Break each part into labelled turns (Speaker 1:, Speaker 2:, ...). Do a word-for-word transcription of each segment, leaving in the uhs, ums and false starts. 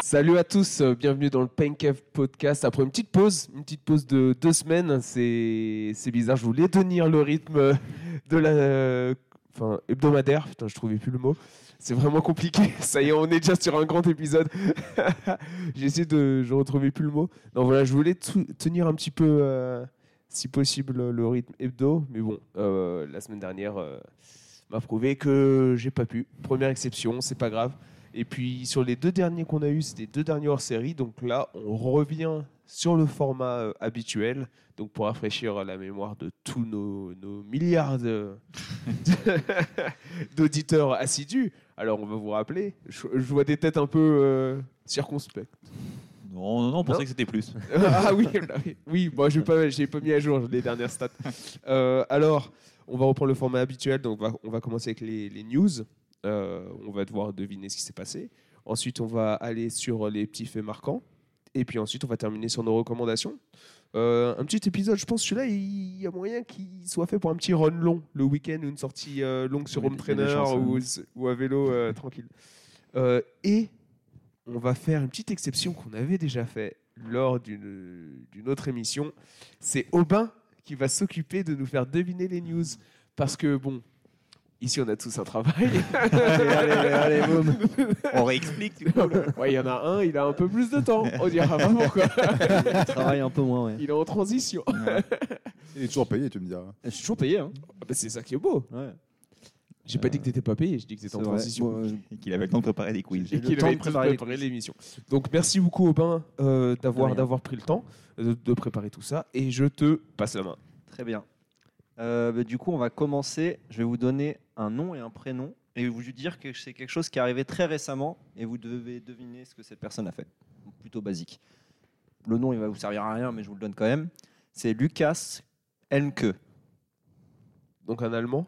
Speaker 1: Salut à tous, euh, bienvenue dans le Pancave Podcast. Après une petite pause, une petite pause de deux semaines, c'est, c'est bizarre, je voulais tenir le rythme de la, euh, enfin, hebdomadaire, putain je trouvais plus le mot. C'est vraiment compliqué, ça y est, on est déjà sur un grand épisode. J'ai essayé de, je retrouvais plus le mot. Donc voilà, je voulais tout, tenir un petit peu, euh, si possible, le rythme hebdo, mais bon, euh, la semaine dernière euh, m'a prouvé que j'ai pas pu. Première exception, c'est pas grave. Et puis sur les deux derniers qu'on a eus, c'était deux derniers hors-série. Donc là, on revient sur le format euh, habituel. Donc pour rafraîchir la mémoire de tous nos, nos milliards de, d'auditeurs assidus. Alors on va vous rappeler. Je, je vois des têtes un peu euh, circonspectes.
Speaker 2: Non, non, non, on pensait que c'était plus.
Speaker 1: Ah oui, oui. Bon, je n'ai pas, j'ai pas mis à jour les dernières stats. Euh, alors, on va reprendre le format habituel. Donc on va, on va commencer avec les, les news. Euh, on va devoir deviner ce qui s'est passé. Ensuite, on va aller sur les petits faits marquants. Et puis ensuite, on va terminer sur nos recommandations. Euh, un petit épisode, je pense, celui-là, il y a moyen qu'il soit fait pour un petit run long, le week-end, ou une sortie euh, longue sur
Speaker 2: Oui,
Speaker 1: home
Speaker 2: il y a des
Speaker 1: trainer
Speaker 2: chances,
Speaker 1: ou,
Speaker 2: hein.
Speaker 1: ou à vélo euh, tranquille. Euh, et on va faire une petite exception qu'on avait déjà fait lors d'une, d'une autre émission. C'est Aubin qui va s'occuper de nous faire deviner les news. Parce que, bon... Ici, on a tous un travail.
Speaker 3: allez, allez, allez, boum.
Speaker 2: On réexplique. Du coup,
Speaker 1: ouais, il y en a un, il a un peu plus de temps. On dira pas pourquoi.
Speaker 3: Il travaille un peu moins, ouais.
Speaker 1: Il est en transition.
Speaker 2: Ouais.
Speaker 4: Il est toujours payé, tu me diras.
Speaker 3: Je suis toujours payé, hein.
Speaker 1: Ah bah, c'est ça qui est beau.
Speaker 3: Ouais.
Speaker 1: J'ai pas dit que t'étais pas payé, je dis que t'étais en
Speaker 3: C'est vrai.
Speaker 1: transition.
Speaker 3: Bon, euh,
Speaker 2: Et qu'il avait le temps de préparer des quiz.
Speaker 3: J'ai
Speaker 1: Et
Speaker 3: le
Speaker 1: qu'il
Speaker 3: temps
Speaker 1: avait
Speaker 3: de
Speaker 1: préparé,
Speaker 3: préparer les
Speaker 1: préparé
Speaker 3: quiz.
Speaker 1: l'émission. Donc merci beaucoup Aubin euh, d'avoir,
Speaker 3: De rien.
Speaker 1: d'avoir pris le temps de, de préparer tout ça. Et je te passe la main.
Speaker 3: Très bien. Euh, bah, du coup, on va commencer. Je vais vous donner un nom et un prénom et vous dire que c'est quelque chose qui est arrivé très récemment et vous devez deviner ce que cette personne a fait. Donc, plutôt basique. Le nom, il va vous servir à rien, mais je vous le donne quand même. C'est Lukas Elmke.
Speaker 1: Donc un Allemand.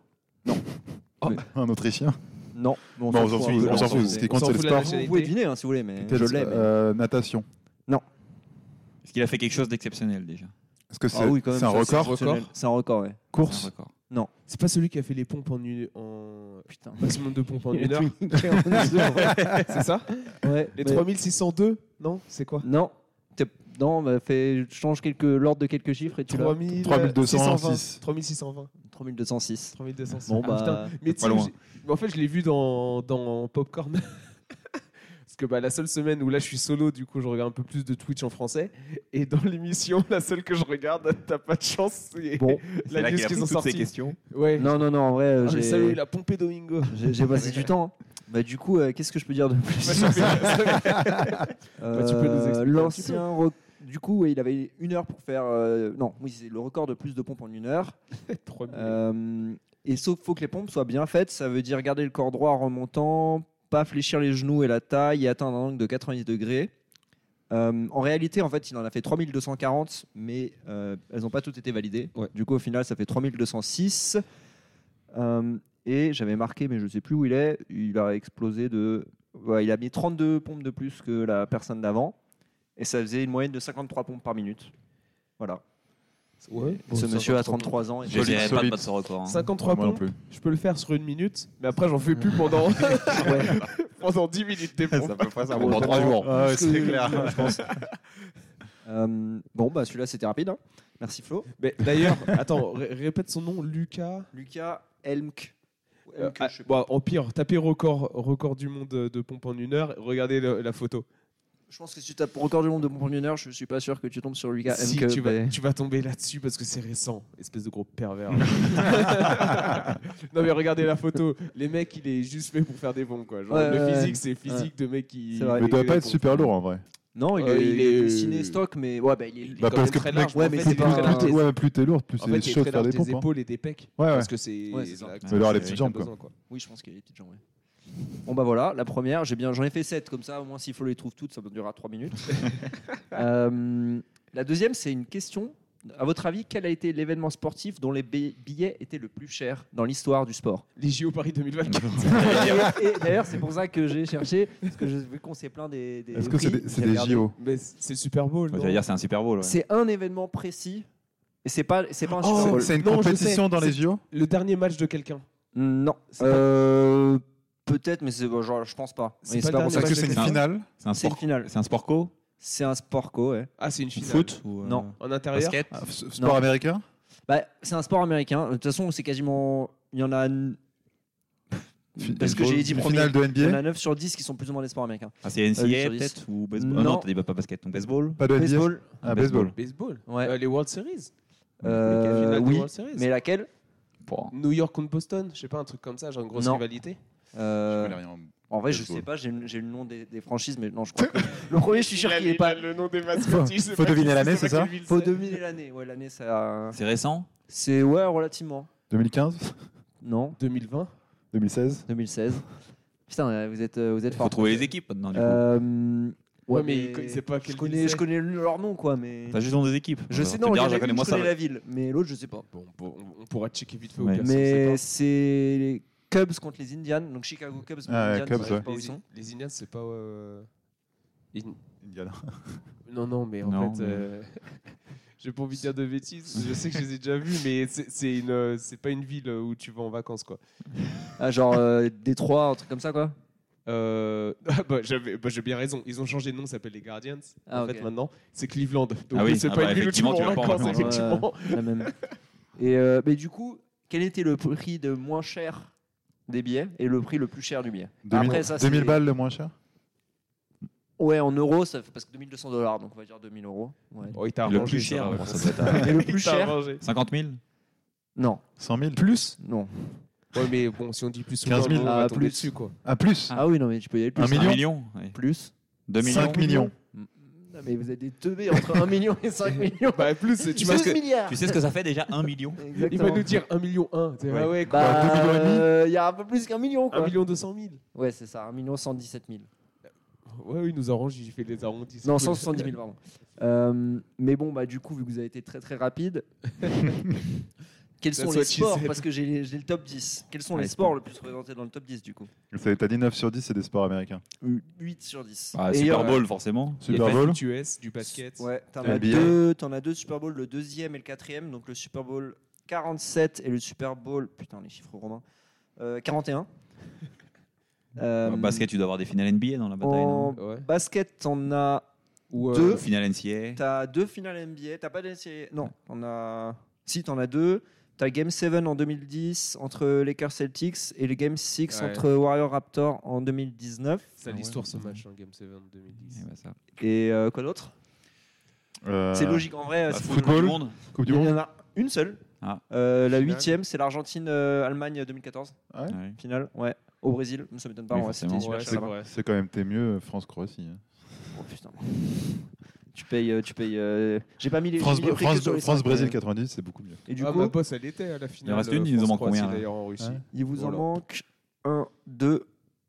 Speaker 4: Un Autrichien.
Speaker 3: Non, mais on
Speaker 4: Non,
Speaker 3: s'en
Speaker 4: on s'en
Speaker 3: fout un
Speaker 4: fout,
Speaker 3: peu.
Speaker 4: on s'en fout.
Speaker 3: Vous
Speaker 4: Ce qui
Speaker 1: On
Speaker 4: compte,
Speaker 1: s'en
Speaker 4: c'est le
Speaker 1: fout de la
Speaker 4: sport.
Speaker 1: nationalité.
Speaker 3: pouvez deviner hein, si vous voulez, mais
Speaker 4: Peut-être,
Speaker 3: je l'ai. mais-
Speaker 4: euh, natation.
Speaker 2: Est-ce qu'il a fait quelque chose d'exceptionnel déjà?
Speaker 4: Est-ce que c'est
Speaker 3: Ah oui, quand même,
Speaker 4: c'est un
Speaker 3: ça,
Speaker 4: record
Speaker 1: record.
Speaker 3: exceptionnel. C'est un record, ouais.
Speaker 2: Un
Speaker 4: Course
Speaker 2: record.
Speaker 1: C'est pas celui qui a fait les pompes en une, en
Speaker 3: Putain.
Speaker 1: maximum de pompes en
Speaker 3: Il
Speaker 1: une
Speaker 3: a
Speaker 1: heure.
Speaker 3: tout niqué en une seconde.
Speaker 1: C'est ça?
Speaker 3: Ouais,
Speaker 1: Les
Speaker 3: mais-
Speaker 1: trois mille six cent deux? Non, c'est quoi?
Speaker 3: Non, T'es- non, bah, fais, change quelques l'ordre de quelques chiffres et tu l'as.
Speaker 1: trois mille
Speaker 4: trois mille deux cent
Speaker 1: six cent vingt.
Speaker 4: six.
Speaker 1: trois mille six cent vingt.
Speaker 3: trois mille deux cent six.
Speaker 1: trois mille deux cent six.
Speaker 3: Bon
Speaker 1: Ah,
Speaker 3: bah,
Speaker 1: putain. Mais tu
Speaker 2: pas
Speaker 1: sais,
Speaker 2: loin.
Speaker 1: j'ai- mais en fait, je l'ai vu dans, dans Popcorn. Parce que bah, la seule semaine où là je suis solo, du coup je regarde un peu plus de Twitch en français. Et dans l'émission, la seule que je regarde, t'as pas de chance. C'est
Speaker 3: bon,
Speaker 2: C'est
Speaker 1: la
Speaker 2: là
Speaker 1: news
Speaker 2: qu'il a
Speaker 1: qu'ils
Speaker 2: pris
Speaker 1: ont
Speaker 2: toutes
Speaker 1: sorti.
Speaker 2: ces questions.
Speaker 1: Ouais.
Speaker 3: non, non, non, en vrai, euh,
Speaker 1: Ah, mais
Speaker 3: j'ai,
Speaker 1: sérieux, il a pompé Domingo.
Speaker 3: j'ai, j'ai passé du temps. hein. Bah, du coup, euh, qu'est-ce que je peux dire de plus
Speaker 1: Bah, ça fait-
Speaker 3: Euh,
Speaker 1: tu peux nous expliquer un
Speaker 3: L'ancien, re- du coup, ouais, il avait une heure pour faire. euh, non, oui, c'est le record de plus de pompes en une heure.
Speaker 1: trois mille.
Speaker 3: Euh, et sauf faut que les pompes soient bien faites. Ça veut dire garder le corps droit en remontant, pas fléchir les genoux et la taille et atteindre un angle de quatre-vingt-dix degrés. Euh, en réalité, en fait, il en a fait trois mille deux cent quarante, mais euh, elles n'ont pas toutes été validées.
Speaker 1: Ouais.
Speaker 3: Du coup, au final, ça fait trois mille deux cent six. Euh, et j'avais marqué, mais je ne sais plus où il est. Il a explosé de. Ouais, il a mis trente-deux pompes de plus que la personne d'avant. Et ça faisait une moyenne de cinquante-trois pompes par minute. Voilà.
Speaker 1: Ouais.
Speaker 3: Ce
Speaker 1: Bon,
Speaker 3: monsieur a
Speaker 1: cinquante-trois
Speaker 3: trente-trois ans. Et
Speaker 2: Je
Speaker 4: Solide,
Speaker 2: dirais pas de
Speaker 4: solide.
Speaker 2: battre ce record. hein.
Speaker 1: cinquante-trois
Speaker 4: Moi non
Speaker 1: pompes,
Speaker 4: plus.
Speaker 1: je peux le faire sur une minute, mais après j'en fais plus pendant,
Speaker 3: Ouais.
Speaker 1: pendant dix minutes des pompes.
Speaker 2: Ça peut pas ça
Speaker 4: Bon,
Speaker 2: pendant trois jours.
Speaker 4: Ah ouais, c'est clair.
Speaker 3: Je pense. Euh, bon, bah celui-là, c'était rapide. hein. Merci Flo.
Speaker 1: Mais d'ailleurs, attends, ré- répète son nom, Lucas.
Speaker 3: Lucas Elmk.
Speaker 1: Euh,
Speaker 3: Elmke,
Speaker 1: ah,
Speaker 3: je sais
Speaker 1: bon,
Speaker 3: pas.
Speaker 1: en pire, tapez record, record du monde de, de pompe en une heure, regardez le- la photo.
Speaker 3: Je pense que si tu tapes record du monde de pompes en une heure, je suis pas sûr que tu tombes sur Lucas
Speaker 1: Si,
Speaker 3: Elmke.
Speaker 1: tu, vas,
Speaker 3: mais-
Speaker 1: tu vas tomber là-dessus parce que c'est récent, espèce de gros pervers. Non mais regardez la photo, les mecs il est juste fait pour faire des bombes quoi. Genre,
Speaker 3: Ouais,
Speaker 1: le
Speaker 3: ouais,
Speaker 1: physique
Speaker 3: ouais.
Speaker 1: c'est physique de mec qui.
Speaker 3: C'est vrai.
Speaker 4: Mais il doit
Speaker 1: qui-
Speaker 4: pas être super lourd en vrai.
Speaker 3: Non, il,
Speaker 1: Euh,
Speaker 3: est,
Speaker 1: il
Speaker 3: il est
Speaker 1: est-
Speaker 3: dessiné stock, mais ouais, bah, il est.
Speaker 1: Il est
Speaker 4: Bah,
Speaker 1: quand
Speaker 4: parce
Speaker 1: même
Speaker 4: que
Speaker 1: très
Speaker 4: mec,
Speaker 1: large.
Speaker 3: ouais,
Speaker 1: En
Speaker 3: mais
Speaker 1: fait,
Speaker 3: c'est
Speaker 1: il est
Speaker 3: pas-
Speaker 1: très
Speaker 4: Plus
Speaker 1: large.
Speaker 4: t'es- ouais, plus t'es lourd, plus
Speaker 1: En
Speaker 4: c'est
Speaker 1: fait, il est
Speaker 4: chaud de
Speaker 1: très
Speaker 4: faire
Speaker 1: large
Speaker 4: des
Speaker 1: des
Speaker 4: pompes. hein.
Speaker 1: épaules et des pecs.
Speaker 4: Ouais, ouais.
Speaker 1: Parce que c'est.
Speaker 3: Ouais, c'est ça.
Speaker 1: là que
Speaker 4: Mais alors, les
Speaker 1: c'est-
Speaker 4: petites
Speaker 1: t'as
Speaker 4: jambes, quoi.
Speaker 1: besoin, quoi.
Speaker 3: Oui, je pense qu'il y a les petites jambes. Ouais. Bon bah voilà, la première, j'ai bien, j'en ai fait sept comme ça, au moins s'il faut les trouver toutes, ça me durera trois minutes. Euh, la deuxième, c'est une question. À votre avis, quel a été l'événement sportif dont les bi- billets étaient le plus chers dans l'histoire du sport?
Speaker 1: Les J O Paris deux mille vingt-quatre.
Speaker 3: Et, et d'ailleurs, c'est pour ça que j'ai cherché, parce que je, vu qu'on s'est plein des. des
Speaker 4: Est-ce que
Speaker 3: prix,
Speaker 4: c'est des, c'est
Speaker 3: j'ai
Speaker 4: des
Speaker 3: regardé.
Speaker 4: J O?
Speaker 1: Mais c'est le Super Bowl.
Speaker 2: Ouais,
Speaker 1: non
Speaker 2: J'allais dire c'est un Super Bowl. ouais.
Speaker 3: C'est un événement précis, et c'est pas, c'est pas un
Speaker 1: Oh,
Speaker 3: Super Bowl.
Speaker 4: C'est une
Speaker 1: Non, je
Speaker 4: compétition
Speaker 1: sais.
Speaker 4: dans les
Speaker 1: C'est-
Speaker 4: J O?
Speaker 1: Le dernier match de quelqu'un.
Speaker 3: Non.
Speaker 1: C'est pas-
Speaker 3: Euh, Peut-être, mais c'est, bon, genre, je pense pas.
Speaker 1: C'est
Speaker 3: Et
Speaker 1: pas
Speaker 3: pas
Speaker 1: le
Speaker 3: pour ça
Speaker 1: dernier
Speaker 3: que
Speaker 4: Est-ce que
Speaker 1: match
Speaker 4: c'est
Speaker 1: de
Speaker 4: une
Speaker 1: finale.
Speaker 4: finale
Speaker 2: C'est un
Speaker 3: c'est une
Speaker 2: sport.
Speaker 3: finale.
Speaker 2: C'est un sport co.
Speaker 3: C'est un sport co, ouais.
Speaker 1: Ah, c'est une finale.
Speaker 2: Foot ou, euh,
Speaker 3: Non.
Speaker 1: En intérieur.
Speaker 2: Basket.
Speaker 4: Ah, f- Sport
Speaker 3: Non.
Speaker 4: américain
Speaker 3: Bah, c'est un sport américain. De toute façon, c'est quasiment. Il y en a. n-
Speaker 4: Fi-
Speaker 3: Parce que j'ai dit
Speaker 4: une
Speaker 3: premier.
Speaker 4: finale de N
Speaker 3: Il y en
Speaker 4: B
Speaker 3: a
Speaker 4: A
Speaker 3: neuf sur dix qui sont plus ou moins des sports américains.
Speaker 2: Ah, c'est N C A
Speaker 3: Euh,
Speaker 2: A
Speaker 3: huit sur dix.
Speaker 2: peut-être ou baseball.
Speaker 3: Non.
Speaker 2: Ah non, t'as dit pas basket, donc baseball.
Speaker 4: Pas de N B A
Speaker 3: Baseball,
Speaker 4: Ah, baseball.
Speaker 1: Baseball.
Speaker 3: ouais.
Speaker 1: Euh, les World Series.
Speaker 3: Euh,
Speaker 1: Les finales de
Speaker 3: oui,
Speaker 1: World Series.
Speaker 3: mais laquelle
Speaker 2: Bon.
Speaker 1: New York contre Boston, je sais pas, un truc comme ça, genre une grosse
Speaker 3: Non.
Speaker 1: rivalité.
Speaker 3: Euh,
Speaker 4: Je connais rien.
Speaker 3: En vrai, je
Speaker 4: Baseball.
Speaker 3: sais pas, j'ai j'ai le nom des, des franchises, mais non, je crois que le premier, je suis sûr qu'il est pas.
Speaker 1: le nom des
Speaker 4: Faut- faut deviner l'année, c'est ça
Speaker 3: Faut deviner l'année. Ouais, l'année, ça.
Speaker 2: C'est récent.
Speaker 3: C'est ouais, relativement.
Speaker 4: deux mille quinze
Speaker 3: Non,
Speaker 1: deux mille vingt.
Speaker 4: deux mille seize
Speaker 3: deux mille seize. Putain, vous êtes, vous êtes
Speaker 2: Il
Speaker 3: fort.
Speaker 2: faut trouver les équipes maintenant. Du coup.
Speaker 3: Euh,
Speaker 1: Ouais, mais il co- il sait pas
Speaker 3: je
Speaker 1: quelle
Speaker 3: connais,
Speaker 1: ville
Speaker 3: je
Speaker 1: c'est.
Speaker 3: connais leur nom, quoi, mais.
Speaker 2: T'as juste dans des équipes.
Speaker 3: Je sais,
Speaker 2: Alors,
Speaker 3: non,
Speaker 2: tu me
Speaker 3: il y en
Speaker 2: diras,
Speaker 3: a
Speaker 2: je connais
Speaker 3: une,
Speaker 2: moi
Speaker 3: je
Speaker 2: ça.
Speaker 3: connais la ville, mais l'autre, je sais pas.
Speaker 1: Bon, bon, on pourra checker vite fait au
Speaker 2: Ouais.
Speaker 1: cas, si on sait
Speaker 3: Mais
Speaker 1: pas.
Speaker 3: c'est les Cubs contre les Indians, donc Chicago Cubs.
Speaker 4: Ah ouais,
Speaker 3: Indians,
Speaker 4: Cubs,
Speaker 3: je sais
Speaker 4: ouais.
Speaker 3: pas où ils
Speaker 1: Les,
Speaker 3: sont.
Speaker 1: les Indians, c'est pas. euh, In-
Speaker 4: Indiana.
Speaker 1: Non, non, mais en
Speaker 2: Non,
Speaker 1: fait,
Speaker 2: mais-
Speaker 1: euh, j'ai pas envie de dire de bêtises. Je sais que je les ai déjà vus, mais c'est c'est une, euh, c'est pas une ville où tu vas en vacances, quoi.
Speaker 3: Ah, genre euh, Détroit, un truc comme ça, quoi.
Speaker 1: Euh, ah bah, j'avais, bah, j'ai bien raison. Ils ont changé de nom, ça s'appelle les Guardians.
Speaker 3: Ah,
Speaker 1: en fait,
Speaker 3: ok.
Speaker 1: maintenant, c'est Cleveland. Donc,
Speaker 2: Ah oui,
Speaker 1: c'est
Speaker 2: ah
Speaker 1: pas
Speaker 2: bah,
Speaker 1: une ville où tu vas
Speaker 2: effectivement,
Speaker 1: en
Speaker 2: tu vas pas en
Speaker 1: vacances,
Speaker 2: vacances.
Speaker 1: effectivement.
Speaker 3: Ouais, la même. Et euh, mais du coup, quel était le prix de moins cher des billets et le prix le plus cher du billet
Speaker 4: deux mille
Speaker 3: Après, ça,
Speaker 4: deux mille
Speaker 3: c'est-
Speaker 4: balles le moins cher
Speaker 3: Ouais, en euros, ça fait parce que deux mille deux cents dollars, donc on va dire deux mille euros. Ouais.
Speaker 1: Oh, il t'a
Speaker 2: Le
Speaker 1: arrangé,
Speaker 2: plus
Speaker 1: ça,
Speaker 2: cher,
Speaker 1: la
Speaker 2: bon,
Speaker 1: réponse.
Speaker 2: ça doit être à
Speaker 3: Et le plus
Speaker 1: Il t'a
Speaker 3: cher
Speaker 1: arrangé.
Speaker 2: cinquante mille.
Speaker 3: Non,
Speaker 4: cent mille
Speaker 1: Plus
Speaker 3: non.
Speaker 1: Ouais, mais bon, si on dit plus
Speaker 4: quinze
Speaker 1: souvent,
Speaker 4: mille.
Speaker 1: on va
Speaker 3: Ah,
Speaker 1: tomber
Speaker 3: plus.
Speaker 1: dessus, quoi.
Speaker 4: Ah, plus
Speaker 3: Ah oui, non, mais tu peux y aller plus.
Speaker 4: Un
Speaker 2: Un
Speaker 4: million
Speaker 2: million. ouais.
Speaker 3: Plus.
Speaker 2: deux millions.
Speaker 4: cinq millions.
Speaker 3: Non, mais vous êtes des teubés entre un million et cinq millions.
Speaker 1: Bah, plus, tu vois
Speaker 3: douze
Speaker 1: ce que.
Speaker 3: milliards.
Speaker 2: Tu sais ce que ça fait déjà un million.
Speaker 1: Il
Speaker 3: Exactement.
Speaker 1: va nous dire un million un.
Speaker 2: Ouais.
Speaker 1: Ah ouais, quoi.
Speaker 3: Bah,
Speaker 4: deux millions et demi.
Speaker 3: euh, il y a un peu plus qu'un million, quoi.
Speaker 1: un million deux cent mille.
Speaker 3: Ouais, c'est ça, un million cent dix-sept mille.
Speaker 1: Ouais, oui, il nous arrange, il fait les arrondis.
Speaker 3: Non, cent soixante-dix mille, pardon. Euh, mais bon, bah, du coup, vu que vous avez été très très rapide, quels sont
Speaker 1: That's
Speaker 3: les
Speaker 1: what she
Speaker 3: sports
Speaker 1: said.
Speaker 3: Parce que j'ai j'ai le top dix. Quels sont
Speaker 2: Ouais,
Speaker 3: les
Speaker 2: c'est
Speaker 3: sports
Speaker 2: bon.
Speaker 3: le plus représentés dans le top dix, du coup
Speaker 4: Ça, T'as dit neuf sur dix, c'est des sports américains.
Speaker 3: huit sur dix.
Speaker 2: Ah,
Speaker 3: Et,
Speaker 2: Super
Speaker 3: euh,
Speaker 2: Bowl, forcément.
Speaker 4: Super Bowl.
Speaker 1: Du U S, du basket.
Speaker 3: Ouais, t'en
Speaker 4: N
Speaker 3: as,
Speaker 4: B A.
Speaker 3: deux, t'en as deux Super Bowl, le deuxième et le quatrième. Donc le Super Bowl quarante-sept et le Super Bowl, putain, les chiffres romains, euh, quarante et un. Euh,
Speaker 2: Bah, basket, tu dois avoir des finales N B A dans la bataille.
Speaker 3: en
Speaker 2: non
Speaker 1: Ouais.
Speaker 3: basket, t'en as
Speaker 1: Ou, euh,
Speaker 3: deux.
Speaker 2: Finale N C A A.
Speaker 3: T'as deux finales N B A. T'as pas d'N C A A. Non, t'en as. Si, t'en as deux. T'as Game sept en deux mille dix entre Lakers Celtics et le Game six
Speaker 1: Ouais.
Speaker 3: entre Warriors Raptors en deux mille dix-neuf.
Speaker 1: C'est
Speaker 2: Ah ouais.
Speaker 1: l'histoire ce match, hein, Game sept deux mille dix.
Speaker 2: Eh ben, ça.
Speaker 3: Et euh, quoi d'autre
Speaker 4: Euh,
Speaker 3: C'est logique en vrai.
Speaker 2: Bah,
Speaker 3: c'est-
Speaker 2: football du monde.
Speaker 4: Coupe
Speaker 3: Il
Speaker 4: du
Speaker 3: y
Speaker 4: monde
Speaker 3: en a une seule.
Speaker 2: Ah.
Speaker 3: Euh, la
Speaker 1: Finale.
Speaker 3: huitième, c'est l'Argentine-Allemagne deux mille quatorze.
Speaker 4: Ah ouais
Speaker 2: Ouais.
Speaker 3: Finale, ouais. Au Brésil, ça m'étonne pas.
Speaker 2: Oui,
Speaker 3: en vrai, c'était
Speaker 2: forcément.
Speaker 3: super
Speaker 1: Ouais,
Speaker 3: cher
Speaker 1: c'est
Speaker 3: là-bas.
Speaker 1: vrai.
Speaker 4: C'est quand même t'es mieux France-Croatie. hein.
Speaker 3: Oh putain. Tu payes. euh, Tu payes euh, J'ai pas mis les.
Speaker 4: France-
Speaker 3: j'ai mis les prix que
Speaker 4: France-
Speaker 3: sur les
Speaker 4: France-Brésil
Speaker 3: cinq, mais-
Speaker 4: quatre-vingt-dix, c'est beaucoup mieux.
Speaker 3: Et du
Speaker 1: Ah,
Speaker 3: coup,
Speaker 1: ma boss, elle était à la finale.
Speaker 2: Il en reste une,
Speaker 1: euh,
Speaker 2: il nous en manque
Speaker 1: France-Croatie,
Speaker 2: combien, là
Speaker 1: d'ailleurs en Russie.
Speaker 4: Ouais.
Speaker 3: il vous en
Speaker 1: Voilà.
Speaker 3: manque un, deux,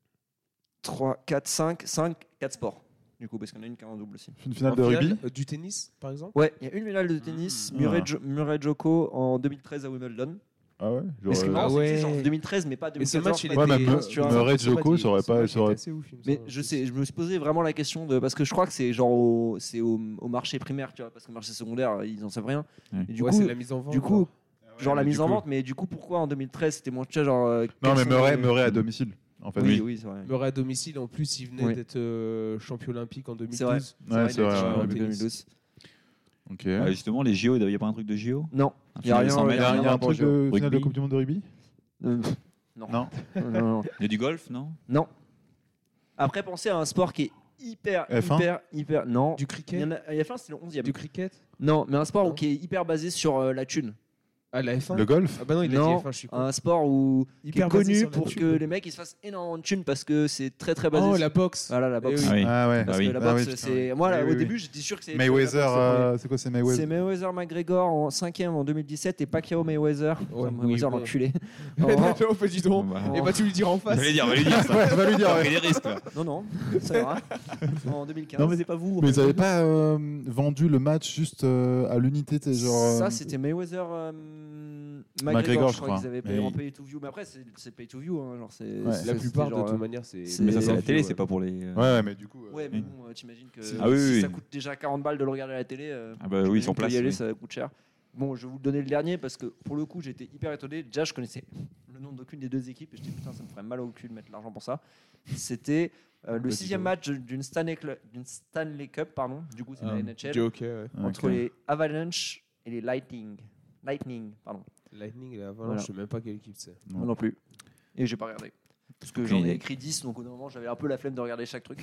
Speaker 3: trois, quatre, cinq, cinq, quatre sports. Du coup, parce qu'on a une qui est en double aussi.
Speaker 4: Une finale
Speaker 1: En
Speaker 4: de
Speaker 1: finale,
Speaker 4: rugby
Speaker 1: euh, Du tennis, par exemple.
Speaker 3: Ouais, il y a une finale de tennis,
Speaker 1: Mmh.
Speaker 3: Murray,
Speaker 4: Ah.
Speaker 3: Jo- Murray Joko en deux mille treize à Wimbledon.
Speaker 4: Ah ouais
Speaker 3: Mais ce qui est
Speaker 4: genre,
Speaker 3: marrant,
Speaker 1: Ah
Speaker 3: c'est que c'est
Speaker 1: ouais.
Speaker 3: genre deux mille treize, mais pas
Speaker 1: Mais ce
Speaker 3: deux mille quatorze.
Speaker 1: match, il
Speaker 3: pas
Speaker 4: Ouais,
Speaker 1: était-
Speaker 4: mais
Speaker 3: deux mille quinze,
Speaker 4: Me-
Speaker 3: tu vois.
Speaker 4: Murray
Speaker 1: Ce
Speaker 4: Joko,
Speaker 1: match,
Speaker 4: ça aurait
Speaker 1: ce
Speaker 4: pas-
Speaker 1: match,
Speaker 4: ça
Speaker 1: il
Speaker 4: aurait-
Speaker 1: était assez ouf, il me
Speaker 3: Mais
Speaker 1: semble.
Speaker 3: je sais, je me suis posé vraiment la question de parce que je crois que c'est genre au, c'est au, au marché primaire, tu vois, parce que le marché secondaire ils en savent rien.
Speaker 2: Ouais.
Speaker 3: Et du
Speaker 1: Ouais,
Speaker 3: coup,
Speaker 1: c'est la mise en vente.
Speaker 3: du coup, genre la
Speaker 4: mais
Speaker 3: mise
Speaker 4: du
Speaker 3: en
Speaker 4: coup-
Speaker 3: vente, mais du coup pourquoi en deux mille treize c'était moins cher, genre euh,
Speaker 4: Non,
Speaker 3: quels
Speaker 4: mais
Speaker 3: sont
Speaker 4: Murray,
Speaker 3: les-
Speaker 4: Murray à domicile, en fait.
Speaker 3: Oui, oui, c'est vrai.
Speaker 1: Murray à domicile, en plus, il venait
Speaker 3: Oui.
Speaker 1: d'être euh, champion olympique en deux mille douze.
Speaker 3: C'est vrai.
Speaker 4: Ouais,
Speaker 3: il a
Speaker 4: c'est
Speaker 3: été
Speaker 4: vrai,
Speaker 3: champion
Speaker 4: ouais,
Speaker 3: olympique
Speaker 1: ouais.
Speaker 3: deux mille douze.
Speaker 4: Ok.
Speaker 2: Ouais, justement, les J O, il n'y a pas un truc de J O
Speaker 3: Non,
Speaker 2: Un
Speaker 3: il y a
Speaker 2: final de
Speaker 3: rien,
Speaker 2: cent
Speaker 3: il y
Speaker 2: mètres
Speaker 4: Il y a, il y a un
Speaker 3: rapport
Speaker 4: truc
Speaker 3: au jeu.
Speaker 4: de finale de
Speaker 2: Rugby.
Speaker 4: Coupe du Monde de rugby
Speaker 3: Euh, non.
Speaker 4: Non.
Speaker 3: non, non, non.
Speaker 2: Il y a du golf, non
Speaker 3: Non. Après, pensez à un sport qui est hyper,
Speaker 4: F un
Speaker 3: hyper, hyper. Non.
Speaker 1: Du
Speaker 3: Il y
Speaker 1: cricket
Speaker 3: en a, il y a F un, c'est le onzième.
Speaker 1: Du cricket
Speaker 3: Non, mais un sport
Speaker 1: Non.
Speaker 3: qui est hyper basé sur euh, la thune.
Speaker 1: Ah, la F un
Speaker 4: Le golf
Speaker 1: Ah bah non, il a
Speaker 3: Non,
Speaker 1: dit F un, je suis con.
Speaker 3: Un sport où qui est
Speaker 1: Hyper basé
Speaker 3: connu
Speaker 1: sur la
Speaker 3: pour
Speaker 1: thune.
Speaker 3: que les mecs ils se fassent énormément de thunes parce que c'est très très basé.
Speaker 1: Oh,
Speaker 3: sur-
Speaker 1: la boxe
Speaker 3: Voilà, la boxe.
Speaker 1: Eh
Speaker 2: Ah oui.
Speaker 4: Ah ouais.
Speaker 3: Parce
Speaker 2: Ah oui.
Speaker 3: que la
Speaker 4: Ah
Speaker 3: boxe,
Speaker 4: oui, putain,
Speaker 3: c'est.
Speaker 4: oui.
Speaker 3: Moi, là,
Speaker 4: Oui,
Speaker 3: au
Speaker 4: oui,
Speaker 3: début,
Speaker 4: oui.
Speaker 3: j'étais sûr que c'est.
Speaker 4: Mayweather,
Speaker 3: la boxe,
Speaker 4: euh, c'est quoi, c'est
Speaker 3: c'est
Speaker 4: Mayweather
Speaker 3: Mayweather McGregor en cinquième en deux mille dix-sept et Pacquiao Mayweather.
Speaker 1: Ouais,
Speaker 3: Enfin,
Speaker 1: oui,
Speaker 3: Mayweather
Speaker 1: bon.
Speaker 3: l'enculé.
Speaker 1: Non,
Speaker 3: En-
Speaker 1: non, pas du tout.
Speaker 2: Bon, bah,
Speaker 1: Et bah, tu lui diras en face.
Speaker 2: J'allais dire, va lui dire ça.
Speaker 4: Ouais, va lui dire,
Speaker 2: T'as
Speaker 4: ouais.
Speaker 2: pris des risques, là.
Speaker 3: Non, non, ça va. En deux mille quinze.
Speaker 4: Non, mais
Speaker 2: c'est pas vous.
Speaker 4: Mais ils n'avaient pas euh, vendu le match juste euh, à l'unité, tu sais, genre.
Speaker 3: Ça,
Speaker 4: euh,
Speaker 3: c'était Mayweather euh, McGregor,
Speaker 4: McGregor,
Speaker 3: je
Speaker 4: je
Speaker 3: crois
Speaker 4: crois.
Speaker 3: qu'ils avaient payé
Speaker 4: Mais
Speaker 3: en
Speaker 4: il-
Speaker 3: pay to view. Mais après, c'est c'est pay to view. Hein, genre, c'est,
Speaker 4: Ouais.
Speaker 3: c'est-
Speaker 1: La plupart,
Speaker 3: c'était
Speaker 1: de
Speaker 3: genre,
Speaker 1: toute
Speaker 3: euh,
Speaker 1: manière, c'est.
Speaker 3: c'est-
Speaker 2: Mais ça, c'est la
Speaker 3: Ouais.
Speaker 2: télé, c'est pas pour les. euh,
Speaker 4: Ouais, ouais, mais du coup. euh,
Speaker 3: Ouais, mais bon, euh, t'imagines que
Speaker 4: C'est-
Speaker 2: Ah oui,
Speaker 3: si
Speaker 2: oui,
Speaker 3: ça
Speaker 2: oui.
Speaker 3: coûte déjà quarante balles de le regarder à la télé. euh,
Speaker 2: Ah bah oui, ils sont
Speaker 3: j'imagine que
Speaker 2: place.
Speaker 3: y aller,
Speaker 2: oui.
Speaker 3: ça coûte cher. Bon, je vais vous donner le dernier parce que pour le coup, j'étais hyper étonné. Déjà, je connaissais le le nom d'aucune des deux équipes. Et je dis putain, ça me ferait mal au cul de mettre l'argent pour ça. C'était euh, le
Speaker 1: Bah,
Speaker 3: sixième
Speaker 1: dis
Speaker 3: match d'une Stanley, Cl- d'une Stanley Cup, pardon. Du coup, c'est
Speaker 4: Ah,
Speaker 3: la N H L.
Speaker 1: Joker, ouais.
Speaker 3: Entre
Speaker 4: Ok.
Speaker 3: les Avalanche et les Lightning. Lightning, pardon.
Speaker 1: Lightning et la Avalanche,
Speaker 3: Voilà.
Speaker 1: je sais même pas quelle équipe c'est.
Speaker 4: Non.
Speaker 3: Moi non plus. Et j'ai pas regardé. Parce que
Speaker 2: Aucune
Speaker 3: j'en ai
Speaker 2: idée.
Speaker 3: écrit dix, donc au bout d'un moment, j'avais un peu la flemme de regarder chaque truc.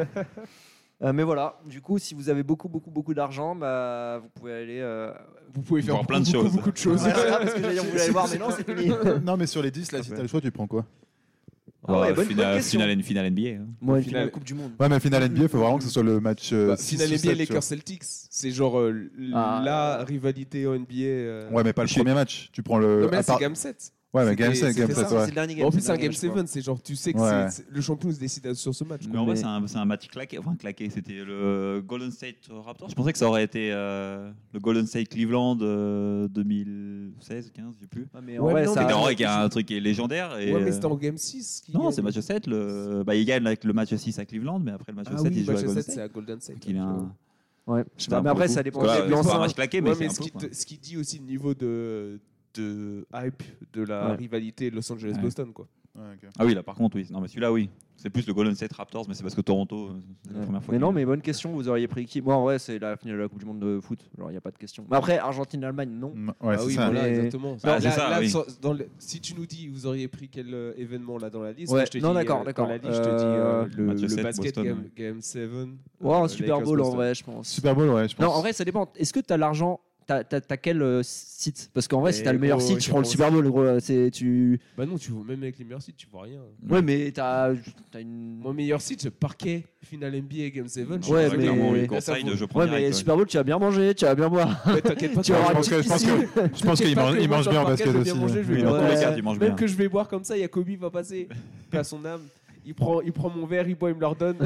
Speaker 3: Euh, mais voilà, du coup, si vous avez beaucoup, beaucoup, beaucoup d'argent, bah, vous pouvez aller. Euh...
Speaker 1: Vous pouvez faire
Speaker 2: Voir plein de
Speaker 1: beaucoup,
Speaker 2: choses.
Speaker 1: beaucoup de choses.
Speaker 3: Ouais, c'est ça, parce que j'allais dire, vous voulez aller voir, mais non, c'est fini.
Speaker 4: Non, mais sur les dix, là, si t'as le choix, tu prends quoi?
Speaker 3: Ah ouais,
Speaker 2: Euh,
Speaker 3: bonne-
Speaker 2: finale,
Speaker 3: bonne question.
Speaker 2: finale, finale N B A. hein.
Speaker 3: Moi, une
Speaker 1: Finale-
Speaker 3: finale Coupe du Monde.
Speaker 4: Ouais, mais finale N B A, il faut vraiment que ce soit le match. euh,
Speaker 1: Bah,
Speaker 4: six
Speaker 1: finale
Speaker 4: ou
Speaker 1: N B A
Speaker 4: sept, tu vois.
Speaker 1: Lakers Celtics, c'est genre euh, l-
Speaker 3: Ah.
Speaker 1: la rivalité en N B A. euh.
Speaker 4: Ouais, mais pas le
Speaker 2: Je-
Speaker 4: premier match. Tu prends le.
Speaker 1: Non, mais là,
Speaker 4: à part-
Speaker 1: c'est Game sept.
Speaker 4: Ouais, mais
Speaker 1: c'était-
Speaker 4: Game sept, Game
Speaker 1: c'était
Speaker 4: sept,
Speaker 1: ça,
Speaker 4: ouais.
Speaker 3: C'est le dernier game.
Speaker 1: En plus,
Speaker 3: c'est
Speaker 1: c'est un
Speaker 3: le
Speaker 1: Game
Speaker 3: dernier match,
Speaker 1: sept, c'est genre, tu sais que
Speaker 4: Ouais.
Speaker 1: c'est- c'est- le champion se décide sur ce match.
Speaker 2: Mais
Speaker 1: quoi.
Speaker 2: en vrai,
Speaker 3: Mais-
Speaker 2: c'est un, c'est un match claqué. Enfin, claqué, c'était le Golden State Raptors. Je pensais que ça aurait été euh, le Golden State Cleveland euh, deux mille seize, quinze, je sais plus.
Speaker 3: Ouais, mais en
Speaker 1: Ouais,
Speaker 3: vrai,
Speaker 1: mais non,
Speaker 3: ça.
Speaker 2: C'était
Speaker 1: mais
Speaker 2: en
Speaker 1: non,
Speaker 2: vrai qu'il y a un truc qui est légendaire. Et,
Speaker 1: Ouais, mais
Speaker 2: euh,
Speaker 1: c'était en Game six. qui
Speaker 2: Non,
Speaker 1: gagne.
Speaker 2: c'est match sept. Le... Bah, il gagne avec le match six à Cleveland, mais après le match
Speaker 1: Ah
Speaker 2: sept,
Speaker 1: oui,
Speaker 2: il joue à
Speaker 1: match
Speaker 2: Golden
Speaker 1: sept, c'est
Speaker 2: State.
Speaker 1: à Golden State.
Speaker 2: Donc, il a un...
Speaker 3: Ouais.
Speaker 2: je sais
Speaker 3: Bah,
Speaker 2: pas,
Speaker 3: mais
Speaker 2: pour
Speaker 3: après,
Speaker 2: le
Speaker 3: ça
Speaker 2: coup.
Speaker 3: dépend
Speaker 2: Parce que
Speaker 3: des
Speaker 2: là,
Speaker 3: ambiances,
Speaker 2: c'est pas un
Speaker 3: hein.
Speaker 2: match claqué, mais
Speaker 1: Ouais,
Speaker 2: c'est
Speaker 1: mais
Speaker 2: un
Speaker 1: ce
Speaker 2: peu,
Speaker 1: qui,
Speaker 2: quoi.
Speaker 1: te- ce qui dit aussi le niveau de, de hype de la
Speaker 3: Ouais.
Speaker 1: rivalité Los Angeles-Boston. Quoi.
Speaker 4: Ouais, ok.
Speaker 2: Ah oui, là par contre, oui. Non, mais celui-là, oui. C'est plus le Golden State Raptors, mais c'est parce que Toronto, euh, c'est la
Speaker 3: Ouais.
Speaker 2: première fois.
Speaker 3: Mais
Speaker 2: qu'il-
Speaker 3: non, mais bonne question. Vous auriez pris qui? Moi, en vrai, c'est la finale de la Coupe du Monde de foot. Genre, il n'y a pas de question. Mais après, Argentine-Allemagne, non.
Speaker 4: Mm, Ouais,
Speaker 1: ah
Speaker 4: c'est
Speaker 1: oui,
Speaker 4: ça.
Speaker 1: voilà,
Speaker 3: Mais-
Speaker 1: exactement.
Speaker 2: Bah,
Speaker 1: Là,
Speaker 2: c'est ça,
Speaker 1: là,
Speaker 2: oui.
Speaker 1: sur- dans le- si tu nous dis, vous auriez pris quel euh, événement là dans la liste?
Speaker 3: Ouais,
Speaker 1: moi, je te
Speaker 3: non,
Speaker 1: dis,
Speaker 3: d'accord,
Speaker 1: euh,
Speaker 3: d'accord.
Speaker 1: Dans la liste, je te dis euh,
Speaker 3: Euh,
Speaker 1: le,
Speaker 2: match
Speaker 1: le
Speaker 2: sept,
Speaker 1: basket
Speaker 2: Boston,
Speaker 1: game,
Speaker 2: ouais.
Speaker 1: game sept.
Speaker 3: Ouais, un
Speaker 1: euh,
Speaker 3: Super
Speaker 1: Lakers,
Speaker 3: Bowl en
Speaker 1: Boston.
Speaker 3: vrai, je pense.
Speaker 4: Super Bowl, ouais, je pense.
Speaker 3: Non, en vrai, ça dépend. Est-ce que tu as l'argent? T'as, t'as, t'as quel euh, site? Parce qu'en vrai, si
Speaker 1: Et
Speaker 3: t'as le meilleur
Speaker 1: gros,
Speaker 3: site,
Speaker 1: je
Speaker 3: tu prends le
Speaker 1: pense-
Speaker 3: Super Bowl. Gros, c'est, tu...
Speaker 1: Bah non, tu vois, même avec les meilleurs sites, tu vois rien.
Speaker 3: Ouais, mais t'as, t'as une.
Speaker 1: Mon meilleur site, c'est parquet, finale N B A Game sept. je
Speaker 3: Ouais,
Speaker 1: suis
Speaker 3: mais-
Speaker 2: Clairement,
Speaker 3: Là,
Speaker 2: les
Speaker 3: ça
Speaker 2: conseils
Speaker 1: vaut-
Speaker 2: de je prends
Speaker 3: Ouais, mais
Speaker 2: direct, ouais.
Speaker 3: Super Bowl, tu vas bien manger, tu vas bien boire.
Speaker 1: Ouais, t'inquiète pas,
Speaker 3: Tu
Speaker 1: vas
Speaker 3: auras
Speaker 4: je
Speaker 3: une
Speaker 4: pense que, je pense
Speaker 3: petite
Speaker 4: que, je pense qu'il mange, il mange bien au basket aussi.
Speaker 1: Je vais manger, je vais
Speaker 2: Oui,
Speaker 1: bien
Speaker 2: dans tous
Speaker 3: Ouais.
Speaker 2: les cas, tu manges
Speaker 1: Même
Speaker 2: bien.
Speaker 1: que je vais boire comme ça, il y a Kobe va passer. Paix à son âme. Il prend, il prend mon verre, il boit, il me le redonne.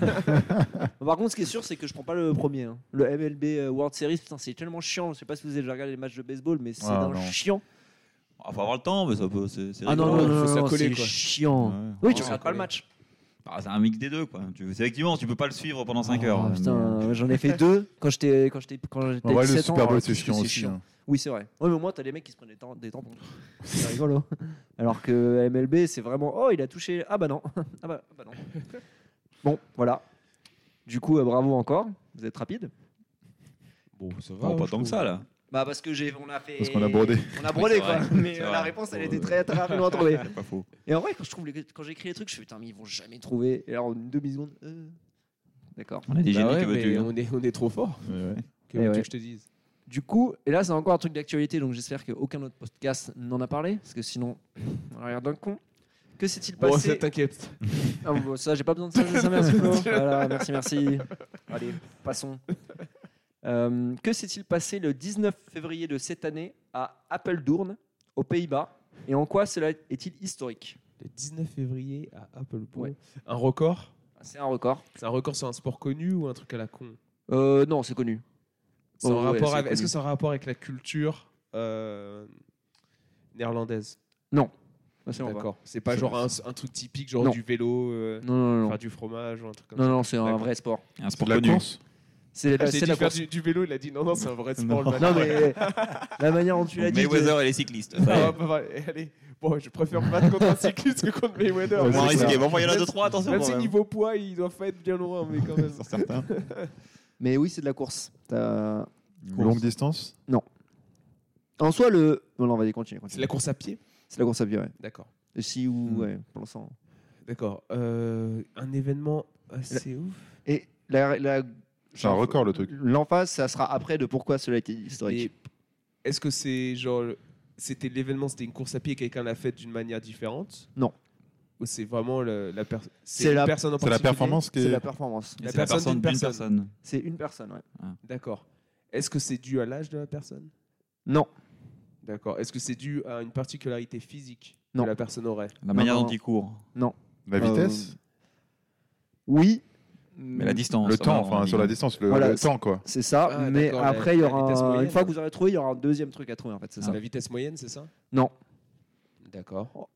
Speaker 3: Par contre, ce qui est sûr, c'est que je prends pas le premier. hein. Le M L B euh, World Series, putain, c'est tellement chiant. Je sais pas si vous avez déjà regardé les matchs de baseball, mais c'est
Speaker 4: Ah,
Speaker 3: d'un
Speaker 4: non.
Speaker 3: chiant.
Speaker 2: Il faut avoir le temps, mais ça peut, c'est, c'est
Speaker 3: Ah non,
Speaker 2: rigolo.
Speaker 3: non,
Speaker 1: faut
Speaker 3: non,
Speaker 1: se
Speaker 3: non,
Speaker 1: la coller,
Speaker 3: c'est
Speaker 1: quoi.
Speaker 3: chiant.
Speaker 2: Ouais.
Speaker 3: Oui, tu
Speaker 1: Ouais,
Speaker 3: regardes
Speaker 1: se
Speaker 3: pas le
Speaker 1: coller.
Speaker 3: match.
Speaker 2: Ah, c'est un mix des deux, quoi. Tu, effectivement, tu peux pas le suivre pendant cinq
Speaker 3: Oh,
Speaker 2: heures.
Speaker 3: putain, ouais, j'en ai fait deux quand j'étais quand j'étais quand j'étais
Speaker 4: En vrai, le
Speaker 3: dix-sept ans,
Speaker 4: Super Bowl,
Speaker 3: alors,
Speaker 4: c'est
Speaker 3: qu'est-ce que
Speaker 4: chiant aussi. hein.
Speaker 3: Oui, c'est vrai. Ouais, mais au moins, t'as des mecs qui se prennent des, temps, des tampons. C'est rigolo. Alors que M L B, c'est vraiment oh, il a touché. Ah bah non. Ah bah, ah bah non. Bon, voilà. Du coup, euh, bravo encore. Vous êtes rapide.
Speaker 1: Bon, ça va.
Speaker 2: Non, pas
Speaker 1: je
Speaker 2: tant que
Speaker 1: trouve.
Speaker 2: ça, là.
Speaker 3: Bah parce que j'ai on a fait
Speaker 4: Parce qu'on a brodé.
Speaker 3: On a brodé
Speaker 2: Oui, c'est
Speaker 3: quoi.
Speaker 2: vrai.
Speaker 3: Mais
Speaker 2: C'est
Speaker 3: euh,
Speaker 2: vrai.
Speaker 3: la réponse elle
Speaker 2: Faut-
Speaker 3: était très très rapidement trouvée.
Speaker 2: C'est pas faux.
Speaker 3: Et en vrai quand je trouve les- quand j'écris les trucs, je fais putain mais ils vont jamais trouver. Et alors en une demi seconde. euh, D'accord.
Speaker 2: On a des
Speaker 1: Bah
Speaker 2: génies
Speaker 1: ouais,
Speaker 2: que veux-tu.
Speaker 1: mais
Speaker 2: hein.
Speaker 1: on est, on est trop fort.
Speaker 4: Ouais, ouais.
Speaker 1: Que
Speaker 3: Eh
Speaker 1: veux-tu
Speaker 3: ouais.
Speaker 1: que je te dise?
Speaker 3: Du coup, et là c'est encore un truc d'actualité, donc j'espère qu'aucun autre podcast n'en a parlé, parce que sinon, on a l'air d'un con. Que s'est-il
Speaker 1: Bon,
Speaker 3: passé
Speaker 1: ça t'inquiète.
Speaker 3: Ah, bon, ça, j'ai pas besoin de ça, ça merci Flo. Voilà, merci, merci. Allez, passons. Euh, que s'est-il passé le dix-neuf février de cette année à Apeldoorn, aux Pays-Bas, et en quoi cela est-il historique?
Speaker 1: Le dix-neuf février à Apple.
Speaker 3: Ouais.
Speaker 1: Un record?
Speaker 3: C'est un record.
Speaker 1: C'est un record sur un sport connu ou un truc à la con?
Speaker 3: Euh, non, c'est connu.
Speaker 1: C'est en
Speaker 3: Oh, ouais,
Speaker 1: rapport
Speaker 3: c'est
Speaker 1: avec- Est-ce
Speaker 3: connu.
Speaker 1: que c'est en rapport avec la culture euh, néerlandaise?
Speaker 3: Ah, c'est en rapport.
Speaker 1: D'accord. C'est pas
Speaker 4: C'est-
Speaker 1: genre un, un truc typique, genre
Speaker 3: Non.
Speaker 1: du vélo, euh,
Speaker 3: Non, non, non.
Speaker 1: faire du fromage ou un truc comme
Speaker 3: Non,
Speaker 1: ça.
Speaker 3: non, c'est un
Speaker 1: D'accord.
Speaker 3: vrai sport.
Speaker 2: Un
Speaker 4: C'est
Speaker 2: sport
Speaker 4: de la
Speaker 2: connu.
Speaker 4: course.
Speaker 3: C'est
Speaker 1: Ah,
Speaker 3: la,
Speaker 1: j'ai
Speaker 3: c'est
Speaker 1: dit
Speaker 3: la
Speaker 1: faire
Speaker 3: course.
Speaker 1: du, du vélo, il a dit non, non, c'est un vrai sport.
Speaker 2: Non.
Speaker 1: le
Speaker 3: Non,
Speaker 1: bâtard.
Speaker 3: mais la manière dont tu l'as dit.
Speaker 2: Mayweather et les cyclistes.
Speaker 1: Ah, bah, bah, allez, bon, je préfère me battre contre un cycliste que contre Mayweather.
Speaker 4: Ouais,
Speaker 2: Moins
Speaker 4: c'est
Speaker 2: risqué.
Speaker 4: ça.
Speaker 2: Bon, il y en a
Speaker 1: Même-
Speaker 2: deux, trois, attention.
Speaker 1: Même
Speaker 2: quand
Speaker 1: si
Speaker 2: même.
Speaker 1: niveau poids, ils doivent pas être bien loin, mais quand même.
Speaker 2: Sur certains.
Speaker 3: Mais oui, c'est de la course. T'as-
Speaker 4: Longue distance.
Speaker 3: En soi, le. Non, non, on va y continuer.
Speaker 1: C'est
Speaker 3: continuer.
Speaker 1: la course à pied?
Speaker 3: C'est la course à pied, ouais.
Speaker 1: D'accord.
Speaker 3: Et si ou
Speaker 4: Hmm.
Speaker 3: ouais, pour l'instant.
Speaker 1: D'accord. Euh, un événement assez ouf.
Speaker 3: Et la, la-
Speaker 4: C'est un record le truc.
Speaker 3: l'emphase, ça sera après de pourquoi cela a été
Speaker 1: Et
Speaker 3: historique.
Speaker 1: est-ce que c'est genre. C'était l'événement, c'était une course à pied et quelqu'un l'a fait d'une manière différente?
Speaker 3: Non.
Speaker 1: Ou c'est vraiment le- la, per-
Speaker 3: C'est
Speaker 1: une
Speaker 3: la-
Speaker 1: personne en
Speaker 4: C'est la
Speaker 1: particulier?
Speaker 4: performance qui
Speaker 3: C'est
Speaker 4: est.
Speaker 3: la performance.
Speaker 1: La
Speaker 2: C'est la
Speaker 1: personne
Speaker 2: personne
Speaker 1: d'une
Speaker 2: d'une
Speaker 1: personne.
Speaker 2: personne.
Speaker 3: C'est une personne, ouais.
Speaker 1: D'accord. Est-ce que c'est dû à l'âge de la personne?
Speaker 3: Non.
Speaker 1: D'accord. Est-ce que c'est dû à une particularité physique
Speaker 3: Non.
Speaker 1: que la personne aurait?
Speaker 2: La manière
Speaker 3: non,
Speaker 2: dont
Speaker 3: non.
Speaker 2: il court.
Speaker 4: La vitesse.
Speaker 3: Oui.
Speaker 2: Mais la distance.
Speaker 4: Le
Speaker 2: ça
Speaker 4: temps,
Speaker 2: va,
Speaker 4: enfin
Speaker 2: on
Speaker 4: sur
Speaker 2: dit.
Speaker 4: la distance, le,
Speaker 3: Voilà,
Speaker 4: le temps quoi.
Speaker 3: C'est ça.
Speaker 1: Ah,
Speaker 3: mais
Speaker 1: d'accord, la-
Speaker 3: après, il y
Speaker 1: la
Speaker 3: aura
Speaker 1: vitesse
Speaker 3: un-
Speaker 1: moyenne.
Speaker 3: une fois que vous aurez trouvé, il y aura un deuxième truc à trouver, en fait. C'est ça.
Speaker 1: La vitesse moyenne, c'est ça?
Speaker 3: Non.
Speaker 1: D'accord.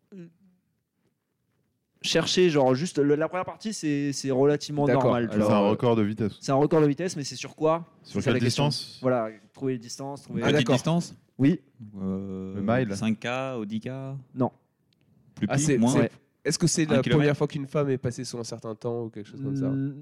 Speaker 3: Chercher, genre, juste. le- la première partie, c'est c'est relativement
Speaker 1: D'accord.
Speaker 3: normal. tu
Speaker 1: Alors,
Speaker 4: C'est
Speaker 3: vois.
Speaker 4: un
Speaker 1: euh,
Speaker 4: record de vitesse.
Speaker 3: C'est un record de vitesse, mais c'est sur quoi?
Speaker 4: Sur
Speaker 3: c'est ça
Speaker 4: quelle
Speaker 3: la question.
Speaker 4: distance?
Speaker 3: Voilà, trouver les distances, trouver.
Speaker 1: Ah,
Speaker 2: Petite
Speaker 1: d'accord.
Speaker 2: distance.
Speaker 3: Oui.
Speaker 2: Euh,
Speaker 4: Le mile.
Speaker 2: cinq K ou dix K. Plus
Speaker 1: Ah,
Speaker 2: petit,
Speaker 1: c'est-
Speaker 2: moins.
Speaker 1: c'est-
Speaker 3: Ouais.
Speaker 1: Est-ce que c'est
Speaker 2: Un
Speaker 1: la
Speaker 2: kilomètre
Speaker 1: première fois qu'une femme est passée sur un certain temps ou quelque chose comme ça
Speaker 3: Mm,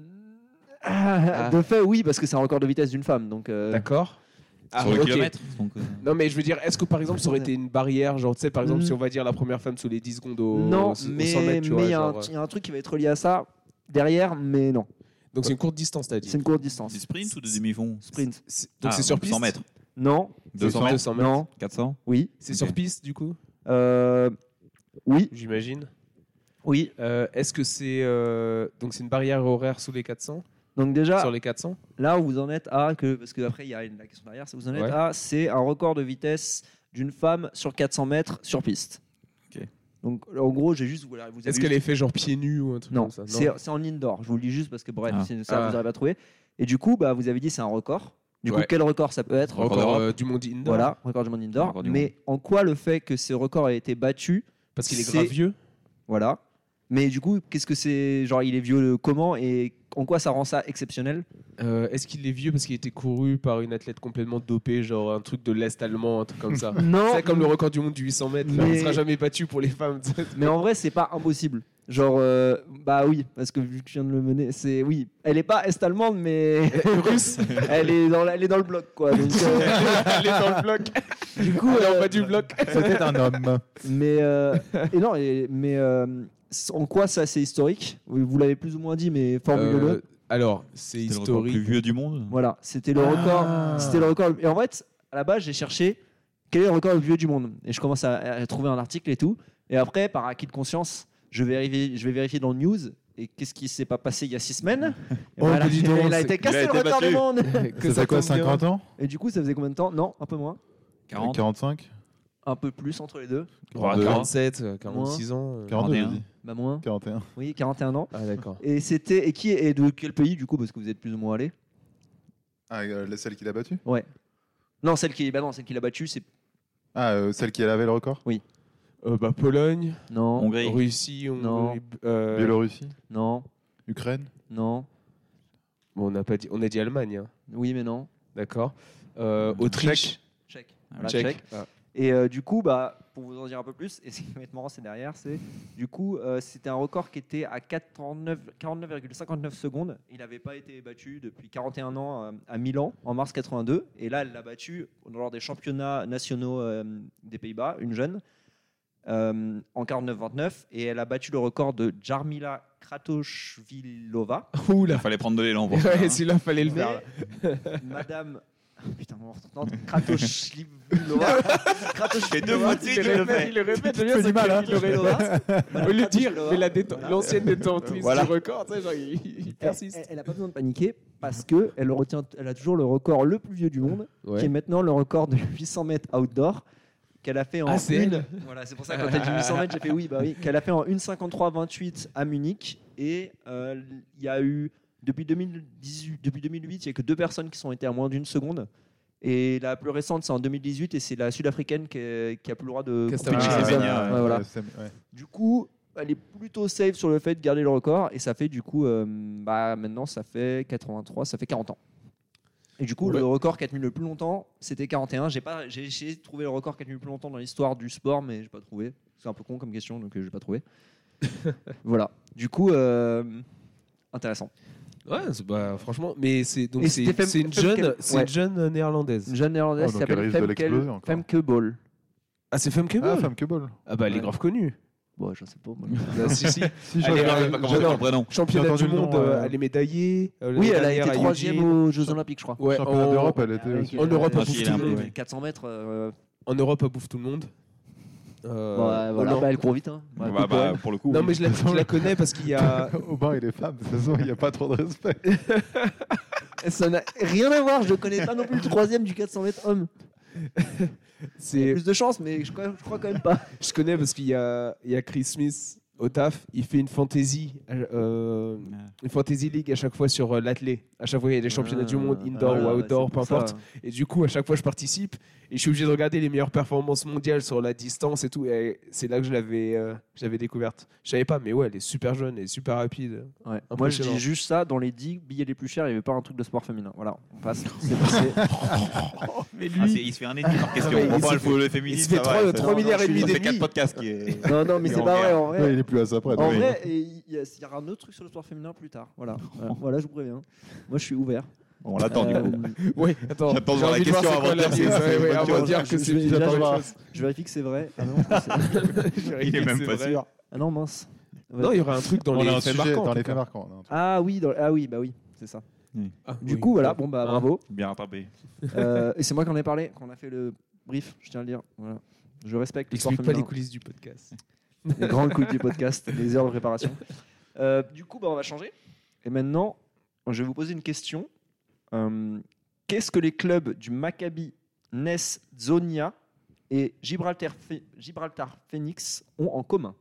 Speaker 3: ah, De fait, oui, parce que c'est un record de vitesse d'une femme. Donc, euh,
Speaker 1: D'accord. Ah,
Speaker 2: Sur le
Speaker 1: ok.
Speaker 2: kilomètre. Donc, euh,
Speaker 1: Non, mais je veux dire, est-ce que par exemple, ça aurait été une barrière, genre, tu sais, par exemple,
Speaker 3: Mm.
Speaker 1: si on va dire la première femme sous les dix secondes au,
Speaker 3: non,
Speaker 1: au cent
Speaker 3: mais
Speaker 1: mètres, tu
Speaker 3: mais
Speaker 1: vois,
Speaker 3: il y, a un-
Speaker 1: genre,
Speaker 3: il y a un truc qui va être lié à ça derrière, mais non.
Speaker 1: Donc c'est une courte distance, t'as dit.
Speaker 3: C'est une courte distance.
Speaker 2: des sprints ou des demi-fonds
Speaker 3: Sprint.
Speaker 1: C'est- Donc
Speaker 2: Ah,
Speaker 1: c'est sur piste.
Speaker 2: cent mètres.
Speaker 3: Non,
Speaker 2: deux cents
Speaker 1: deux
Speaker 2: mètres.
Speaker 1: cents mètres.
Speaker 3: non,
Speaker 2: quatre cents.
Speaker 3: oui,
Speaker 1: C'est
Speaker 2: Ok.
Speaker 1: sur piste, du coup,
Speaker 3: euh, oui,
Speaker 1: j'imagine.
Speaker 3: oui.
Speaker 1: Euh, Est-ce que c'est euh, donc c'est une barrière horaire sous les quatre cents,
Speaker 3: Donc déjà,
Speaker 1: sur les quatre cents?
Speaker 3: là où vous en êtes à, que, parce qu'après il y a une, la question derrière, c'est où vous en êtes
Speaker 1: Ouais.
Speaker 3: à, c'est un record de vitesse d'une femme sur quatre cents mètres sur piste.
Speaker 2: Ok.
Speaker 3: Donc en gros, j'ai juste. Voilà, vous avez
Speaker 1: Est-ce qu'elle est
Speaker 3: juste-
Speaker 1: fait genre pieds nus ou un truc
Speaker 3: Non,
Speaker 1: comme ça?
Speaker 3: c'est c'est en indoor. Je vous le dis juste parce que bref,
Speaker 2: Ah.
Speaker 3: c'est ça,
Speaker 1: Ah.
Speaker 3: vous arrivez à trouver. Et du coup, bah, vous avez dit c'est un record. Du coup,
Speaker 1: Ouais.
Speaker 3: quel record ça peut être
Speaker 2: Record
Speaker 1: Record
Speaker 2: d'Europe.
Speaker 1: euh, du monde indoor.
Speaker 3: Voilà, record du monde indoor.
Speaker 2: Record du
Speaker 3: Mais en quoi le fait que ce record a été battu,
Speaker 1: Parce qu'il est
Speaker 3: C'est-
Speaker 1: grave vieux.
Speaker 3: voilà. Mais du coup, qu'est-ce que c'est genre il est vieux comment et en quoi ça rend ça exceptionnel?
Speaker 1: Euh, Est-ce qu'il est vieux parce qu'il a été couru par une athlète complètement dopée, genre un truc de l'Est allemand, un truc comme ça?
Speaker 3: Non.
Speaker 1: C'est comme le record du monde du huit cents mètres, là,
Speaker 3: Mais-
Speaker 1: il sera jamais battu pour les femmes.
Speaker 3: Mais en vrai, c'est pas impossible. Genre, euh, bah oui, parce que vu que je viens de le mener, c'est oui. Elle est pas est-allemande, mais russe. Elle est dans, la- elle est dans le bloc, quoi. Donc, euh,
Speaker 1: Elle est dans le bloc.
Speaker 3: du coup,
Speaker 1: Elle est en
Speaker 3: euh,
Speaker 1: bas du bloc.
Speaker 4: C'était un homme.
Speaker 3: mais euh, et non, et- mais euh, en quoi ça c'est historique? Vous vous l'avez plus ou moins dit, mais formulez-le.
Speaker 1: Euh, alors, c'est
Speaker 2: C'est le record le plus
Speaker 1: historique.
Speaker 2: vieux du monde.
Speaker 3: Voilà, c'était le
Speaker 1: Ah.
Speaker 3: record. C'était le record. Et en fait, à la base, j'ai cherché quel est le record le plus vieux du monde. Et je commence à, à trouver un article et tout. Et après, par acquis de conscience, je vais vérifier, je vais vérifier dans le news. Et qu'est-ce qui s'est pas passé il y a six semaines? Et
Speaker 1: Oh,
Speaker 3: voilà,
Speaker 1: bah dis donc,
Speaker 3: il a
Speaker 1: c'est-
Speaker 3: été
Speaker 2: il
Speaker 3: cassé
Speaker 2: a
Speaker 3: le
Speaker 2: été
Speaker 3: record du
Speaker 2: battu.
Speaker 3: monde.
Speaker 1: Que
Speaker 4: Ça fait quoi,
Speaker 1: tombe bien.
Speaker 4: cinquante ans
Speaker 3: Et du coup, ça faisait combien de temps? Non, un peu moins.
Speaker 2: quarante.
Speaker 4: quarante-cinq
Speaker 3: Un peu plus entre les deux.
Speaker 1: quarante-sept,
Speaker 4: quarante-deux.
Speaker 1: euh, quarante-six ans. euh.
Speaker 4: quarante-deux,
Speaker 2: quarante et un.
Speaker 4: j'ai dit.
Speaker 3: Bah moins.
Speaker 4: quarante et un.
Speaker 3: Oui, quarante et un ans.
Speaker 1: Ah, d'accord.
Speaker 3: Et c'était et qui est de quel pays du coup parce que vous êtes plus ou moins allé?
Speaker 4: Ah, euh, la- celle qui l'a battue
Speaker 3: Ouais. Non, celle qui bah non, celle qui l'a battu, c'est
Speaker 4: Ah, euh, celle qui avait le record
Speaker 1: Euh, bah, Pologne,
Speaker 3: non,
Speaker 2: Hongrie.
Speaker 1: Russie,
Speaker 3: Non.
Speaker 1: Hongrie, euh,
Speaker 4: Biélorussie
Speaker 3: non,
Speaker 4: Ukraine
Speaker 3: non.
Speaker 1: Bon, on a pas dit, on a dit Allemagne, hein.
Speaker 3: Oui, mais non.
Speaker 1: D'accord. Euh, Autriche,
Speaker 3: Tchèque.
Speaker 2: Ah,
Speaker 3: Voilà,
Speaker 1: Tchèque.
Speaker 3: Tchèque.
Speaker 1: Ah.
Speaker 3: Et euh, du coup, bah, pour vous en dire un peu plus, et ce qui va être marrant, c'est derrière, c'est du coup, euh, c'était un record qui était à quarante-neuf virgule cinquante-neuf secondes. Il n'avait pas été battu depuis quarante et un ans euh, à Milan en mars quatre-vingt-deux. Et là, elle l'a battu lors des championnats nationaux euh, des Pays-Bas, une jeune, euh, en quarante-neuf vingt-neuf. Et elle a battu le record de Jarmila Kratochvilova.
Speaker 1: Oula.
Speaker 2: Il fallait prendre de l'élan pour ça.
Speaker 1: Ouais,
Speaker 2: hein.
Speaker 1: celui-là, fallait le
Speaker 3: Mais
Speaker 1: faire.
Speaker 3: Madame. Putain, mon entente. Kratochvilova.
Speaker 2: fais deux fois de suite,
Speaker 1: Il
Speaker 2: je
Speaker 1: le
Speaker 2: le
Speaker 1: répète,
Speaker 2: fais.
Speaker 1: il le répète, le
Speaker 4: fais
Speaker 1: bien,
Speaker 4: du
Speaker 1: c'est
Speaker 4: mal, hein.
Speaker 1: qu'il le répète. Au lieu de dire, mais la déten- l'ancienne détentrice
Speaker 3: Voilà.
Speaker 1: du record, tu sais, genre, il, il
Speaker 3: Elle-
Speaker 1: persiste.
Speaker 3: Elle n'a pas besoin de paniquer parce que elle retient, elle a toujours le record le plus vieux du monde, qui
Speaker 1: Ouais.
Speaker 3: est maintenant le record de huit cents mètres outdoor qu'elle a fait en
Speaker 1: Ah, c'est
Speaker 3: une.
Speaker 1: elle
Speaker 3: Voilà, c'est pour ça que quand tu as dit huit cents mètres, j'ai fait oui, bah oui, qu'elle a fait en une cinquante-trois vingt-huit à Munich et euh, il y a eu depuis deux mille dix-huit, depuis deux mille huit, il y a que deux personnes qui sont été à moins d'une seconde. Et la plus récente, c'est en deux mille dix-huit et c'est la sud-africaine qui, est- qui a plus le droit de
Speaker 1: Castamini
Speaker 3: compétition.
Speaker 2: Semenya,
Speaker 3: Ouais,
Speaker 2: ouais.
Speaker 3: voilà.
Speaker 4: Ouais, c'est- ouais.
Speaker 3: Du coup, elle est plutôt safe sur le fait de garder le record et ça fait du coup, euh, bah maintenant ça fait quatre-vingt-trois, ça fait quarante ans. Et du coup,
Speaker 1: Ouais.
Speaker 3: le record qui a tenu le plus longtemps, c'était quarante et un. J'ai pas, j'ai essayé de trouver le record qui a tenu le plus longtemps dans l'histoire du sport, mais j'ai pas trouvé. C'est un peu con comme question, donc euh, j'ai pas trouvé. Voilà. Du coup, euh, intéressant.
Speaker 1: Ouais, c'est- bah, franchement, mais c'est donc
Speaker 3: Et
Speaker 1: c'est
Speaker 3: c'était Fem-
Speaker 1: c'est une
Speaker 3: Femke-
Speaker 1: jeune, c'est
Speaker 3: ouais.
Speaker 1: une jeune euh, néerlandaise.
Speaker 3: Une jeune néerlandaise
Speaker 4: Oh,
Speaker 3: qui
Speaker 4: donc elle
Speaker 3: s'appelle
Speaker 4: risque de
Speaker 3: Femke,
Speaker 4: l'exploser encore.
Speaker 3: Femke Bol.
Speaker 1: Ah, c'est Femke
Speaker 4: Ah,
Speaker 1: Bol.
Speaker 4: femme que bol.
Speaker 1: Ah bah elle est
Speaker 3: Ouais.
Speaker 1: grave connue.
Speaker 3: Bon, je sais pas. moi.
Speaker 1: Ah, si si.
Speaker 4: Si,
Speaker 1: Elle est-
Speaker 4: je
Speaker 2: On
Speaker 1: euh,
Speaker 2: va commencer
Speaker 1: non,
Speaker 2: par le prénom.
Speaker 1: Championne
Speaker 4: J'ai
Speaker 1: du
Speaker 4: entendu le
Speaker 1: monde,
Speaker 4: nom,
Speaker 1: euh,
Speaker 4: euh,
Speaker 1: elle est médaillée. euh,
Speaker 3: Oui,
Speaker 1: l'année
Speaker 3: elle a été
Speaker 1: dernière à
Speaker 3: troisième
Speaker 1: Eugene.
Speaker 3: aux Jeux Olympiques, je crois.
Speaker 1: Ouais,
Speaker 4: Championnat
Speaker 1: en-
Speaker 4: d'Europe, elle était
Speaker 3: Avec,
Speaker 4: aussi.
Speaker 1: En Europe,
Speaker 3: euh,
Speaker 1: elle bouffe
Speaker 2: il
Speaker 1: tout
Speaker 2: est
Speaker 1: le
Speaker 2: un peu,
Speaker 1: monde.
Speaker 2: ouais.
Speaker 3: quatre cents mètres. euh,
Speaker 1: En Europe, elle bouffe tout le monde. Euh,
Speaker 3: ouais, voilà.
Speaker 1: Hollande-
Speaker 3: Bah, elle court vite. Hein. Ouais,
Speaker 2: Bah,
Speaker 3: cool pour
Speaker 2: bah,
Speaker 3: elle.
Speaker 2: pour le coup.
Speaker 1: Non
Speaker 2: oui.
Speaker 1: mais je la, je la connais parce qu'il y a.
Speaker 4: Aubin et les femmes, de toute façon, il n'y a pas trop de respect.
Speaker 3: Ça n'a rien à voir, je connais pas non plus le troisième du quatre cents mètres homme. Il y a
Speaker 1: C'est,
Speaker 3: plus de chance, mais je crois, je crois quand même pas.
Speaker 1: je connais parce qu'il y a, il y a Chris Smith, au taf, il fait une fantasy, euh, une fantasy league à chaque fois sur euh, l'athlé. À chaque fois, il y a des championnats du monde, indoor
Speaker 3: Ah,
Speaker 1: ou outdoor,
Speaker 3: c'est
Speaker 1: peu
Speaker 3: pour
Speaker 1: importe.
Speaker 3: ça.
Speaker 1: Et du coup, à chaque fois, je participe et je suis obligé de regarder les meilleures performances mondiales sur la distance et tout. Et c'est là que je l'avais, euh, je l'avais découverte. Je savais pas, mais ouais, elle est super jeune et super rapide.
Speaker 3: Ouais. Moi, je
Speaker 1: Impressionnant.
Speaker 3: dis juste ça. Dans les dix billets les plus chers, il n'y avait pas un truc de sport féminin. Voilà, on passe. C'est passé.
Speaker 1: Mais
Speaker 2: Ah, c'est- il se fait un ennemi par question.
Speaker 1: Ouais, il
Speaker 2: Bon,
Speaker 1: se
Speaker 2: bah, le,
Speaker 1: fait-
Speaker 2: le féminisme,
Speaker 1: il se fait
Speaker 2: ça va,
Speaker 1: trois-
Speaker 2: ça-
Speaker 1: trois
Speaker 2: ça-
Speaker 1: milliards et demi
Speaker 2: Ça fait
Speaker 1: d'ennemis.
Speaker 2: quatre podcasts qui est.
Speaker 3: Non, non, mais
Speaker 2: Il est
Speaker 3: c'est
Speaker 2: en
Speaker 3: pas vrai.
Speaker 2: guerre.
Speaker 3: En vrai,
Speaker 4: Ouais, il est plus à ça près.
Speaker 3: en
Speaker 4: donc.
Speaker 3: vrai, et il y, a- il y aura un autre truc sur le sport féminin plus tard. Voilà, voilà, voilà, je vous préviens. Moi, je suis ouvert.
Speaker 2: On l'attend du
Speaker 3: Euh,
Speaker 2: coup.
Speaker 1: Ouais, attends.
Speaker 2: J'attends de
Speaker 1: j'ai
Speaker 2: voir la
Speaker 1: envie de voir
Speaker 2: question
Speaker 1: c'est quoi
Speaker 2: avant de
Speaker 1: la
Speaker 2: dire
Speaker 1: vie,
Speaker 2: si c'est
Speaker 1: ouais,
Speaker 2: une
Speaker 1: ouais,
Speaker 2: bonne
Speaker 1: avant de
Speaker 2: chose.
Speaker 1: dire que
Speaker 3: Je-
Speaker 1: c'est
Speaker 3: je vais-
Speaker 1: j'attends
Speaker 3: déjà,
Speaker 1: de
Speaker 3: je-
Speaker 1: voir.
Speaker 3: Je vérifie que c'est vrai. Ah non, c'est-
Speaker 2: Il est même pas sûr.
Speaker 3: ah non, mince.
Speaker 1: Non, il y aura un truc dans
Speaker 4: On
Speaker 1: les
Speaker 4: a un
Speaker 1: faits
Speaker 4: sujet
Speaker 1: marquants. en
Speaker 4: dans
Speaker 1: tout
Speaker 4: les
Speaker 1: cas.
Speaker 4: faits marquants. on a un truc.
Speaker 3: Ah oui, dans- ah oui, bah oui, c'est ça.
Speaker 1: Ah,
Speaker 3: Du
Speaker 1: oui.
Speaker 3: coup, voilà, bon bah
Speaker 1: Hein.
Speaker 3: bravo.
Speaker 2: Bien rattrapé.
Speaker 3: Euh, et c'est moi qui en ai parlé, qu'on a fait le brief, je tiens à le dire. Voilà. Je respecte le sport
Speaker 1: Explique pas les
Speaker 3: féminin.
Speaker 1: coulisses du podcast.
Speaker 3: Les grandes couilles du podcast, les heures de préparation. Euh, du coup, bah, on va changer. Et maintenant, je vais vous poser une question. Euh, Qu'est-ce que les clubs du Maccabi Ness Zonia et Gibraltar, Phe- Gibraltar Phoenix ont en commun?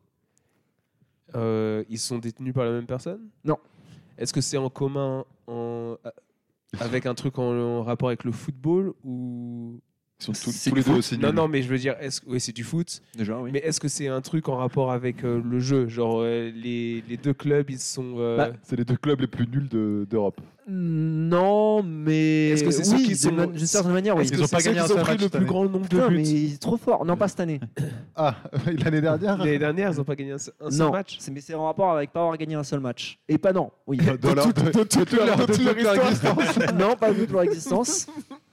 Speaker 1: Euh, ils sont détenus par la même personne?
Speaker 3: Non.
Speaker 1: Est-ce que c'est en commun en... avec un truc en, en rapport avec le football ou...
Speaker 4: Ils sont tous,
Speaker 3: C'est
Speaker 4: tous les
Speaker 3: du
Speaker 4: deux
Speaker 3: foot.
Speaker 4: aussi
Speaker 1: Non,
Speaker 4: nuls.
Speaker 1: non, mais je veux dire, est-ce... oui, c'est du foot.
Speaker 3: Déjà, oui.
Speaker 1: Mais est-ce que c'est un truc en rapport avec euh, le jeu? Genre, euh, les, les deux clubs, ils sont... euh,
Speaker 3: Bah,
Speaker 4: C'est les deux clubs les plus nuls de- d'Europe.
Speaker 3: Non, mais.
Speaker 1: Est-ce que c'est ceux
Speaker 3: oui,
Speaker 1: qui sont-
Speaker 3: d'une d'une certaine manière, oui.
Speaker 1: est-ce
Speaker 4: Ils
Speaker 1: que
Speaker 4: ont
Speaker 1: c'est
Speaker 4: pas
Speaker 1: ceux
Speaker 4: gagné
Speaker 1: qui
Speaker 4: un
Speaker 1: ont
Speaker 4: seul
Speaker 1: pris
Speaker 4: match
Speaker 1: le
Speaker 4: cette
Speaker 1: plus
Speaker 4: année.
Speaker 1: grand nombre de
Speaker 3: Putain,
Speaker 1: buts?
Speaker 3: mais il est trop fort. Non, pas cette année.
Speaker 4: Ah, l'année dernière
Speaker 1: L'année dernière, ils n'ont pas gagné un seul, un seul
Speaker 3: non,
Speaker 1: match.
Speaker 3: c'est- mais c'est en rapport avec pas avoir gagné un seul match. Et pas non. Oui.
Speaker 4: Dans leur- de- de toute leur
Speaker 1: de toute leur
Speaker 4: de toute leur
Speaker 1: histoire.
Speaker 4: existence.
Speaker 3: non, pas toute leur existence.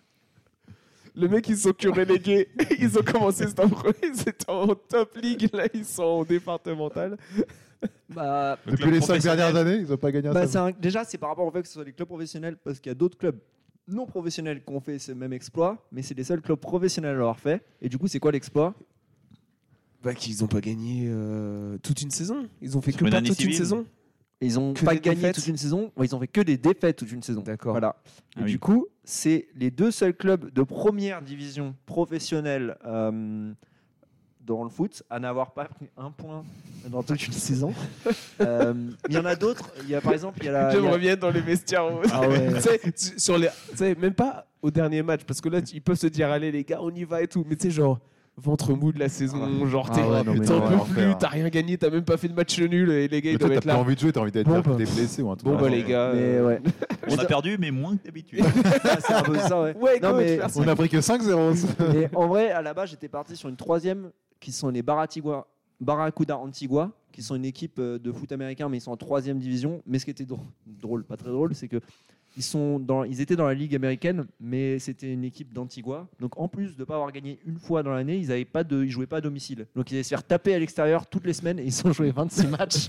Speaker 1: Le mec, ils sont que relégués. Ils ont commencé, c'était en, c'était en top league. Là, ils sont en départemental.
Speaker 3: Bah,
Speaker 2: Le
Speaker 4: Depuis
Speaker 2: club
Speaker 4: les cinq
Speaker 2: professionnel.
Speaker 4: dernières années, ils n'ont pas gagné un
Speaker 3: bah,
Speaker 4: seul.
Speaker 3: c'est un- déjà, c'est par rapport au fait que ce soit des clubs professionnels, parce qu'il y a d'autres clubs non professionnels qui ont fait ce même exploit, mais c'est les seuls clubs professionnels à l'avoir fait. Et du coup, c'est quoi l'exploit?
Speaker 1: Bah, qu'ils n'ont pas gagné euh, toute une saison. Ils ont fait
Speaker 2: Sur
Speaker 1: que
Speaker 2: une
Speaker 1: pas
Speaker 2: année
Speaker 1: toute une
Speaker 2: civile.
Speaker 1: saison.
Speaker 3: Ils ont
Speaker 1: Que
Speaker 3: pas
Speaker 1: des
Speaker 3: gagné
Speaker 1: défaites.
Speaker 3: toute une saison, ouais, ils ont fait que des défaites toute une saison.
Speaker 1: D'accord.
Speaker 3: Voilà. Et
Speaker 2: Ah oui.
Speaker 3: du coup, c'est les deux seuls clubs de première division professionnelle euh, dans le foot à n'avoir pas pris un point dans toute une saison. Euh, Il y en a d'autres. Il y a par exemple, il y a la.
Speaker 1: Je
Speaker 3: il y
Speaker 1: me
Speaker 3: a-
Speaker 1: reviens dans les vestiaires.
Speaker 3: Ah ouais.
Speaker 1: Tu sais, tu- sur les, tu sais, même pas au dernier match, parce que là, tu- ils peuvent se dire, allez les gars, on y va et tout. Mais tu sais, genre, ventre mou de la saison, genre,
Speaker 3: Ah
Speaker 1: t'es-
Speaker 3: ouais, non, mais
Speaker 1: t'en
Speaker 3: non,
Speaker 1: peux
Speaker 3: ouais,
Speaker 1: plus,
Speaker 4: enfer.
Speaker 1: t'as rien gagné, t'as même pas fait de match nul, et les gars, ils
Speaker 4: Peut-être
Speaker 1: doivent
Speaker 4: t'as
Speaker 1: être
Speaker 4: plus
Speaker 1: là.
Speaker 4: envie de jouer, t'as envie d'être
Speaker 1: Bon,
Speaker 4: là,
Speaker 1: bah.
Speaker 4: t'es blessé ou un truc.
Speaker 1: Bon,
Speaker 4: comme
Speaker 1: bah,
Speaker 4: ça.
Speaker 1: les gars.
Speaker 3: Mais
Speaker 1: euh,
Speaker 3: ouais.
Speaker 2: On a perdu, mais moins que d'habitude.
Speaker 3: c'est un peu ça, ouais.
Speaker 1: Ouais,
Speaker 3: Non,
Speaker 1: coach,
Speaker 3: mais-
Speaker 1: merci.
Speaker 4: On a pris que cinq zéro.
Speaker 3: Et en vrai, à la base, j'étais parti sur une troisième qui sont les Baratigua, Barracuda Antigua, qui sont une équipe euh, de foot américain, mais ils sont en troisième division. Mais ce qui était drôle, drôle pas très drôle, c'est que ils, sont dans, ils étaient dans la ligue américaine, mais c'était une équipe d'Antigua. Donc en plus de ne pas avoir gagné une fois dans l'année, ils avaient pas de, ils jouaient pas à domicile. Donc ils allaient se faire taper à l'extérieur toutes les semaines et ils ont joué vingt-six matchs.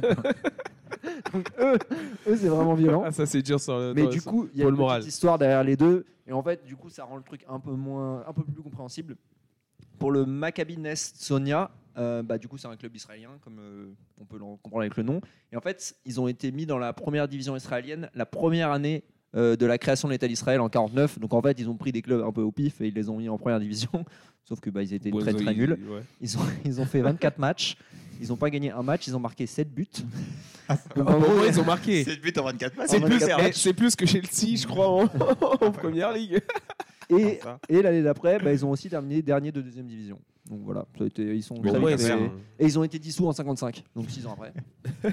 Speaker 3: Donc eux, eux c'est vraiment violent.
Speaker 1: Ah, ça, c'est dur sur le.
Speaker 3: Mais
Speaker 1: dans-
Speaker 3: du coup, il y a
Speaker 1: pour
Speaker 3: une
Speaker 1: le moral.
Speaker 3: petite histoire derrière les deux. Et en fait, du coup, ça rend le truc un peu, moins, un peu plus compréhensible. Pour le Maccabi Ness Sonia, euh, bah, du coup, c'est un club israélien, comme euh, on peut le comprendre avec le nom. Et en fait, ils ont été mis dans la première division israélienne la première année euh, de la création de l'État d'Israël en quarante-neuf. Donc en fait, ils ont pris des clubs un peu au pif et ils les ont mis en première division. Sauf que bah, ils étaient
Speaker 1: Ouais,
Speaker 3: très
Speaker 1: ils-
Speaker 3: très nuls.
Speaker 1: ouais.
Speaker 3: Ils ont, ils ont fait vingt-quatre matchs. Ils n'ont pas gagné un match. Ils ont marqué sept buts. Donc,
Speaker 1: Ah,
Speaker 3: en
Speaker 1: au
Speaker 3: gros,
Speaker 1: moins, ils ont marqué.
Speaker 2: sept buts en vingt-quatre matchs.
Speaker 1: C'est
Speaker 3: en
Speaker 1: plus,
Speaker 3: vingt-quatre
Speaker 1: eh,
Speaker 3: matchs.
Speaker 1: c'est plus que Chelsea, je crois, en, en première ligue.
Speaker 3: Et,
Speaker 1: Ah, ça.
Speaker 3: et l'année d'après, bah, ils ont aussi terminé dernier de deuxième division. Donc voilà, ça a été- ils sont
Speaker 2: Bon,
Speaker 3: très
Speaker 2: ouais,
Speaker 3: vite
Speaker 2: c'est
Speaker 3: fait.
Speaker 2: un-
Speaker 3: Et ils ont été dissous en cinquante-cinq, donc six ans après.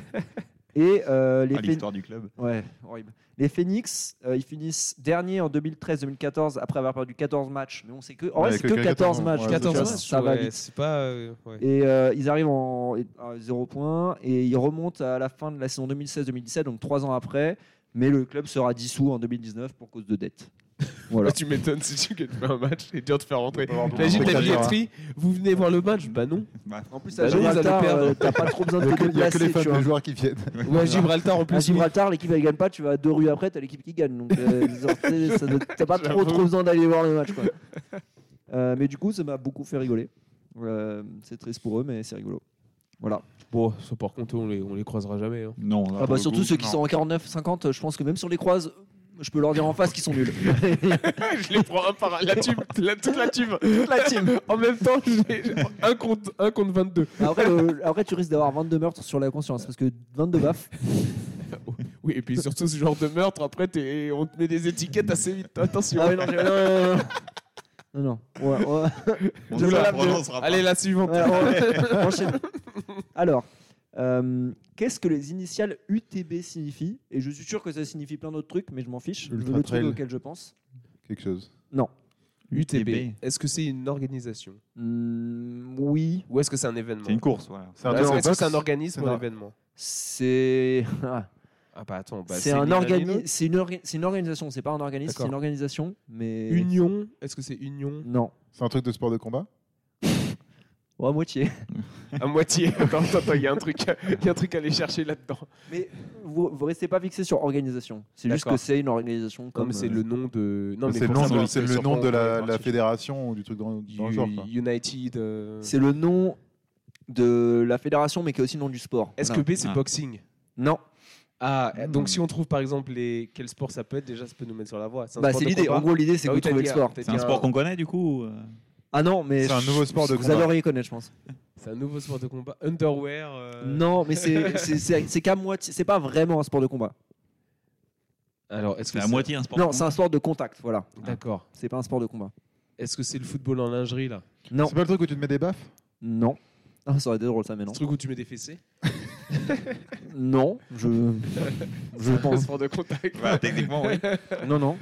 Speaker 3: Et euh, les,
Speaker 2: Ah,
Speaker 3: Phé-
Speaker 2: l'histoire du club.
Speaker 3: ouais, horrible. Les Phoenix, euh, ils finissent dernier en deux mille treize deux mille quatorze après avoir perdu quatorze matchs. Mais on sait que, en vrai,
Speaker 4: Ouais,
Speaker 3: c'est
Speaker 4: que-
Speaker 3: que
Speaker 4: que
Speaker 3: quatorze
Speaker 4: quatorze,
Speaker 3: matchs.
Speaker 4: ouais,
Speaker 3: donc
Speaker 1: quatorze
Speaker 3: ça,
Speaker 1: matchs,
Speaker 3: ça va
Speaker 1: ouais,
Speaker 3: vite.
Speaker 1: c'est pas. euh, ouais.
Speaker 3: Et euh, ils arrivent en à zéro point et ils remontent à la fin de la saison deux mille seize deux mille dix-sept, donc trois ans après. Mais le club sera dissous en deux mille dix-neuf pour cause de dettes. Voilà.
Speaker 1: Bah, tu m'étonnes si tu gagnes pas un match, c'est dur de faire rentrer.
Speaker 4: On va avoir
Speaker 1: T'imagines
Speaker 4: beaucoup
Speaker 1: la
Speaker 4: de spectateurs,
Speaker 1: billetterie, vous venez voir le match? Bah non.
Speaker 2: Bah,
Speaker 3: En plus,
Speaker 1: Bah
Speaker 3: à
Speaker 1: non, ils allaient
Speaker 3: Gibraltar,
Speaker 1: perdre.
Speaker 3: euh, t'as pas trop besoin de
Speaker 4: Il y a
Speaker 3: te
Speaker 4: que- il y a que
Speaker 3: déplacer.
Speaker 4: les fans
Speaker 3: tu vois.
Speaker 4: des joueurs qui viennent.
Speaker 1: Ouais, Gibraltar en plus.
Speaker 3: À
Speaker 1: oui.
Speaker 3: Gibraltar, l'équipe elle gagne pas, tu vas deux rues après, t'as l'équipe qui gagne. Donc euh, genre, t'sais, ça doit- t'as pas trop,
Speaker 1: J'avoue.
Speaker 3: trop besoin d'aller voir le match. Quoi. Euh, mais du coup, ça m'a beaucoup fait rigoler. Euh, c'est triste pour eux, mais c'est rigolo. Voilà.
Speaker 1: Bon, ça par contre, on les, on les croisera jamais. hein.
Speaker 2: non. là,
Speaker 3: Ah
Speaker 2: pour
Speaker 3: bah,
Speaker 2: le
Speaker 3: surtout
Speaker 2: coup,
Speaker 3: ceux qui
Speaker 2: non.
Speaker 3: sont en quarante-neuf cinquante, je pense que même sur les croises, je peux leur dire en face qu'ils sont nuls.
Speaker 1: Je les prends un par un. La team, la, toute la team.
Speaker 3: Toute la team.
Speaker 1: En même temps, j'ai un contre, un contre vingt-deux.
Speaker 3: Après, euh, après, tu risques d'avoir vingt-deux meurtres sur la conscience parce que vingt-deux baffes.
Speaker 1: Oui, et puis surtout ce genre de meurtre, après, t'es- on te met des étiquettes assez vite. Attention.
Speaker 3: Ah ouais, non, j'ai- non, non, non. Non, non. Ouais, ouais.
Speaker 2: On
Speaker 3: Je
Speaker 2: ne
Speaker 3: me
Speaker 2: la
Speaker 3: lave de-
Speaker 2: prononcera pas.
Speaker 1: Allez, la suivante.
Speaker 3: Ouais, ouais. Enchaîne. Alors, euh, qu'est-ce que les initiales U T B signifient? Et je suis sûr que ça signifie plein d'autres trucs, mais je m'en fiche. Je veux
Speaker 4: Ultra
Speaker 3: le truc
Speaker 4: Trail.
Speaker 3: auquel je pense.
Speaker 4: Quelque chose.
Speaker 3: Non.
Speaker 1: U T B.
Speaker 2: U T B.
Speaker 1: Est-ce que c'est une organisation
Speaker 3: Hmm, oui.
Speaker 1: ou est-ce que c'est un événement?
Speaker 2: C'est une course, voilà.
Speaker 4: C'est un
Speaker 1: Est-ce
Speaker 4: truc en
Speaker 1: est-ce que c'est
Speaker 4: boxe.
Speaker 1: un organisme
Speaker 4: C'est
Speaker 1: ou un
Speaker 4: un-
Speaker 1: événement?
Speaker 3: C'est.
Speaker 1: Ah bah attends, bah,
Speaker 3: c'est un
Speaker 1: ni l'un ni
Speaker 3: organi-
Speaker 1: l'autre.
Speaker 3: c'est une, orga- c'est une organisation, c'est pas un organisme,
Speaker 1: D'accord.
Speaker 3: c'est une organisation, mais.
Speaker 1: Union. Est-ce que c'est union?
Speaker 3: Non.
Speaker 4: C'est un truc de sport de combat.
Speaker 3: Oh, à moitié.
Speaker 1: À moitié. Attends, attends, attends, il y a un truc, il y a un truc à aller chercher là-dedans.
Speaker 3: Mais vous, vous restez pas fixé sur organisation. C'est juste
Speaker 1: D'accord.
Speaker 3: que c'est une organisation
Speaker 1: Comme
Speaker 3: comme.
Speaker 1: c'est
Speaker 3: euh,
Speaker 1: le nom de. Non, mais
Speaker 4: C'est le
Speaker 1: pour
Speaker 4: nom
Speaker 1: savoir
Speaker 4: de, c'est
Speaker 1: sur
Speaker 4: le
Speaker 1: quoi
Speaker 4: nom
Speaker 1: on
Speaker 4: de la,
Speaker 1: est
Speaker 4: la
Speaker 1: parti.
Speaker 4: fédération ou du truc dans, dans le genre. quoi.
Speaker 1: United. euh,
Speaker 3: C'est le nom de la fédération, mais qui est aussi le nom du sport.
Speaker 1: Est-ce
Speaker 3: Voilà.
Speaker 1: que B c'est
Speaker 2: Ah.
Speaker 1: boxing?
Speaker 3: Non.
Speaker 1: Ah,
Speaker 4: Hmm.
Speaker 1: donc si on trouve par exemple les quel sport ça peut être, déjà ça peut nous mettre sur la voie. un
Speaker 3: Bah,
Speaker 1: sport
Speaker 3: c'est
Speaker 1: de
Speaker 3: l'idée.
Speaker 1: combat
Speaker 3: En gros, l'idée, c'est
Speaker 1: Ah
Speaker 3: que
Speaker 1: oui,
Speaker 3: vous
Speaker 1: t'as
Speaker 3: trouvez
Speaker 1: dit-
Speaker 3: le sport.
Speaker 1: t'as
Speaker 2: C'est
Speaker 1: dit
Speaker 2: un sport qu'on connaît du coup euh
Speaker 3: Ah non, mais
Speaker 4: C'est un nouveau sport de
Speaker 3: vous
Speaker 4: combat.
Speaker 3: adoriez connaître, je pense.
Speaker 1: C'est un nouveau sport de combat. Underwear. euh,
Speaker 3: Non, mais c'est c'est- c'est c'est qu'à moitié. C'est pas vraiment un sport de combat.
Speaker 1: Alors, est-ce que
Speaker 2: C'est à moitié un sport.
Speaker 3: Non,
Speaker 2: qu'on-
Speaker 3: c'est un sport de contact. Voilà.
Speaker 1: D'accord.
Speaker 3: C'est pas un sport de combat.
Speaker 1: Est-ce que c'est le football en lingerie là?
Speaker 3: Non.
Speaker 4: C'est pas le truc où tu te mets des baffes.
Speaker 3: Non. Ah, ça aurait été drôle ça, mais non.
Speaker 1: Ce truc où tu mets des fessées?
Speaker 3: Non, je je
Speaker 1: Un
Speaker 3: pense.
Speaker 1: sport de contact.
Speaker 2: Bah, techniquement, oui.
Speaker 3: Non, non.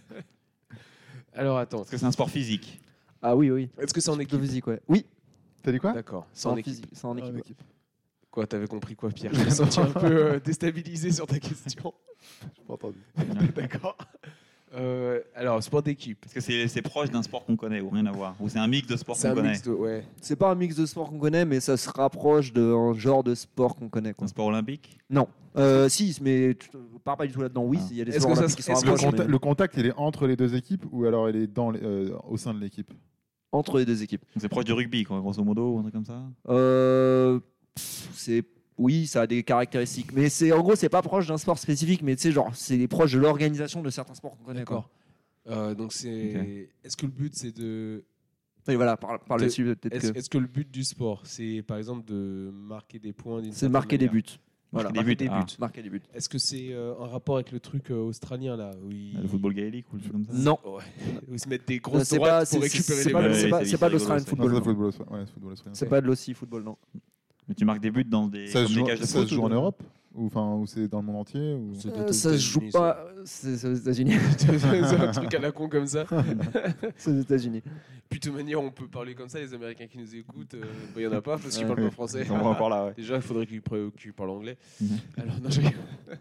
Speaker 1: Alors attends.
Speaker 2: Parce que c'est un sport physique.
Speaker 3: Ah oui, oui.
Speaker 1: Est-ce que c'est en
Speaker 3: De
Speaker 1: équipe?
Speaker 3: physique, ouais. Oui.
Speaker 4: T'as dit quoi
Speaker 1: D'accord. C'est
Speaker 3: C'est
Speaker 1: en
Speaker 3: en
Speaker 1: équipe.
Speaker 3: physique. C'est en
Speaker 4: Ah,
Speaker 3: équipe.
Speaker 4: une
Speaker 3: ouais.
Speaker 4: équipe.
Speaker 1: Quoi, t'avais compris quoi, Pierre? Je me senti un peu euh, déstabilisé sur ta question.
Speaker 4: J'ai pas entendu.
Speaker 1: D'accord. Euh, alors, sport d'équipe.
Speaker 2: Parce que c'est c'est proche d'un sport qu'on connaît ou rien à voir. Ou c'est un mix de sports
Speaker 1: C'est
Speaker 2: qu'on
Speaker 1: un
Speaker 2: connaît.
Speaker 1: mix de. Ouais.
Speaker 3: C'est pas un mix de sport qu'on connaît, mais ça se rapproche d'un genre de sport qu'on connaît. Quoi.
Speaker 2: Un sport olympique.
Speaker 3: Non. Euh, si, mais tu pars pas du tout là-dedans. Oui,
Speaker 2: Ah.
Speaker 3: il y a des
Speaker 1: Est-ce
Speaker 3: sports
Speaker 1: que ça
Speaker 3: olympiques qui
Speaker 1: se-
Speaker 3: sont
Speaker 1: est-ce que
Speaker 4: Le,
Speaker 3: rapprochés,
Speaker 4: conta-
Speaker 3: mais
Speaker 4: le contact, il est entre les deux équipes ou alors il est dans les- euh, au sein de l'équipe?
Speaker 3: entre les deux équipes.
Speaker 2: Donc c'est proche du rugby, quoi, grosso modo, ou un truc comme ça.
Speaker 3: Euh, pff, c'est oui, ça a des caractéristiques, mais c'est en gros, c'est pas proche d'un sport spécifique, mais tu sais, genre, c'est proche de l'organisation de certains sports qu'on connaît.
Speaker 1: D'accord. Euh, donc c'est.
Speaker 2: Ok.
Speaker 1: Est-ce que le but c'est de.
Speaker 3: Quoi. Et voilà, par, par
Speaker 1: De-
Speaker 3: là-dessus, peut-être
Speaker 1: Est-ce
Speaker 3: que
Speaker 1: est-ce que le but du sport c'est par exemple de marquer des points d'une
Speaker 3: c'est
Speaker 1: certaine
Speaker 3: marquer des
Speaker 1: manière
Speaker 3: buts. Voilà,
Speaker 2: Marquer des
Speaker 3: marquer
Speaker 2: buts,
Speaker 3: des
Speaker 2: ah.
Speaker 3: buts. Marquer des buts.
Speaker 1: Est-ce que c'est euh, un rapport avec le truc euh, australien là où ils...
Speaker 2: Le football gaélique ou le truc comme ça.
Speaker 3: Non.
Speaker 1: Ouais. Où ils se mettent des
Speaker 3: Non,
Speaker 1: grosses
Speaker 3: c'est
Speaker 1: droites
Speaker 3: pas,
Speaker 1: pour
Speaker 3: c'est,
Speaker 1: récupérer
Speaker 3: c'est
Speaker 1: les
Speaker 3: pas,
Speaker 2: balles.
Speaker 3: le- c'est
Speaker 2: Ouais,
Speaker 3: pas,
Speaker 2: c'est
Speaker 3: c'est
Speaker 2: vite
Speaker 3: pas de
Speaker 2: rigolo,
Speaker 3: l'Australian
Speaker 2: ça.
Speaker 3: football.
Speaker 4: Non,
Speaker 3: non.
Speaker 4: c'est football, australien. Ouais, c'est football australien.
Speaker 3: C'est pas de l'Aussie football, non.
Speaker 2: Mais tu marques des buts dans des,
Speaker 4: Ça
Speaker 2: comme
Speaker 4: se
Speaker 2: des
Speaker 4: joue,
Speaker 2: cages de
Speaker 4: ça
Speaker 2: foot
Speaker 4: se joue
Speaker 2: ou
Speaker 4: en
Speaker 2: de-
Speaker 4: Europe ou enfin ou c'est dans le monde entier ou...
Speaker 1: C'est
Speaker 3: Euh,
Speaker 1: aux
Speaker 3: ça se joue
Speaker 1: États-Unis,
Speaker 3: pas. C'est c'est aux États-Unis.
Speaker 1: c'est un truc à la con comme ça.
Speaker 3: C'est aux États-Unis.
Speaker 1: Puis de toute manière, on peut parler comme ça. Les Américains qui nous écoutent, euh, bah, il y en a pas parce qu'ils
Speaker 3: Ouais.
Speaker 1: parlent pas français.
Speaker 2: On va encore là, ouais.
Speaker 1: Déjà, il faudrait qu'ils pr- qu'ils parlent anglais.
Speaker 2: Mhm.
Speaker 1: Alors, non, je rigole.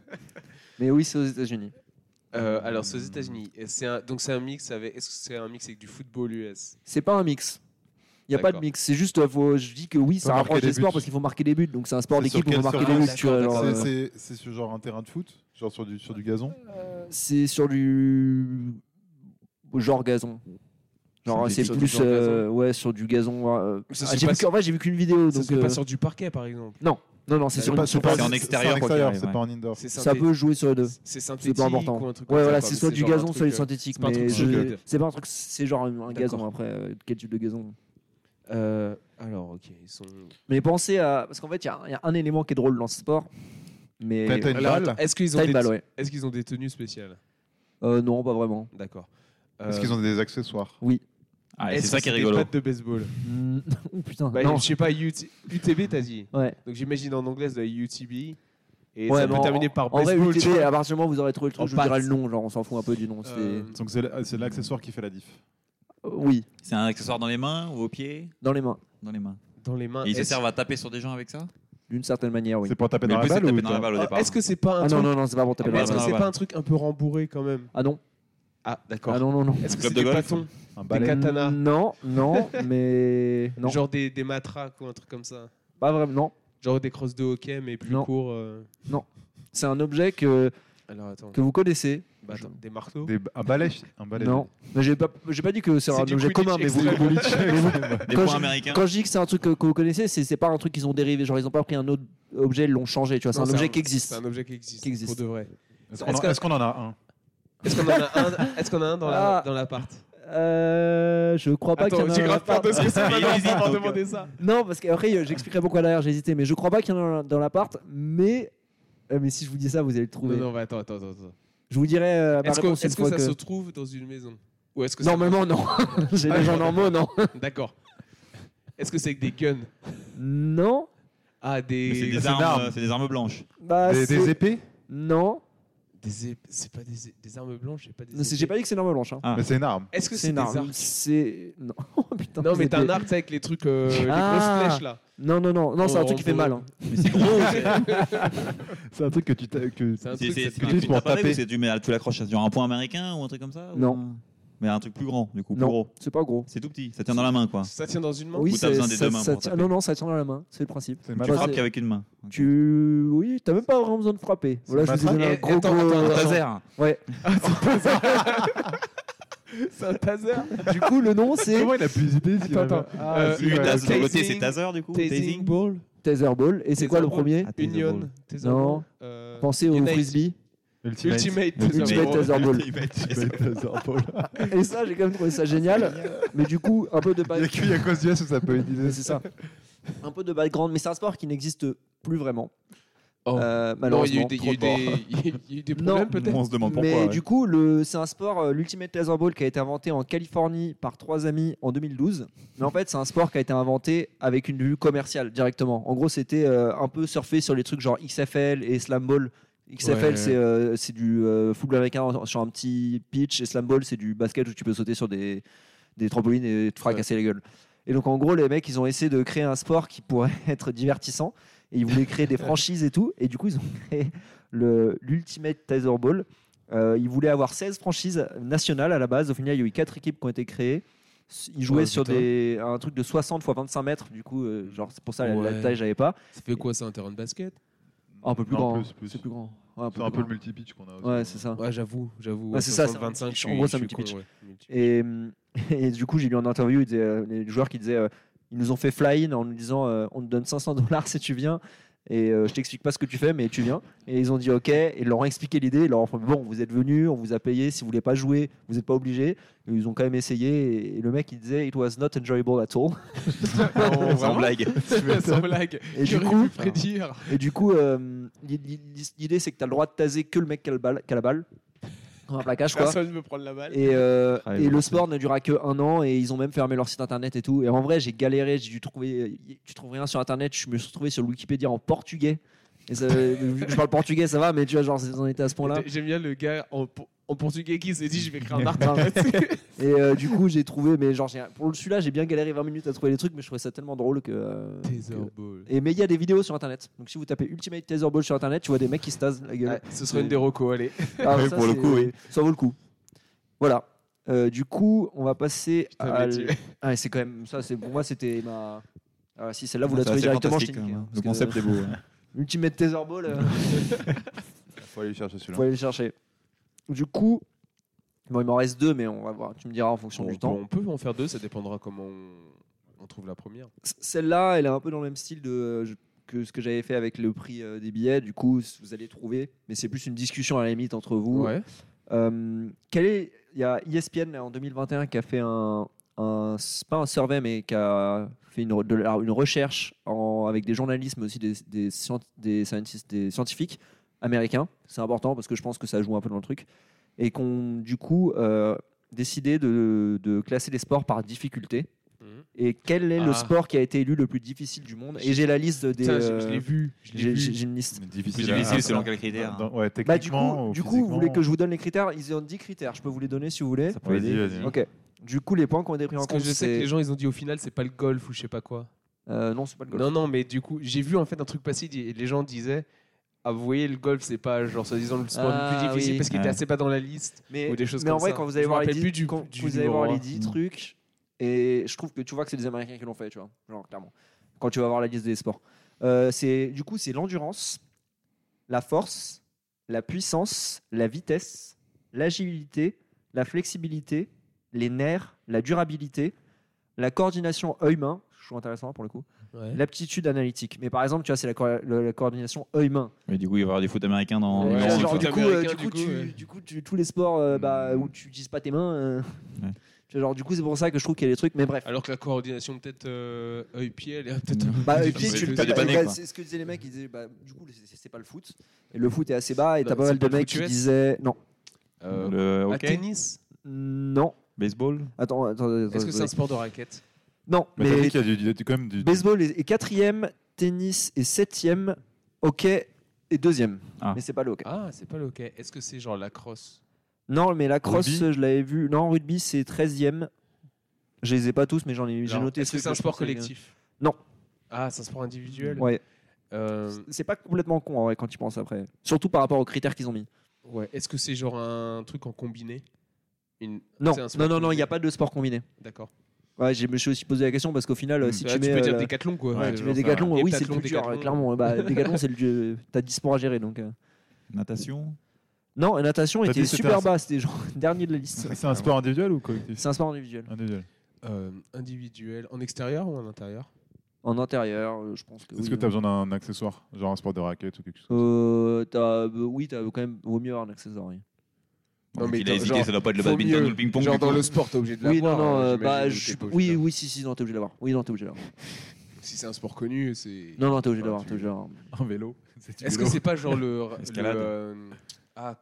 Speaker 3: Mais oui, c'est aux États-Unis.
Speaker 1: Euh, alors, c'est aux États-Unis. Et c'est un- donc, c'est un mix avec. Est-ce que c'est un mix avec du football U S?
Speaker 3: C'est pas un mix. Il n'y a pas de
Speaker 1: D'accord.
Speaker 3: mix. C'est juste, euh, faut- je dis que oui, ça
Speaker 4: Faut
Speaker 3: rapproche
Speaker 4: marquer
Speaker 3: des
Speaker 4: des
Speaker 3: sports
Speaker 4: buts.
Speaker 3: parce qu'il faut marquer des buts. Donc c'est un sport
Speaker 4: C'est
Speaker 3: d'équipe où
Speaker 4: sur
Speaker 3: il faut
Speaker 4: quelle
Speaker 3: marquer des buts.
Speaker 1: surface
Speaker 3: Tu vois,
Speaker 1: D'accord,
Speaker 3: genre,
Speaker 4: C'est-
Speaker 3: euh,
Speaker 4: C'est c'est sur genre un terrain de foot, genre sur du, sur du gazon.
Speaker 3: euh, c'est sur du genre gazon. Genre
Speaker 1: Sur
Speaker 3: c'est
Speaker 1: du- sur du
Speaker 3: plus
Speaker 1: genre
Speaker 3: euh, ouais sur du gazon. euh,
Speaker 1: Ça
Speaker 3: ah,
Speaker 1: se
Speaker 3: j'ai vu
Speaker 1: passe-
Speaker 3: que- en vrai j'ai vu qu'une vidéo.
Speaker 1: Ça
Speaker 3: Donc
Speaker 1: se fait
Speaker 3: euh,
Speaker 1: pas sur du parquet, par exemple.
Speaker 3: non non non c'est
Speaker 1: C'est
Speaker 3: sur
Speaker 1: pas-
Speaker 3: une
Speaker 1: c'est
Speaker 3: sur
Speaker 2: pas-
Speaker 3: pas-
Speaker 2: c'est en
Speaker 4: c'est
Speaker 2: extérieur,
Speaker 4: en
Speaker 2: quoi,
Speaker 4: extérieur,
Speaker 2: qui
Speaker 4: c'est
Speaker 2: arrive,
Speaker 4: pas en indoor.
Speaker 1: C'est
Speaker 3: ça
Speaker 1: synthé-
Speaker 3: peut jouer sur les deux.
Speaker 1: C'est
Speaker 3: C'est
Speaker 1: synthétique
Speaker 3: pas important.
Speaker 1: ou un truc
Speaker 3: Ouais
Speaker 1: comme ça,
Speaker 3: voilà
Speaker 1: quoi,
Speaker 3: c'est
Speaker 1: mais
Speaker 3: soit du
Speaker 1: genre un
Speaker 3: gazon
Speaker 1: truc,
Speaker 3: soit du
Speaker 1: euh,
Speaker 3: synthétique.
Speaker 1: c'est pas un
Speaker 3: Mais
Speaker 1: truc
Speaker 3: je-
Speaker 1: solide.
Speaker 3: c'est pas un truc c'est genre un, un gazon
Speaker 1: D'accord.
Speaker 3: après euh, quel type de gazon.
Speaker 1: Euh, alors, ok, ils sont.
Speaker 3: Mais pensez à parce qu'en fait il y, a- il y a un élément qui est drôle dans ce sport. Mais
Speaker 4: T'as- t'as une
Speaker 1: Alors,
Speaker 4: balle
Speaker 1: attends, est-ce qu'ils ont,
Speaker 3: T'as une
Speaker 1: des...
Speaker 3: balle, ouais.
Speaker 1: est-ce qu'ils ont des tenues spéciales?
Speaker 3: Euh, non pas vraiment.
Speaker 1: D'accord.
Speaker 4: Est-ce
Speaker 1: Euh,
Speaker 4: qu'ils ont des accessoires?
Speaker 2: Ah, et
Speaker 1: est-ce
Speaker 2: c'est ça
Speaker 1: que
Speaker 2: qui est
Speaker 1: des
Speaker 2: rigolo.
Speaker 1: pattes de baseball?
Speaker 3: Mm, oh putain
Speaker 1: Bah,
Speaker 3: non.
Speaker 1: je sais pas, U T U T B, t'as dit.
Speaker 3: Ouais.
Speaker 1: Donc j'imagine en anglais, c'est U T B. Et
Speaker 3: Ouais,
Speaker 1: ça
Speaker 3: mais
Speaker 1: peut
Speaker 3: en-
Speaker 1: terminer par
Speaker 3: En vrai,
Speaker 1: baseball. tu
Speaker 3: U T B,
Speaker 1: vois.
Speaker 3: à partir du moment où vous aurez trouvé le truc,
Speaker 1: En
Speaker 3: je vous dirai
Speaker 1: pattes.
Speaker 3: le nom. Genre, on s'en fout un peu du nom. c'est-
Speaker 1: Euh,
Speaker 4: Donc c'est l- c'est l'accessoire qui fait la diff.
Speaker 3: Euh, Oui,
Speaker 2: C'est un accessoire dans les mains ou aux pieds?
Speaker 3: dans les mains,
Speaker 2: Dans les mains.
Speaker 1: Dans les mains.
Speaker 2: Et ils se
Speaker 1: Est-ce-
Speaker 2: servent à taper sur des gens avec ça?
Speaker 3: d'une certaine manière, oui.
Speaker 4: C'est pour taper
Speaker 2: Mais
Speaker 4: dans
Speaker 2: le
Speaker 4: la
Speaker 2: but, c'est de
Speaker 4: balle ou
Speaker 2: taper dans la
Speaker 4: pas
Speaker 2: balle au
Speaker 1: Ah,
Speaker 2: départ.
Speaker 1: Est-ce que c'est pas un
Speaker 3: Ah non,
Speaker 1: truc...
Speaker 3: non, non, c'est pas pour taper
Speaker 2: Ah,
Speaker 3: dans
Speaker 1: Mais
Speaker 3: la
Speaker 1: est-ce que
Speaker 3: balle.
Speaker 2: non,
Speaker 1: c'est
Speaker 2: ouais.
Speaker 1: pas un truc un peu rembourré quand même?
Speaker 3: Ah non,
Speaker 1: Ah, d'accord.
Speaker 3: ah non, non, non.
Speaker 1: Est-ce que
Speaker 2: club
Speaker 1: c'est
Speaker 2: de
Speaker 1: des
Speaker 2: golf
Speaker 1: bâtons?
Speaker 4: Un
Speaker 1: Des
Speaker 4: balai.
Speaker 1: katanas?
Speaker 3: Non, non, mais non,
Speaker 1: Genre des, des matraques ou un truc comme ça?
Speaker 3: pas vraiment. Non,
Speaker 1: Genre des crosses de hockey, mais plus
Speaker 3: Non.
Speaker 1: courts. euh.
Speaker 3: c'est un objet que
Speaker 1: Alors attends.
Speaker 3: que vous connaissez.
Speaker 1: Bah, attends, des marteaux?
Speaker 4: Des- Un balai. Un balai.
Speaker 3: Non, mais j'ai pas, j'ai pas dit que c'est
Speaker 1: C'est
Speaker 3: un
Speaker 1: du
Speaker 3: objet
Speaker 1: Quidditch
Speaker 3: commun, mais vous.
Speaker 1: extrême.
Speaker 3: mais vous-
Speaker 2: Des
Speaker 3: Quand
Speaker 2: points
Speaker 3: je-
Speaker 2: américains?
Speaker 3: Quand je dis que c'est un truc que, que vous connaissez, c'est c'est pas un truc qu'ils ont dérivé. Genre, ils ont pas pris un autre objet, ils l'ont changé. Tu vois, c'est
Speaker 1: Non,
Speaker 3: un objet qui existe.
Speaker 1: C'est un objet qui existe.
Speaker 3: Qui existe.
Speaker 1: Pour de vrai.
Speaker 4: Est-ce
Speaker 1: Est-ce
Speaker 4: qu'on
Speaker 1: que-
Speaker 4: en- est-ce qu'on en a un?
Speaker 1: Est-ce qu'on en a un, est-ce qu'on a un dans, la,
Speaker 5: Ah.
Speaker 1: dans l'appart?
Speaker 5: Euh, je crois pas
Speaker 1: Attends,
Speaker 5: qu'il y en a
Speaker 1: j'ai
Speaker 5: un
Speaker 1: grave peur de ce que c'est
Speaker 2: Mais il
Speaker 1: maintenant
Speaker 2: hésite,
Speaker 1: pour
Speaker 2: donc,
Speaker 1: demander ça.
Speaker 5: Non, parce qu'après, euh, j'expliquerai pourquoi derrière j'ai hésité, mais je crois pas qu'il y en a un dans l'appart, mais... euh, mais si je vous dis ça, vous allez le trouver.
Speaker 1: Non, non, bah, attends, attends, attends. attends.
Speaker 5: Je vous dirai euh, ma
Speaker 1: Est-ce que,
Speaker 5: réponse
Speaker 1: est-ce
Speaker 5: une
Speaker 1: que
Speaker 5: fois
Speaker 1: ça
Speaker 5: que...
Speaker 1: se trouve dans une maison? Ou est-ce que ça-
Speaker 5: Normalement, non. J'ai des gens normaux, non.
Speaker 1: D'accord. Est-ce que c'est avec des guns?
Speaker 5: Non.
Speaker 1: Ah,
Speaker 2: Mais
Speaker 1: des.
Speaker 2: c'est des,
Speaker 4: c'est
Speaker 2: armes,
Speaker 4: une arme.
Speaker 2: euh, c'est des armes blanches.
Speaker 5: Bah,
Speaker 4: Des,
Speaker 5: c'est-
Speaker 4: des épées
Speaker 5: Non.
Speaker 1: des ép- C'est pas des, des armes blanches, j'ai pas des.
Speaker 5: Non, c'est-
Speaker 1: épées.
Speaker 5: J'ai pas dit que c'est une arme blanche. Hein.
Speaker 2: Ah.
Speaker 4: Mais c'est une arme.
Speaker 1: Est-ce que
Speaker 5: C'est
Speaker 1: c'est
Speaker 5: une
Speaker 1: des
Speaker 5: arme.
Speaker 1: arcs?
Speaker 5: C'est... Non. Oh, putain,
Speaker 1: Non,
Speaker 5: vous
Speaker 1: mais
Speaker 5: êtes
Speaker 1: t'as un
Speaker 5: des-
Speaker 1: arc tu sais, avec les trucs, euh, les
Speaker 5: Ah.
Speaker 1: grosses flèches là.
Speaker 5: Non, non, non. Non, c'est un
Speaker 1: Oh,
Speaker 5: truc qui fait
Speaker 1: bon.
Speaker 5: mal. Hein.
Speaker 2: Mais c'est gros. c'est-
Speaker 4: C'est un truc que tu t'as- que
Speaker 1: C'est un
Speaker 2: C'est
Speaker 1: truc.
Speaker 2: c'est-
Speaker 1: ça
Speaker 2: c'est
Speaker 1: fait-
Speaker 2: un
Speaker 4: utilises
Speaker 2: truc
Speaker 4: pour
Speaker 2: d'appareil
Speaker 4: taper.
Speaker 2: ou c'est tu mets tu l'accroches sur un point américain ou un truc comme ça ou-
Speaker 5: Non.
Speaker 2: Mais un truc plus grand du coup, plus
Speaker 5: Non,
Speaker 2: gros.
Speaker 5: c'est pas gros.
Speaker 2: C'est tout petit, ça tient dans la main quoi.
Speaker 1: Ça tient dans une main.
Speaker 5: Oui,
Speaker 2: Ou t'as
Speaker 5: c'est-
Speaker 2: besoin des
Speaker 5: ça-
Speaker 2: deux mains
Speaker 5: ça
Speaker 2: pour
Speaker 5: tient-
Speaker 2: taper.
Speaker 5: Non, non, ça tient dans la main. C'est le principe.
Speaker 4: c'est
Speaker 2: Tu
Speaker 5: Bah,
Speaker 2: frappes
Speaker 5: c'est-
Speaker 2: qu'avec une main. Ok.
Speaker 5: Tu... Oui, t'as même pas vraiment besoin de frapper. Voilà, je vous ai
Speaker 4: matraque.
Speaker 5: donné un
Speaker 1: Et-
Speaker 5: gros,
Speaker 1: attends,
Speaker 5: gros-
Speaker 1: attends,
Speaker 2: Un
Speaker 1: attends.
Speaker 2: taser.
Speaker 5: Ouais.
Speaker 1: C'est un taser.
Speaker 5: Du coup, le nom, c'est
Speaker 4: Comment il a pu hésiter s'il
Speaker 5: Attends,
Speaker 4: avait-
Speaker 5: attends.
Speaker 4: Ah,
Speaker 1: Euh,
Speaker 4: si,
Speaker 2: Lui,
Speaker 4: ouais,
Speaker 2: taser
Speaker 4: ok.
Speaker 2: sur le côté,
Speaker 1: Tasing.
Speaker 2: c'est taser du coup.
Speaker 1: Tasing.
Speaker 2: Ball.
Speaker 5: Tetherball. Et c'est quoi le premier
Speaker 2: Ah, taser
Speaker 1: Union.
Speaker 2: ball.
Speaker 1: Taser
Speaker 5: Non.
Speaker 1: ball. Euh,
Speaker 5: Pensez au
Speaker 1: Unite.
Speaker 5: frisbee.
Speaker 4: Ultimate.
Speaker 1: Ultimate.
Speaker 5: Ultimate
Speaker 1: Taser ball.
Speaker 5: Taser Ball.
Speaker 2: Ultimate Taser
Speaker 4: Ultimate
Speaker 2: Ball.
Speaker 4: Taser Ball.
Speaker 5: Et ça, j'ai quand même trouvé ça génial. Mais du coup, un peu de
Speaker 4: Il y a
Speaker 5: background.
Speaker 4: que à cause du S où ça peut
Speaker 5: Mais
Speaker 4: utiliser.
Speaker 5: c'est ça. Un peu de background. Mais c'est un sport qui n'existe plus vraiment.
Speaker 1: Oh.
Speaker 5: Euh,
Speaker 1: Non, il y a eu
Speaker 5: malheureusement.
Speaker 1: des, il y a eu
Speaker 5: trop de morts.
Speaker 1: des, il y a eu- il y a eu des
Speaker 5: Non.
Speaker 1: problèmes peut-être.
Speaker 2: On se demande pourquoi.
Speaker 5: Mais
Speaker 2: ouais.
Speaker 5: du coup, le, c'est un sport, euh, l'Ultimate Taser Ball, qui a été inventé en Californie par trois amis en deux mille douze. Mais en fait, c'est un sport qui a été inventé avec une vue commerciale directement. En gros, c'était euh, un peu surfé sur les trucs genre X F L et Slam Ball. X F L,
Speaker 1: Ouais.
Speaker 5: c'est, euh, c'est du euh, football américain en- sur un petit pitch, et Slam Ball, c'est du basket où tu peux sauter sur des, des trampolines et te fracasser la gueule. Et donc, en gros, les mecs, ils ont essayé de créer un sport qui pourrait être divertissant. Et ils voulaient créer des franchises et tout. Et du coup, ils ont créé le, l'Ultimate Taser Ball. Euh, ils voulaient avoir seize franchises nationales à la base. Au final, il y a eu quatre équipes qui ont été créées. Ils jouaient
Speaker 1: Ouais,
Speaker 5: sur
Speaker 1: putain.
Speaker 5: des, un truc de soixante fois vingt-cinq mètres. Du coup, euh, genre, c'est pour ça la, la
Speaker 1: Ouais.
Speaker 5: taille, j'avais pas.
Speaker 1: Ça fait quoi, c'est un terrain de basket?
Speaker 5: Un peu plus
Speaker 4: Non,
Speaker 5: grand.
Speaker 4: plus,
Speaker 5: hein.
Speaker 4: plus.
Speaker 5: C'est plus grand. Ouais, un peu
Speaker 4: C'est un
Speaker 5: plus
Speaker 4: peu le
Speaker 5: grand.
Speaker 4: multi-pitch qu'on a aussi.
Speaker 5: Ouais, c'est ça.
Speaker 1: Ouais, j'avoue, j'avoue.
Speaker 5: Ouais, c'est ça, c'est un
Speaker 1: vingt-cinq,
Speaker 5: multi-pitch.
Speaker 1: je
Speaker 5: En
Speaker 1: suis-
Speaker 5: gros,
Speaker 1: je
Speaker 5: c'est un
Speaker 1: suis
Speaker 5: multi-pitch.
Speaker 1: con, ouais, multi-pitch.
Speaker 5: Et, et du coup, j'ai lu en interview, ils disaient, euh, les joueurs qui disaient, euh, ils nous ont fait fly-in en nous disant, euh, on te donne cinq cents dollars si tu viens. Et euh, je t'explique pas ce que tu fais, mais tu viens. Et ils ont dit OK. Et ils leur ont expliqué l'idée. Ils leur ont dit bon, vous êtes venus, on vous a payé. Si vous voulez pas jouer, vous n'êtes pas obligés. Et ils ont quand même essayé. Et, et le mec, il disait, it was not enjoyable at all.
Speaker 1: Non,
Speaker 2: Sans
Speaker 1: vraiment
Speaker 2: blague.
Speaker 1: Sans blague.
Speaker 5: Et
Speaker 1: Qui
Speaker 5: du
Speaker 1: aurait
Speaker 5: coup,
Speaker 1: pu prédire.
Speaker 5: et du coup, euh, l'idée c'est que tu as le droit de taser que le mec qui a, le balle, qui a la balle. Comme un plaquage, quoi.
Speaker 1: Personne ne veut prendre la balle.
Speaker 5: Et, euh,
Speaker 2: Ah,
Speaker 5: et
Speaker 2: ouais,
Speaker 5: le
Speaker 2: c'est-
Speaker 5: sport ne durera que un an et ils ont même fermé leur site internet et tout. Et en vrai, j'ai galéré, j'ai dû trouver. Tu trouves rien sur internet, je me suis retrouvé sur le Wikipédia en portugais. Et ça, vu que je parle portugais, ça va, mais tu vois, genre, ils en étaient à ce point-là.
Speaker 1: J'aime bien le gars en, en portugais qui s'est dit je vais créer un
Speaker 5: Non.
Speaker 1: article.
Speaker 5: Et euh, du coup, j'ai trouvé, mais genre, j'ai- pour celui-là, j'ai bien galéré vingt minutes à trouver les trucs, mais je trouvais ça tellement drôle que. euh,
Speaker 1: Taser
Speaker 5: que-
Speaker 1: ball.
Speaker 5: Et mais il y a des vidéos sur internet. Donc si vous tapez Ultimate Taser Ball sur internet, tu vois des mecs qui se tasent la gueule.
Speaker 1: Ouais, ce serait une des recos, allez.
Speaker 5: Ah,
Speaker 2: Oui,
Speaker 5: ça,
Speaker 2: pour le
Speaker 5: c'est-
Speaker 2: coup, oui.
Speaker 5: Ça vaut le coup. Voilà. Euh, du coup, on va passer
Speaker 1: Putain,
Speaker 5: à.
Speaker 1: mais tu-
Speaker 5: l- Ah, c'est quand même ça. C'est pour moi, c'était ma. Ah, si celle-là vous la
Speaker 2: C'est
Speaker 5: trouvez
Speaker 2: assez
Speaker 5: directement, je t'ai
Speaker 2: fantastique,
Speaker 5: niqué,
Speaker 2: hein.
Speaker 5: hein,
Speaker 2: Le
Speaker 5: parce que,
Speaker 2: concept est beau. ouais.
Speaker 5: Ultimate Taser Ball, euh,
Speaker 4: Faut aller chercher
Speaker 5: faut
Speaker 4: celui-là.
Speaker 5: aller le chercher. Du coup, bon, il m'en reste deux, mais on va voir. Tu me diras en fonction
Speaker 1: On
Speaker 5: du
Speaker 1: peut,
Speaker 5: temps.
Speaker 1: on peut en faire deux, ça dépendra comment on, on trouve la première.
Speaker 5: C- Celle-là, elle est un peu dans le même style de euh, je- que ce que j'avais fait avec le prix euh, des billets. Du coup, vous allez trouver, mais c'est plus une discussion à la limite entre vous.
Speaker 1: Ouais.
Speaker 5: Euh, quel est, il y a E S P N là, en deux mille vingt et un qui a fait un, un c'est pas un survey, mais qui a fait une, re- de la- une recherche en- avec des journalistes, mais aussi des, des, scient- des, scientists- des scientifiques américains. C'est important parce que je pense que ça joue un peu dans le truc. Et qu'on, du coup, euh, décidé de, de classer les sports par difficulté.
Speaker 1: Mhm.
Speaker 5: Et quel est le
Speaker 1: Ah.
Speaker 5: sport qui a été élu le plus difficile du monde? Et j'ai la liste des.
Speaker 1: Putain, je- je
Speaker 5: euh,
Speaker 1: l'ai vu. Je l'ai
Speaker 5: j'ai,
Speaker 1: vu.
Speaker 5: j'ai- j'ai une liste.
Speaker 4: Mais
Speaker 2: Plus
Speaker 4: difficile. à-
Speaker 2: difficile
Speaker 4: à-
Speaker 2: selon quel critère.
Speaker 4: dans- Ouais,
Speaker 5: Bah, du
Speaker 4: techniquement.
Speaker 5: coup,
Speaker 4: ou
Speaker 5: du coup, vous voulez
Speaker 4: physiquement.
Speaker 5: que je vous donne les critères? Ils ont dix critères. Je peux vous les donner si vous voulez.
Speaker 2: Ça peut
Speaker 4: Vas-y,
Speaker 2: aider.
Speaker 4: vas-y.
Speaker 5: Ok. Du coup, les points qui ont été pris en
Speaker 1: Parce que
Speaker 5: compte,
Speaker 1: je sais que
Speaker 5: c'est.
Speaker 1: les gens ils ont dit au final c'est pas le golf ou je sais pas quoi.
Speaker 5: Euh, non, c'est pas le golf.
Speaker 1: Non, non, mais du coup, j'ai vu en fait un truc passer et les gens disaient ah, vous voyez, le golf c'est pas genre soi-disant le sport
Speaker 5: Ah,
Speaker 1: le plus difficile
Speaker 5: oui.
Speaker 1: parce qu'il était
Speaker 2: Ouais.
Speaker 1: assez pas dans la liste.
Speaker 5: Mais,
Speaker 1: Ou des choses
Speaker 5: mais en
Speaker 1: comme
Speaker 5: vrai,
Speaker 1: ça.
Speaker 5: quand vous allez
Speaker 1: Je me
Speaker 5: voir les
Speaker 1: rappelle
Speaker 5: dix,
Speaker 1: plus du-
Speaker 5: quand
Speaker 1: du
Speaker 5: vous allez
Speaker 1: numéro
Speaker 5: voir
Speaker 1: un.
Speaker 5: les dix
Speaker 2: Mm.
Speaker 5: trucs, et je trouve que tu vois que c'est des Américains qui l'ont fait, tu vois, genre clairement. Quand tu vas voir la liste des sports, Euh, c'est du coup c'est l'endurance, la force, la puissance, la vitesse, l'agilité, la flexibilité, les nerfs, la durabilité, la coordination œil-main. je trouve intéressant pour le coup.
Speaker 1: Ouais.
Speaker 5: L'aptitude analytique. Mais par exemple, tu vois, c'est la, co- le- la coordination œil-main.
Speaker 2: Mais du coup, il va y avoir des foot américains dans.
Speaker 1: Ouais,
Speaker 5: Tu
Speaker 2: dans
Speaker 5: vois,
Speaker 1: c'est
Speaker 2: le
Speaker 5: genre,
Speaker 1: foot
Speaker 5: du
Speaker 2: foot.
Speaker 5: coup, euh,
Speaker 1: américain,
Speaker 5: du
Speaker 1: du
Speaker 5: coup,
Speaker 1: coup,
Speaker 5: tu-
Speaker 1: ouais.
Speaker 5: du coup, tu- tous les sports euh, bah, où tu n'utilises pas tes mains. euh,
Speaker 2: Ouais.
Speaker 5: tu vois, genre, du coup, c'est pour ça que je trouve qu'il y a des trucs. Mais bref.
Speaker 1: Alors que la coordination peut-être euh, œil-pied, elle est peut-être.
Speaker 5: Bah,
Speaker 1: un peu
Speaker 5: et puis,
Speaker 1: difficile
Speaker 5: tu
Speaker 1: de
Speaker 5: le
Speaker 2: t'as
Speaker 1: dire.
Speaker 2: des
Speaker 5: bah,
Speaker 2: panneaux,
Speaker 5: bah,
Speaker 2: quoi.
Speaker 5: c'est ce que disaient les mecs. Ils disaient, bah, du coup, c'est c'est pas le foot. Et le foot est assez bas. Et
Speaker 1: Bah,
Speaker 5: t'as pas
Speaker 1: c'est
Speaker 5: mal
Speaker 1: pas
Speaker 5: de
Speaker 1: le
Speaker 5: mecs
Speaker 1: foot
Speaker 5: qui
Speaker 1: U S.
Speaker 5: disaient non,
Speaker 1: Euh,
Speaker 2: Le
Speaker 1: à
Speaker 2: hockey,
Speaker 1: tennis.
Speaker 5: non.
Speaker 2: baseball.
Speaker 5: Attends, attends. attends,
Speaker 1: Est-ce que c'est un
Speaker 5: attends.
Speaker 1: sport de raquette?
Speaker 5: Non,
Speaker 4: Mais t'as
Speaker 5: mais
Speaker 4: dit qu'il y a du- il y a du- quand même du.
Speaker 5: baseball est est quatrième, tennis est septième, hockey est deuxième.
Speaker 2: Ah.
Speaker 5: Mais c'est pas le hockey.
Speaker 1: Ah, c'est pas le hockey. Est-ce que c'est genre la crosse?
Speaker 5: Non, mais la crosse,
Speaker 4: Rugby
Speaker 5: je l'avais vu. Non, rugby, c'est treizième. Je les ai pas tous, mais j'en ai, j'ai
Speaker 1: Genre,
Speaker 5: noté.
Speaker 1: Est-ce que
Speaker 5: ceux
Speaker 1: c'est un
Speaker 5: je
Speaker 1: sport
Speaker 5: pensais-
Speaker 1: collectif?
Speaker 5: Non.
Speaker 1: Ah, c'est un sport individuel.
Speaker 5: Ouais.
Speaker 1: Euh,
Speaker 5: C'est pas complètement con en vrai quand tu penses après. Surtout par rapport aux critères qu'ils ont mis.
Speaker 1: ouais. Est-ce que c'est genre un truc en combiné? Une-
Speaker 5: Non,
Speaker 1: c'est un sport
Speaker 5: non, non, non, il
Speaker 1: combiné.
Speaker 5: n'y a pas de sport combiné.
Speaker 1: D'accord.
Speaker 5: Ouais, je me suis aussi posé la question parce qu'au final,
Speaker 4: Mm.
Speaker 5: si
Speaker 1: Là,
Speaker 5: tu,
Speaker 1: tu
Speaker 5: mets.
Speaker 1: peux dire
Speaker 5: euh,
Speaker 1: décathlon quoi.
Speaker 4: ouais,
Speaker 1: C'est
Speaker 5: tu
Speaker 1: genre
Speaker 5: mets
Speaker 1: ça.
Speaker 5: décathlon, oui, c'est le
Speaker 1: Heptathlon,
Speaker 5: plus dur,
Speaker 1: décathlon.
Speaker 5: clairement. Bah, décathlon, c'est le jeu. T'as dix sports à gérer donc. euh.
Speaker 2: Natation.
Speaker 5: Non, la natation
Speaker 4: T'as
Speaker 5: était
Speaker 4: dit que c'était
Speaker 5: super
Speaker 4: un-
Speaker 5: bas, c'était genre dernier de la liste.
Speaker 4: C'est un sport individuel ou collectif?
Speaker 5: C'est un sport individuel.
Speaker 4: Individuel.
Speaker 1: Euh, individuel. En extérieur ou en intérieur?
Speaker 5: En intérieur, euh, je pense que.
Speaker 4: Est-ce
Speaker 5: oui,
Speaker 4: que tu as
Speaker 5: non.
Speaker 4: besoin d'un accessoire, genre un sport de raquette ou quelque chose?
Speaker 5: Euh, t'as- euh, oui, t'as quand même vaut mieux avoir un accessoire. Oui,
Speaker 1: Non, mais
Speaker 2: il a
Speaker 1: genre,
Speaker 2: hésité, ça doit pas être le
Speaker 1: faut
Speaker 2: badminton
Speaker 1: mieux.
Speaker 2: ou le ping-pong.
Speaker 1: Genre
Speaker 2: du
Speaker 1: dans
Speaker 2: coup.
Speaker 1: le sport, t'es obligé de
Speaker 5: oui
Speaker 1: l'avoir.
Speaker 5: non, non,
Speaker 1: euh,
Speaker 5: euh,
Speaker 1: j'imagine,
Speaker 5: bah,
Speaker 1: ou
Speaker 5: je-
Speaker 1: t'es pas obligé
Speaker 5: oui,
Speaker 1: d'avoir.
Speaker 5: oui, si, si, non, t'es obligé d'avoir. Oui, non, t'es obligé d'avoir.
Speaker 1: Si c'est un sport connu, c'est.
Speaker 5: Non, non, t'es obligé
Speaker 1: Ah,
Speaker 5: d'avoir.
Speaker 1: tu-
Speaker 5: T'es obligé d'avoir.
Speaker 4: Un vélo. C'est du
Speaker 1: Est-ce que
Speaker 4: vélo.
Speaker 1: c'est pas genre le. le,
Speaker 2: Escalade.
Speaker 1: euh, Ah,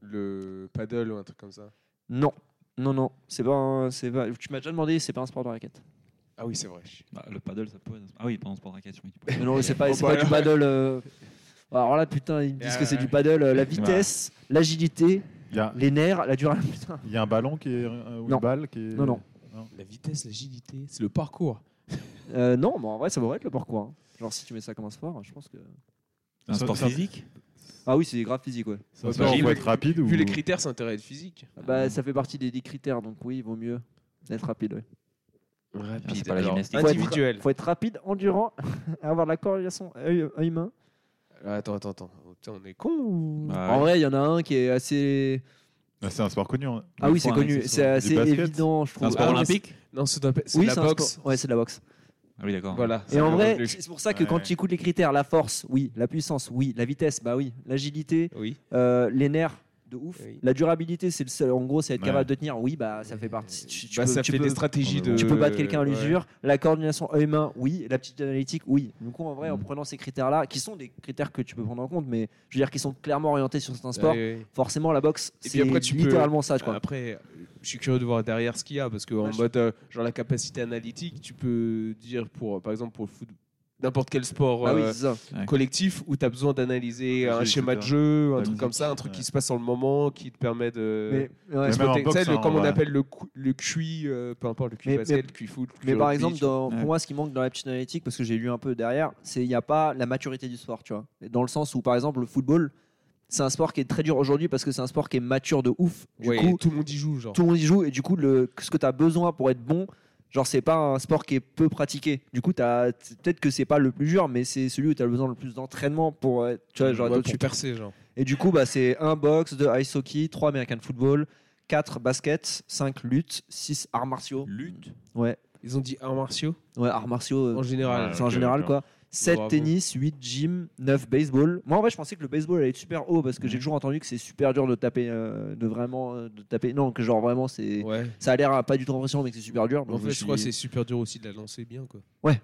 Speaker 1: le paddle ou un truc comme ça?
Speaker 5: Non, non, non, c'est pas, un- c'est pas. Tu m'as déjà demandé, c'est pas un sport de raquette.
Speaker 1: Ah oui, c'est vrai.
Speaker 2: Bah, le paddle, ça peut être. Ah oui, pardon, sport de raquette. oui.
Speaker 5: Mais non, c'est pas,
Speaker 1: Oh,
Speaker 5: c'est
Speaker 1: bah,
Speaker 5: pas du paddle. euh, Alors là, putain, ils me disent que c'est du paddle. euh, La vitesse, l'agilité,
Speaker 4: Il y a,
Speaker 5: les nerfs, la durée. Putain.
Speaker 4: il y a un ballon qui est. euh, ou
Speaker 5: Non.
Speaker 4: une balle qui est.
Speaker 5: Non, non.
Speaker 1: La vitesse, l'agilité, c'est le parcours.
Speaker 5: Euh, non, mais en vrai, ça devrait être le parcours. hein. Genre, si tu mets ça comme un sport, je pense que.
Speaker 2: Un
Speaker 4: Ça-
Speaker 2: sport
Speaker 4: ça-
Speaker 2: physique.
Speaker 5: Ah oui, c'est grave physique, ouais.
Speaker 4: C'est un
Speaker 1: Ouais,
Speaker 4: sport
Speaker 1: bah,
Speaker 4: où il faut
Speaker 1: vu-
Speaker 4: être rapide ou.
Speaker 1: Vu les critères, c'est intérêt à être physique.
Speaker 5: Bah, ça fait partie des dix critères, donc oui, il vaut mieux être rapide. Ouais.
Speaker 1: Rapide.
Speaker 2: c'est pas la
Speaker 1: alors,
Speaker 2: gymnastique.
Speaker 5: Faut être-
Speaker 1: individuel.
Speaker 5: Faut être rapide, endurant, avoir la coordination œil- œil-main.
Speaker 1: Ah, Attends, attends, attends. Putain, on est con ou.
Speaker 2: Bah,
Speaker 5: En
Speaker 2: ouais.
Speaker 5: vrai, il y en a un qui est assez.
Speaker 4: Ah, c'est un sport connu. hein.
Speaker 5: Ah oui, c'est
Speaker 2: faut un
Speaker 5: connu.
Speaker 2: accessoire.
Speaker 5: C'est assez
Speaker 4: basket.
Speaker 5: évident, je
Speaker 2: C'est
Speaker 5: trouve.
Speaker 2: un sport
Speaker 5: Ah, mais
Speaker 2: olympique.
Speaker 1: Non, c'est de la, c'est
Speaker 5: Oui,
Speaker 1: de la
Speaker 5: c'est un
Speaker 1: boxe.
Speaker 5: sport- Ouais, c'est de la boxe.
Speaker 2: Ah oui, d'accord.
Speaker 1: Voilà.
Speaker 5: Et
Speaker 1: c'est
Speaker 5: en
Speaker 1: un
Speaker 5: vrai,
Speaker 1: revenu.
Speaker 5: c'est pour ça que
Speaker 4: Ouais.
Speaker 5: quand tu écoutes les critères, la force, oui, la puissance, oui, la vitesse, bah oui, l'agilité,
Speaker 1: Oui.
Speaker 5: euh, les nerfs, de ouf.
Speaker 1: Oui.
Speaker 5: La durabilité, c'est le seul. En gros, c'est être
Speaker 4: Ouais.
Speaker 5: capable de tenir. Oui, bah ça fait partie. Tu, tu
Speaker 1: Bah,
Speaker 5: peux,
Speaker 1: ça
Speaker 5: tu
Speaker 1: fait
Speaker 5: peux-
Speaker 1: des stratégies
Speaker 4: tu
Speaker 1: de.
Speaker 5: Tu peux battre quelqu'un à
Speaker 1: Ouais.
Speaker 5: l'usure. La coordination œil-main, oui. La petite analytique, oui. Du coup, en vrai, en
Speaker 2: Mm.
Speaker 5: prenant ces critères-là, qui sont des critères que tu peux prendre en compte, mais je veux dire, qui sont clairement orientés sur certains sports,
Speaker 1: Ouais, ouais.
Speaker 5: forcément, la boxe,
Speaker 1: Et
Speaker 5: c'est
Speaker 1: puis après, tu peux-
Speaker 5: littéralement ça. Quoi.
Speaker 1: Après, je suis curieux de voir derrière ce qu'il y a parce que en
Speaker 5: Ouais, je-
Speaker 1: mode euh, genre la capacité analytique, tu peux dire pour par exemple pour le foot n'importe quel sport
Speaker 5: Ah oui,
Speaker 1: euh,
Speaker 5: c'est ça.
Speaker 1: collectif où tu as besoin d'analyser
Speaker 4: Ouais,
Speaker 1: un
Speaker 4: c'est-
Speaker 1: schéma de
Speaker 4: c'est
Speaker 1: jeu, un
Speaker 4: La
Speaker 1: truc comme
Speaker 4: musique,
Speaker 1: ça, un truc
Speaker 4: ouais.
Speaker 1: qui se passe sur le moment, qui te permet de.
Speaker 5: Mais, ouais.
Speaker 4: Mais
Speaker 1: Tu
Speaker 4: même en
Speaker 1: sais,
Speaker 4: boxe,
Speaker 1: le-
Speaker 4: hein,
Speaker 1: comme on
Speaker 4: ouais.
Speaker 1: appelle le, cou- le Q I, euh, peu importe le Q I
Speaker 5: Mais-
Speaker 1: basket, le Q I foot, le Q I
Speaker 5: Mais par
Speaker 1: rugby,
Speaker 5: exemple,
Speaker 1: tu vois.
Speaker 5: dans-
Speaker 2: Ouais.
Speaker 5: pour moi, ce qui manque dans la petite analytique, parce que j'ai lu un peu derrière, c'est il n'y a pas la maturité du sport, tu vois. Dans le sens où, par exemple, le football, c'est un sport qui est très dur aujourd'hui parce que c'est un sport qui est mature de ouf. Du
Speaker 1: Ouais,
Speaker 5: coup,
Speaker 1: tout le monde y joue, genre.
Speaker 5: tout le monde y joue et du coup, le, ce que tu as besoin pour être bon, genre, c'est pas un sport qui est peu pratiqué. Du coup, t'as- peut-être que c'est pas le plus dur, mais c'est celui où tu as besoin le plus d'entraînement pour être, tu vois, genre,
Speaker 1: Ouais,
Speaker 5: être
Speaker 1: pour
Speaker 5: au-dessus.
Speaker 1: percer, genre.
Speaker 5: Et du coup, bah, c'est un box, deux ice hockey, trois American football, quatre basket, cinq lutte, six arts martiaux.
Speaker 2: Lutte.
Speaker 5: Ouais,
Speaker 1: Ils ont dit arts martiaux
Speaker 5: ouais, arts martiaux. euh,
Speaker 1: en général.
Speaker 4: Ouais.
Speaker 5: C'est en
Speaker 4: ok,
Speaker 5: général
Speaker 4: d'accord.
Speaker 5: quoi. sept
Speaker 1: Bravo.
Speaker 5: tennis, huit gym, neuf baseball. Moi en vrai je pensais que le baseball allait être super haut parce que j'ai
Speaker 2: Mhm.
Speaker 5: toujours entendu que c'est super dur de taper euh, de vraiment euh, de taper non que genre vraiment c'est
Speaker 1: Ouais.
Speaker 5: ça a l'air euh, pas du tout impressionnant mais que c'est super dur.
Speaker 1: En
Speaker 5: Donc,
Speaker 1: fait,
Speaker 5: je
Speaker 1: je crois que
Speaker 5: suis-
Speaker 1: c'est super dur aussi de la lancer bien, quoi.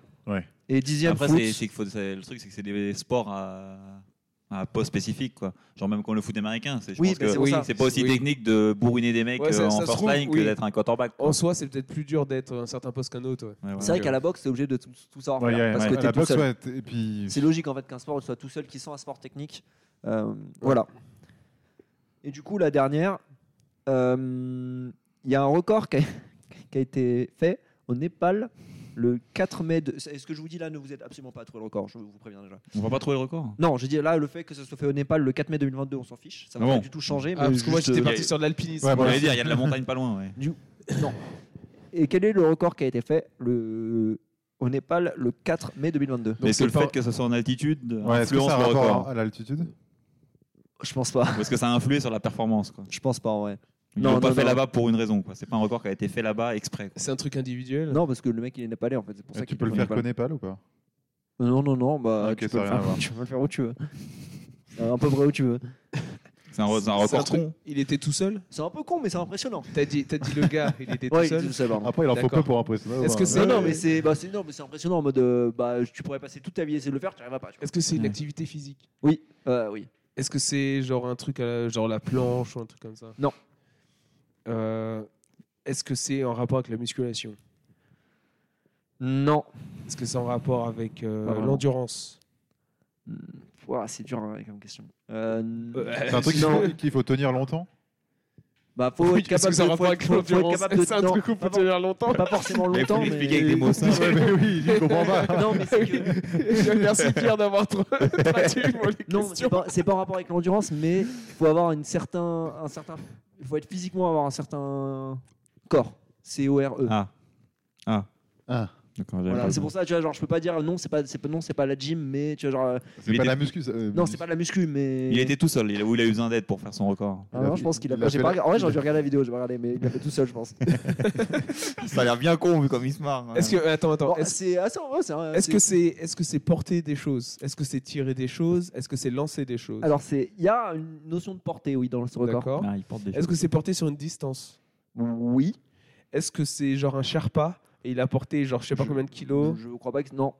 Speaker 5: et dixième
Speaker 2: Après,
Speaker 5: foot.
Speaker 2: c'est, c'est qu'il faut, c'est- le truc, c'est que c'est des sports à, à poste spécifique, quoi. Genre même comme le foot américain. C'est, je
Speaker 5: Oui,
Speaker 2: pense
Speaker 5: bah,
Speaker 2: que
Speaker 5: c'est pour ça.
Speaker 2: c'est pas aussi
Speaker 1: Oui.
Speaker 2: technique de bourriner des mecs
Speaker 1: Ouais, ça-
Speaker 2: euh,
Speaker 1: ça
Speaker 2: en
Speaker 1: se
Speaker 2: first
Speaker 1: trouve,
Speaker 2: line
Speaker 1: oui.
Speaker 2: que d'être un quarterback. quoi.
Speaker 1: En soi, c'est peut-être plus dur d'être à un certain poste qu'un autre. Ouais.
Speaker 2: Ouais, voilà.
Speaker 5: C'est vrai qu'à la boxe t'es obligé de tout, tout savoir
Speaker 4: Ouais,
Speaker 5: faire,
Speaker 4: y a-
Speaker 5: parce
Speaker 4: ouais,
Speaker 5: que
Speaker 4: à
Speaker 5: t'es
Speaker 4: la
Speaker 5: tout
Speaker 4: boxe,
Speaker 5: seul.
Speaker 4: ouais, t- et puis
Speaker 5: C'est logique en fait qu'un sport soit tout seul qui sont un sport technique. Euh, Voilà. Et du coup la dernière, euh, il y a un record qui a, qui a été fait au Népal le quatre mai. De... Est-ce que je vous dis là ne vous êtes absolument pas à trouver le record, je vous préviens déjà.
Speaker 2: On va pas trouver le record.
Speaker 5: Non, je dis là le fait que ça soit fait au Népal le quatre mai deux mille vingt-deux, on s'en fiche. Ça va
Speaker 2: Ah
Speaker 5: pas
Speaker 2: bon.
Speaker 5: du tout changer.
Speaker 1: Ah,
Speaker 5: mais
Speaker 1: parce que moi,
Speaker 5: juste,
Speaker 1: j'étais
Speaker 5: euh,
Speaker 1: parti sur de l'alpinisme.
Speaker 4: Ouais,
Speaker 2: On
Speaker 4: voilà.
Speaker 2: allait dire, il y a de la montagne pas loin. Ouais.
Speaker 5: du- Non. Et quel est le record qui a été fait le... au Népal le quatre mai deux mille vingt-deux?
Speaker 2: Mais est-ce que
Speaker 1: c'est
Speaker 2: le
Speaker 1: pas-
Speaker 2: fait que ça soit en altitude
Speaker 4: Ouais, est-ce que
Speaker 2: influence
Speaker 4: ça a
Speaker 2: le
Speaker 4: rapport
Speaker 2: record
Speaker 4: à, à l'altitude?
Speaker 5: Je pense pas.
Speaker 2: Ou est-ce que ça a influé sur la performance quoi.
Speaker 5: Je pense pas en vrai.
Speaker 2: Ils
Speaker 5: Non,
Speaker 2: l'ont pas
Speaker 5: non,
Speaker 2: fait
Speaker 5: non.
Speaker 2: là-bas pour une raison. Quoi. C'est pas un record qui a été fait là-bas exprès. Quoi.
Speaker 1: C'est un truc individuel.
Speaker 5: Non, parce que le mec il est népalais en fait. C'est pour
Speaker 4: Et
Speaker 5: ça
Speaker 4: tu
Speaker 5: qu'il
Speaker 4: peux le
Speaker 5: est
Speaker 4: faire
Speaker 5: népalais.
Speaker 4: qu'au Népal ou pas?
Speaker 5: Non, non, non, bah
Speaker 4: Ok,
Speaker 5: tu,
Speaker 4: ça
Speaker 5: peux
Speaker 4: a
Speaker 5: le
Speaker 4: rien à
Speaker 5: faire,
Speaker 4: voir.
Speaker 5: tu peux le faire où tu veux. C'est un peu vrai où tu veux.
Speaker 2: C'est un, re- c'est un
Speaker 1: C'est un
Speaker 2: record
Speaker 1: truc-
Speaker 2: con.
Speaker 1: Il était tout seul.
Speaker 5: C'est un peu con, mais c'est impressionnant.
Speaker 1: T'as dit, t'as dit le gars, il était
Speaker 5: Ouais,
Speaker 1: tout
Speaker 5: il
Speaker 1: seul.
Speaker 5: est tout seul, pardon.
Speaker 4: Après, il en faut
Speaker 1: D'accord.
Speaker 4: peu pour impressionner.
Speaker 1: Est-ce que
Speaker 4: ouais.
Speaker 1: c'est-
Speaker 5: Non, non,
Speaker 1: Ouais.
Speaker 5: mais c'est bah, c'est non, mais c'est impressionnant en mode euh, bah tu pourrais passer toute ta vie à essayer de le faire, tu n'y arriveras pas. tu vois.
Speaker 1: Est-ce que c'est une
Speaker 2: Ouais.
Speaker 1: activité physique?
Speaker 5: Oui, euh, oui.
Speaker 1: Est-ce que c'est genre un truc, à la- genre la planche ou un truc comme ça?
Speaker 5: Non.
Speaker 1: Euh, Est-ce que c'est en rapport avec la musculation?
Speaker 5: Non.
Speaker 1: Est-ce que c'est en rapport avec euh,
Speaker 5: Pas vraiment.
Speaker 1: l'endurance?
Speaker 5: Hmm, ouah, c'est dur hein, comme question. Euh,
Speaker 1: Euh,
Speaker 4: C'est un truc qu'il
Speaker 5: Non.
Speaker 4: faut, qu'il faut tenir longtemps.
Speaker 5: Bah faut
Speaker 1: Oui,
Speaker 5: être
Speaker 1: est-ce que
Speaker 5: capable
Speaker 1: c'est en
Speaker 5: de
Speaker 1: rapport
Speaker 5: faut
Speaker 1: avec
Speaker 5: être- faut- faut être
Speaker 1: l'endurance?
Speaker 5: capable de
Speaker 1: C'est un
Speaker 5: non,
Speaker 1: truc où
Speaker 5: pas,
Speaker 1: faut tenir longtemps.
Speaker 5: pas forcément
Speaker 2: Il faut
Speaker 5: longtemps, mais
Speaker 2: l'expliquer avec des mots simples.
Speaker 4: Ouais, mais oui, je comprends pas.
Speaker 5: non, mais c'est que
Speaker 1: Merci Pierre d'avoir tra- traduit pour les
Speaker 5: non, c'est
Speaker 1: questions.
Speaker 5: pas, c'est pas en rapport avec l'endurance, mais il faut avoir une certain, un certain, il faut être physiquement avoir un certain corps, C O R E.
Speaker 2: Ah. Ah.
Speaker 4: Ah,
Speaker 2: D'accord, j'avais
Speaker 5: Voilà,
Speaker 2: pas
Speaker 5: c'est
Speaker 2: le
Speaker 5: pour ça, tu vois, genre je peux pas dire non, c'est pas, c'est pas non, c'est pas la gym, mais tu vois genre euh,
Speaker 4: c'est
Speaker 2: Il
Speaker 4: pas
Speaker 2: était-
Speaker 4: la muscu. ça- euh,
Speaker 5: non, c'est pas de la muscu, mais
Speaker 2: Il était tout seul, il a, ou il a eu besoin d'aide pour faire son record.
Speaker 5: Ah non, je pense qu'il a
Speaker 4: il
Speaker 5: pas.
Speaker 4: a
Speaker 5: J'ai
Speaker 4: fait
Speaker 5: pas
Speaker 4: la-
Speaker 5: regardé- En vrai, j'aurais dû regarder la vidéo, j'ai pas regardé, mais il l'a fait tout seul, je pense.
Speaker 2: Ça a l'air bien con vu comme il se marre.
Speaker 1: Est-ce que attends attends
Speaker 5: Bon,
Speaker 1: est-ce
Speaker 5: c'est assez en vrai, c'est un-
Speaker 1: est-ce
Speaker 5: c'est-
Speaker 1: que c'est est-ce que c'est porter des choses? Est-ce que c'est tirer des choses? Est-ce que c'est lancer des choses?
Speaker 5: Alors c'est, il y a une notion de portée, oui, dans ce record.
Speaker 1: D'accord.
Speaker 2: Ah, il porte des
Speaker 1: Est-ce que c'est porté sur une distance?
Speaker 5: Oui.
Speaker 1: Est-ce que c'est genre un Sherpa et il a porté genre je sais pas
Speaker 5: Je-
Speaker 1: combien de kilos?
Speaker 5: Je crois pas que non.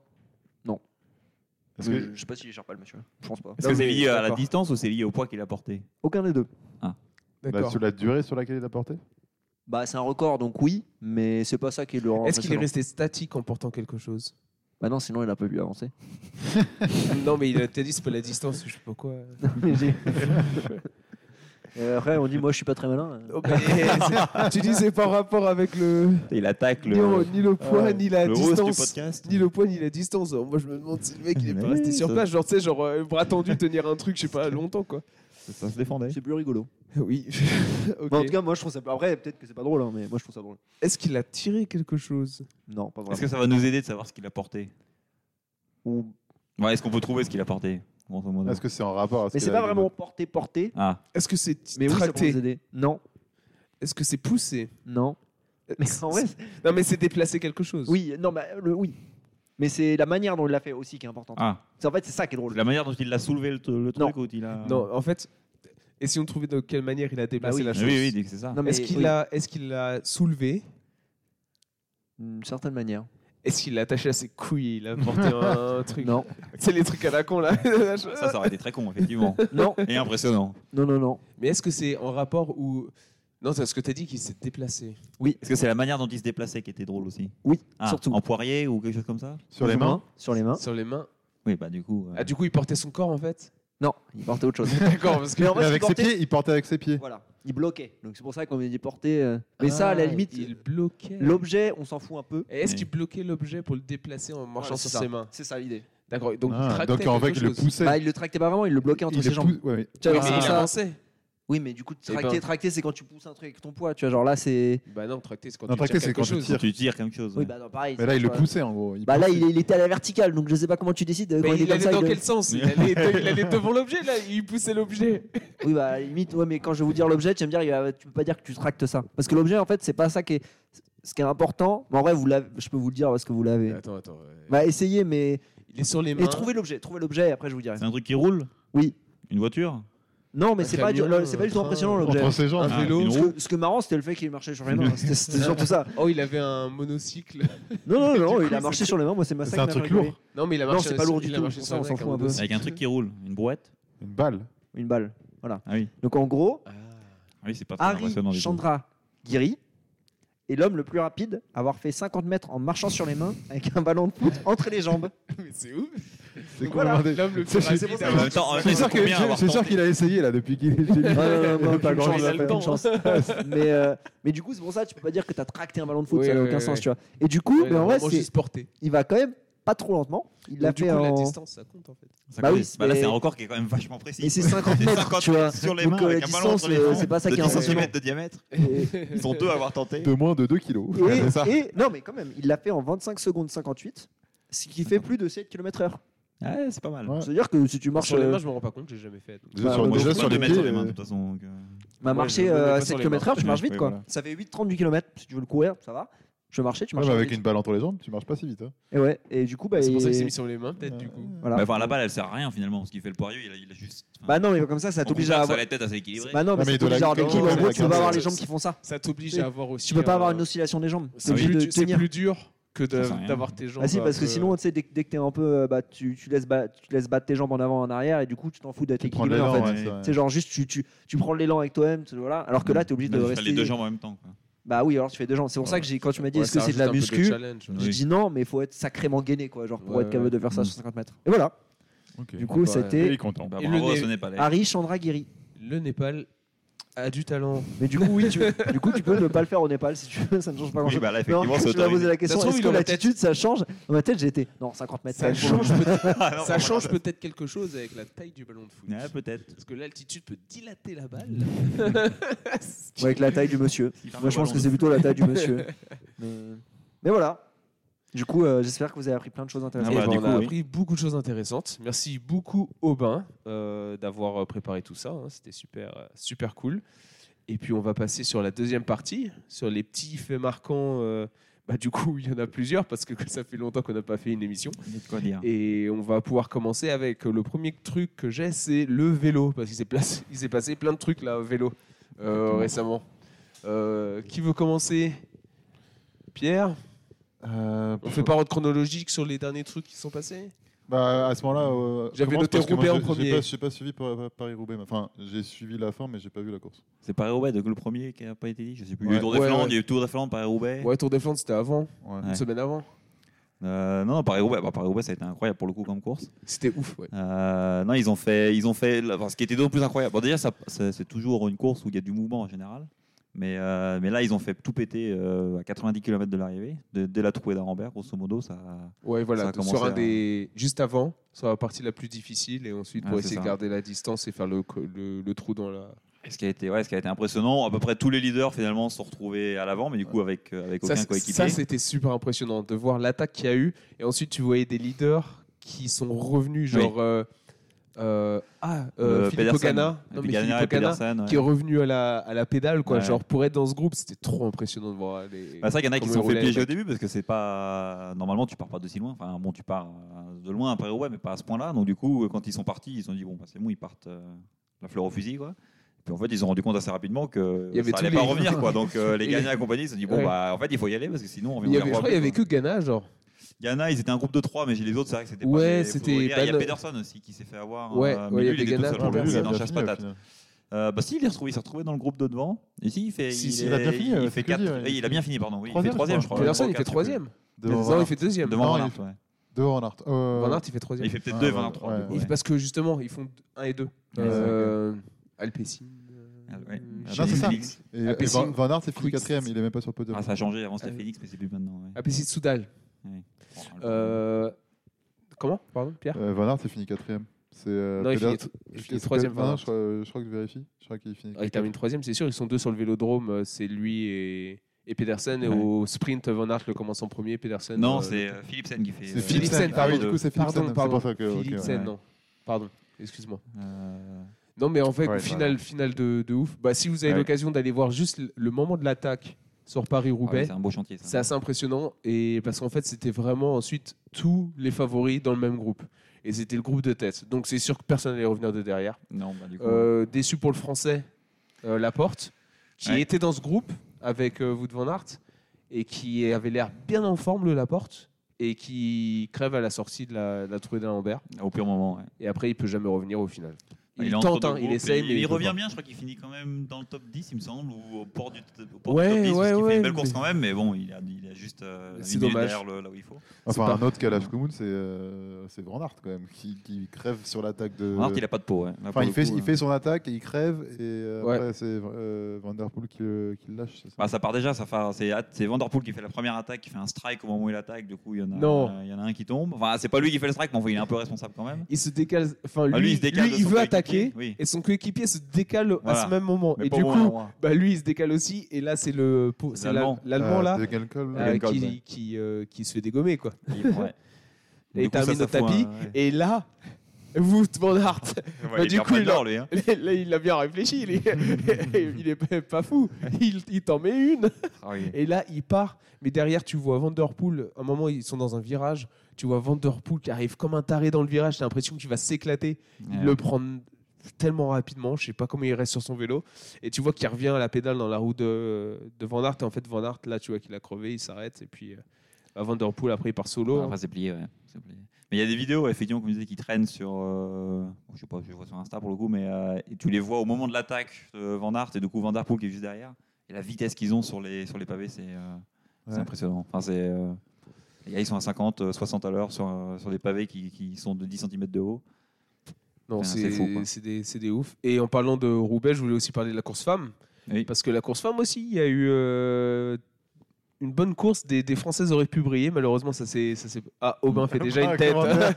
Speaker 4: Parce
Speaker 5: Je,
Speaker 4: que
Speaker 5: je sais pas s'il échappe pas le monsieur. Je pense pas.
Speaker 2: Est-ce que
Speaker 1: Non,
Speaker 2: c'est
Speaker 1: mais-
Speaker 2: lié à la
Speaker 1: d'accord.
Speaker 2: distance ou c'est lié au poids qu'il a porté?
Speaker 5: Aucun des deux.
Speaker 4: bah,
Speaker 1: D'accord.
Speaker 4: sur la durée sur laquelle il a porté.
Speaker 5: Bah c'est un record, donc oui, mais c'est pas ça qui est le rend
Speaker 1: Est-ce qu'il est
Speaker 5: impressionnant.
Speaker 1: resté statique en portant quelque chose?
Speaker 5: Bah non, sinon il a pas pu avancer.
Speaker 1: Non mais il a t'as dit c'est pas la distance, je sais pas quoi.
Speaker 5: Mais j'ai- Euh, Après, on dit moi je suis pas très malin.
Speaker 1: Oh, mais c'est- tu dis c'est pas en rapport avec le
Speaker 2: Il attaque
Speaker 1: ni, au-
Speaker 2: le,
Speaker 1: ni le poids
Speaker 4: Ouais.
Speaker 1: ni la
Speaker 2: le host du
Speaker 1: distance.
Speaker 2: podcast.
Speaker 1: Ni le poids ni la distance. Alors, moi je me demande si le mec il est pas
Speaker 2: Mais
Speaker 1: resté
Speaker 2: oui,
Speaker 1: sur
Speaker 2: ça-
Speaker 1: place, genre tu sais genre euh, bras tendu tenir un truc je sais pas longtemps quoi.
Speaker 2: Ça se défendait.
Speaker 5: C'est plus rigolo.
Speaker 1: Oui. Ok.
Speaker 5: Mais en tout cas, moi je trouve ça. Après, peut-être que c'est pas drôle, hein, mais moi je trouve ça drôle.
Speaker 1: Est-ce qu'il a tiré quelque chose?
Speaker 5: Non, pas
Speaker 2: Est-ce
Speaker 5: vraiment.
Speaker 2: que ça va nous aider de savoir ce qu'il a porté?
Speaker 5: Ou-
Speaker 2: Ouais, est-ce qu'on peut trouver ce qu'il a porté grosso modo?
Speaker 4: Est-ce que c'est en rapport à ce
Speaker 5: Mais
Speaker 4: qu'il
Speaker 5: c'est
Speaker 4: a
Speaker 5: pas
Speaker 4: dit
Speaker 5: vraiment porté, porté.
Speaker 2: Ah,
Speaker 1: Est-ce que c'est
Speaker 5: Mais oui, ça peut
Speaker 1: tracté?
Speaker 5: nous aider. Non,
Speaker 1: Est-ce que c'est poussé?
Speaker 5: non. Mais en vrai, c'est-
Speaker 1: Non mais c'est déplacer quelque chose.
Speaker 5: oui, non, mais le, oui. Mais c'est la manière dont il l'a fait aussi qui est importante.
Speaker 2: ah.
Speaker 5: C'est- En fait, c'est ça qui est drôle.
Speaker 2: La manière dont il l'a soulevé le, le truc ou il a.
Speaker 1: Non, en fait, essayons de trouver de quelle manière il a déplacé
Speaker 5: oui.
Speaker 1: la
Speaker 2: Ah
Speaker 1: chose.
Speaker 2: oui, oui, c'est ça.
Speaker 5: Non, mais
Speaker 1: Est-ce qu'il
Speaker 5: oui,
Speaker 1: a, est-ce qu'il l'a soulevé?
Speaker 5: d'une certaine manière.
Speaker 1: Est-ce qu'il l'a attaché à ses couilles et il a porté un truc?
Speaker 5: Non,
Speaker 1: C'est les trucs à la con là.
Speaker 2: Ça, ça aurait été très con, effectivement.
Speaker 5: non,
Speaker 2: Et impressionnant.
Speaker 5: non, non, non.
Speaker 1: Mais est-ce que c'est en rapport où... Non, c'est ce que tu as dit qu'il s'est déplacé.
Speaker 2: Est-ce que c'est la manière dont il se déplaçait qui était drôle aussi?
Speaker 5: Oui,
Speaker 2: Ah,
Speaker 5: surtout.
Speaker 2: En poirier ou quelque chose comme ça?
Speaker 4: Sur les
Speaker 5: Plus ou
Speaker 4: mains.
Speaker 5: moins, sur les mains.
Speaker 1: Sur les mains.
Speaker 2: Oui, bah du coup. euh,
Speaker 1: Ah, du coup, il portait son corps en fait?
Speaker 5: Non, il portait autre chose.
Speaker 1: D'accord, parce que...
Speaker 5: Mais en vrai,
Speaker 4: Mais
Speaker 5: ce
Speaker 4: avec
Speaker 5: qu'il
Speaker 4: ses
Speaker 5: portait-
Speaker 4: pieds, il portait avec ses pieds.
Speaker 5: Voilà, il bloquait. Donc c'est pour ça qu'on dit porter. euh, Mais ça, à la
Speaker 1: Ah,
Speaker 5: limite,
Speaker 1: il bloquait.
Speaker 5: l'objet, on s'en fout un peu.
Speaker 1: Et est-ce
Speaker 2: Mais-
Speaker 1: qu'il bloquait l'objet pour le déplacer en marchant
Speaker 5: Voilà,
Speaker 1: sur
Speaker 5: c'est
Speaker 1: ses
Speaker 5: ça.
Speaker 1: mains?
Speaker 5: C'est ça l'idée.
Speaker 1: D'accord, donc il
Speaker 4: Ah,
Speaker 1: tractait
Speaker 4: donc en fait,
Speaker 1: quelque
Speaker 4: il le
Speaker 1: chose.
Speaker 4: poussait.
Speaker 5: Bah, il le tractait pas vraiment, il le bloquait entre
Speaker 4: Il
Speaker 5: ses
Speaker 4: le
Speaker 5: jambes.
Speaker 4: pousse- ouais, ouais.
Speaker 5: Tu vois,
Speaker 1: Oui,
Speaker 5: alors,
Speaker 1: mais
Speaker 5: c'est
Speaker 1: il
Speaker 5: ça.
Speaker 1: avançait.
Speaker 5: Oui, mais du coup,
Speaker 1: Eh
Speaker 5: tracter,
Speaker 1: ben.
Speaker 5: tracter, c'est quand tu pousses un truc avec ton poids. Tu vois, genre là, c'est.
Speaker 1: Bah non, tracter, c'est quand
Speaker 4: Non,
Speaker 1: tu
Speaker 4: tracter,
Speaker 1: tires
Speaker 4: c'est
Speaker 1: quelque
Speaker 4: quand tu
Speaker 1: chose.
Speaker 4: tires.
Speaker 2: Tu tires quelque chose.
Speaker 5: Oui,
Speaker 2: ouais.
Speaker 5: bah non, pareil.
Speaker 4: Mais là, il le
Speaker 5: tu vois.
Speaker 4: poussait en gros. Il
Speaker 5: Bah là,
Speaker 4: poussait.
Speaker 5: il, il était à la verticale, donc je sais pas comment tu décides.
Speaker 1: Mais
Speaker 5: quand
Speaker 1: il
Speaker 5: est comme
Speaker 1: allait
Speaker 5: ça,
Speaker 1: dans
Speaker 5: il-
Speaker 1: quel sens? Il allait, il allait devant l'objet là, il poussait l'objet.
Speaker 5: Oui, bah à la limite, ouais, mais quand je vais vous dire l'objet, tu vas me dire, il va- tu peux pas dire que tu tractes ça. Parce que l'objet, en fait, c'est pas ça qui est. Ce qui est important, mais en vrai, vous l'avez- je peux vous le dire parce que vous l'avez.
Speaker 1: Attends, attends. ouais.
Speaker 5: Bah, essayez, mais.
Speaker 1: Il est sur les mains.
Speaker 5: Et trouvez l'objet, trouvez l'objet, et après, je vous dirai.
Speaker 2: C'est un truc qui roule?
Speaker 5: Oui.
Speaker 2: Une voiture?
Speaker 5: Non, mais
Speaker 1: Un
Speaker 5: c'est pas, du-
Speaker 1: camion,
Speaker 5: le- c'est pas du tout
Speaker 1: un
Speaker 5: impressionnant
Speaker 1: train.
Speaker 5: l'objet.
Speaker 4: Entre ses jambes.
Speaker 1: Un
Speaker 2: Ah,
Speaker 1: vélo.
Speaker 2: une
Speaker 5: Ce
Speaker 2: roue?
Speaker 5: que, ce que marrant, c'était le fait qu'il marchait sur les mains. C'était c'était surtout ça.
Speaker 1: Oh, il avait un monocycle.
Speaker 5: Non, non, non,
Speaker 1: Du
Speaker 5: il
Speaker 1: coup,
Speaker 5: a marché
Speaker 1: c'est-
Speaker 5: sur les mains. Moi, c'est ma
Speaker 4: C'est
Speaker 5: ça
Speaker 4: un
Speaker 5: qui m'a
Speaker 4: truc
Speaker 5: fait rigoler.
Speaker 4: lourd.
Speaker 1: Non, mais il a
Speaker 5: Non,
Speaker 1: marché.
Speaker 5: c'est pas lourd du
Speaker 1: il a
Speaker 5: tout.
Speaker 1: marché
Speaker 5: Pour
Speaker 1: sur
Speaker 5: ça,
Speaker 1: un
Speaker 5: on s'en
Speaker 1: mec
Speaker 5: fout
Speaker 1: en
Speaker 5: un peu.
Speaker 1: monocycle.
Speaker 2: Avec un truc qui roule? Une brouette?
Speaker 4: Une balle.
Speaker 5: Une balle. Voilà.
Speaker 2: Ah oui.
Speaker 5: Donc en gros,
Speaker 1: Ah.
Speaker 2: Ah oui, c'est pas très
Speaker 5: Hari
Speaker 2: impressionnant du tout.
Speaker 5: Chandra Giri est l'homme le plus rapide à avoir fait cinquante mètres en marchant sur les mains avec un ballon de foot entre les jambes.
Speaker 1: Mais c'est ouf.
Speaker 4: C'est
Speaker 1: Donc
Speaker 4: quoi
Speaker 1: voilà,
Speaker 4: le
Speaker 1: l'homme le plus
Speaker 4: C'est-
Speaker 1: rapide.
Speaker 4: c'est pour
Speaker 2: En même temps, en même
Speaker 4: Je suis
Speaker 2: temps,
Speaker 4: sûr
Speaker 2: il
Speaker 4: qu'il
Speaker 2: faut bien
Speaker 4: je-
Speaker 2: avoir
Speaker 4: je suis sûr
Speaker 2: tenté.
Speaker 4: qu'il a essayé là depuis qu'il est chez lui.
Speaker 5: non, non, non,
Speaker 4: Pas
Speaker 5: aucune
Speaker 4: grand
Speaker 5: chance,
Speaker 1: il a
Speaker 5: pas
Speaker 1: le
Speaker 5: une
Speaker 1: temps.
Speaker 5: chance. mais, euh, mais du coup, c'est pour ça que tu peux pas dire que tu as tracté un ballon de foot,
Speaker 1: Oui,
Speaker 5: ça n'a
Speaker 1: oui,
Speaker 5: aucun
Speaker 1: oui,
Speaker 5: sens,
Speaker 1: oui.
Speaker 5: tu vois. Et du coup,
Speaker 1: Ouais,
Speaker 5: mais en vrai,
Speaker 1: vraiment
Speaker 5: c'est-
Speaker 1: juste porté.
Speaker 5: il va quand même pas trop lentement. Il l'a
Speaker 1: Donc, du
Speaker 5: fait
Speaker 1: coup, la
Speaker 5: en.
Speaker 1: distance, ça compte en fait.
Speaker 2: Ça
Speaker 5: Bah
Speaker 2: compte.
Speaker 5: oui,
Speaker 2: Bah là,
Speaker 5: mais-
Speaker 2: c'est un record qui est quand même vachement précis.
Speaker 5: Et c'est
Speaker 2: quoi.
Speaker 5: cinquante mètres,
Speaker 2: cinquante
Speaker 5: tu vois.
Speaker 2: sur les
Speaker 5: Donc,
Speaker 2: mains
Speaker 5: euh,
Speaker 2: avec
Speaker 5: la
Speaker 2: un ballon entre
Speaker 5: distance,
Speaker 2: les
Speaker 5: euh,
Speaker 2: mains
Speaker 5: c'est pas ça
Speaker 2: de
Speaker 5: qui est
Speaker 2: dix
Speaker 5: impressionnant.
Speaker 2: centimètres de diamètre.
Speaker 5: Et-
Speaker 2: Ils sont deux à avoir tenté.
Speaker 4: De moins de deux kilos.
Speaker 5: Et,
Speaker 2: C'est ça.
Speaker 5: et- non, mais quand même, il l'a fait en vingt-cinq secondes cinquante-huit, ce qui fait plus de sept kilomètres heure.
Speaker 2: Ouais, c'est pas mal.
Speaker 4: Ouais.
Speaker 5: C'est-à-dire que si tu marches.
Speaker 1: Sur les
Speaker 5: euh,
Speaker 1: mains, je me rends pas compte, j'ai jamais fait. donc.
Speaker 4: Déjà,
Speaker 5: Bah,
Speaker 4: sur,
Speaker 5: moi,
Speaker 4: déjà,
Speaker 5: je
Speaker 4: sur
Speaker 2: deux
Speaker 4: les
Speaker 2: mètres
Speaker 4: pieds,
Speaker 2: sur les mains, de
Speaker 4: euh,
Speaker 2: toute façon. donc, euh,
Speaker 5: bah,
Speaker 1: Ouais,
Speaker 5: marcher
Speaker 1: je me mets
Speaker 5: euh,
Speaker 1: pas
Speaker 5: à
Speaker 1: sur
Speaker 5: sept
Speaker 1: les
Speaker 5: kilomètres heure, tu
Speaker 2: mains.
Speaker 5: marches
Speaker 2: Oui,
Speaker 5: vite quoi.
Speaker 2: voilà.
Speaker 5: Ça fait huit trente du kilomètre si tu veux le courir, ça va. Je veux marcher, tu
Speaker 4: ouais,
Speaker 5: marches
Speaker 4: mais
Speaker 5: vite.
Speaker 4: avec une balle entre les jambes, tu marches pas si vite. Hein.
Speaker 5: Et ouais, et du coup, bah.
Speaker 1: C'est pour ça que
Speaker 5: il-
Speaker 1: c'est mis sur les mains, peut-être, du coup.
Speaker 5: Voilà.
Speaker 2: Bah, enfin, la balle, elle sert à rien finalement. Ce qui fait le poirier, il a, il a juste. enfin,
Speaker 5: Bah non, mais comme ça, ça
Speaker 2: on
Speaker 5: t'oblige
Speaker 2: conserve
Speaker 5: à
Speaker 2: ça,
Speaker 5: avoir.
Speaker 2: la tête assez équilibrée.
Speaker 5: Bah non,
Speaker 4: Ouais,
Speaker 5: mais
Speaker 4: mais
Speaker 5: ça
Speaker 4: il doit
Speaker 5: t'oblige à
Speaker 4: la
Speaker 5: avoir des
Speaker 4: calmer,
Speaker 5: équilibres. En
Speaker 4: la
Speaker 5: gros, tu peux pas
Speaker 4: calmer.
Speaker 5: avoir les jambes qui font ça.
Speaker 1: Ça t'oblige
Speaker 5: Oui.
Speaker 1: à avoir aussi.
Speaker 5: Tu peux pas
Speaker 1: un-
Speaker 5: avoir une oscillation des jambes.
Speaker 1: C'est
Speaker 5: obligé
Speaker 1: plus,
Speaker 5: de
Speaker 1: du- c'est
Speaker 5: tenir.
Speaker 1: plus dur que de-
Speaker 2: Ça sert à rien.
Speaker 1: d'avoir tes jambes.
Speaker 5: Ah si,
Speaker 1: un
Speaker 5: parce que
Speaker 1: peu-
Speaker 5: sinon, tu sais, dès, dès que t'es un peu, euh, bah, tu, tu, laisses ba- tu laisses battre tes jambes en avant, en arrière, et du coup, tu t'en fous d'être
Speaker 4: Tu prends de
Speaker 5: équilibré en
Speaker 4: l'élan,
Speaker 5: fait.
Speaker 4: ouais, c'est vrai.
Speaker 5: C'est genre juste, tu, tu, tu prends l'élan avec toi-même, tu- voilà. Alors que là, t'es obligé de
Speaker 2: Bah, tu fais
Speaker 5: rester.
Speaker 2: les deux jambes en même temps. quoi.
Speaker 5: Bah oui, alors tu fais deux jambes. C'est pour ça
Speaker 1: Ouais.
Speaker 5: que j'ai, quand tu m'as dit,
Speaker 1: Ouais,
Speaker 5: est-ce que
Speaker 1: ça
Speaker 5: c'est de la
Speaker 1: rajoute un peu
Speaker 5: muscu,
Speaker 1: challenge, ouais.
Speaker 5: j'ai dit non, mais il faut être sacrément gainé, quoi, genre pour
Speaker 1: Ouais,
Speaker 5: être capable
Speaker 1: ouais.
Speaker 5: de faire ça
Speaker 4: Mm.
Speaker 5: sur cinquante mètres. Et voilà.
Speaker 4: Ok.
Speaker 5: Du coup,
Speaker 1: Ouais.
Speaker 5: ça a
Speaker 4: Il
Speaker 5: été
Speaker 4: est content.
Speaker 2: Bah,
Speaker 1: Et
Speaker 2: bravo
Speaker 1: le
Speaker 2: à
Speaker 1: nez-
Speaker 2: ce Népalais.
Speaker 5: Hari Chandragiri.
Speaker 1: Le Népal a du talent.
Speaker 5: Mais du coup, oui, tu, du coup, tu peux ne pas le faire au Népal si tu veux, ça ne change pas grand
Speaker 2: Oui,
Speaker 5: chose.
Speaker 2: bah là, effectivement, c'est
Speaker 5: tu m'as posé
Speaker 2: autorisé.
Speaker 5: la question,
Speaker 1: Ça se trouve,
Speaker 5: est-ce
Speaker 1: il
Speaker 5: que
Speaker 1: aurait
Speaker 5: l'attitude ça change? Dans ma tête, j'ai été non, cinquante mètres.
Speaker 1: Ça
Speaker 5: c'est bon.
Speaker 1: change peut-être
Speaker 2: Ah, non,
Speaker 1: ça
Speaker 2: non,
Speaker 1: change
Speaker 2: non.
Speaker 1: peut-être quelque chose avec la taille du ballon de foot.
Speaker 2: Ouais, peut-être.
Speaker 1: Parce que l'altitude peut dilater la balle.
Speaker 5: Ouais, avec la taille du monsieur.
Speaker 2: S'il ferme
Speaker 5: Moi,
Speaker 2: le
Speaker 5: je pense
Speaker 2: ballon
Speaker 5: que
Speaker 2: de
Speaker 5: c'est plutôt la taille du monsieur. Mais, mais voilà. Du coup, euh, j'espère que vous avez appris plein de choses intéressantes.
Speaker 2: Ah
Speaker 1: Et
Speaker 2: bah,
Speaker 1: ben,
Speaker 2: du
Speaker 1: on
Speaker 2: coup,
Speaker 1: a
Speaker 2: oui.
Speaker 1: appris beaucoup de choses intéressantes. Merci beaucoup Aubin euh, d'avoir euh, préparé tout ça. hein. C'était super, euh, super cool. Et puis on va passer sur la deuxième partie, sur les petits faits marquants. euh, bah, du coup, il y en a plusieurs parce que ça fait longtemps qu'on n'a pas fait une émission.
Speaker 2: Il y a de quoi dire.
Speaker 1: Et on va pouvoir commencer avec euh, le premier truc que j'ai, c'est le vélo. Parce qu'il s'est, placé- il s'est passé plein de trucs là au vélo euh, récemment. Euh, qui veut commencer? Pierre?
Speaker 4: Euh,
Speaker 1: On fait pas ordre chronologique sur les derniers trucs qui sont passés?
Speaker 4: Bah, à ce moment-là, euh,
Speaker 1: J'avais
Speaker 4: commence
Speaker 1: noté
Speaker 4: parce que moi,
Speaker 1: Roubaix en
Speaker 4: j'ai-
Speaker 1: premier.
Speaker 4: J'ai pas, j'ai pas suivi Par- Paris-Roubaix. mais- Enfin, j'ai suivi la fin, mais j'ai pas vu la course.
Speaker 2: C'est Paris-Roubaix, donc le premier qui n'a pas été dit. Je sais plus. Il y a
Speaker 4: Ouais.
Speaker 2: eu Tour des
Speaker 1: Ouais,
Speaker 2: Flandres,
Speaker 1: ouais.
Speaker 2: il y a eu Tour des Flandres, Paris-Roubaix.
Speaker 1: Ouais, Tour des Flandres, c'était avant,
Speaker 4: Ouais.
Speaker 1: une
Speaker 2: Ouais.
Speaker 1: semaine avant.
Speaker 2: Euh, non, non, Paris-Roubaix, bah, Paris-Roubaix, ça a été incroyable pour le coup comme course.
Speaker 1: C'était ouf, ouais.
Speaker 2: Euh, non, ils ont fait, ils ont fait. Enfin, ce qui était d'autant plus incroyable. Bon, déjà, ça, ça- c'est toujours une course où il y a du mouvement en général. Mais, euh, mais là, ils ont fait tout péter euh, à quatre-vingt-dix kilomètres de l'arrivée, de- dès la trouée d'Arambert, grosso modo. Ça,
Speaker 1: Ouais,
Speaker 2: Ça
Speaker 1: voilà,
Speaker 2: a commencé
Speaker 1: sur un
Speaker 2: à-
Speaker 1: des... juste avant, sur la partie la plus difficile, et ensuite
Speaker 2: Ouais,
Speaker 1: pour
Speaker 2: c'est
Speaker 1: essayer de
Speaker 2: ça.
Speaker 1: garder la distance et faire le, co- le, le trou dans la...
Speaker 2: Et ce qui a été, ouais, ce qui a été impressionnant, à peu près tous les leaders finalement se sont retrouvés à l'avant, mais du coup avec euh, avec
Speaker 1: Ça,
Speaker 2: aucun
Speaker 1: c'est-
Speaker 2: coéquipier.
Speaker 1: ça, c'était super impressionnant de voir l'attaque qu'il y a eu, et ensuite tu voyais des leaders qui sont revenus, genre... euh, euh, ah, euh,
Speaker 2: Euh,
Speaker 1: Philippe
Speaker 2: Pedersen.
Speaker 1: Ogana, non, mais
Speaker 2: Pegana
Speaker 1: Philippe
Speaker 2: et
Speaker 1: Ogana,
Speaker 2: Pedersen, ouais.
Speaker 1: qui est revenu à la, à la pédale, quoi.
Speaker 2: Ouais.
Speaker 1: Genre, pour être dans ce groupe, c'était trop impressionnant de voir les...
Speaker 2: Bah, c'est vrai qu'il y en a qui
Speaker 1: comment
Speaker 2: se sont
Speaker 1: ils
Speaker 2: fait
Speaker 1: roulaient
Speaker 2: piéger au
Speaker 1: avec.
Speaker 2: début parce que c'est pas normalement tu pars pas de si loin. Enfin bon, tu pars euh, de loin après ouais, mais pas à ce point-là. Donc du coup, quand ils sont partis, ils se sont dit bon, bah, c'est bon, ils partent euh, la fleur au fusil quoi. Puis en fait, ils se sont rendu compte assez rapidement que
Speaker 1: Il y avait
Speaker 2: ça
Speaker 1: tous
Speaker 2: allait
Speaker 1: les-
Speaker 2: pas revenir quoi. Donc euh, les
Speaker 1: Et-
Speaker 2: gagnants et compagnie, ils se sont dit bon
Speaker 1: Ouais.
Speaker 2: bah en fait il faut y aller parce que sinon on
Speaker 1: Il
Speaker 2: vient
Speaker 1: y avait, je crois qu'il y avait que Ghana, genre.
Speaker 2: Ghana, ils étaient un groupe de trois, mais les autres, c'est vrai que c'était
Speaker 1: Ouais,
Speaker 2: pas. des-
Speaker 1: c'était
Speaker 2: faut dire, Il y a
Speaker 1: Ban-
Speaker 2: Pedersen aussi qui s'est fait avoir.
Speaker 1: Ouais,
Speaker 2: euh,
Speaker 1: ouais,
Speaker 2: mais
Speaker 1: il y
Speaker 2: lui, il
Speaker 1: avait
Speaker 2: était tout
Speaker 1: Ghana,
Speaker 2: seul.
Speaker 1: Ban-
Speaker 2: pour le coup,
Speaker 1: Ban-
Speaker 2: il est
Speaker 4: il
Speaker 2: dans
Speaker 4: a bien
Speaker 2: chasse
Speaker 4: fini, au
Speaker 2: patate.
Speaker 4: final.
Speaker 2: Euh, bah si, il est retrouvé, il s'est retrouvé dans le groupe de devant. Et si, il fait.
Speaker 4: Si,
Speaker 2: il,
Speaker 4: si,
Speaker 2: est-
Speaker 4: il a bien fini,
Speaker 2: Il
Speaker 4: euh,
Speaker 2: fait
Speaker 4: c'est que
Speaker 2: quatre.
Speaker 4: dire, il-
Speaker 2: Il a bien fini, pardon. Oui, il
Speaker 4: Troisième,
Speaker 2: fait troisième,
Speaker 4: je
Speaker 2: je crois.
Speaker 4: crois.
Speaker 1: Pedersen,
Speaker 2: Trois,
Speaker 1: il fait
Speaker 2: quatre,
Speaker 1: troisième.
Speaker 4: Devant
Speaker 1: Non,
Speaker 4: Van
Speaker 1: il
Speaker 4: Aert.
Speaker 1: fait deuxième.
Speaker 2: Devant
Speaker 4: Non,
Speaker 2: Van
Speaker 4: il
Speaker 2: Aert,
Speaker 4: fait-
Speaker 2: ouais.
Speaker 4: Devant Van Aert. Euh,
Speaker 1: Van Aert, il fait troisième.
Speaker 2: Il fait peut-être
Speaker 4: Ah,
Speaker 2: deux,
Speaker 4: ouais,
Speaker 2: Van Aert, trois.
Speaker 4: ouais,
Speaker 2: du coup,
Speaker 1: Il-
Speaker 2: ouais.
Speaker 1: Parce que justement, ils font un et deux.
Speaker 2: Ouais,
Speaker 1: Euh, Alpecin.
Speaker 2: Ah, ouais.
Speaker 1: euh,
Speaker 2: Ah,
Speaker 4: Non, c'est ça.
Speaker 2: Félix.
Speaker 4: Et,
Speaker 1: Ah,
Speaker 4: et
Speaker 1: Pessing,
Speaker 4: Van, Van Aert, c'est fini
Speaker 1: Quick-
Speaker 4: quatrième. Il est même pas sur le podium.
Speaker 2: Ah, ça a changé. Avant, c'était
Speaker 1: Ah,
Speaker 2: Félix, mais c'est plus maintenant. ouais.
Speaker 1: Alpecin Soudal.
Speaker 2: Ouais. Bon, le-
Speaker 1: Euh, Comment Pardon, Pierre
Speaker 4: Euh, Van Aert, c'est fini quatrième. C'est euh,
Speaker 1: Non, il
Speaker 4: Peder-
Speaker 1: finit, il
Speaker 4: c'est-
Speaker 1: finit
Speaker 4: c'est-
Speaker 1: troisième.
Speaker 4: Non,
Speaker 1: Van
Speaker 4: non,
Speaker 1: Aert.
Speaker 4: je crois, je crois que je vérifie. Je crois qu'il finit.
Speaker 1: Ah, il termine troisième, c'est sûr. Ils sont deux sur le vélodrome. euh, C'est lui et, et Pedersen. Et
Speaker 2: Ouais.
Speaker 1: au sprint, Van Aert le commence en premier. Pedersen.
Speaker 2: Non,
Speaker 1: euh,
Speaker 2: c'est euh, Philipsen qui fait.
Speaker 4: C'est
Speaker 2: euh,
Speaker 1: Philipsen,
Speaker 4: Philipsen. Ah oui,
Speaker 1: pardon.
Speaker 4: du coup, c'est
Speaker 1: Pardon,
Speaker 4: Philipsen. C'est
Speaker 1: pardon.
Speaker 4: pour ça que. ok, ouais.
Speaker 1: Philipsen,
Speaker 2: ouais.
Speaker 1: non. Pardon, excuse-moi.
Speaker 2: euh,
Speaker 1: Non, mais en fait,
Speaker 4: Ouais,
Speaker 1: finale, finale de, de ouf. Bah, si vous avez
Speaker 2: Ouais.
Speaker 1: l'occasion d'aller voir juste le- le moment de l'attaque sur
Speaker 2: ah oui,
Speaker 1: Paris-Roubaix,
Speaker 2: c'est un beau chantier. ça.
Speaker 1: c'est assez impressionnant. Et parce qu'en fait, c'était vraiment ensuite tous les favoris dans le même groupe. Et c'était le groupe de tête. Donc c'est sûr que personne n'allait revenir de derrière.
Speaker 2: Non, bah, du coup.
Speaker 1: Euh, déçu pour le français, euh, Laporte, qui
Speaker 2: Ouais.
Speaker 1: était dans ce groupe avec euh, Wout van Aert et qui avait l'air bien en forme, le Laporte, et qui crève à la sortie de la, de la trouée d'Alembert.
Speaker 2: Au pire moment, ouais.
Speaker 1: Et après, il peut jamais revenir au final. Il,
Speaker 2: est entre
Speaker 1: tente,
Speaker 2: deux
Speaker 1: hein, il
Speaker 2: groupes,
Speaker 1: essaye,
Speaker 2: et
Speaker 1: mais
Speaker 2: il,
Speaker 1: il peut
Speaker 2: revient
Speaker 1: pas.
Speaker 2: bien. Je crois qu'il finit quand même dans le top dix, il me semble, ou au port du, au port
Speaker 1: Ouais,
Speaker 2: du top dix.
Speaker 1: ouais,
Speaker 2: parce qu'il
Speaker 1: ouais,
Speaker 2: fait une belle course
Speaker 1: mais-
Speaker 2: quand même, mais bon, il a, il a juste euh,
Speaker 1: C'est
Speaker 2: une minute
Speaker 1: dommage.
Speaker 2: derrière le- là où il faut.
Speaker 4: Enfin,
Speaker 1: C'est
Speaker 4: un
Speaker 1: pas-
Speaker 4: autre Kalash Koumoun, c'est euh, c'est Van Aert quand même, qui, qui crève sur l'attaque de.
Speaker 2: Van Aert, il a pas de peau. Ouais. Là, pour
Speaker 4: Enfin, il
Speaker 2: le
Speaker 4: fait,
Speaker 2: coup,
Speaker 4: il
Speaker 2: euh,
Speaker 4: fait son attaque et il crève, et euh,
Speaker 1: Ouais.
Speaker 4: après, c'est euh, Van Der Poel qui, le- qui le lâche. c'est ça
Speaker 2: Bah, ça part déjà, ça fait- c'est c'est Van Der Poel qui fait la première attaque, qui fait un strike au moment où il attaque, du coup il y en a,
Speaker 1: Non.
Speaker 2: il y en a un qui tombe. Enfin, c'est pas lui qui fait le strike, mais enfin, il est un peu responsable quand même.
Speaker 1: Il se décale. Enfin, lui,
Speaker 2: Ah, lui, il se décale
Speaker 1: lui,
Speaker 2: de
Speaker 1: il
Speaker 2: son
Speaker 1: veut
Speaker 2: coéquipier,
Speaker 1: attaquer.
Speaker 2: oui.
Speaker 1: Et son coéquipier se décale à
Speaker 2: Voilà.
Speaker 1: ce même moment.
Speaker 2: Mais
Speaker 1: et
Speaker 2: pas
Speaker 1: du
Speaker 2: au
Speaker 1: coup,
Speaker 2: bon endroit.
Speaker 1: bah, lui, il se décale aussi. Et là, c'est le c'est
Speaker 2: l'Allemand.
Speaker 1: l'Al- l'Allemand là
Speaker 4: Euh, de Genkolb,
Speaker 1: euh,
Speaker 2: Genkolb,
Speaker 1: qui,
Speaker 2: ouais.
Speaker 1: qui, euh, qui se fait dégommer quoi.
Speaker 2: Il- ouais.
Speaker 1: Et
Speaker 2: Du
Speaker 1: il
Speaker 2: coup, ça,
Speaker 1: termine
Speaker 2: ça
Speaker 1: au
Speaker 2: fout un-
Speaker 1: tapis.
Speaker 2: ouais.
Speaker 1: Et là, Wout van Aert,
Speaker 2: Ouais,
Speaker 1: bah,
Speaker 2: il
Speaker 1: du
Speaker 2: est en
Speaker 1: coup,
Speaker 2: plein
Speaker 1: il
Speaker 2: dedans,
Speaker 1: a-
Speaker 2: lui. Hein.
Speaker 1: là, il a bien réfléchi. Il est, il est pas fou. Il, il t'en met une.
Speaker 2: Ah oui.
Speaker 1: Et là, il part. Mais derrière, tu vois Van Der Poel. À un moment, ils sont dans un virage. Tu vois Van Der Poel qui arrive comme un taré dans le virage. T'as l'impression qu'il va s'éclater. Il
Speaker 2: Ouais.
Speaker 1: le prend tellement rapidement. Je sais pas comment il reste sur son vélo. Et tu vois qu'il revient à la pédale dans la roue de, de Van Aert. Et en fait, Van Aert, là, tu vois qu'il a crevé. Il s'arrête. Et puis, euh, bah, Van Der Poel, après, il part solo.
Speaker 2: Après, c'est plié, ouais. C'est plié. Mais il y a des vidéos, effectivement, comme je disais, qui traînent sur. Euh, je sais pas, je les vois sur Insta pour le coup, mais euh, et tu les vois au moment de l'attaque de Van Aert et du coup Van Der Poel qui est juste derrière. Et la vitesse qu'ils ont sur les, sur les pavés, c'est euh, c'est
Speaker 4: Ouais.
Speaker 2: impressionnant. Enfin, c'est, euh, les gars, ils sont à cinquante, euh, soixante à l'heure sur, euh, sur des pavés qui, qui sont de dix centimètres de haut.
Speaker 1: Non,
Speaker 2: Enfin,
Speaker 1: c'est
Speaker 2: c'est fou, quoi.
Speaker 1: c'est des, c'est des ouf. Et en parlant de Roubaix, je voulais aussi parler de la course femme.
Speaker 2: Oui.
Speaker 1: Parce que la course femme aussi, il y a eu euh, une bonne course. Des, des Françaises auraient pu briller. Malheureusement, ça s'est. ça s'est- Ah, Aubin fait déjà une tête.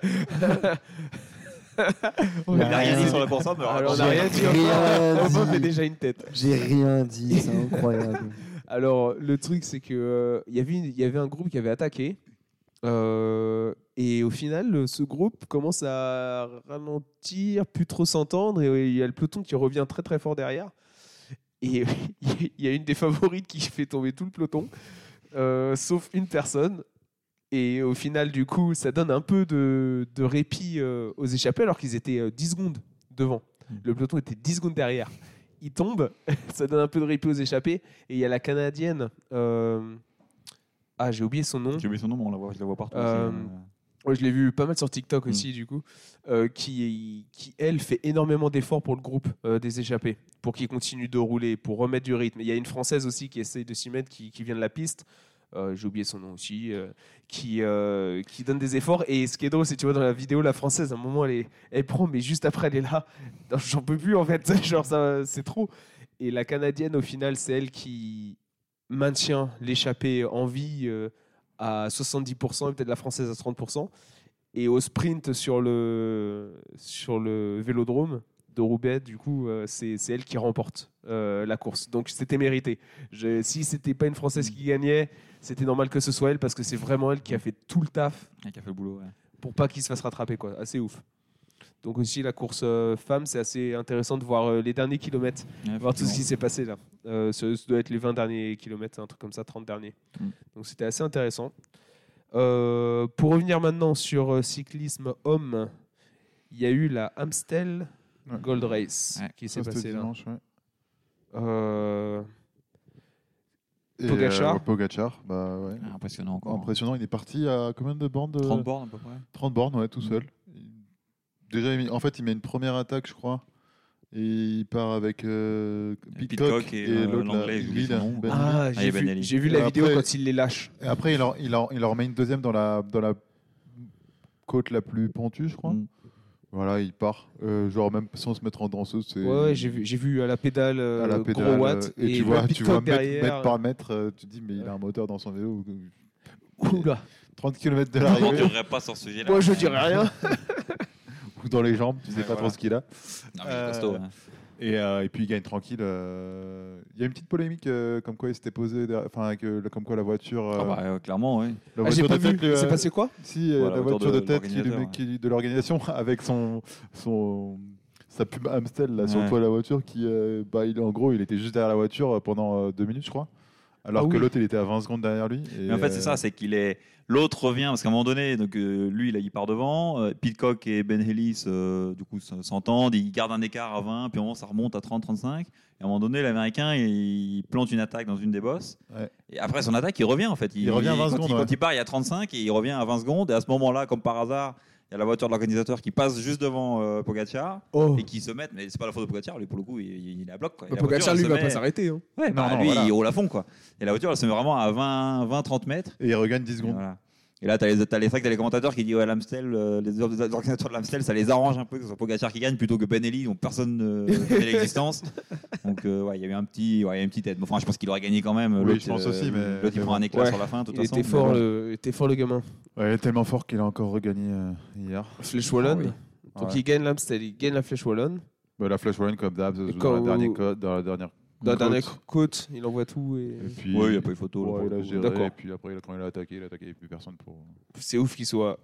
Speaker 5: On
Speaker 2: Il
Speaker 5: a
Speaker 2: n'a rien dit sur la course, mais
Speaker 1: Alors, on
Speaker 5: J'ai
Speaker 1: n'a rien dit
Speaker 5: rien
Speaker 1: encore. Aubin
Speaker 5: dit.
Speaker 1: fait déjà une tête.
Speaker 5: J'ai rien dit, c'est incroyable.
Speaker 1: Alors, le truc, c'est que euh, il y avait une- il y avait un groupe qui avait attaqué. Euh, et au final, le- ce groupe commence à ralentir, plus trop s'entendre. Et il y a le peloton qui revient très très fort derrière. Et il y a une des favorites qui fait tomber tout le peloton, euh, sauf une personne. Et au final, du coup, ça donne un peu de, de répit euh, aux échappés alors qu'ils étaient euh, dix secondes devant. Le peloton était dix secondes derrière. Il tombe, ça donne un peu de répit aux échappés. Et il y a la Canadienne. euh, Ah, j'ai oublié son nom.
Speaker 2: J'ai oublié son nom, mais on la voit, je la vois partout.
Speaker 1: Euh,
Speaker 2: aussi, hein.
Speaker 1: Ouais, je l'ai vu pas mal sur TikTok aussi, du coup, euh, qui, qui, elle, fait énormément d'efforts pour le groupe euh, des échappés, pour qu'ils continuent de rouler, pour remettre du rythme. Il y a une Française aussi qui essaye de s'y mettre, qui, qui vient de la piste. Euh, j'ai oublié son nom aussi, euh, qui, euh, qui donne des efforts. Et ce qui est drôle, c'est tu vois dans la vidéo, la Française, à un moment, elle, est, elle prend, mais juste après, elle est là. Non, j'en peux plus, en fait. Genre, ça, c'est trop. Et la Canadienne, au final, c'est elle qui maintient l'échappée en vie euh, à soixante-dix pour cent et peut-être la Française à trente pour cent. Et au sprint sur le, sur le vélodrome de Roubaix, du coup, euh, c'est, c'est elle qui remporte euh, la course. Donc c'était mérité. Je, si c'était pas une Française qui gagnait, c'était normal que ce soit elle parce que c'est vraiment elle qui a fait tout le taf
Speaker 2: Ouais, qui a fait le boulot. Ouais.
Speaker 1: pour pas qu'il se fasse rattraper, quoi. Assez ouf. Donc aussi la course euh, femme, c'est assez intéressant de voir euh, les derniers kilomètres,
Speaker 2: Ouais,
Speaker 1: voir tout ce qui
Speaker 2: effectivement.
Speaker 1: s'est passé là. Euh, ce, ce doit être les vingt derniers kilomètres, un truc comme ça, trente derniers.
Speaker 2: Mm.
Speaker 1: Donc c'était assez intéressant. Euh, pour revenir maintenant sur euh, cyclisme homme, il y a eu la Amstel
Speaker 4: Ouais.
Speaker 1: Gold Race
Speaker 2: Ouais.
Speaker 1: qui s'est
Speaker 4: Ça, c'était
Speaker 1: passée là.
Speaker 4: dimanche, ouais.
Speaker 1: Euh,
Speaker 4: Et,
Speaker 1: Pogačar.
Speaker 4: euh, Pogačar, bah ouais.
Speaker 2: Ah, impressionnant encore.
Speaker 4: Impressionnant, il est parti à combien de bornes de...
Speaker 2: trente bornes à peu près.
Speaker 4: trente bornes, ouais, tout
Speaker 2: Mm.
Speaker 4: seul. Il- Déjà, il met- en fait, il met une première attaque, je crois. Et il part avec euh, Pitcock,
Speaker 2: Pitcock et, euh,
Speaker 4: l'autre, là,
Speaker 2: l'anglais, j'ai oublié
Speaker 4: Lille,
Speaker 2: son nom.
Speaker 4: Ben
Speaker 1: Ah,
Speaker 2: Ah,
Speaker 1: j'ai
Speaker 2: et Ben
Speaker 1: vu,
Speaker 2: Ali.
Speaker 1: j'ai vu
Speaker 4: Et
Speaker 1: la
Speaker 4: après-
Speaker 1: vidéo quand il les lâche.
Speaker 4: Et après, il en, il, en, il en remet une deuxième dans la, dans la côte la plus pentue, je crois.
Speaker 2: Mm.
Speaker 4: Voilà, il part. Euh, genre, même sans se mettre en danseuse. C'est
Speaker 1: Ouais, ouais, j'ai vu, j'ai vu à la pédale, euh,
Speaker 4: à la pédale,
Speaker 1: gros watt.
Speaker 4: euh, et, tu
Speaker 1: même
Speaker 4: vois, tu
Speaker 1: Pitcock
Speaker 4: vois mètre,
Speaker 1: derrière.
Speaker 4: mètre par mètre, euh, tu te dis, mais il
Speaker 1: Ouais.
Speaker 4: a un moteur dans son vélo.
Speaker 1: Oula.
Speaker 4: trente kilomètres de
Speaker 2: On ne
Speaker 4: l'arrivée,
Speaker 2: durerait pas sur ce sujet-là.
Speaker 1: Moi, je dirais rien.
Speaker 4: ou dans les jambes, tu sais
Speaker 2: Ouais,
Speaker 4: pas trop
Speaker 2: voilà.
Speaker 4: ce qu'il a.
Speaker 2: Non, mais il est
Speaker 4: Euh,
Speaker 2: costaud, hein.
Speaker 4: Et, euh, et puis il gagne tranquille. euh. Il y a une petite polémique, euh, comme quoi il s'était posé, derrière- enfin, avec, euh, comme quoi la voiture. euh,
Speaker 2: Ah bah, euh, clairement, oui.
Speaker 4: la
Speaker 1: Ah, j'ai
Speaker 4: voiture
Speaker 1: pas
Speaker 4: de tête,
Speaker 1: vu.
Speaker 4: lui,
Speaker 1: C'est
Speaker 4: euh,
Speaker 1: passé quoi?
Speaker 4: Si, euh,
Speaker 2: Voilà,
Speaker 4: la
Speaker 2: la voiture
Speaker 4: voiture de
Speaker 2: de
Speaker 4: tête qui lui met-
Speaker 2: l'organisateur,
Speaker 4: qui- de l'organisation avec son, son, sa pub Amstel là, sur le
Speaker 2: Ouais.
Speaker 4: toit de la voiture. Qui, euh, bah, il, en gros, il était juste derrière la voiture euh, pendant euh, deux minutes, je crois. Alors
Speaker 1: Ah
Speaker 4: que
Speaker 1: oui.
Speaker 4: l'autre, il était à vingt secondes derrière lui. Et,
Speaker 2: Mais en fait, c'est
Speaker 4: euh,
Speaker 2: ça, c'est qu'il est. L'autre revient, parce qu'à un moment donné, donc, euh, lui, là, il part devant. euh, Pitcock et Ben Ellis, euh, du coup, s- s'entendent. Ils gardent un écart à vingt, puis à un moment, ça remonte à trente trente-cinq. Et à un moment donné, l'Américain, il plante une attaque dans une des bosses.
Speaker 4: Ouais.
Speaker 2: Et après son attaque, il revient, en fait.
Speaker 4: Il revient à vingt
Speaker 2: quand
Speaker 4: secondes,
Speaker 2: Il,
Speaker 4: ouais.
Speaker 2: Quand il part, il y a trente-cinq et il revient à vingt secondes. Et à ce moment-là, comme par hasard, il y a la voiture de l'organisateur qui passe juste devant euh, Pogacar
Speaker 1: Oh.
Speaker 2: et qui se met. Mais c'est pas la faute de Pogacar, lui, pour le coup, il, il est à bloc. Quoi. Et la
Speaker 1: Pogacar,
Speaker 2: voiture, elle
Speaker 1: lui,
Speaker 2: se
Speaker 1: va
Speaker 2: met-
Speaker 1: pas s'arrêter. Hein.
Speaker 2: Ouais, bah,
Speaker 4: Non, non,
Speaker 2: lui,
Speaker 4: voilà.
Speaker 2: il roule à fond, quoi. Et la voiture, elle se met vraiment à vingt vingt trente mètres.
Speaker 4: Et il regagne dix
Speaker 2: Et,
Speaker 4: secondes.
Speaker 2: voilà. Et là, tu as les, t'as les, c'est vrai que t'as les commentateurs qui disent ouais, l'Amstel, euh, les, or- les organisateurs de l'Amstel, ça les arrange un peu que ce soit Pogacar qui gagne plutôt que Ben Ellis, dont personne ne connaît l'existence. Donc, euh, ouais, il y a eu un petit, ouais, il y a une petite aide. Bon, enfin, je pense qu'il aurait gagné quand même.
Speaker 4: Oui,
Speaker 2: L'autre,
Speaker 4: je pense
Speaker 2: euh,
Speaker 4: aussi, mais-
Speaker 2: L'autre, il
Speaker 4: mais
Speaker 2: prend un
Speaker 4: bon.
Speaker 2: éclat
Speaker 1: Ouais.
Speaker 2: sur la fin, de toute
Speaker 1: Il
Speaker 2: façon.
Speaker 1: était
Speaker 2: mais
Speaker 1: fort,
Speaker 2: bon.
Speaker 1: le, il était fort le gamin.
Speaker 4: Ouais, il est tellement fort qu'il a encore regagné euh, hier.
Speaker 1: Flèche Wallonne.
Speaker 2: Ah oui.
Speaker 1: Donc
Speaker 4: Ouais.
Speaker 1: il gagne l'Amstel, il gagne la Flèche Wallonne.
Speaker 4: Bah, la Flash Wallon, comme d'hab, ça se joue
Speaker 1: quand-
Speaker 4: dans la dernière côte. Dans la dernière
Speaker 1: Dans la
Speaker 4: côte.
Speaker 1: dernière côte, il envoie tout. Et...
Speaker 4: Et puis,
Speaker 2: Ouais, il n'y a pas eu photo. là,
Speaker 4: ouais,
Speaker 2: pour
Speaker 4: il
Speaker 2: le
Speaker 4: a
Speaker 2: coup.
Speaker 4: géré,
Speaker 1: D'accord.
Speaker 4: et puis après, il a- quand il a attaqué, il a attaqué, il n'y avait plus personne pour.
Speaker 1: C'est ouf qu'il soit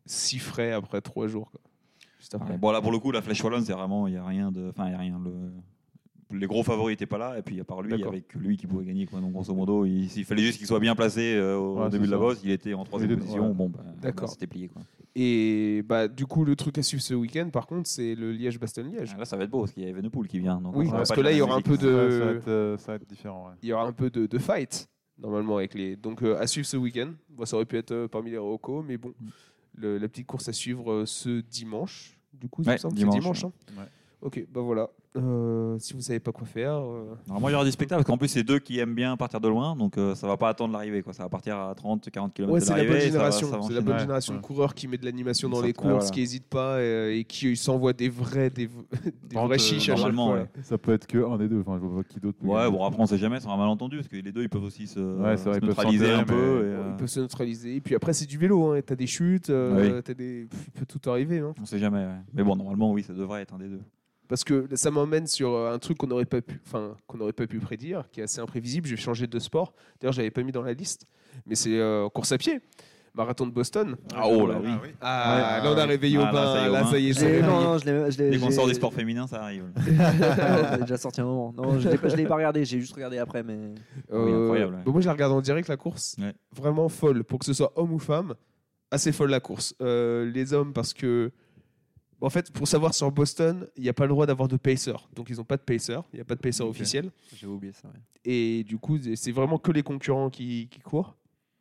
Speaker 1: si frais après trois jours. Quoi. Juste après.
Speaker 2: Ouais. Bon, là, pour le coup, la Flèche Wallonne, c'est vraiment, il n'y a rien de. Enfin, il n'y a rien. Le... Les gros favoris n'étaient pas là, et puis à part lui, il n'y avait que lui qui pouvait gagner. Quoi. Donc, grosso modo, il, il fallait juste qu'il soit bien placé euh, au
Speaker 4: Ouais,
Speaker 2: début
Speaker 4: c'est
Speaker 2: de la
Speaker 4: ça.
Speaker 2: bosse. Il était en troisième
Speaker 4: Il est-
Speaker 2: position.
Speaker 4: ouais.
Speaker 2: Bon, bah,
Speaker 1: D'accord.
Speaker 2: bah, c'était plié. Quoi.
Speaker 1: Et bah, du coup, le truc à suivre ce week-end, par contre, c'est le Liège-Bastogne-Liège.
Speaker 2: Ah, là, ça va être beau parce qu'il y a Evenepoel qui vient. Donc
Speaker 1: Oui,
Speaker 2: ça va
Speaker 1: parce
Speaker 2: pas
Speaker 1: que
Speaker 2: être
Speaker 1: là,
Speaker 2: la
Speaker 1: il y
Speaker 2: même
Speaker 1: aura un
Speaker 2: musique.
Speaker 1: peu de-
Speaker 4: Ouais, ça, va être, euh, ça va être différent. Ouais.
Speaker 1: Il y aura un peu de, de fight, normalement, avec les. Donc, euh, à suivre ce week-end. Bon, ça aurait pu être euh, parmi les recos, mais bon, le- la petite course à suivre euh, ce dimanche. Du coup,
Speaker 2: Ouais,
Speaker 1: c'est ça,
Speaker 2: dimanche,
Speaker 1: c'est dimanche. Hein
Speaker 4: Ouais.
Speaker 1: Ok, bah voilà. Euh, si vous savez pas quoi faire. euh,
Speaker 2: Alors, moi, il y aura du spectacle parce qu'en plus, c'est deux qui aiment bien partir de loin. Donc, euh, ça va pas attendre l'arrivée. Quoi. Ça va partir à trente à quarante kilomètres
Speaker 1: Ouais,
Speaker 2: de
Speaker 1: c'est la
Speaker 2: l'arrivée.
Speaker 1: bonne
Speaker 2: et ça va-
Speaker 1: génération.
Speaker 2: ça va
Speaker 1: C'est la
Speaker 2: enchaîner.
Speaker 1: bonne
Speaker 4: Ouais,
Speaker 1: génération
Speaker 4: ouais.
Speaker 1: de coureurs qui met de l'animation dans
Speaker 2: Ça-
Speaker 1: les
Speaker 2: ouais,
Speaker 1: courses,
Speaker 2: voilà.
Speaker 1: qui n'hésitent pas euh, et qui s'envoient des vrais, des, v- des
Speaker 4: Par
Speaker 1: vrais
Speaker 4: contre,
Speaker 1: chiches
Speaker 4: euh,
Speaker 1: à chaque
Speaker 2: normalement,
Speaker 1: fois.
Speaker 2: ouais.
Speaker 4: Ça peut être que un des deux. Enfin, je vois pas qui d'autre. peut
Speaker 2: Ouais,
Speaker 4: gagner.
Speaker 2: bon, après, on sait jamais, c'est un malentendu parce que les deux, ils peuvent aussi se,
Speaker 4: Ouais, c'est vrai,
Speaker 2: se
Speaker 4: ils peuvent
Speaker 2: neutraliser un
Speaker 4: s'enterrer,
Speaker 2: peu.
Speaker 4: mais-
Speaker 2: et,
Speaker 1: Ils
Speaker 2: euh,
Speaker 1: peuvent se neutraliser. Et puis après, c'est du vélo. Hein. Tu as des chutes, euh,
Speaker 2: Oui.
Speaker 1: t'as des... pff, il peut tout arriver. Hein.
Speaker 2: On sait jamais. Ouais. Mais bon, normalement, oui, ça devrait être un des deux.
Speaker 1: Parce que ça m'emmène sur euh, un truc qu'on n'aurait pas pu, enfin qu'on n'aurait pas pu prédire, qui est assez imprévisible. Je vais changer de sport. D'ailleurs, j'avais pas mis dans la liste, mais c'est euh, course à pied, marathon de Boston.
Speaker 2: Ah, oh là, oui.
Speaker 1: Ah,
Speaker 2: Ouais,
Speaker 1: là on a
Speaker 2: ouais.
Speaker 1: réveillé
Speaker 2: Ah,
Speaker 1: au
Speaker 2: là,
Speaker 1: bain.
Speaker 2: ça y est, au
Speaker 1: Là,
Speaker 2: bain.
Speaker 1: ça y est,
Speaker 5: Je
Speaker 1: ça
Speaker 5: l'ai-
Speaker 1: y est.
Speaker 5: non, non, je l'ai. je l'ai-
Speaker 2: Dès qu'on
Speaker 5: j'ai-
Speaker 2: sort des sports féminins, ça arrive.
Speaker 5: J'ai déjà sorti un moment. Non, je l'ai pas, je l'ai pas regardé, j'ai juste regardé après. Mais
Speaker 2: Oui, incroyable, ouais.
Speaker 1: bah, moi, je la regarde en direct la course.
Speaker 2: Ouais.
Speaker 1: Vraiment folle, pour que ce soit homme ou femme. Assez folle la course. Euh, les hommes, parce que en fait, pour savoir sur Boston, il n'y a pas le droit d'avoir de pacer. Donc, ils n'ont pas de pacer. Il n'y a pas de pacer
Speaker 2: Ok.
Speaker 1: officiel.
Speaker 5: j'ai oublié ça. Ouais.
Speaker 1: Et du coup, c'est vraiment que les concurrents qui, qui courent.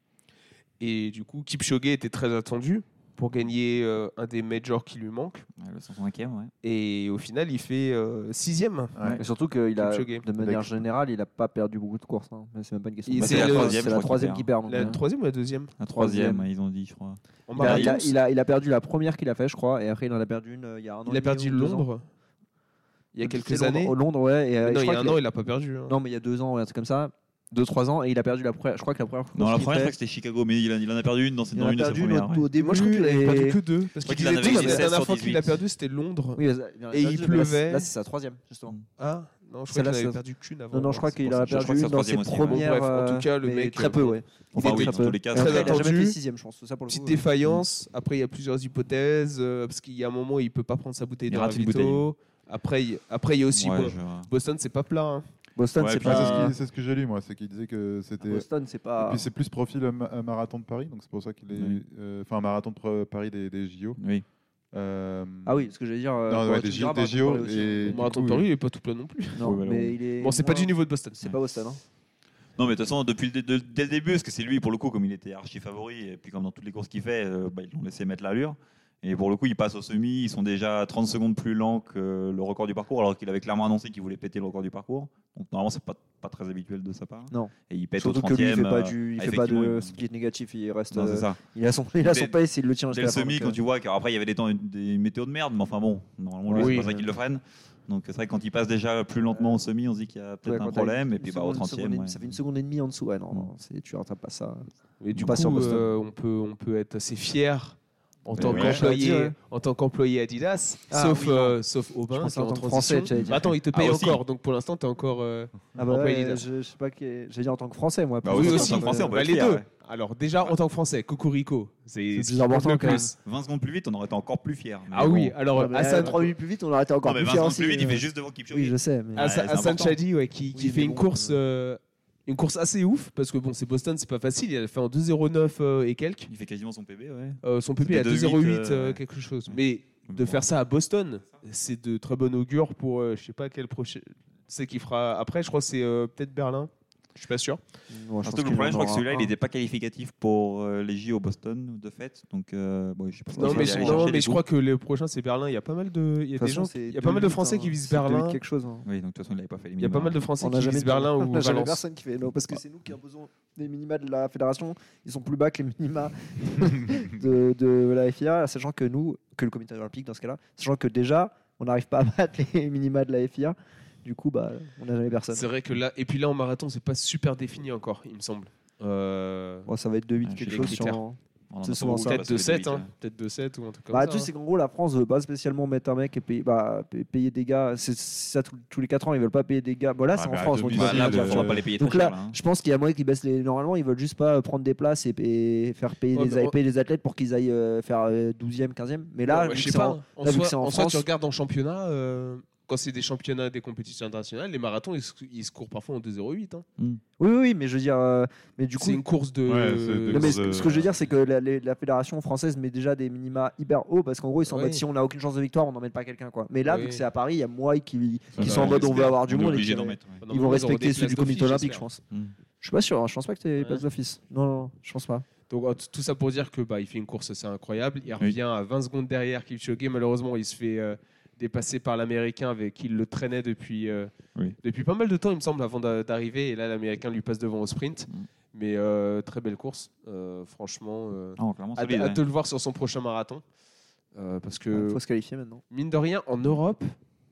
Speaker 1: Et du coup, Kipchoge était très attendu pour gagner euh, un des majors qui lui manque.
Speaker 2: Ouais, le cent cinquième, ouais.
Speaker 1: Et au final, il fait euh, sixième.
Speaker 4: Ouais.
Speaker 5: Et surtout qu'il a,
Speaker 1: Kipchoge.
Speaker 5: de manière
Speaker 4: Avec-
Speaker 5: générale, il n'a pas perdu beaucoup de courses. Hein. Mais c'est même pas une question.
Speaker 1: Il-
Speaker 5: Bah,
Speaker 1: c'est
Speaker 5: c'est la
Speaker 1: le-
Speaker 5: troisième,
Speaker 2: c'est
Speaker 5: c'est la
Speaker 2: la
Speaker 5: troisième
Speaker 2: troisième
Speaker 5: qui perd. donc,
Speaker 1: La
Speaker 5: euh,
Speaker 1: troisième ou la deuxième
Speaker 2: La troisième,
Speaker 5: Troisième.
Speaker 2: ils ont dit, je crois.
Speaker 1: En
Speaker 5: Il a,
Speaker 1: marathon,
Speaker 5: il, a, il, a, il a perdu la première qu'il a fait, je crois, et après il en a perdu une euh, il y a un an.
Speaker 1: il
Speaker 5: et
Speaker 1: a
Speaker 5: demi
Speaker 1: perdu
Speaker 5: ou deux ans.
Speaker 1: Londres il y a
Speaker 5: C'est
Speaker 1: quelques
Speaker 5: Londres-
Speaker 1: années.
Speaker 5: Au Londres, ouais. Et, euh,
Speaker 1: Mais
Speaker 5: je
Speaker 1: non, il y
Speaker 5: crois
Speaker 1: a un
Speaker 5: qu'il
Speaker 1: an, il n'a pas perdu. hein.
Speaker 5: Non, mais il y a deux ans, ouais, un truc comme ça. Deux, trois ans, et il a perdu la première. Je crois que la première.
Speaker 2: Non,
Speaker 5: course
Speaker 2: la
Speaker 5: qu'il
Speaker 2: première, je
Speaker 5: fait,
Speaker 2: crois que c'était Chicago, mais il, a- il en a perdu une dans,
Speaker 5: il
Speaker 2: dans
Speaker 5: en a
Speaker 2: une de ses
Speaker 5: perdu une
Speaker 2: premières.
Speaker 5: au,
Speaker 2: ouais.
Speaker 5: au début.
Speaker 1: Moi, je crois qu'il avait
Speaker 5: et-
Speaker 1: perdu que deux. Parce
Speaker 2: crois
Speaker 1: qu'il
Speaker 2: qu'il en
Speaker 1: disait
Speaker 2: avait
Speaker 1: deux,
Speaker 2: eu
Speaker 1: la
Speaker 2: seize
Speaker 1: dernière
Speaker 2: sur
Speaker 1: fois qu'il a
Speaker 2: dix-huit.
Speaker 1: perdu, c'était Londres.
Speaker 5: Oui, il en a
Speaker 1: Et
Speaker 5: perdu,
Speaker 1: il
Speaker 5: là,
Speaker 1: pleuvait.
Speaker 5: Là, c'est sa troisième, justement.
Speaker 1: Ah, non, je crois
Speaker 5: Celle-là,
Speaker 1: qu'il en avait
Speaker 5: c'est-
Speaker 1: perdu qu'une avant.
Speaker 5: Non, non, je crois
Speaker 1: C'est
Speaker 5: qu'il
Speaker 1: pour
Speaker 5: en
Speaker 1: ça
Speaker 5: a
Speaker 1: que je-
Speaker 2: je crois
Speaker 5: perdu
Speaker 2: que c'est
Speaker 5: une
Speaker 2: sa
Speaker 5: dans ses
Speaker 2: troisième aussi. Bon,
Speaker 5: premières.
Speaker 1: bref, en tout cas, le
Speaker 5: mais
Speaker 1: mec,
Speaker 5: Très
Speaker 1: euh,
Speaker 5: peu, ouais.
Speaker 2: Enfin,
Speaker 1: Il
Speaker 2: oui,
Speaker 1: était
Speaker 2: dans tous les cas,
Speaker 5: Et
Speaker 2: ça
Speaker 5: après,
Speaker 1: très
Speaker 5: il a jamais
Speaker 1: attendu.
Speaker 5: fait sixième, je pense. Ça, pour le
Speaker 1: Petite
Speaker 5: coup,
Speaker 1: défaillance. Après, il y a plusieurs hypothèses. euh, parce qu'il y a un moment où il peut pas prendre sa bouteille
Speaker 2: Il
Speaker 1: de
Speaker 2: rate une
Speaker 1: ravito. Après, il après, il y a aussi
Speaker 2: Ouais,
Speaker 1: bon,
Speaker 2: je-
Speaker 1: Boston, c'est pas plat. hein.
Speaker 5: Boston,
Speaker 2: Ouais,
Speaker 5: c'est
Speaker 2: puis
Speaker 4: Ouais, c'est
Speaker 5: pas.
Speaker 4: ce qui- c'est ce que j'ai lu, moi. C'est qu'il disait que c'était.
Speaker 5: Boston, c'est
Speaker 4: Et
Speaker 5: pas.
Speaker 4: puis c'est plus profil euh, ma- euh, marathon de Paris, donc c'est pour ça qu'il est.
Speaker 2: Oui.
Speaker 4: euh, Enfin, marathon de Pro- Paris des, des J O.
Speaker 2: Oui.
Speaker 4: Euh,
Speaker 5: Ah oui, ce que j'allais dire. euh,
Speaker 4: Non,
Speaker 5: bon,
Speaker 4: ouais,
Speaker 5: tu
Speaker 4: des
Speaker 5: me diras,
Speaker 4: J O, des
Speaker 5: Marathon de
Speaker 4: J O
Speaker 5: Paris aussi.
Speaker 4: et-
Speaker 1: Le
Speaker 4: du
Speaker 1: marathon
Speaker 4: coup,
Speaker 1: de Paris, il est pas tout plat non plus.
Speaker 5: Non,
Speaker 2: Oui, bah,
Speaker 5: mais il est.
Speaker 1: Bon, c'est pas
Speaker 5: moins-
Speaker 1: du niveau de Boston.
Speaker 5: C'est pas Boston. Hein.
Speaker 2: Non, mais de toute façon, depuis le, de- dès le début, parce que c'est lui, pour le coup, comme il était archi favori, et puis comme dans toutes les courses qu'il fait, euh, bah, ils l'ont laissé mettre l'allure. Et pour le coup, ils passent au semi, ils sont déjà trente secondes plus lents que le record du parcours, alors qu'il avait clairement annoncé qu'il voulait péter le record du parcours. Donc normalement, c'est pas, pas très habituel de sa part.
Speaker 5: Non.
Speaker 2: Et il pète
Speaker 5: Surtout
Speaker 2: au
Speaker 5: que lui, il
Speaker 2: trentième.
Speaker 5: fait pas,
Speaker 2: euh,
Speaker 5: du, il
Speaker 2: ah,
Speaker 5: fait pas
Speaker 2: effectivement,
Speaker 5: de
Speaker 2: il-
Speaker 5: split négatif, il reste.
Speaker 2: Non, c'est
Speaker 5: euh,
Speaker 2: ça.
Speaker 5: il a son, il a son
Speaker 2: Dès-
Speaker 5: pace, il le tient
Speaker 2: Dès
Speaker 5: jusqu'à
Speaker 2: le
Speaker 5: la fin.
Speaker 2: semi,
Speaker 5: donc,
Speaker 2: quand
Speaker 5: euh,
Speaker 2: tu vois qu'après il y avait des, temps, des météos de merde, mais enfin bon, normalement, lui,
Speaker 1: Oui.
Speaker 2: c'est pas ça qu'il le freine. Donc c'est vrai que quand il passe déjà plus lentement au semi, on se dit qu'il y a
Speaker 5: ouais,
Speaker 2: peut-être
Speaker 5: quand
Speaker 2: un
Speaker 5: t'as
Speaker 2: problème.
Speaker 5: une
Speaker 2: Et puis bah, au
Speaker 5: seconde- une seconde
Speaker 2: trentième.
Speaker 5: et demie,
Speaker 2: ouais.
Speaker 5: Ça fait une seconde et demie en dessous. Ouais, non, non, c'est- tu rattrapes pas ça.
Speaker 1: Et du
Speaker 5: Pas sur
Speaker 1: coup,
Speaker 5: Boston.
Speaker 1: euh, on, peut, on peut être assez fier en tant
Speaker 2: ouais.
Speaker 1: qu'employé
Speaker 5: Ouais.
Speaker 1: en tant qu'employé Adidas,
Speaker 5: Ah,
Speaker 1: sauf,
Speaker 5: oui, non.
Speaker 1: euh, sauf Aubin,
Speaker 5: Je pensais
Speaker 1: qui est
Speaker 5: en
Speaker 1: en
Speaker 5: tant que
Speaker 1: transition.
Speaker 5: Français, tu allais dire.
Speaker 1: Attends, il te
Speaker 2: Ah,
Speaker 1: paye
Speaker 2: aussi.
Speaker 1: encore, donc pour l'instant, tu es encore euh,
Speaker 5: Ah bah
Speaker 1: employé
Speaker 5: ouais,
Speaker 1: Adidas.
Speaker 5: je, je sais pas, que- j'allais dire en tant que Français, moi.
Speaker 2: Bah
Speaker 5: plus.
Speaker 2: oui,
Speaker 1: Oui,
Speaker 2: en
Speaker 1: aussi,
Speaker 2: tant que Français, on peut
Speaker 1: bah,
Speaker 2: être
Speaker 1: les
Speaker 2: fier,
Speaker 1: deux.
Speaker 2: ouais.
Speaker 1: Alors déjà, en tant que Français, Cocorico, c'est
Speaker 5: C'est
Speaker 1: ce
Speaker 5: plus
Speaker 1: qui compte
Speaker 5: important
Speaker 1: le
Speaker 5: quand même.
Speaker 1: plus.
Speaker 2: vingt secondes plus vite, on aurait été encore plus fiers. Mais
Speaker 1: Ah
Speaker 2: bon.
Speaker 1: oui, alors
Speaker 5: Ouais, mais
Speaker 1: Hassan,
Speaker 5: trois minutes plus vite, on aurait été
Speaker 2: Non,
Speaker 5: encore
Speaker 2: mais
Speaker 5: plus
Speaker 2: vingt
Speaker 5: fiers
Speaker 2: secondes
Speaker 5: aussi.
Speaker 2: plus vite, il
Speaker 5: euh.
Speaker 2: fait juste devant Kipchoge.
Speaker 5: Oui, je sais. Mais...
Speaker 2: Ah,
Speaker 1: Hassan,
Speaker 2: c'est
Speaker 1: Hassan
Speaker 2: important.
Speaker 1: Chadi, ouais, qui, qui
Speaker 5: Oui,
Speaker 1: fait
Speaker 5: mais
Speaker 1: une
Speaker 5: bon,
Speaker 1: course,
Speaker 5: euh,
Speaker 1: euh, une course assez ouf, parce que bon, c'est Boston, c'est pas facile. Il a fait en deux zéro neuf euh, et quelques.
Speaker 2: Il fait quasiment son P B, ouais.
Speaker 1: Euh, son P P est à
Speaker 2: C'était
Speaker 1: deux zéro huit
Speaker 2: deux huit,
Speaker 1: euh,
Speaker 2: euh,
Speaker 1: quelque chose.
Speaker 2: ouais.
Speaker 1: Mais de faire ça à Boston, c'est de très bon augure pour, euh, je sais pas quel prochain, c'est qui fera après. Je crois que c'est euh, peut-être Berlin. Je suis pas sûr.
Speaker 5: Bon, je
Speaker 2: Surtout
Speaker 5: pense
Speaker 2: que le
Speaker 5: qu'il
Speaker 2: problème, je
Speaker 5: en
Speaker 2: crois que
Speaker 5: aura
Speaker 2: celui-là, il
Speaker 5: un.
Speaker 2: n'était pas qualificatif pour euh, les J O Boston, de fait. Donc, euh, bon, je sais pas
Speaker 1: Non,
Speaker 2: s'il
Speaker 1: mais,
Speaker 2: va
Speaker 1: je,
Speaker 2: aller
Speaker 1: non,
Speaker 2: chercher
Speaker 1: mais
Speaker 2: des
Speaker 1: je
Speaker 2: sous.
Speaker 1: crois que le prochain c'est Berlin. Il y a pas mal de, il y a
Speaker 5: De toute
Speaker 1: des gens,
Speaker 5: façon, c'est
Speaker 1: il y a pas mal de
Speaker 5: deux huit,
Speaker 1: Français
Speaker 5: hein.
Speaker 1: qui visent
Speaker 5: C'est deux huit
Speaker 1: Berlin.
Speaker 5: quelque chose. hein.
Speaker 2: Oui, donc de toute façon, il n'avait pas fait les
Speaker 1: Il y a pas mal de Français
Speaker 5: On
Speaker 1: qui
Speaker 5: n'a jamais
Speaker 1: visent Berlin ou
Speaker 5: on n'a jamais
Speaker 1: Valence.
Speaker 5: personne qui fait non parce que c'est nous qui avons besoin des minima de la fédération. Ils sont plus bas que les minima de, de la F I A, sachant que nous, que le comité olympique dans ce cas-là, sachant que déjà on n'arrive pas à battre les minima de la F I A. Du coup, bah, on n'a jamais personne.
Speaker 1: C'est vrai que là, et puis là en marathon, c'est pas super défini encore, il me semble. Euh,
Speaker 5: Bon, ça va être deux huit
Speaker 2: Ah,
Speaker 5: quelque
Speaker 2: j'ai
Speaker 5: chose
Speaker 1: les
Speaker 5: sur.
Speaker 1: critères.
Speaker 2: On en a
Speaker 5: C'est
Speaker 2: pas
Speaker 5: souvent
Speaker 2: beaucoup,
Speaker 5: ça.
Speaker 2: parce
Speaker 1: Peut-être
Speaker 2: que
Speaker 1: deux
Speaker 2: les
Speaker 1: sept,
Speaker 2: huit,
Speaker 1: hein. Peut-être deux sept ou un truc comme
Speaker 5: Bah,
Speaker 1: ça.
Speaker 5: tu sais,
Speaker 1: hein.
Speaker 5: c'est qu'en gros, la France veut pas spécialement mettre un mec et payer, bah, pa- payer des gars. C'est c'est ça tous, tous les quatre ans, ils veulent pas payer des gars. Bon, là,
Speaker 4: Ah,
Speaker 5: c'est en
Speaker 4: mais à
Speaker 5: France. donc ils
Speaker 4: domicile,
Speaker 2: Bah,
Speaker 5: veulent
Speaker 2: là,
Speaker 5: payer
Speaker 2: il
Speaker 5: des
Speaker 2: faudra
Speaker 5: gars.
Speaker 2: pas les payer
Speaker 5: Donc
Speaker 2: très
Speaker 5: là,
Speaker 2: cher. Là, hein.
Speaker 5: je pense qu'il y a moyen qu'ils baissent les. Normalement, ils veulent juste pas prendre des places et, et faire payer,
Speaker 1: Ouais,
Speaker 5: des,
Speaker 1: mais on-
Speaker 5: payer des athlètes pour qu'ils aillent euh, faire euh, douzième, quinzième. Mais là,
Speaker 1: Ouais, ouais,
Speaker 5: vu
Speaker 1: je
Speaker 5: que
Speaker 1: sais
Speaker 5: c'est
Speaker 1: pas.
Speaker 5: en-
Speaker 1: hein. En
Speaker 5: là, vu que
Speaker 1: soi,
Speaker 5: c'est en
Speaker 1: en soi,
Speaker 5: France-
Speaker 1: tu regardes en championnat, euh, quand c'est des championnats, des compétitions internationales, les marathons, ils, se- ils se courent parfois en deux zéro huit. Hein.
Speaker 5: Oui, oui, oui, mais je veux dire, euh, mais du coup,
Speaker 1: C'est une course de.
Speaker 4: Ouais, c'est de-
Speaker 5: non, mais
Speaker 4: de-
Speaker 5: ce, ce que je veux dire, c'est que la, les- la fédération française met déjà des minima hyper hauts parce qu'en gros, ils sont en
Speaker 1: Oui.
Speaker 5: mode si on n'a aucune chance de victoire, on n'emmène pas quelqu'un. Quoi. Mais là,
Speaker 1: Oui.
Speaker 5: vu que c'est à Paris, il y a moi qui,
Speaker 4: Ça,
Speaker 5: qui
Speaker 4: ça,
Speaker 5: sont en
Speaker 4: on
Speaker 5: mode on veut
Speaker 1: espère.
Speaker 5: avoir du
Speaker 2: On est
Speaker 5: monde. et
Speaker 2: obligé
Speaker 5: qui-
Speaker 2: d'en mettre. ouais.
Speaker 1: Normalement,
Speaker 5: Ils vont
Speaker 1: auront
Speaker 5: respecter
Speaker 1: des
Speaker 5: ceux
Speaker 1: places
Speaker 5: du comité
Speaker 1: d'office,
Speaker 5: olympique, je
Speaker 1: j'espère.
Speaker 5: pense.
Speaker 2: Mm.
Speaker 5: Je suis pas sûr, hein, je pense pas que tu aies
Speaker 1: Ouais.
Speaker 5: place d'office. Non, non, je pense pas.
Speaker 1: Donc euh, tout ça pour dire que bah, il fait une course assez incroyable. Il revient à vingt secondes derrière Kipchoge. Malheureusement, il se fait euh, dépasser par l'Américain avec qui il le traînait depuis, euh,
Speaker 2: Oui.
Speaker 1: depuis pas mal de temps, il me semble, avant d'a- d'arriver. Et là, l'Américain lui passe devant au sprint.
Speaker 2: Mm.
Speaker 1: Mais euh, très belle course. Euh, franchement, euh,
Speaker 2: Ah, clairement,
Speaker 1: hâte,
Speaker 2: solide,
Speaker 1: hâte
Speaker 2: ouais.
Speaker 1: de le voir sur son prochain marathon. Euh, parce que,
Speaker 5: Il faut se qualifier maintenant.
Speaker 1: mine de rien, en Europe,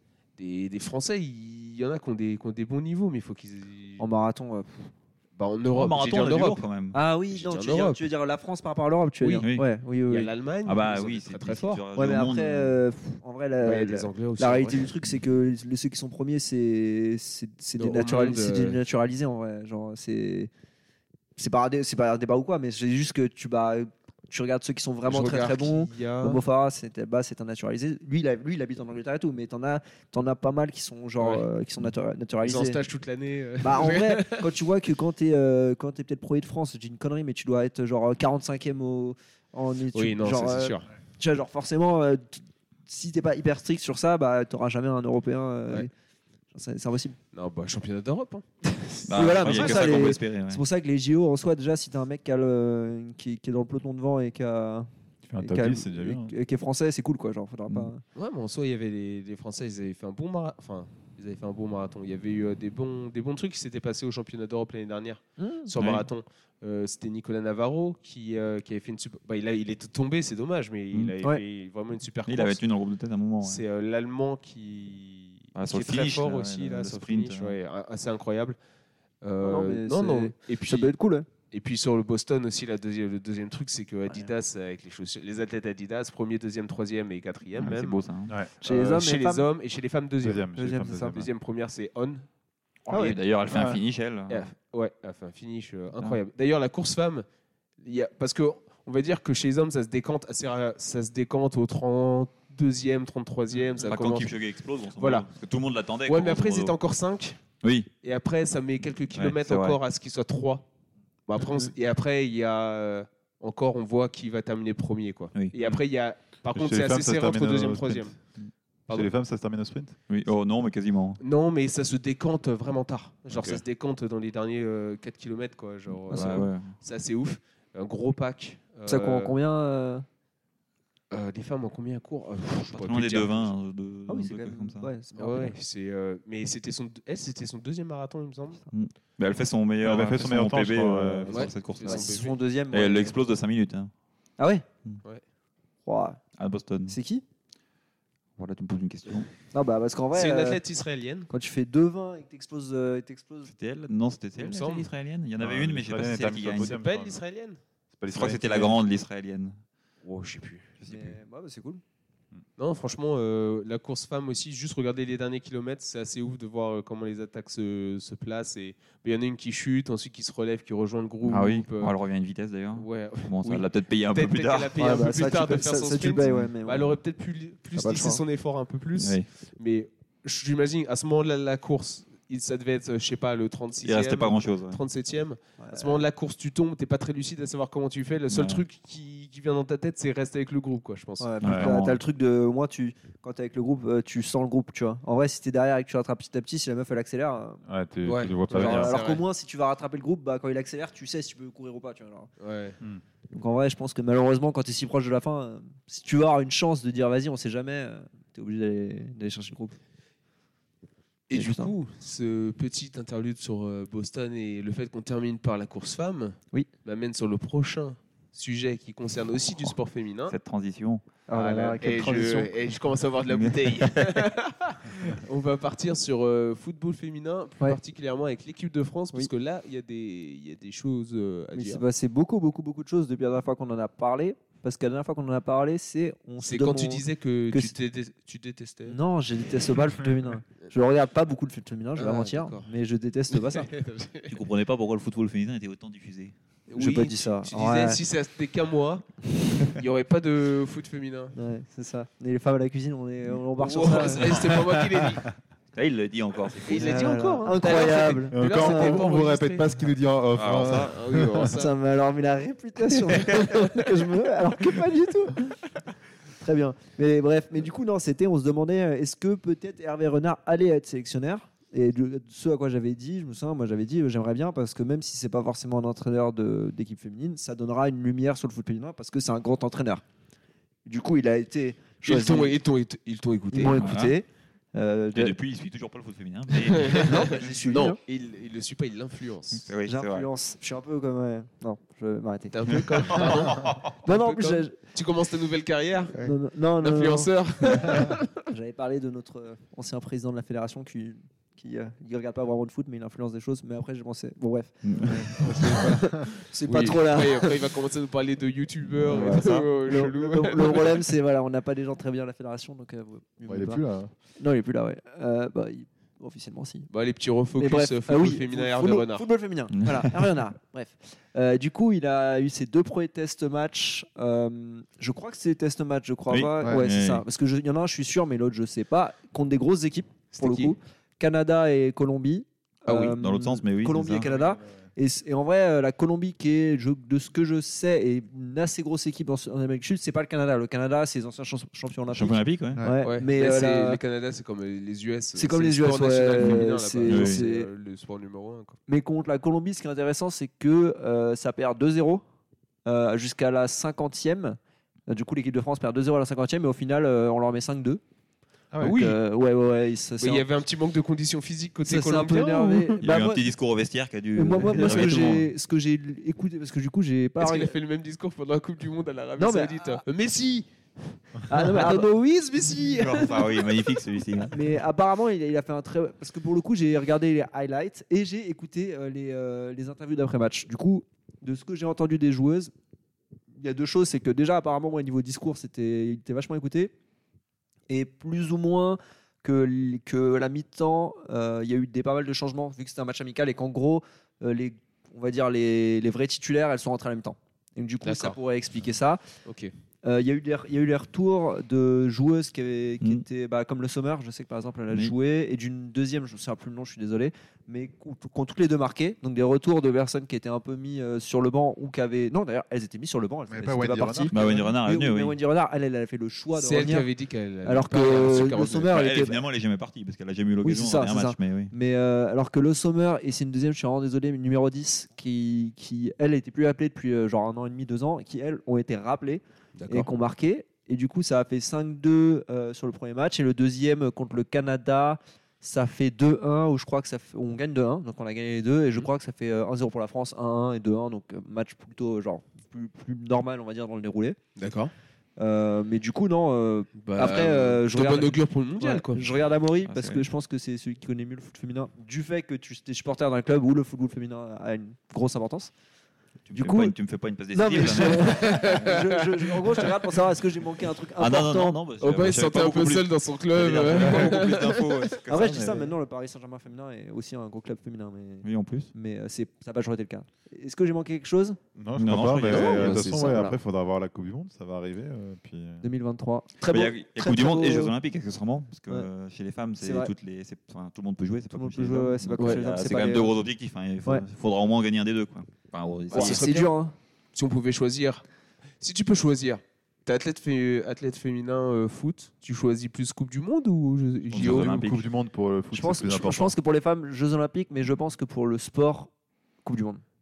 Speaker 1: des, des Français, il y en a qui ont des, qui ont des bons niveaux, mais il faut qu'ils.
Speaker 5: En marathon. euh,
Speaker 1: Bah, en
Speaker 2: Oh,
Speaker 1: Europe, j'ai dit
Speaker 2: marathon,
Speaker 1: en
Speaker 2: on a du
Speaker 1: Europe.
Speaker 2: lourd quand même.
Speaker 5: Ah oui,
Speaker 1: J'ai
Speaker 5: non,
Speaker 1: dit en
Speaker 5: tu veux, dire,
Speaker 1: Europe.
Speaker 5: tu veux dire la France par rapport à l'Europe, tu veux
Speaker 1: Oui.
Speaker 5: dire.
Speaker 2: Oui.
Speaker 5: Ouais, oui,
Speaker 1: Il
Speaker 5: oui.
Speaker 1: y a
Speaker 5: oui.
Speaker 1: l'Allemagne.
Speaker 2: Ah bah
Speaker 1: ils ont
Speaker 2: oui,
Speaker 1: des
Speaker 2: c'est
Speaker 1: très très
Speaker 2: si
Speaker 1: fort.
Speaker 2: tu regardes
Speaker 5: Ouais,
Speaker 2: le
Speaker 5: mais
Speaker 2: monde,
Speaker 5: après,
Speaker 2: euh,
Speaker 5: euh, pff, en vrai, la,
Speaker 1: Ouais,
Speaker 5: la-
Speaker 1: les Anglais aussi.
Speaker 5: la
Speaker 1: en
Speaker 5: réalité
Speaker 1: vrai.
Speaker 5: du truc, c'est que les, ceux qui sont premiers, c'est c'est c'est
Speaker 1: Au monde,
Speaker 5: dénatural- c'est
Speaker 1: euh,
Speaker 5: dénaturalisé en vrai. Genre, c'est c'est pas, un dé- c'est pas un débat ou quoi, mais c'est juste que tu, bah, tu regardes ceux qui sont vraiment
Speaker 1: Je
Speaker 5: très très
Speaker 1: regarde
Speaker 5: bons.
Speaker 1: qui il y a.
Speaker 5: Mo Farah, c'était bah, c'est un naturalisé. Lui, il, a- lui, il habite en Angleterre et tout, mais t'en as, t'en as pas mal qui sont genre,
Speaker 1: Ouais.
Speaker 5: euh, qui sont natura-
Speaker 1: Ils sont en
Speaker 5: naturalisés.
Speaker 1: stage toute l'année. euh.
Speaker 5: Bah, en vrai, quand tu vois que quand t'es euh, quand t'es peut-être premier de France, j'ai une connerie, mais tu dois être genre quarante-cinquième au, en études.
Speaker 1: Oui, non,
Speaker 5: genre,
Speaker 1: ça, c'est
Speaker 5: euh,
Speaker 1: sûr.
Speaker 5: tu vois, genre forcément, euh, t- si t'es pas hyper strict sur ça, bah t'auras jamais un Européen. euh,
Speaker 1: Ouais.
Speaker 5: genre, c'est, c'est impossible.
Speaker 1: Non, bah, championnat d'Europe. hein.
Speaker 2: bah,
Speaker 5: Oui, voilà,
Speaker 2: il y a
Speaker 5: mais
Speaker 2: que
Speaker 5: ça,
Speaker 2: ça qu'on
Speaker 5: les-
Speaker 2: peut espérer. ouais.
Speaker 5: C'est pour ça que les J O en soi, déjà, si t'as un mec qui, a le- qui, qui est dans le peloton devant et qui, a,
Speaker 4: Tu fais un
Speaker 5: et
Speaker 4: top
Speaker 5: qui a-
Speaker 4: dix, c'est déjà bien.
Speaker 5: et- et qui est français, c'est cool quoi. Genre, faudra
Speaker 2: Mm.
Speaker 5: pas.
Speaker 1: Ouais, mais en soi, il y avait les, les Français, ils avaient fait un bon marathon. Enfin, ils avaient fait un bon marathon. Il y avait eu euh, des, bons, des bons trucs qui s'étaient passés au championnat d'Europe l'année dernière sur
Speaker 2: Ouais.
Speaker 1: marathon. Euh, C'était Nicolas Navarro qui, euh, qui avait fait une super. Bah, il, a, il est tombé, c'est dommage, mais il
Speaker 2: Mm.
Speaker 1: avait
Speaker 5: Ouais.
Speaker 1: fait vraiment une super course.
Speaker 2: Il avait été dans le groupe de tête à un moment. ouais.
Speaker 1: C'est euh, l'Allemand qui,
Speaker 2: Ah,
Speaker 1: qui
Speaker 2: sur
Speaker 1: est
Speaker 2: le
Speaker 1: très
Speaker 2: finish,
Speaker 1: fort
Speaker 2: là, ouais,
Speaker 1: aussi,
Speaker 2: le-
Speaker 1: là,
Speaker 2: le
Speaker 1: sur le
Speaker 2: sprint,
Speaker 1: finish,
Speaker 2: ouais.
Speaker 1: ouais, assez incroyable. Euh,
Speaker 5: Non, mais
Speaker 1: non,
Speaker 5: c'est-
Speaker 1: non. Et puis,
Speaker 5: Ça peut être cool. Hein.
Speaker 1: et puis sur le Boston aussi, la deuxième, le deuxième truc, c'est que Adidas, avec les, chaussures, les athlètes Adidas, premier, deuxième, troisième et quatrième
Speaker 2: Ouais,
Speaker 1: même.
Speaker 2: C'est beau ça. hein.
Speaker 4: Ouais.
Speaker 5: Chez les
Speaker 1: Euh,
Speaker 5: hommes
Speaker 1: chez
Speaker 5: et
Speaker 1: les
Speaker 5: femmes.
Speaker 1: hommes et chez les femmes, deuxième.
Speaker 4: Deuxième, j'ai
Speaker 5: Deuxième,
Speaker 4: fait
Speaker 5: c'est ça.
Speaker 4: deuxième, ouais.
Speaker 1: Deuxième, première, c'est On.
Speaker 2: Ah
Speaker 1: Et-
Speaker 2: oui, d'ailleurs, elle fait un
Speaker 4: Ouais.
Speaker 2: finish, elle.
Speaker 1: Et elle a fait- ouais, elle a fait un finish euh, incroyable. D'ailleurs, la course femme, il y a, parce que on va dire que chez les hommes, ça se décante assez, ra- ça se décante au trente-deuxième, trente-troisième. Ça
Speaker 2: Enfin, quand
Speaker 1: commence.
Speaker 2: Kipchoge explose, on s'en
Speaker 1: Voilà.
Speaker 2: fout, parce que tout le monde l'attendait.
Speaker 1: Ouais,
Speaker 2: quoi,
Speaker 1: mais après,
Speaker 2: grosso
Speaker 1: ils étaient
Speaker 2: modo.
Speaker 1: encore cinq.
Speaker 2: Oui,
Speaker 1: Et après, ça met quelques kilomètres
Speaker 2: c'est vrai.
Speaker 1: encore à ce qu'il soit trois. Bon, après, on s- et après, il y a euh, encore, on voit qui va terminer premier. Quoi.
Speaker 2: Oui.
Speaker 1: Et après, il y a. Par
Speaker 4: Chez
Speaker 1: contre,
Speaker 4: les
Speaker 1: c'est
Speaker 4: femmes,
Speaker 1: assez
Speaker 4: ça se
Speaker 1: serré entre
Speaker 4: termine au
Speaker 1: deuxième et
Speaker 4: sprint.
Speaker 1: troisième.
Speaker 4: Chez
Speaker 1: Pardon.
Speaker 4: les femmes, ça se termine au sprint
Speaker 2: oui. Oh non, mais quasiment.
Speaker 1: Non, mais ça se décante vraiment tard. Genre,
Speaker 4: Ok.
Speaker 1: ça se décante dans les derniers euh, quatre kilomètres. Quoi. Genre,
Speaker 5: Ah,
Speaker 1: euh,
Speaker 5: c'est
Speaker 2: Ouais,
Speaker 5: cool.
Speaker 2: ouais.
Speaker 1: c'est assez ouf. Un gros pack.
Speaker 5: Ça
Speaker 1: Euh,
Speaker 5: court combien euh,
Speaker 1: euh, Les femmes en combien elles courent Euh, pff, je
Speaker 2: Pas
Speaker 1: pourrais
Speaker 2: très
Speaker 1: plus
Speaker 2: loin des
Speaker 1: dire.
Speaker 2: deux vingt. De,
Speaker 5: Ah oui,
Speaker 2: un
Speaker 5: c'est
Speaker 2: truc
Speaker 5: quand même
Speaker 2: comme ça.
Speaker 5: Ouais, c'est
Speaker 1: Ah
Speaker 5: bien.
Speaker 1: ouais, c'est, euh, mais c'était son, elle, c'était son deuxième marathon, il me semble.
Speaker 2: Mais elle fait son meilleur,
Speaker 4: Elle avait fait son meilleur temps,
Speaker 2: P B
Speaker 4: je crois,
Speaker 2: euh,
Speaker 4: ouais.
Speaker 2: sur
Speaker 1: Ouais.
Speaker 2: cette course.
Speaker 1: C'est
Speaker 5: Ouais,
Speaker 1: son
Speaker 5: c'est
Speaker 1: bébé.
Speaker 5: son deuxième.
Speaker 2: Et
Speaker 5: ouais.
Speaker 2: elle explose de cinq minutes hein,
Speaker 5: Ah ouais
Speaker 1: Ouais.
Speaker 5: Ouah.
Speaker 2: à Boston.
Speaker 5: C'est qui
Speaker 2: Voilà, tu me poses une question.
Speaker 5: Non, bah parce qu'en vrai,
Speaker 1: C'est une
Speaker 5: euh,
Speaker 1: athlète israélienne.
Speaker 5: quand tu fais deux vingt et que t'exploses, euh, et t'exploses-
Speaker 2: C'était elle Non, c'était
Speaker 1: Il me
Speaker 2: elle,
Speaker 1: semble.
Speaker 2: c'était l'israélienne. Il y en avait
Speaker 4: Non,
Speaker 2: une, mais je sais pas si
Speaker 4: l'israélienne
Speaker 2: c'est elle
Speaker 4: est
Speaker 2: qui
Speaker 4: terminée
Speaker 2: gagne.
Speaker 4: sur
Speaker 1: C'est
Speaker 4: le
Speaker 1: pas
Speaker 4: podium,
Speaker 1: elle l'israélienne
Speaker 4: C'est pas
Speaker 2: Je crois que c'était la
Speaker 4: l'israélienne.
Speaker 2: grande, l'israélienne.
Speaker 1: Oh, je sais plus. Je sais
Speaker 5: Mais,
Speaker 1: plus.
Speaker 5: ouais, bah, c'est cool.
Speaker 1: Non, franchement, euh, la course femme aussi, juste regarder les derniers kilomètres, c'est assez ouf de voir euh, comment les attaques se, se placent. Et il y en a une qui chute, ensuite qui se relève, qui rejoint le groupe.
Speaker 2: Ah oui,
Speaker 1: euh,
Speaker 2: elle revient à une vitesse d'ailleurs.
Speaker 1: ouais.
Speaker 2: Bon, ça
Speaker 1: Oui.
Speaker 2: l'a peut-être payé un peu
Speaker 1: Peut-être
Speaker 2: plus
Speaker 1: qu'elle
Speaker 2: tard.
Speaker 1: a payé
Speaker 5: Ouais,
Speaker 1: un
Speaker 5: bah,
Speaker 1: peu
Speaker 5: ça,
Speaker 1: plus tard
Speaker 5: tu
Speaker 1: de
Speaker 5: peux-
Speaker 1: faire
Speaker 5: ça-
Speaker 1: son
Speaker 5: ça, tu
Speaker 1: sprint.
Speaker 5: le payes, ouais, mais
Speaker 1: Bah,
Speaker 5: bon.
Speaker 1: elle aurait peut-être pu plus
Speaker 5: T'as pas le
Speaker 1: lisser
Speaker 5: choix.
Speaker 1: son effort un peu plus.
Speaker 2: Oui.
Speaker 1: Mais j'imagine, à ce moment-là de la course, il, ça devait être, je sais pas, le trente-sixième.
Speaker 2: Il restait pas grand chose.
Speaker 1: trente-septième.
Speaker 5: Ouais.
Speaker 1: À ce moment de la course, tu tombes, t'es pas très lucide à savoir comment tu fais. Le seul
Speaker 2: Ouais.
Speaker 1: truc qui, qui vient dans ta tête, c'est rester avec le groupe, quoi, je pense.
Speaker 5: Ouais, puis
Speaker 2: Ouais,
Speaker 5: t'as-
Speaker 2: vraiment.
Speaker 5: t'as le truc de au moins tu quand t'es avec le groupe euh, tu sens le groupe tu vois en vrai si t'es derrière et que tu rattrapes petit à petit si la meuf elle accélère euh,
Speaker 4: Ouais, tu
Speaker 1: Ouais.
Speaker 4: tu le vois pas
Speaker 1: Genre,
Speaker 4: venir.
Speaker 1: c'est
Speaker 5: alors qu'au
Speaker 1: vrai.
Speaker 5: moins si tu vas rattraper le groupe bah quand il accélère tu sais si tu peux courir ou pas tu vois genre.
Speaker 1: Ouais.
Speaker 5: Donc en vrai je pense que malheureusement quand t'es si proche de la fin euh, si tu veux avoir une chance de dire vas-y on sait jamais euh, t'es obligé d'aller d'aller chercher le groupe.
Speaker 1: Et
Speaker 5: Et
Speaker 1: du
Speaker 5: putain.
Speaker 1: coup, ce petit interlude sur euh, Boston et le fait qu'on termine par la course femme
Speaker 5: Oui.
Speaker 1: m'amène sur le prochain sujet qui concerne aussi du sport féminin.
Speaker 2: Cette transition.
Speaker 5: Oh là là,
Speaker 1: Voilà.
Speaker 5: quelle
Speaker 1: et,
Speaker 5: transition.
Speaker 1: je, et je commence à avoir de la bouteille. On va partir sur euh, football féminin, plus
Speaker 5: Ouais.
Speaker 1: particulièrement avec l'équipe de France, parce
Speaker 5: Oui.
Speaker 1: que là, il y, a des- il y a des choses euh, à
Speaker 5: Il
Speaker 1: dire.
Speaker 5: s'est passé beaucoup, beaucoup, beaucoup de choses depuis la dernière fois qu'on en a parlé. Parce que la dernière fois qu'on en a parlé, c'est. on se
Speaker 1: C'est quand
Speaker 5: demande-
Speaker 1: tu disais que,
Speaker 5: que
Speaker 1: tu,
Speaker 5: c'est-
Speaker 1: détestais, tu détestais.
Speaker 5: Non, je déteste pas le foot féminin. Je regarde pas beaucoup le foot féminin, je vais
Speaker 1: Ah,
Speaker 5: pas mentir,
Speaker 1: d'accord.
Speaker 5: mais je déteste pas ça.
Speaker 2: Tu comprenais pas pourquoi le football féminin était autant diffusé.
Speaker 5: J'ai
Speaker 1: Oui,
Speaker 5: pas dit ça.
Speaker 1: Tu disais,
Speaker 5: Ouais.
Speaker 1: si c'était qu'un mois, il n'y aurait pas de foot féminin.
Speaker 5: Ouais, c'est ça. Et les femmes à la cuisine, on, est, on embarque sur
Speaker 1: Wow,
Speaker 5: ça.
Speaker 1: c'est- C'était pas moi qui l'ai dit.
Speaker 2: Là, il le dit encore. c'est fou.
Speaker 1: Et il l'a dit
Speaker 5: Ah là
Speaker 1: encore.
Speaker 5: là.
Speaker 1: hein.
Speaker 5: Incroyable.
Speaker 1: Tout à l'heure,
Speaker 4: Et
Speaker 1: c'était-
Speaker 4: encore,
Speaker 1: tout à l'heure, c'était
Speaker 4: on, on vous
Speaker 1: enregistré.
Speaker 4: répète pas ce qu'il nous dit en off.
Speaker 2: Alors
Speaker 4: hein.
Speaker 2: ça,
Speaker 1: Ah oui, alors ça.
Speaker 5: Ça m'a alors mis la réputation que je me alors que pas du tout. Très bien. Mais bref, mais du coup non, c'était on se demandait euh, est-ce que peut-être Hervé Renard allait être sélectionneur et de, ce à quoi j'avais dit, je me souviens, moi j'avais dit euh, j'aimerais bien parce que même si c'est pas forcément un entraîneur de- d'équipe féminine, ça donnera une lumière sur le foot féminin parce que c'est un grand entraîneur. Du coup, il a été
Speaker 1: Ils
Speaker 5: choisi.
Speaker 1: t'ont- ils t'ont ils t'ont écouté.
Speaker 5: Ils m'ont
Speaker 2: Voilà.
Speaker 5: écouté. Euh,
Speaker 2: Et
Speaker 5: de-
Speaker 2: depuis, il suit toujours pas le foot féminin. Mais...
Speaker 5: non, bah, j'ai suivi,
Speaker 1: Non,
Speaker 5: hein.
Speaker 1: il ne le suit pas, il l'influence.
Speaker 2: Oui, c'est vrai.
Speaker 5: J'influence. Je suis un peu comme. ouais. Non, je vais m'arrêter.
Speaker 1: T'es un peu comme. Pardon.
Speaker 5: Non, non,
Speaker 1: un
Speaker 5: en
Speaker 1: peu
Speaker 5: plus,
Speaker 1: comme-
Speaker 5: j'ai-
Speaker 1: Tu commences ta nouvelle carrière
Speaker 5: non, non, non, non, non.
Speaker 1: d'influenceur.
Speaker 5: J'avais parlé de notre euh, ancien président de la fédération qui qui euh, il regarde pas vraiment le foot, mais il influence des choses. Mais après, j'ai pensé. Bon, bref, c'est pas
Speaker 1: Oui,
Speaker 5: trop là.
Speaker 1: Après, après, il va commencer à nous parler de youtubeurs
Speaker 5: Ouais,
Speaker 1: et
Speaker 5: c'est
Speaker 1: tout,
Speaker 5: ça.
Speaker 1: euh,
Speaker 5: Le,
Speaker 1: chelou.
Speaker 5: le- le problème, c'est voilà, on n'a pas des gens très bien à la fédération, donc. euh, mieux
Speaker 4: Ouais, il est
Speaker 5: pas.
Speaker 4: plus là.
Speaker 5: Non, il est plus là, ouais. Euh, bah, il- officiellement, si.
Speaker 1: Bah, les petits
Speaker 5: Mais
Speaker 1: refocus
Speaker 5: bref,
Speaker 1: euh,
Speaker 5: ah
Speaker 1: football
Speaker 5: oui,
Speaker 1: féminin
Speaker 5: foot-
Speaker 1: Hervé
Speaker 5: football,
Speaker 1: Renard.
Speaker 5: football féminin. Voilà, Hervé Renard. Bref. Euh, du coup, il a eu ses deux premiers test matchs. Euh, je crois que c'est test match, je crois
Speaker 2: Oui,
Speaker 5: pas.
Speaker 4: ouais.
Speaker 5: Ouais, c'est
Speaker 2: Oui,
Speaker 5: ça.
Speaker 2: oui.
Speaker 5: Parce que je- il y en a un, je suis sûr, mais l'autre, je sais pas. Contre des grosses équipes, pour le
Speaker 1: C'était qui
Speaker 5: coup. Canada et Colombie.
Speaker 1: Ah oui,
Speaker 2: dans l'autre sens, mais oui,
Speaker 5: Colombie
Speaker 2: c'est ça.
Speaker 5: et Canada. Et, c- et en vrai, euh, la Colombie, qui est, je- de ce que je sais, est une assez grosse équipe en, en Amérique du Sud, c'est pas le Canada. Le Canada, c'est les anciens champ- champions olympiques.
Speaker 2: Champion olympique, ouais.
Speaker 5: Ouais,
Speaker 1: Ouais,
Speaker 5: mais
Speaker 1: mais
Speaker 5: euh,
Speaker 1: c'est-
Speaker 5: la-
Speaker 1: le Canada, c'est comme euh, les U S.
Speaker 5: C'est comme les
Speaker 1: le
Speaker 5: U S,
Speaker 1: sport national
Speaker 5: ouais,
Speaker 1: féminin, là-bas.
Speaker 5: c'est-
Speaker 1: Ouais,
Speaker 5: c'est-
Speaker 1: c'est, euh, le sport numéro un. Quoi.
Speaker 5: Mais contre la Colombie, ce qui est intéressant, c'est que euh, ça perd deux zéro euh, jusqu'à la cinquantième. Euh, Du coup, l'équipe de France perd deux zéro à la cinquantième, et au final, euh, on leur met cinq deux.
Speaker 4: Ah
Speaker 1: Ah
Speaker 4: ouais.
Speaker 1: oui,
Speaker 5: Euh, ouais, ouais, ouais. ça,
Speaker 1: mais
Speaker 5: c'est
Speaker 1: il
Speaker 5: un-
Speaker 1: y avait un petit manque de conditions physiques côté
Speaker 5: ça, c'est un peu
Speaker 1: colombien. ou-
Speaker 5: énervé.
Speaker 2: Il y
Speaker 5: Bah,
Speaker 2: a eu un
Speaker 5: moi-
Speaker 2: petit discours au vestiaire qui a dû.
Speaker 5: moi, moi, moi, ce que
Speaker 2: énerver tout le monde.
Speaker 5: j'ai, ce que j'ai écouté, parce que du coup, j'ai pas.
Speaker 1: Est-ce qu'il a
Speaker 5: regardé-
Speaker 1: fait le même discours pendant la Coupe du Monde à l'Arabie
Speaker 5: Non, mais-
Speaker 1: Saoudite Euh, Messi
Speaker 5: Ah, non, mais,
Speaker 1: I
Speaker 5: ah,
Speaker 1: don't know who is Messi
Speaker 2: Ah oui, magnifique celui-ci.
Speaker 5: mais apparemment, il a, il a fait un très. Parce que pour le coup, j'ai regardé les highlights et j'ai écouté euh, les, euh, les interviews d'après-match. Du coup, de ce que j'ai entendu des joueuses, il y a deux choses. C'est que déjà, apparemment, moi, niveau discours, c'était, il était vachement écouté. Et plus ou moins que, l- que la mi-temps, euh, il y a eu des, pas mal de changements, vu que c'était un match amical et qu'en gros, euh, les, on va dire les, les vrais titulaires, elles sont rentrées à la mi-temps. Et du coup, ça
Speaker 1: D'accord.
Speaker 5: pourrait expliquer ça.
Speaker 1: Ok.
Speaker 5: Euh, Il y, a eu des- il y a eu les retours de joueuses qui, avaient- qui
Speaker 2: Mm.
Speaker 5: étaient bah, comme le Sommer, je sais que par exemple elle a
Speaker 2: Oui.
Speaker 5: joué, et d'une deuxième, je ne sais plus le nom, je suis désolé, mais qui ont qui ont toutes les deux marqué. Donc des retours de personnes qui étaient un peu mis euh, sur le banc ou qui avaient. Non, d'ailleurs, elles étaient mises sur le banc, elles
Speaker 4: Mais
Speaker 5: elles
Speaker 4: pas
Speaker 5: étaient
Speaker 4: Wendy
Speaker 5: pas parties.
Speaker 4: Renard.
Speaker 2: Bah, Wendy Renard est
Speaker 5: Oui,
Speaker 2: venue,
Speaker 5: mais
Speaker 2: oui.
Speaker 5: Wendy Renard, elle, elle a fait le choix de
Speaker 1: C'est elle qui
Speaker 5: revenir.
Speaker 1: avait dit qu'elle. allait
Speaker 5: Alors
Speaker 1: pas
Speaker 5: que
Speaker 1: sur
Speaker 5: le
Speaker 1: quarante-deux.
Speaker 5: Sommer,
Speaker 2: Ouais,
Speaker 5: elle
Speaker 2: elle,
Speaker 5: était-
Speaker 2: finalement, elle n'est jamais partie parce qu'elle a jamais eu
Speaker 5: Oui,
Speaker 2: l'occasion
Speaker 5: c'est ça,
Speaker 2: de faire un
Speaker 5: c'est
Speaker 2: match.
Speaker 5: ça.
Speaker 2: Mais oui.
Speaker 5: Mais euh, alors que le Sommer, et c'est une deuxième, je suis vraiment désolé, mais numéro dix, qui, qui elle, n'était plus appelée depuis euh, genre un an et demi, deux ans, qui elles ont été rappelées et
Speaker 1: D'accord.
Speaker 5: qui ont marqué. Et du coup, ça a fait cinq deux euh, sur le premier match. Et le deuxième euh, contre le Canada, ça fait deux un, où je crois que ça fait- on gagne deux un. Donc on a gagné les deux. Et je
Speaker 1: Mhm.
Speaker 5: crois que ça fait euh, un zéro pour la France, un un et deux un. Donc euh, match plutôt genre plus, plus normal, on va dire, dans le déroulé.
Speaker 1: D'accord.
Speaker 5: Euh, mais du coup, non. euh,
Speaker 1: Bah,
Speaker 5: Après, euh, je
Speaker 1: de
Speaker 5: regarde-
Speaker 1: bonne augure pour le mondial,
Speaker 5: ouais,
Speaker 1: quoi.
Speaker 5: je regarde Amaury
Speaker 2: Ah,
Speaker 5: parce
Speaker 2: c'est
Speaker 5: que
Speaker 2: vrai.
Speaker 5: je pense que c'est celui qui connaît mieux le foot féminin. Du fait que tu es supporter d'un club où le football féminin a une grosse importance.
Speaker 2: Tu me
Speaker 5: Du
Speaker 2: fais
Speaker 5: coup-
Speaker 2: pas une- tu me fais pas une passe
Speaker 5: Non, mais
Speaker 2: décisive. là, non
Speaker 5: je- je- je- en gros, je te regarde pour savoir est-ce que j'ai manqué un truc
Speaker 2: Ah
Speaker 5: important.
Speaker 2: non, non, non, non. parce que
Speaker 1: Au moins, il
Speaker 2: j'avais
Speaker 1: se sentait
Speaker 2: pas
Speaker 1: un
Speaker 2: beaucoup
Speaker 1: peu
Speaker 2: plus-
Speaker 1: seul dans son club.
Speaker 2: j'allais dire,
Speaker 1: ouais.
Speaker 2: j'avais pas beaucoup plus d'infos, ouais, c'est que
Speaker 5: En vrai,
Speaker 2: ça,
Speaker 5: je dis ça,
Speaker 2: mais-
Speaker 5: maintenant, le Paris Saint-Germain féminin est aussi un gros club féminin. Mais,
Speaker 2: Oui, en plus.
Speaker 5: mais euh, c'est, ça n'a pas toujours été le cas. Est-ce que j'ai manqué quelque chose
Speaker 4: Non, je
Speaker 2: Non,
Speaker 4: crois
Speaker 2: non,
Speaker 4: pas.
Speaker 2: je
Speaker 4: Mais
Speaker 2: crois
Speaker 1: qu'il y a-
Speaker 4: euh, de
Speaker 1: Ouais,
Speaker 4: toute
Speaker 1: c'est
Speaker 4: façon,
Speaker 1: ça,
Speaker 4: ouais,
Speaker 5: voilà.
Speaker 4: après, il faudra voir la Coupe du Monde. Ça va arriver. euh, puis, euh,
Speaker 5: deux mille vingt-trois. Très
Speaker 2: Il
Speaker 5: beau.
Speaker 2: y a, il y a
Speaker 5: très,
Speaker 2: Coupe du
Speaker 5: très
Speaker 2: Monde
Speaker 5: beau-
Speaker 2: et Jeux Olympiques accessoirement, parce que
Speaker 5: Ouais.
Speaker 2: euh, chez les femmes, c'est
Speaker 5: C'est vrai.
Speaker 2: toutes les, c'est- enfin, tout le monde peut jouer, c'est
Speaker 5: Tout
Speaker 2: pas
Speaker 5: le monde
Speaker 2: comme
Speaker 5: peut
Speaker 2: chez les
Speaker 5: jouer,
Speaker 2: hommes.
Speaker 5: ouais, c'est pas
Speaker 2: Donc,
Speaker 5: comme chez
Speaker 2: il
Speaker 5: les
Speaker 2: y a-
Speaker 5: hommes, c'est
Speaker 2: C'est
Speaker 5: pas
Speaker 2: quand même
Speaker 5: les-
Speaker 2: deux gros objectifs. hein, Il faut-
Speaker 5: Ouais.
Speaker 2: faudra au moins gagner un des deux, quoi. Enfin, bon,
Speaker 1: Ouais,
Speaker 2: ça,
Speaker 1: ce
Speaker 5: c'est,
Speaker 1: serait
Speaker 5: c'est
Speaker 1: bien.
Speaker 5: dur. Hein.
Speaker 1: Si on pouvait choisir, si tu peux choisir, t'es athlète, fé- athlète féminin euh, foot, tu choisis plus Coupe du Monde ou Jeux-
Speaker 2: Jeux
Speaker 1: J O
Speaker 2: Olympiques.
Speaker 4: Coupe du Monde pour le foot,
Speaker 5: Je pense,
Speaker 4: c'est plus
Speaker 5: je,
Speaker 4: important.
Speaker 5: je pense que pour les femmes, Jeux Olympiques, mais je pense que pour le sport, Coupe du Monde.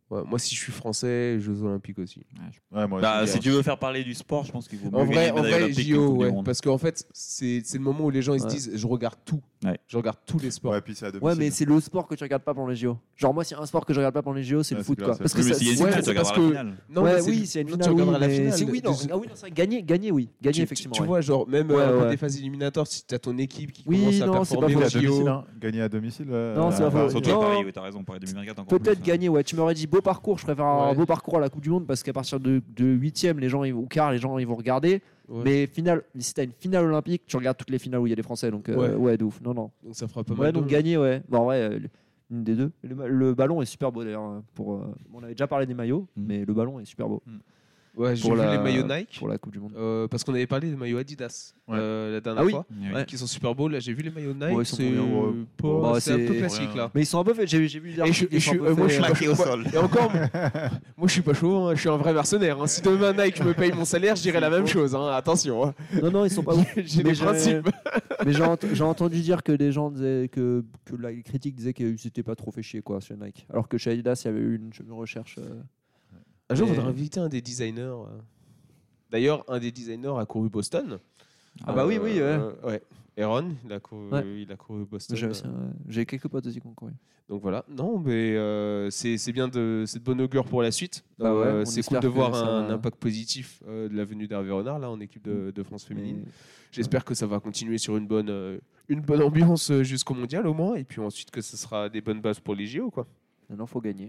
Speaker 1: Ouais, moi, si je suis français, Jeux Olympiques aussi.
Speaker 4: Ouais, moi,
Speaker 2: Bah,
Speaker 4: je-
Speaker 2: si tu veux faire parler du sport, je pense qu'il vaut mieux
Speaker 1: En vrai,
Speaker 2: gagner
Speaker 1: en
Speaker 2: une médaille
Speaker 1: vrai
Speaker 2: olympique
Speaker 1: J
Speaker 2: qu'une
Speaker 1: O,
Speaker 2: Coupe du
Speaker 1: ouais,
Speaker 2: Monde.
Speaker 1: parce qu'en fait, c'est c'est le moment où les gens ils se
Speaker 5: Ouais.
Speaker 1: disent je regarde tout.
Speaker 2: Ouais.
Speaker 1: Je regarde tous les sports.
Speaker 4: Ouais, puis c'est à
Speaker 5: Ouais,
Speaker 4: domicile.
Speaker 5: mais c'est le sport que tu regardes pas pendant les J O. Genre, moi, s'il y a un sport que je regarde pas pendant les J O, c'est
Speaker 4: Ouais,
Speaker 5: le
Speaker 4: c'est
Speaker 5: foot,
Speaker 4: clair,
Speaker 5: quoi.
Speaker 4: c'est
Speaker 5: Parce que
Speaker 2: Oui, mais
Speaker 5: ça-
Speaker 2: s'il y a une
Speaker 1: ouais,
Speaker 2: finale, tu
Speaker 1: c'est parce
Speaker 2: regarderas la
Speaker 1: que-
Speaker 2: finale.
Speaker 1: Non,
Speaker 5: ouais,
Speaker 1: mais c'est-
Speaker 5: oui, c'est une
Speaker 1: non,
Speaker 5: finale.
Speaker 1: tu
Speaker 5: Oui,
Speaker 1: regarderas la
Speaker 5: mais
Speaker 1: finale.
Speaker 5: c'est oui, non.
Speaker 1: De-
Speaker 5: Ah oui, non, c'est vrai, gagner, gagner, oui. Gagner,
Speaker 1: tu,
Speaker 5: effectivement.
Speaker 1: tu
Speaker 5: ouais.
Speaker 1: vois, genre, même
Speaker 5: Ouais,
Speaker 1: euh,
Speaker 5: ouais.
Speaker 1: des phases éliminatoires, si tu as ton équipe qui
Speaker 5: Oui,
Speaker 1: commence à
Speaker 5: non, c'est pas
Speaker 1: performer
Speaker 4: Gagner
Speaker 5: faux.
Speaker 4: à
Speaker 1: au J O.
Speaker 4: domicile, hein. Gagner à domicile. ouais.
Speaker 5: Non, c'est
Speaker 4: Euh,
Speaker 5: pas faux.
Speaker 2: Surtout
Speaker 5: Non.
Speaker 2: à Paris, oui, t'as raison, Paris deux mille vingt-quatre encore
Speaker 5: Peut-être
Speaker 2: plus, hein.
Speaker 5: gagner, ouais. Tu m'aurais dit beau parcours, je préfère un
Speaker 1: Ouais.
Speaker 5: beau parcours à la Coupe du Monde parce qu'à partir de, de huitième, les gens, ils- ou quart, les gens ils vont regarder.
Speaker 1: Ouais.
Speaker 5: Mais finale, si t'as une finale olympique, tu regardes toutes les finales où il y a des Français. Donc, euh,
Speaker 1: Ouais.
Speaker 5: ouais, de ouf. Non, non.
Speaker 1: Donc ça fera pas
Speaker 5: Ouais,
Speaker 1: mal.
Speaker 5: donc
Speaker 1: de-
Speaker 5: gagner, ouais. Bon, ouais, euh, une des deux. Le, le ballon est super beau d'ailleurs. Pour, euh, on avait déjà parlé des maillots,
Speaker 2: Mm.
Speaker 5: mais le ballon est super beau.
Speaker 1: Ouais, j'ai
Speaker 5: Pour
Speaker 1: vu
Speaker 5: la-
Speaker 1: les maillots Nike.
Speaker 5: Pour la Coupe du Monde.
Speaker 1: euh, parce qu'on avait parlé des maillots Adidas
Speaker 4: Ouais.
Speaker 1: euh, la dernière
Speaker 5: Ah oui.
Speaker 1: fois,
Speaker 2: Oui, oui.
Speaker 5: Ouais.
Speaker 1: qui sont super beaux. Là, j'ai vu les maillots Nike.
Speaker 5: Ouais, ils sont
Speaker 1: c'est
Speaker 5: trop bien, ouais.
Speaker 1: pas-
Speaker 5: Bah,
Speaker 1: c'est un peu
Speaker 5: c'est-
Speaker 1: classique là.
Speaker 5: Mais ils sont un peu faits. J'ai j'ai vu des
Speaker 1: Et je,
Speaker 5: articles qui
Speaker 1: et je
Speaker 5: sont
Speaker 1: suis,
Speaker 5: un peu
Speaker 1: euh, moi, je suis
Speaker 5: faits,
Speaker 1: pas
Speaker 2: Claqué au
Speaker 1: chaud.
Speaker 2: sol.
Speaker 1: Et encore, moi, je suis pas chaud. hein, Je suis un vrai mercenaire. hein. Si demain Nike me paye mon salaire, je dirais la même chose. hein, Attention. hein.
Speaker 5: euh. Non, non, ils sont pas ouf.
Speaker 1: J'ai
Speaker 5: Mais
Speaker 1: des
Speaker 5: j'ai-
Speaker 1: principes.
Speaker 5: Mais j'ai ent- j'ai entendu dire que des gens disaient que, que la- les critiques disaient qu'ils s'étaient pas trop fait chier quoi, chez Nike. Alors que chez Adidas, il y avait eu une, une recherche. euh,
Speaker 1: Un jour, on
Speaker 5: Mais-
Speaker 1: faudra inviter un des designers. euh. D'ailleurs, un des designers a couru Boston.
Speaker 5: Ah bah oui, oui, ouais.
Speaker 1: Euh, ouais. Aaron, il a couru,
Speaker 5: Ouais.
Speaker 1: il a couru Boston.
Speaker 5: J'ai aussi, euh, j'ai quelques potes aussi qui ont couru.
Speaker 1: Donc voilà. Non, mais euh, c'est c'est bien de, c'est de bonne augure pour la suite.
Speaker 5: Bah ouais,
Speaker 1: Euh,
Speaker 5: on
Speaker 1: c'est
Speaker 5: espère
Speaker 1: cool de
Speaker 5: que
Speaker 1: voir
Speaker 5: ça
Speaker 1: un
Speaker 5: va-
Speaker 1: impact positif euh, de la venue d'Hervé Renard là en équipe de, de France féminine.
Speaker 5: Mais-
Speaker 1: J'espère que ça va continuer sur une bonne, euh, une bonne ambiance euh, jusqu'au mondial au moins, et puis ensuite que ce sera des bonnes bases pour les J O quoi.
Speaker 5: Maintenant, faut gagner.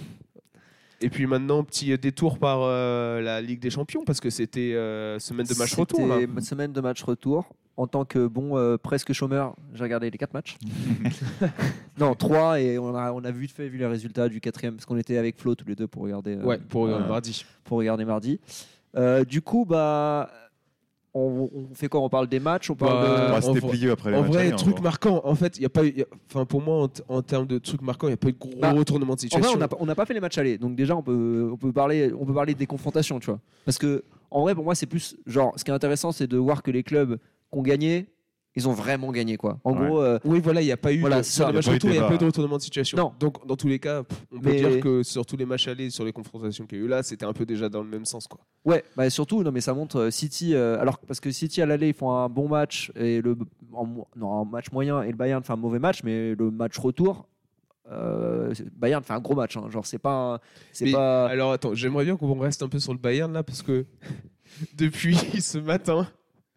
Speaker 1: Et puis maintenant, petit euh, détour par euh, la Ligue des Champions parce que c'était euh, semaine de match retour là.
Speaker 5: C'était une semaine de match retour. En tant que bon euh, presque chômeur, j'ai regardé les quatre matchs. non, trois et on a on a vite fait vu les résultats du quatrième parce qu'on était avec Flo tous les deux pour regarder. euh,
Speaker 1: Ouais, pour euh,
Speaker 4: Ouais.
Speaker 1: mardi.
Speaker 5: pour regarder mardi. Euh, du coup, bah, on, on fait quoi? On parle des matchs, on parle
Speaker 1: Bah,
Speaker 5: de.
Speaker 4: Moi, c'était
Speaker 1: en vrai-
Speaker 4: plié après les
Speaker 1: En
Speaker 4: matchs
Speaker 1: vrai,
Speaker 4: allés, en
Speaker 1: truc
Speaker 4: gros.
Speaker 1: marquant. En fait, il y a pas eu. y a- Enfin, pour moi, en, t- en termes de trucs marquants, il n'y a pas eu de gros
Speaker 5: Bah,
Speaker 1: retournement de
Speaker 5: En vrai,
Speaker 1: situation.
Speaker 5: on n'a pas- on n'a pas fait les matchs allés, donc déjà on peut, on peut parler, on peut parler des confrontations, tu vois. Parce que en vrai, pour moi, c'est plus genre, ce qui est intéressant, c'est de voir que les clubs qui ont gagné, ils ont vraiment gagné, quoi. En
Speaker 4: Ouais.
Speaker 5: gros, euh,
Speaker 1: Oui, voilà, il n'y a pas eu.
Speaker 5: Voilà,
Speaker 1: de-
Speaker 5: c'est
Speaker 1: sur
Speaker 5: ça.
Speaker 1: les
Speaker 4: Il y a
Speaker 1: matchs
Speaker 4: pas eu
Speaker 1: retour, il n'y a
Speaker 4: débat.
Speaker 1: pas eu de retournement de situation.
Speaker 5: Non.
Speaker 1: Donc, dans tous les cas, pff, on peut
Speaker 5: Mais-
Speaker 1: dire que sur tous les matchs allés, sur les confrontations qu'il y a eu là, c'était un peu déjà dans le même sens, quoi.
Speaker 5: ouais, bah surtout, non, mais ça montre euh, City. euh, alors parce que City à l'aller, ils font un bon match et le en mo- non, un match moyen et le Bayern fait un mauvais match, mais le match retour. Euh, Bayern fait un gros match, hein. Genre c'est pas, un- c'est
Speaker 1: Mais-
Speaker 5: pas.
Speaker 1: Alors, attends, j'aimerais bien qu'on reste un peu sur le Bayern là, parce que depuis ce matin,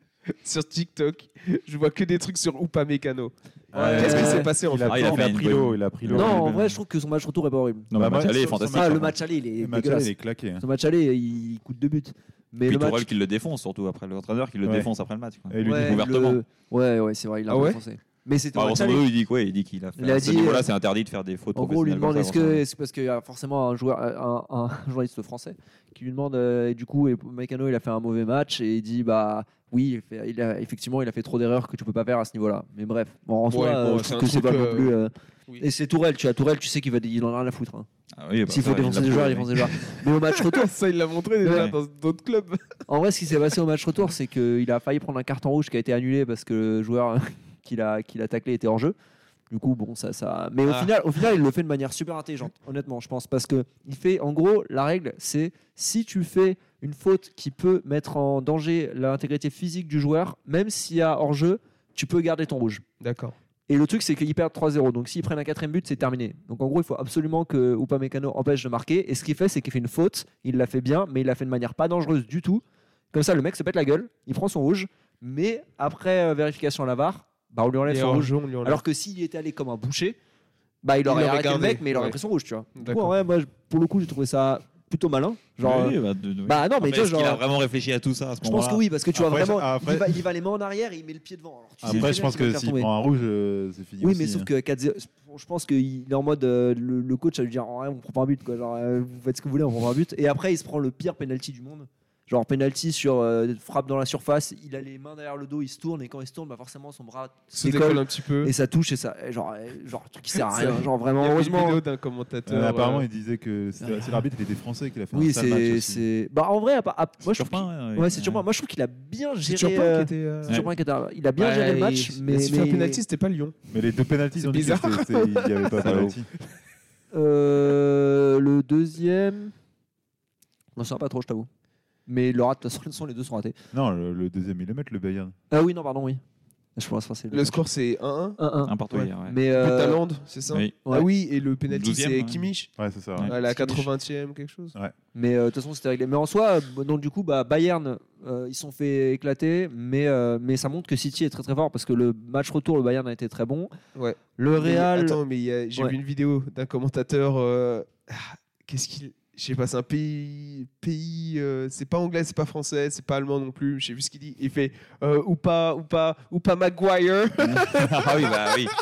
Speaker 1: sur TikTok, je vois que des trucs sur Upamecano.
Speaker 4: Ouais.
Speaker 1: Qu'est-ce qui
Speaker 5: Ouais.
Speaker 1: s'est passé en
Speaker 4: Il
Speaker 1: fait
Speaker 4: a,
Speaker 2: Ah, il a
Speaker 4: il
Speaker 2: fait
Speaker 4: a
Speaker 2: une
Speaker 4: pris
Speaker 2: bonne-
Speaker 4: l'eau, il a pris l'eau.
Speaker 5: Non,
Speaker 4: Il
Speaker 5: en
Speaker 4: est
Speaker 5: vrai,
Speaker 4: bien.
Speaker 5: je trouve que son match retour est pas horrible.
Speaker 2: Non, mais
Speaker 4: Bah,
Speaker 2: le match
Speaker 4: moi,
Speaker 2: aller est
Speaker 4: sur- sur
Speaker 2: fantastique.
Speaker 5: Ah,
Speaker 2: par
Speaker 5: le
Speaker 2: contre.
Speaker 5: match aller, il est
Speaker 4: Le match
Speaker 5: dégueulasse.
Speaker 4: allé, il est claqué. hein.
Speaker 5: Son match aller, il coûte deux buts. Mais
Speaker 2: Puis
Speaker 5: le
Speaker 2: Tourelle
Speaker 5: match.
Speaker 2: qui le défonce, surtout après l'entraîneur qui le
Speaker 4: Ouais.
Speaker 2: défonce après le match. quoi.
Speaker 4: Et lui,
Speaker 5: Ouais,
Speaker 4: dit-
Speaker 2: ouvertement.
Speaker 5: le- Ouais, ouais, c'est vrai, il a
Speaker 1: Ah ouais
Speaker 5: défoncé. Mais c'était
Speaker 2: Bah,
Speaker 5: au match
Speaker 2: grosso
Speaker 5: aller.
Speaker 2: modo, il dit quoi Il dit qu'il a fait.
Speaker 5: Il a
Speaker 2: à ce
Speaker 5: dit,
Speaker 2: niveau-là,
Speaker 5: euh,
Speaker 2: c'est interdit de faire des fautes.
Speaker 5: En gros, on lui
Speaker 2: professionnelles
Speaker 5: demande
Speaker 2: comme
Speaker 5: est-ce
Speaker 2: ça,
Speaker 5: que
Speaker 2: grosso modo.
Speaker 5: c'est parce qu'il y a forcément un joueur, un, un journaliste français qui lui demande euh, et du coup, et Mécano il a fait un mauvais match et il dit bah oui, il fait- il a, effectivement, il a fait trop d'erreurs que tu peux pas faire à ce niveau-là. Mais bref, bon, en soi,
Speaker 1: Ouais,
Speaker 5: euh,
Speaker 1: bon,
Speaker 5: je
Speaker 1: c'est
Speaker 5: trouve
Speaker 1: un
Speaker 5: que c'est
Speaker 1: truc,
Speaker 5: pas non
Speaker 1: euh,
Speaker 5: plus. euh,
Speaker 1: oui.
Speaker 5: Et c'est Tourelle, tu as Tourelle, tu sais qu'il va, il en a rien à foutre. hein.
Speaker 2: Ah oui, bah,
Speaker 5: S'il faut
Speaker 2: ça, il
Speaker 5: défoncer
Speaker 2: l'a
Speaker 5: des joueurs, il
Speaker 2: prouvé.
Speaker 5: défonce des joueurs. Mais au match retour,
Speaker 1: Ça, il l'a montré déjà
Speaker 5: Ouais.
Speaker 1: dans d'autres clubs.
Speaker 5: en vrai, ce qui s'est passé au match retour, c'est qu'il a failli prendre un carton rouge qui a été annulé parce que le joueur qu'il a, qu'il a taclé était hors jeu. Du coup, bon, ça, ça. Mais au
Speaker 1: Ah.
Speaker 5: final, au final, il le fait de manière super intelligente, honnêtement, je pense, parce que il fait, en gros, la règle, c'est si tu fais une faute qui peut mettre en danger l'intégrité physique du joueur, même s'il y a hors jeu, tu peux garder ton rouge.
Speaker 1: D'accord.
Speaker 5: Et le truc, c'est qu'ils perdent trois zéro. Donc, s'ils prennent un quatrième but, c'est terminé. Donc, en gros, il faut absolument que Upamecano empêche de marquer. Et ce qu'il fait, c'est qu'il fait une faute. Il l'a fait bien, mais il l'a fait de manière pas dangereuse du tout. Comme ça, le mec se pète la gueule. Il prend son rouge. Mais après euh, vérification à la V A R, bah, on lui enlève
Speaker 1: Et
Speaker 5: son
Speaker 1: en
Speaker 5: rouge.
Speaker 1: jeu, on lui enlève.
Speaker 5: Alors que s'il était allé comme un boucher, bah, il aurait
Speaker 1: Il aurait
Speaker 5: arrêté
Speaker 1: gardé,
Speaker 5: le mec, mais il aurait
Speaker 1: ouais.
Speaker 5: pris son rouge, tu vois. Du coup,
Speaker 1: D'accord.
Speaker 5: ouais, moi, je- pour le coup, j'ai trouvé ça plutôt malin. Genre,
Speaker 2: Oui,
Speaker 5: euh,
Speaker 2: bah, de- de-
Speaker 5: bah, non, mais
Speaker 2: Après,
Speaker 5: tu vois,
Speaker 2: est-ce qu'il
Speaker 5: genre-
Speaker 2: a vraiment réfléchi à tout ça à ce
Speaker 5: je pense
Speaker 2: moment-là
Speaker 5: que oui, parce que tu vois
Speaker 4: Après,
Speaker 5: vraiment,
Speaker 4: après-
Speaker 5: il, va, il va les mains en arrière et il met le pied devant. Alors, tu sais très
Speaker 4: Après, je
Speaker 5: bien
Speaker 4: pense
Speaker 5: qu'il va
Speaker 4: que
Speaker 5: le faire
Speaker 4: s'il
Speaker 5: tomber.
Speaker 4: prend un rouge, euh, c'est fini.
Speaker 5: Oui,
Speaker 4: aussi,
Speaker 5: mais sauf
Speaker 4: hein.
Speaker 5: que quatre zéro, je pense qu'il est en mode euh, le, le coach va lui dire oh, ouais, on prend pas un but quoi, genre euh, vous faites ce que vous voulez, on prend pas un but. Et après il se prend le pire penalty du monde. Genre penalty sur euh, frappe dans la surface, il a les mains derrière le dos, il se tourne et quand il se tourne, bah forcément son bras
Speaker 1: se
Speaker 5: décolle
Speaker 1: décolle un petit peu.
Speaker 5: et ça touche et ça et genre euh, genre un truc qui sert à
Speaker 1: C'est-
Speaker 5: rien, genre
Speaker 1: Il y
Speaker 5: vraiment
Speaker 1: avait une
Speaker 5: heureusement.
Speaker 1: vidéo d'un commentateur.
Speaker 4: Euh, apparemment,
Speaker 1: euh,
Speaker 4: il disait que c'était- c'est l'arbitre, il était français, qu'il a fait
Speaker 5: Oui,
Speaker 4: un sale match
Speaker 5: c'est
Speaker 4: aussi.
Speaker 5: c'est bah en vrai à part- à- moi je trouve
Speaker 2: Turpin,
Speaker 5: qu'il- ouais, c'est Turpin. Moi je trouve qu'il a bien
Speaker 1: C'est
Speaker 5: géré
Speaker 1: Turpin
Speaker 5: euh,
Speaker 1: qui était. euh,
Speaker 5: c'est Turpin qui était- il a bien
Speaker 1: Ouais,
Speaker 5: géré le match
Speaker 1: il-
Speaker 5: mais
Speaker 1: il s'est fait un
Speaker 5: mais-
Speaker 1: penalty, c'était pas Lyon.
Speaker 4: Mais les deux pénalties, ils ont dit que
Speaker 1: bizarre.
Speaker 4: c'était- c'était- il n'y avait pas de
Speaker 2: Salaud.
Speaker 4: penalty.
Speaker 5: Euh, le deuxième. Je ne sais pas trop, je t'avoue. Mais le rat, de toute façon, les deux sont ratés.
Speaker 4: Non, le, le deuxième, il le met, le Bayern.
Speaker 5: Ah oui, non, pardon, oui. Je pense que c'est
Speaker 1: Le score, c'est un un.
Speaker 5: un un.
Speaker 2: Un partout
Speaker 1: Ouais.
Speaker 2: hier, ouais.
Speaker 5: Mais
Speaker 1: But
Speaker 5: euh,
Speaker 1: à Land, c'est ça
Speaker 2: Oui.
Speaker 5: Ouais.
Speaker 1: Ah oui, et le penalty,
Speaker 2: douzième,
Speaker 1: c'est
Speaker 2: ouais.
Speaker 1: Kimmich.
Speaker 4: Ouais, c'est ça.
Speaker 2: Ouais.
Speaker 4: ouais.
Speaker 1: À la
Speaker 5: Kimmich.
Speaker 1: quatre-vingtième, quelque chose.
Speaker 5: Mais euh, de toute façon, c'était réglé. Mais en soi, euh, donc, du coup, bah, Bayern, euh, ils se sont fait éclater. Mais, euh, mais ça montre que City est très très fort parce que le match retour, le Bayern a été très bon.
Speaker 1: Ouais.
Speaker 5: Le
Speaker 1: Mais
Speaker 5: Real.
Speaker 1: Attends, mais il y a- j'ai
Speaker 5: Ouais.
Speaker 1: vu une vidéo d'un commentateur. euh, ah, Qu'est-ce qu'il. Je sais pas, c'est un pays. pays euh, c'est pas anglais, c'est pas français, c'est pas allemand non plus. Je sais vu ce qu'il dit. Il fait euh, ou pas, ou pas, ou pas Maguire.
Speaker 2: Ah oui, bah oui.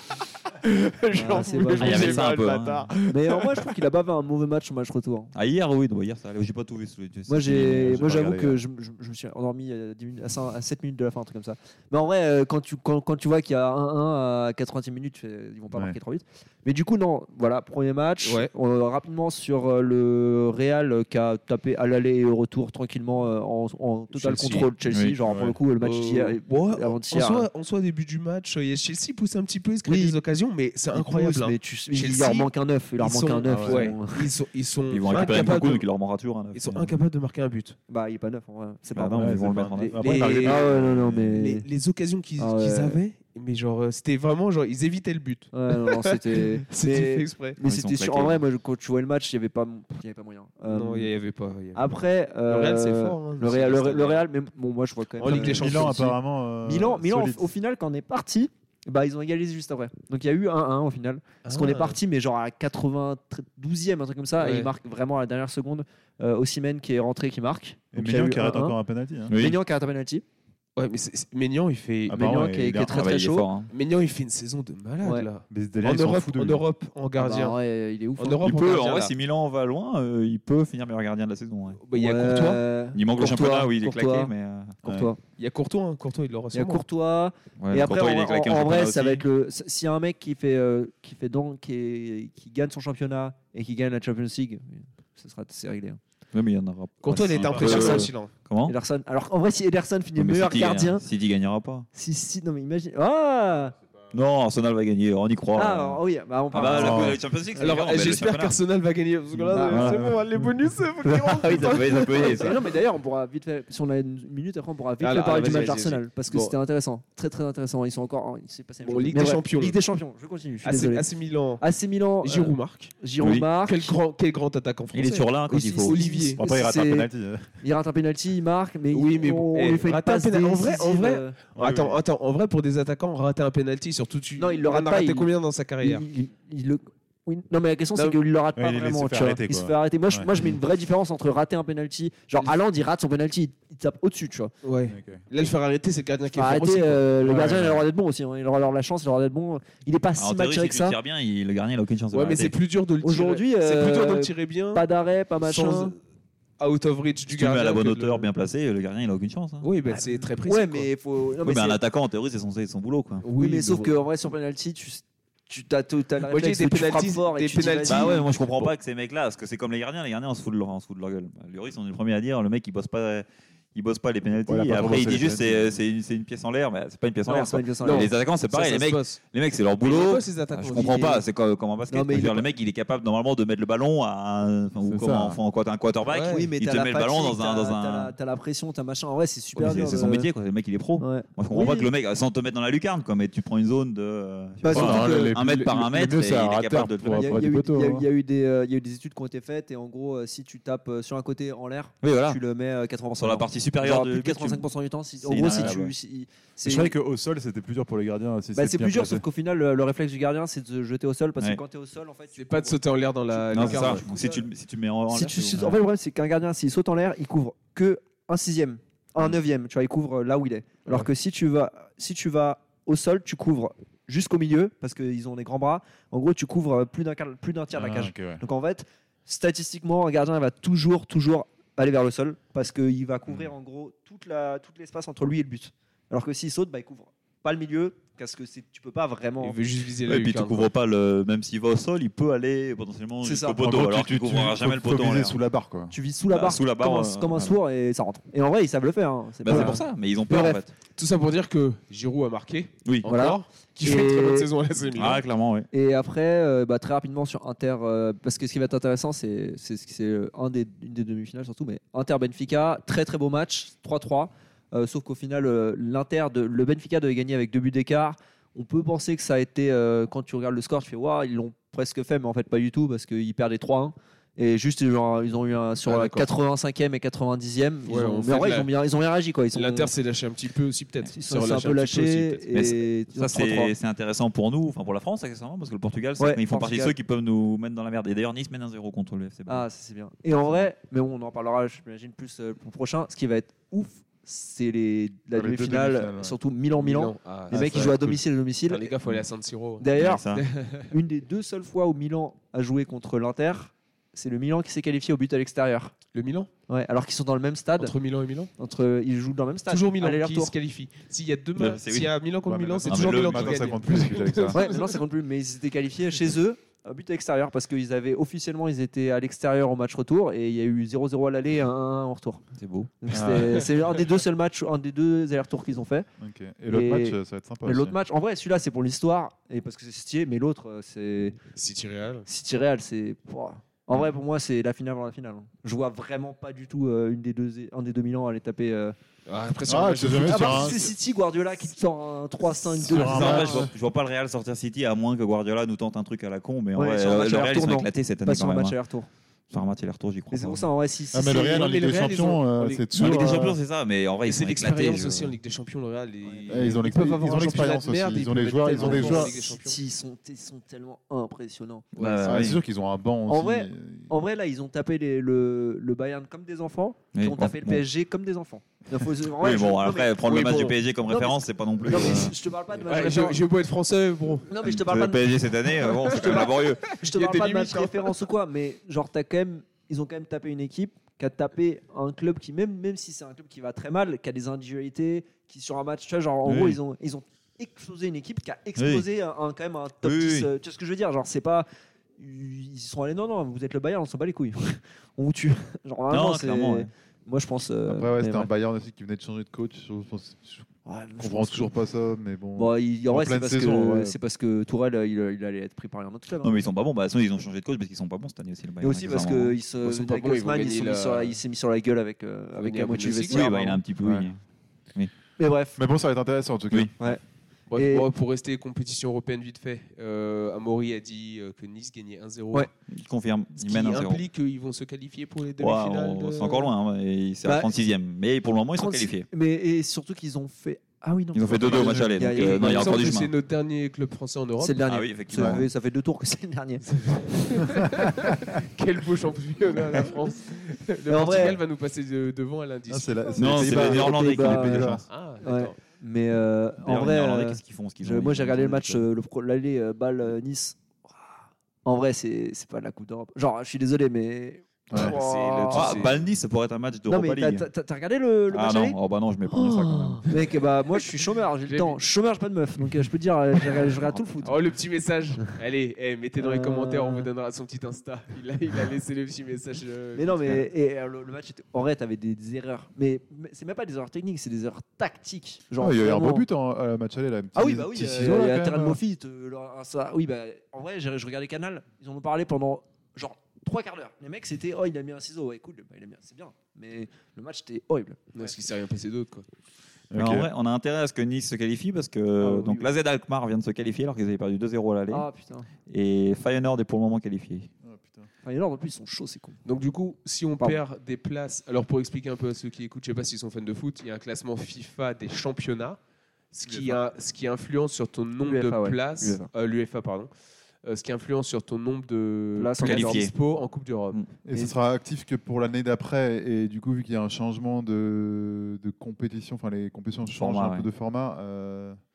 Speaker 1: J'en
Speaker 5: Ah, c'est
Speaker 1: voulais
Speaker 5: vrai,
Speaker 2: il y avait
Speaker 1: manger
Speaker 2: ça
Speaker 1: mal,
Speaker 2: un peu,
Speaker 1: le
Speaker 2: hein.
Speaker 1: bâtard.
Speaker 5: Mais en vrai, je trouve qu'il a pas fait un mauvais match au match retour.
Speaker 2: Ah, hier, oui, non, hier, ça allait. J'ai pas tout vu. sous les yeux.
Speaker 5: Moi, j'ai,
Speaker 4: j'ai
Speaker 5: moi
Speaker 4: pas
Speaker 5: j'avoue
Speaker 4: regardé,
Speaker 5: que
Speaker 4: ouais.
Speaker 5: je, je- je me suis endormi à, dix minutes- à cinq- à sept minutes de la fin, un truc comme ça. Mais en vrai, euh, quand tu, quand, quand tu vois qu'il y a un un à quatre-vingtième minute, tu fais, ils vont pas
Speaker 4: Ouais.
Speaker 5: marquer trop vite. Mais du coup, non, voilà, premier match.
Speaker 1: Ouais.
Speaker 5: Euh, rapidement sur euh, le Real euh, qui a tapé à l'aller et au retour tranquillement euh, en, en total
Speaker 1: Chelsea.
Speaker 5: contrôle Chelsea.
Speaker 2: Oui,
Speaker 5: Genre, pour
Speaker 4: ouais.
Speaker 5: le coup, le match
Speaker 1: Euh,
Speaker 5: d'hier,
Speaker 1: ouais, en,
Speaker 5: avant-hier.
Speaker 1: soi, en soi, début du match, il y a Chelsea pousse un petit peu, il se crée
Speaker 5: Oui.
Speaker 1: des occasions, mais c'est
Speaker 5: ils
Speaker 1: incroyable.
Speaker 5: poussent,
Speaker 1: hein.
Speaker 5: mais tu, il
Speaker 1: Chelsea,
Speaker 5: leur manque un œuf. Il leur
Speaker 1: ils
Speaker 5: manque
Speaker 1: sont-
Speaker 5: un œuf.
Speaker 4: ah
Speaker 5: ils
Speaker 1: Ouais,
Speaker 5: sont-
Speaker 1: ils sont, ils sont
Speaker 2: Ils vont récupérer
Speaker 1: incapables
Speaker 2: beaucoup,
Speaker 1: de-
Speaker 2: donc il leur manquera toujours. un
Speaker 1: ils sont
Speaker 2: neuf.
Speaker 1: incapables de marquer un but.
Speaker 5: Bah, il est pas neuf en vrai. C'est
Speaker 2: Bah
Speaker 5: pas
Speaker 2: non,
Speaker 5: vrai.
Speaker 2: ils vont le
Speaker 4: c'est
Speaker 2: mettre en
Speaker 4: pas-
Speaker 2: neuf.
Speaker 4: Après,
Speaker 1: Les-
Speaker 4: il marque-
Speaker 5: Ah ouais, non, non, mais.
Speaker 1: Les, les occasions qu'ils
Speaker 5: Ah ouais.
Speaker 1: qu'ils avaient, mais genre, euh, c'était vraiment genre, ils évitaient le but.
Speaker 5: Ouais, non, non, c'était.
Speaker 1: C'était fait
Speaker 5: mais-
Speaker 1: exprès.
Speaker 5: Mais
Speaker 2: Ils
Speaker 5: c'était
Speaker 2: sont
Speaker 5: sûr.
Speaker 2: claqués.
Speaker 5: En vrai, moi, je- quand tu vois le match, il n'y avait pas, il y avait pas moyen. Euh,
Speaker 1: Non, il n'y avait pas. il y avait-
Speaker 5: Après, euh,
Speaker 1: Le Real, c'est fort, hein,
Speaker 5: le,
Speaker 1: je
Speaker 5: Real,
Speaker 1: sais
Speaker 5: le,
Speaker 1: pas
Speaker 5: Real- le Real, mais bon, moi, je vois quand même.
Speaker 1: En Ligue des
Speaker 5: euh,
Speaker 1: Champions.
Speaker 4: Milan,
Speaker 1: aussi.
Speaker 4: apparemment. euh,
Speaker 5: Milan, Milan
Speaker 4: solide.
Speaker 5: au, au final, quand on est parti, bah, ils ont égalisé juste après. Donc il y a eu un un au final. Parce qu'on
Speaker 1: Ah.
Speaker 5: est parti, mais genre à quatre-vingt-douzième, un truc comme ça, et
Speaker 1: Ouais.
Speaker 5: il marque vraiment à la dernière seconde. Euh, Osimhen qui est rentré, qui marque.
Speaker 4: Et
Speaker 5: Donc, il y a
Speaker 4: Maignan
Speaker 5: eu
Speaker 4: qui arrête
Speaker 5: un un.
Speaker 4: encore un penalty. Hein.
Speaker 2: Oui.
Speaker 5: Maignan qui arrête un penalty.
Speaker 1: Ouais, mais c'est- c'est- Maignan, il fait.
Speaker 4: Ah bah
Speaker 5: Maignan
Speaker 4: ouais,
Speaker 5: qui est-
Speaker 4: il
Speaker 5: qui est
Speaker 4: a-
Speaker 5: très
Speaker 2: Ah bah,
Speaker 5: très
Speaker 2: il est
Speaker 5: chaud.
Speaker 2: fort, hein.
Speaker 1: Maignan, il fait une saison de malade
Speaker 5: Ouais.
Speaker 1: là.
Speaker 4: Mais ce délire,
Speaker 1: En
Speaker 4: ils s'en
Speaker 1: Europe,
Speaker 4: foutent de
Speaker 1: en
Speaker 4: lui.
Speaker 1: Europe, en gardien.
Speaker 5: Ah bah, ouais, il est ouf.
Speaker 1: En
Speaker 5: hein.
Speaker 1: Europe,
Speaker 2: Il
Speaker 1: en
Speaker 2: peut,
Speaker 1: gardien,
Speaker 2: en vrai,
Speaker 1: là.
Speaker 2: si Milan va loin, euh, il peut finir meilleur gardien de la saison. ouais.
Speaker 1: Bah, il y a
Speaker 5: Ouais,
Speaker 1: Courtois.
Speaker 2: Il manque le
Speaker 5: Courtois,
Speaker 2: championnat, oui, il est
Speaker 5: Courtois.
Speaker 2: claqué, mais. euh,
Speaker 5: Courtois.
Speaker 1: Il y a Courtois, hein. Courtois, il l'aura
Speaker 5: Il y a
Speaker 1: sûrement.
Speaker 5: Courtois.
Speaker 2: ouais,
Speaker 5: Et après,
Speaker 2: Courtois, il
Speaker 5: en,
Speaker 2: est claqué
Speaker 5: en- en vrai,
Speaker 2: championnat
Speaker 5: ça va
Speaker 2: aussi.
Speaker 5: être le. S'il y a un mec qui fait, euh, qui fait donc, qui, est- qui gagne son championnat et qui gagne la Champions League, ce sera c'est réglé. hein.
Speaker 2: Ouais, mais il y en aura.
Speaker 1: Courtois, il
Speaker 2: pas.
Speaker 1: était
Speaker 2: Euh,
Speaker 1: impressionnant aussi là.
Speaker 2: Comment
Speaker 5: Ederson. Alors en vrai, si Ederson finit
Speaker 2: Ouais, mais
Speaker 5: meilleur
Speaker 2: City
Speaker 5: gardien,
Speaker 2: gagne- City gagnera pas.
Speaker 5: si si, non mais imagine. Ah,
Speaker 2: Non, Arsenal va gagner, on y croit.
Speaker 5: ah
Speaker 2: euh.
Speaker 5: alors, oui, bah on
Speaker 2: Ah
Speaker 5: parle.
Speaker 2: bah,
Speaker 4: Oh.
Speaker 2: la, la Champions League, c'est
Speaker 1: Alors,
Speaker 2: différent, mais le
Speaker 1: j'espère
Speaker 2: championnat-
Speaker 1: qu'Arsenal va gagner. Parce que là,
Speaker 5: Bah,
Speaker 1: c'est
Speaker 4: ouais.
Speaker 1: bon, les bonus, il faut qu'ils rentrent.
Speaker 2: Ah oui, ça peut ça peut aider, ça.
Speaker 5: Mais non, mais d'ailleurs, on pourra vite fait, si on a une minute après, on pourra vite
Speaker 1: Alors,
Speaker 5: fait parler
Speaker 1: ah,
Speaker 5: du
Speaker 1: vas-y,
Speaker 5: match
Speaker 1: vas-y,
Speaker 5: d'Arsenal parce que
Speaker 1: Bon.
Speaker 5: c'était intéressant, très très intéressant. Ils sont encore, il s'est passé.
Speaker 1: Bon, Ligue des Champions.
Speaker 5: Ligue des Champions. Je continue. Je suis
Speaker 1: A C
Speaker 5: désolé.
Speaker 1: A C Milan.
Speaker 5: A C Milan. euh,
Speaker 1: Giroud marque.
Speaker 5: Giroud
Speaker 2: Oui.
Speaker 5: marque.
Speaker 1: Quel grand, quel grand attaquant français.
Speaker 2: Il est sur là quand
Speaker 5: Oui,
Speaker 2: il
Speaker 5: si,
Speaker 2: faut.
Speaker 5: si,
Speaker 1: Olivier.
Speaker 4: Bon, après, il rate un
Speaker 5: C'est-
Speaker 4: penalty. euh.
Speaker 5: Il rate un penalty, il marque, mais
Speaker 1: Oui,
Speaker 5: il-
Speaker 1: mais
Speaker 5: on,
Speaker 1: eh,
Speaker 5: on lui fait une
Speaker 1: rate un
Speaker 5: passe
Speaker 1: pénal- en vrai- en
Speaker 5: décisive,
Speaker 1: vrai,
Speaker 5: euh,
Speaker 1: Attends, attends, en vrai, pour des attaquants, rater un penalty, surtout tu.
Speaker 5: Non, il le
Speaker 1: en
Speaker 5: rate
Speaker 1: a
Speaker 5: pas,
Speaker 1: raté
Speaker 5: il-
Speaker 1: combien dans sa carrière
Speaker 5: il, il- il le. Oui, non, mais la question,
Speaker 1: Non,
Speaker 5: c'est qu'il le rate
Speaker 4: ouais,
Speaker 5: pas
Speaker 4: il
Speaker 5: vraiment.
Speaker 4: se fait
Speaker 5: tu vois.
Speaker 4: arrêter,
Speaker 5: il se
Speaker 4: quoi.
Speaker 5: fait arrêter. Moi, je,
Speaker 4: Ouais.
Speaker 5: moi, je mets une vraie différence entre rater un penalty. Genre, Haaland, il rate son penalty, il, il tape au-dessus, tu vois.
Speaker 1: Ouais.
Speaker 4: Ok.
Speaker 1: Là, le faire arrêter, c'est le gardien qui est
Speaker 5: Enfin,
Speaker 1: fort
Speaker 5: arrêter,
Speaker 1: aussi. quoi.
Speaker 5: euh, le
Speaker 4: Ouais,
Speaker 5: gardien,
Speaker 4: ouais.
Speaker 5: il a le droit d'être bon aussi. hein. Il aura alors la chance, il a le droit d'être bon. Il est pas
Speaker 2: Alors,
Speaker 5: si
Speaker 2: en théorie,
Speaker 5: matché
Speaker 2: si
Speaker 5: que
Speaker 2: tu
Speaker 5: ça.
Speaker 2: tires bien, il- le gardien il a aucune chance de
Speaker 1: Ouais, mais
Speaker 2: l'arrêter.
Speaker 1: c'est plus dur de le tirer.
Speaker 5: Aujourd'hui,
Speaker 1: c'est plus dur de
Speaker 5: euh,
Speaker 1: le tirer bien.
Speaker 5: Pas d'arrêt, pas machin.
Speaker 1: sans out of reach du
Speaker 2: Si tu le mets
Speaker 1: gardien.
Speaker 2: à la bonne
Speaker 1: que de
Speaker 2: hauteur,
Speaker 1: le-
Speaker 2: bien placé, le gardien il a aucune chance. hein.
Speaker 1: Oui, ben c'est très précis.
Speaker 5: Ouais,
Speaker 1: quoi.
Speaker 5: mais faut. non,
Speaker 2: Oui,
Speaker 5: mais
Speaker 2: mais un
Speaker 5: c'est-
Speaker 2: attaquant en théorie c'est son, c'est son boulot quoi.
Speaker 5: Oui, mais sauf
Speaker 1: bon.
Speaker 5: qu'en vrai, sur penalty, tu. Tu as, t'as le
Speaker 1: Moi, j'ai
Speaker 5: réflexe
Speaker 1: des
Speaker 5: de tu frappes
Speaker 1: penalties-
Speaker 5: fort et
Speaker 1: des
Speaker 5: tu dis,
Speaker 1: penalties-
Speaker 5: vas-y.
Speaker 2: Bah ouais, moi je comprends
Speaker 1: Bon.
Speaker 2: pas que ces mecs-là, parce que c'est comme les gardiens, les gardiens on se fout de leur, on se fout de leur gueule. Lloris on est le premier à dire, le mec il bosse pas, il bosse pas les pénaltys,
Speaker 4: Ouais, il a
Speaker 2: et
Speaker 4: pas trop
Speaker 2: après il
Speaker 4: bossé
Speaker 2: dit
Speaker 4: les
Speaker 2: juste
Speaker 4: penalties.
Speaker 2: c'est, c'est, une, c'est une pièce en l'air, mais c'est pas une pièce en
Speaker 5: Non,
Speaker 2: l'air.
Speaker 5: c'est pas une pièce en
Speaker 2: quoi.
Speaker 5: l'air.
Speaker 2: Les attaquants c'est
Speaker 1: Ça,
Speaker 2: pareil,
Speaker 1: ça
Speaker 2: les
Speaker 1: se
Speaker 2: mecs,
Speaker 1: bosse.
Speaker 2: les mecs c'est leur
Speaker 1: Mais il est
Speaker 2: boulot.
Speaker 1: pas ces attaquants.
Speaker 2: Je
Speaker 1: Il
Speaker 2: comprends
Speaker 1: est-
Speaker 2: pas, c'est comme, comme en basket.
Speaker 5: Non, mais
Speaker 2: Je veux
Speaker 5: il
Speaker 2: dire,
Speaker 5: est
Speaker 2: le
Speaker 5: pas-
Speaker 2: mec il est capable normalement de mettre le ballon à un, enfin, ou
Speaker 4: C'est
Speaker 2: comme
Speaker 4: ça.
Speaker 2: un, enfin, quand t'as un quarterback,
Speaker 1: Ouais.
Speaker 5: Oui, mais
Speaker 2: il
Speaker 5: t'as
Speaker 2: te
Speaker 5: la
Speaker 2: met le ballon
Speaker 5: fatigue,
Speaker 2: dans un,
Speaker 5: t'as-
Speaker 2: dans
Speaker 5: t'as
Speaker 2: un.
Speaker 5: la- t'as la pression, t'as machin. Ouais, c'est
Speaker 2: Ouais,
Speaker 5: super
Speaker 2: mais c'est,
Speaker 5: dur.
Speaker 2: c'est son
Speaker 5: de-
Speaker 2: métier quoi, le mec il est pro.
Speaker 5: Ouais.
Speaker 2: Moi je comprends
Speaker 5: Oui.
Speaker 2: pas que le mec, sans te mettre dans la lucarne, quoi, mais tu prends une zone de euh, je sais
Speaker 5: Bah,
Speaker 2: pas,
Speaker 5: surtout
Speaker 2: un-
Speaker 5: que-
Speaker 4: les-
Speaker 2: un mètre par
Speaker 4: le-
Speaker 2: un
Speaker 4: le
Speaker 2: mètre,
Speaker 4: mieux,
Speaker 2: et
Speaker 4: c'est
Speaker 2: il
Speaker 4: à
Speaker 2: est
Speaker 4: rater
Speaker 2: capable de te
Speaker 4: pour-
Speaker 2: le
Speaker 5: Il y, a,
Speaker 4: pour
Speaker 5: il y a
Speaker 4: du
Speaker 5: eu,
Speaker 4: poteau,
Speaker 5: il y a eu-
Speaker 4: hein.
Speaker 5: il y a eu des, euh, il y a eu des études qui ont été faites et en gros, euh, si tu tapes euh, sur un côté en l'air,
Speaker 2: Oui voilà.
Speaker 5: tu le mets euh, quatre-vingts pour cent
Speaker 2: Sur la
Speaker 5: du temps.
Speaker 2: partie supérieure
Speaker 5: Genre
Speaker 2: de
Speaker 5: plus de quatre-vingt-cinq pour cent du temps. Si, en
Speaker 2: C'est
Speaker 5: gros, si
Speaker 2: inarrivable,
Speaker 5: tu,
Speaker 2: ouais.
Speaker 5: si-
Speaker 4: Je
Speaker 5: c'est
Speaker 4: croyais qu'au sol, c'était plus dur pour les gardiens. Si
Speaker 5: bah,
Speaker 4: c'est
Speaker 5: c'est
Speaker 4: bien
Speaker 5: plus dur,
Speaker 4: placé.
Speaker 5: sauf qu'au final, le, le réflexe du gardien, c'est de se jeter au sol parce
Speaker 2: Ouais.
Speaker 5: que quand tu es au sol, en fait,
Speaker 1: C'est pas de sauter en l'air dans la
Speaker 2: Non, c'est
Speaker 1: lucarne.
Speaker 2: ça. Si tu, si tu le mets en, en
Speaker 5: Si
Speaker 2: l'air,
Speaker 5: tu,
Speaker 2: c'est
Speaker 5: si-
Speaker 2: bon.
Speaker 5: en fait, le problème, c'est qu'un gardien, s'il saute en l'air, il couvre que un sixième, un neuvième. Tu vois, il couvre là où il est. Alors
Speaker 1: Ouais.
Speaker 5: que si tu vas, si tu vas au sol, tu couvres jusqu'au milieu parce qu'ils ont des grands bras. En gros, tu couvres plus d'un quart- plus d'un tiers de la
Speaker 4: Ah,
Speaker 5: cage.
Speaker 4: ok, ouais.
Speaker 5: Donc en fait, statistiquement, un gardien il va toujours, toujours aller vers le sol parce qu'il va couvrir en gros toute la, tout l'espace entre lui et le but. Alors que s'il saute, bah, il couvre pas le milieu, parce que c'est, tu peux pas vraiment.
Speaker 1: Il veut juste viser
Speaker 2: Ouais,
Speaker 1: la
Speaker 2: et puis tu
Speaker 1: lucarne,
Speaker 2: couvres
Speaker 1: quoi.
Speaker 2: pas le. Même s'il va au sol, il peut aller potentiellement
Speaker 5: C'est
Speaker 2: jusqu'au
Speaker 5: ça.
Speaker 4: En
Speaker 2: poteau.
Speaker 4: gros,
Speaker 2: alors
Speaker 4: tu,
Speaker 2: qu'il
Speaker 4: tu, tu
Speaker 2: couvrira jamais
Speaker 4: faut-
Speaker 2: le
Speaker 4: faut
Speaker 2: poteau en
Speaker 4: viser
Speaker 2: l'air.
Speaker 4: sous la barre, quoi.
Speaker 5: Tu vises sous la
Speaker 2: Bah,
Speaker 5: barre,
Speaker 2: sous la barre,
Speaker 5: comme, un,
Speaker 2: ouais,
Speaker 5: comme un
Speaker 2: ouais.
Speaker 5: sourd et ça rentre. Et en vrai, ils savent le faire. Hein. C'est
Speaker 2: Bah,
Speaker 5: pas-
Speaker 2: c'est pour ça, mais ils ont peur
Speaker 5: Bref.
Speaker 2: en fait.
Speaker 1: Tout ça pour dire que Giroud a marqué.
Speaker 2: Oui.
Speaker 1: Encore.
Speaker 5: Voilà.
Speaker 1: Qui fait une très
Speaker 5: Et-
Speaker 1: bonne saison à l'A C Milan.
Speaker 2: Ah, clairement, oui.
Speaker 5: Et après, euh, bah, très rapidement sur Inter, euh, parce que ce qui va être intéressant, c'est, c'est, c'est euh, un des, une des demi-finales surtout, mais Inter-Benfica, très très beau match, trois trois. Euh, sauf qu'au final, euh, l'Inter, de, le Benfica devait gagner avec deux buts d'écart. On peut penser que ça a été, euh, quand tu regardes le score, tu fais waouh, ils l'ont presque fait, mais en fait pas du tout, parce qu'ils perdaient trois un. Et juste, genre, ils ont eu un sur
Speaker 1: Ah,
Speaker 5: la
Speaker 1: d'accord.
Speaker 5: quatre-vingt-cinquième et quatre-vingt-dixième. Ils
Speaker 1: Ouais,
Speaker 5: ont-
Speaker 1: on
Speaker 5: mais
Speaker 1: fait
Speaker 5: en vrai,
Speaker 1: de la-
Speaker 5: ils ont bien, ils ont bien réagi. Quoi. Ils sont,
Speaker 1: L'Inter s'est lâché un petit peu aussi, peut-être.
Speaker 5: ils
Speaker 1: S'est
Speaker 5: sont, c'est un
Speaker 1: relâché
Speaker 5: peu
Speaker 1: petit peu aussi,
Speaker 5: lâchés.
Speaker 1: peut-être.
Speaker 2: Mais
Speaker 5: Et ils ont
Speaker 2: Ça,
Speaker 5: trois trois.
Speaker 2: c'est c'est intéressant pour nous, enfin pour la France, accessoirement, parce que le Portugal, c'est-
Speaker 5: Ouais,
Speaker 2: ils font partie de
Speaker 5: Portugal.
Speaker 2: ceux qui peuvent nous mettre dans la merde. Et d'ailleurs, Nice mène un zéro contre le F C Bayern.
Speaker 5: Ah, ça c'est bien. Et en vrai, mais on en parlera, j'imagine, plus euh, pour le prochain. Ce qui va être ouf, c'est les, la
Speaker 4: Ouais, les deux
Speaker 5: demi-finale,
Speaker 4: demi-finales, ouais.
Speaker 5: surtout Milan-Milan.
Speaker 1: Ah,
Speaker 5: Les
Speaker 1: ça,
Speaker 5: mecs,
Speaker 1: ça
Speaker 5: ils
Speaker 1: va
Speaker 5: jouent à
Speaker 1: être cool.
Speaker 5: domicile et domicile.
Speaker 1: Putain, les gars, faut aller à San Siro.
Speaker 5: D'ailleurs,
Speaker 2: Ça.
Speaker 5: une des deux seules fois où Milan a joué contre l'Inter, c'est le Milan qui s'est qualifié au but à l'extérieur.
Speaker 1: Le Milan
Speaker 5: Ouais, alors qu'ils sont dans le même stade.
Speaker 1: Entre Milan et Milan
Speaker 5: Entre, ils jouent dans le même stade.
Speaker 1: Toujours Milan qui
Speaker 5: Aller-retour.
Speaker 1: se qualifie. S'il y a deux
Speaker 2: Ouais,
Speaker 1: matchs,
Speaker 2: c'est
Speaker 1: s'il y a Milan contre
Speaker 4: Ouais, mais
Speaker 1: Milan,
Speaker 4: là,
Speaker 1: c'est
Speaker 2: non,
Speaker 1: toujours
Speaker 2: mais le-
Speaker 1: Milan qui
Speaker 4: Maintenant, ça
Speaker 1: gagne.
Speaker 4: compte plus. Avec ça.
Speaker 5: Ouais, maintenant ça compte plus. Mais ils s'étaient qualifiés chez eux, un but à l'extérieur, parce qu'ils avaient officiellement, ils étaient à l'extérieur au match retour et il y a eu zéro zéro à l'aller et un un en retour.
Speaker 2: C'est beau.
Speaker 5: Donc
Speaker 4: Ah
Speaker 5: c'était- c'est un des deux seuls matchs, un des deux allers-retours qu'ils ont fait.
Speaker 4: Ok. Et l'autre
Speaker 5: Et-
Speaker 4: match, euh, ça va être sympa.
Speaker 5: Et
Speaker 4: aussi.
Speaker 5: l'autre match, en vrai, celui-là c'est pour l'histoire et parce que c'est stylé, mais l'autre euh, c'est
Speaker 1: City Real.
Speaker 5: City Real, c'est. Pouah. En vrai, pour moi, c'est la finale avant la finale. Je vois vraiment pas du tout euh, une des deux, un des deux Milan aller taper. Euh...
Speaker 1: Ah, après, sur
Speaker 4: Ah,
Speaker 1: un match
Speaker 4: tu sais
Speaker 1: de
Speaker 4: jamais
Speaker 1: foot,
Speaker 5: À
Speaker 4: sur
Speaker 5: part
Speaker 4: un-
Speaker 5: si c'est City, Guardiola qui te sort un trois cinq deux.
Speaker 4: Sur un
Speaker 2: En vrai,
Speaker 4: match.
Speaker 2: je, vois, je vois pas le Real sortir City à moins que Guardiola nous tente un truc à la con, mais en
Speaker 5: Ouais,
Speaker 2: vrai,
Speaker 5: sur un
Speaker 2: euh,
Speaker 5: match
Speaker 2: le Real, ils
Speaker 5: aller-retour,
Speaker 2: sont
Speaker 5: non.
Speaker 2: éclatés cette année
Speaker 5: Pas sur
Speaker 2: quand
Speaker 5: un
Speaker 2: même.
Speaker 5: match
Speaker 2: hein.
Speaker 5: aller-retour.
Speaker 2: Sur un match aller-retour, j'y crois.
Speaker 5: Et c'est
Speaker 2: pas.
Speaker 5: pour ça, en vrai, si. si
Speaker 4: Ah, mais
Speaker 5: c'est-
Speaker 4: le Real en
Speaker 1: non, mais
Speaker 4: Ligue
Speaker 1: le
Speaker 4: des
Speaker 1: Real, ils
Speaker 4: Champions,
Speaker 1: ont-
Speaker 4: euh,
Speaker 1: en
Speaker 4: c'est
Speaker 1: Ligue-
Speaker 2: En
Speaker 4: toujours.
Speaker 2: Ligue des
Speaker 4: euh,
Speaker 2: Champions, c'est ça, mais en vrai,
Speaker 1: Et
Speaker 2: ils
Speaker 1: c'est
Speaker 2: sont éclatés.
Speaker 1: l'expérience
Speaker 2: je-
Speaker 1: aussi en Ligue des Champions, le Real. et-
Speaker 4: eh, Ils ont
Speaker 1: peuvent
Speaker 4: l'expérience
Speaker 1: avoir
Speaker 4: ils ont
Speaker 1: un championnat
Speaker 4: l'expérience
Speaker 1: de merde,
Speaker 4: aussi.
Speaker 1: ils
Speaker 4: Ils ont
Speaker 1: peuvent
Speaker 4: des
Speaker 1: être
Speaker 4: joueurs, ils ont
Speaker 1: tellement
Speaker 4: des
Speaker 1: forts en
Speaker 4: joueurs.
Speaker 1: Ligue des Champions.
Speaker 5: Si, ils sont, ils sont tellement impressionnants.
Speaker 2: Ouais,
Speaker 4: Ah,
Speaker 2: ouais.
Speaker 4: C'est sûr qu'ils ont un banc
Speaker 5: En
Speaker 4: aussi.
Speaker 5: vrai- En vrai, là, ils ont tapé les- le, le Bayern comme des enfants,
Speaker 2: Oui,
Speaker 5: ils ont
Speaker 2: bon,
Speaker 5: tapé le
Speaker 2: bon.
Speaker 5: P S G comme des enfants. Il faut- en vrai,
Speaker 2: Oui,
Speaker 5: je-
Speaker 2: bon,
Speaker 5: non,
Speaker 2: après,
Speaker 5: mais-
Speaker 2: prendre
Speaker 1: oui,
Speaker 2: le match
Speaker 1: bon.
Speaker 2: du P S G comme
Speaker 5: Non, mais
Speaker 2: référence, c'est pas non plus.
Speaker 5: Non, mais
Speaker 2: euh,
Speaker 5: je te parle pas de match
Speaker 1: Ouais, j'ai
Speaker 5: référence.
Speaker 1: j'ai beau être français, bon.
Speaker 5: Non, mais je te parle
Speaker 2: Le
Speaker 5: pas de
Speaker 2: P S G cette année, euh, bon, c'est quand même laborieux.
Speaker 5: Je te
Speaker 1: Il y a
Speaker 5: parle
Speaker 1: des
Speaker 5: pas de match
Speaker 1: limites, hein.
Speaker 5: référence ou quoi, mais genre t'as quand même, ils ont quand même tapé une équipe qui a tapé un club qui même même si c'est un club qui va très mal, qui a des individualités, qui sur un match, tu vois, genre en
Speaker 2: Oui.
Speaker 5: gros ils ont ils ont explosé une équipe qui a explosé un, un- quand même un top
Speaker 2: Oui,
Speaker 5: dix.
Speaker 2: oui.
Speaker 5: euh, tu vois ce que je veux dire, genre c'est pas ils y sont allés non non vous êtes le Bayern on s'en bat les couilles on vous tue genre vraiment
Speaker 2: Non,
Speaker 5: c'est
Speaker 2: clairement, ouais.
Speaker 5: moi je pense euh,
Speaker 4: Après, ouais,
Speaker 5: mais
Speaker 4: c'était un
Speaker 5: bref.
Speaker 4: Bayern aussi qui venait de changer de coach. Je pense- je
Speaker 5: Ouais, je
Speaker 4: comprends
Speaker 5: pense que-
Speaker 4: toujours pas ça, mais bon.
Speaker 5: Bon, il, en
Speaker 4: En
Speaker 5: vrai, c'est
Speaker 4: pleine
Speaker 5: parce,
Speaker 4: saison,
Speaker 5: que,
Speaker 4: ouais.
Speaker 5: c'est parce que Tourelle, euh, il, il allait être pris par un autre club. hein.
Speaker 2: Non, mais ils sont pas bons. Bah, sinon, ils ont changé de coach parce qu'ils sont pas bons cette année aussi. Le
Speaker 5: Et
Speaker 2: Bayern,
Speaker 5: aussi parce
Speaker 2: accessoirement.
Speaker 5: que il se,
Speaker 1: Ils sont pas
Speaker 5: avec
Speaker 1: bons, ils vont
Speaker 5: Nagelsmann, il,
Speaker 1: gagner
Speaker 5: s'est mis
Speaker 1: la-
Speaker 5: sur la- il s'est mis sur la gueule avec, euh, avec
Speaker 1: gagner
Speaker 5: la
Speaker 1: la
Speaker 5: moitié du
Speaker 1: Bundesliga.
Speaker 5: vestiaire.
Speaker 2: Oui, bah, il a un petit peu.
Speaker 4: Ouais.
Speaker 2: oui.
Speaker 5: Mais bref,
Speaker 4: Mais bon, ça va être intéressant en tout cas.
Speaker 2: Oui.
Speaker 1: Bref,
Speaker 5: Et-
Speaker 1: bon, pour rester compétition européenne vite fait, euh, Amaury a dit euh, que Nice gagnait un zéro.
Speaker 5: Ouais.
Speaker 2: Il confirme.
Speaker 1: Ce
Speaker 2: Il
Speaker 1: qui
Speaker 2: mène un zéro.
Speaker 1: implique qu'ils vont se qualifier pour les
Speaker 2: Waouh,
Speaker 1: demi-finales. de-
Speaker 2: c'est encore loin. hein, et C'est
Speaker 5: Bah,
Speaker 2: à trente-sixième. Mais pour le moment, ils sont
Speaker 5: trente-six
Speaker 2: qualifiés.
Speaker 5: Mais et surtout qu'ils ont fait. Ah oui, non.
Speaker 2: Ils ont fait deux deux au match aller.
Speaker 5: Il y a-
Speaker 2: Donc,
Speaker 5: il y a-
Speaker 2: euh, non, il y a
Speaker 1: me
Speaker 2: encore
Speaker 1: semble
Speaker 2: du
Speaker 1: que c'est
Speaker 2: chemin.
Speaker 1: notre dernier club français en Europe.
Speaker 5: C'est le dernier.
Speaker 2: Ah oui,
Speaker 5: ça,
Speaker 2: effectivement.
Speaker 5: fait, ça fait deux tours que c'est le dernier.
Speaker 1: Quel beau championnat la France. Le
Speaker 5: Mais en
Speaker 1: Portugal
Speaker 5: vrai-
Speaker 1: va nous passer de- devant à l'indice.
Speaker 4: Ah, c'est la-
Speaker 2: Non,
Speaker 4: les
Speaker 2: c'est
Speaker 4: Pays-Bas.
Speaker 2: les Néerlandais qui ont
Speaker 5: Pays-Bas.
Speaker 2: les Pays-Bas.
Speaker 1: Ah,
Speaker 5: Ouais.
Speaker 1: d'accord.
Speaker 5: Mais euh, en
Speaker 2: D'ailleurs, les
Speaker 5: vrai,
Speaker 2: Néerlandais,
Speaker 5: euh,
Speaker 2: qu'est-ce qu'ils font ce qu'ils
Speaker 5: je-
Speaker 2: ont-
Speaker 5: moi
Speaker 2: ils
Speaker 5: j'ai
Speaker 2: ont-
Speaker 5: regardé le
Speaker 2: ils ont-
Speaker 5: match, euh, le pro- l'aller euh, balle euh, Nice. En vrai, c'est c'est pas de la Coupe d'Europe. Genre, je suis désolé, mais.
Speaker 4: Ouais.
Speaker 1: C'est le-
Speaker 2: Ah,
Speaker 1: c'est-
Speaker 2: Balny, ça pourrait être un match
Speaker 5: Non, mais
Speaker 2: d'Europa
Speaker 5: t'as-
Speaker 2: League.
Speaker 5: t'as t'as regardé le, le
Speaker 2: Ah
Speaker 5: match aller
Speaker 2: non, oh bah non, je mets pas mieux ça quand même.
Speaker 5: Mec, bah moi je suis chômeur, j'ai le
Speaker 1: J'ai
Speaker 5: temps.
Speaker 1: vu.
Speaker 5: Chômeur, j'ai pas de meuf, donc euh, je peux te dire, euh, je regarde, je regarde tout le foot.
Speaker 1: Oh, le petit message. Allez, eh, mettez dans les
Speaker 5: Euh.
Speaker 1: commentaires, on vous donnera son petit Insta. Il a, il a laissé le petit message. euh,
Speaker 5: Mais non,
Speaker 1: vite fait.
Speaker 5: mais et, euh, le, le match, était... en vrai, t'avais des, des erreurs. Mais, mais c'est même pas des erreurs techniques, c'est des erreurs tactiques. Genre,
Speaker 4: Ah, il y a eu un
Speaker 5: vraiment-
Speaker 4: beau but en- à la match aller là.
Speaker 5: Ah oui, bah oui,
Speaker 4: petit
Speaker 5: euh,
Speaker 4: ciseau,
Speaker 5: il
Speaker 4: là,
Speaker 5: y a
Speaker 4: quand
Speaker 5: Terren
Speaker 4: même.
Speaker 5: Moffitt. euh, leur- ça, oui, bah en vrai, j'ai- je regardais Canal, ils en ont parlé pendant genre trois quarts d'heure. Les mecs, c'était oh, il a mis un ciseau, ouais, cool, bah, il a mis un- c'est bien. Mais le match, était horrible.
Speaker 1: Non, parce qu'il s'est rien passé d'autre. Quoi.
Speaker 2: Mais
Speaker 4: Ok.
Speaker 2: en vrai, on a intérêt à ce que Nice se qualifie parce que
Speaker 5: Ah, oui,
Speaker 2: donc
Speaker 5: oui.
Speaker 2: l'A Z Alkmaar vient de se qualifier alors qu'ils avaient perdu deux zéro à l'aller.
Speaker 5: Ah putain.
Speaker 2: Et Feyenoord est pour le moment qualifié.
Speaker 4: Ah, putain.
Speaker 5: Enfin, et là, en plus, ils sont chauds, c'est con.
Speaker 1: Donc du coup, si on
Speaker 5: Pardon.
Speaker 1: perd des places, alors pour expliquer un peu à ceux qui écoutent, je sais pas s'ils sont fans de foot, il y a un classement FIFA des championnats, ce qui, a, ce qui influence sur ton nombre
Speaker 5: L'U F A,
Speaker 1: de
Speaker 5: ouais.
Speaker 1: places,
Speaker 5: L'U F A.
Speaker 1: euh, l'U F A pardon, euh, ce qui influence sur ton nombre de
Speaker 5: Places en
Speaker 1: places
Speaker 2: qualifiées.
Speaker 1: dispo en Coupe d'Europe.
Speaker 2: Mm.
Speaker 4: Et ce sera actif que pour l'année d'après. Et du coup, vu qu'il y a un changement de, de compétition, enfin les compétitions changent
Speaker 2: Format,
Speaker 4: un peu
Speaker 2: ouais.
Speaker 4: de format. euh,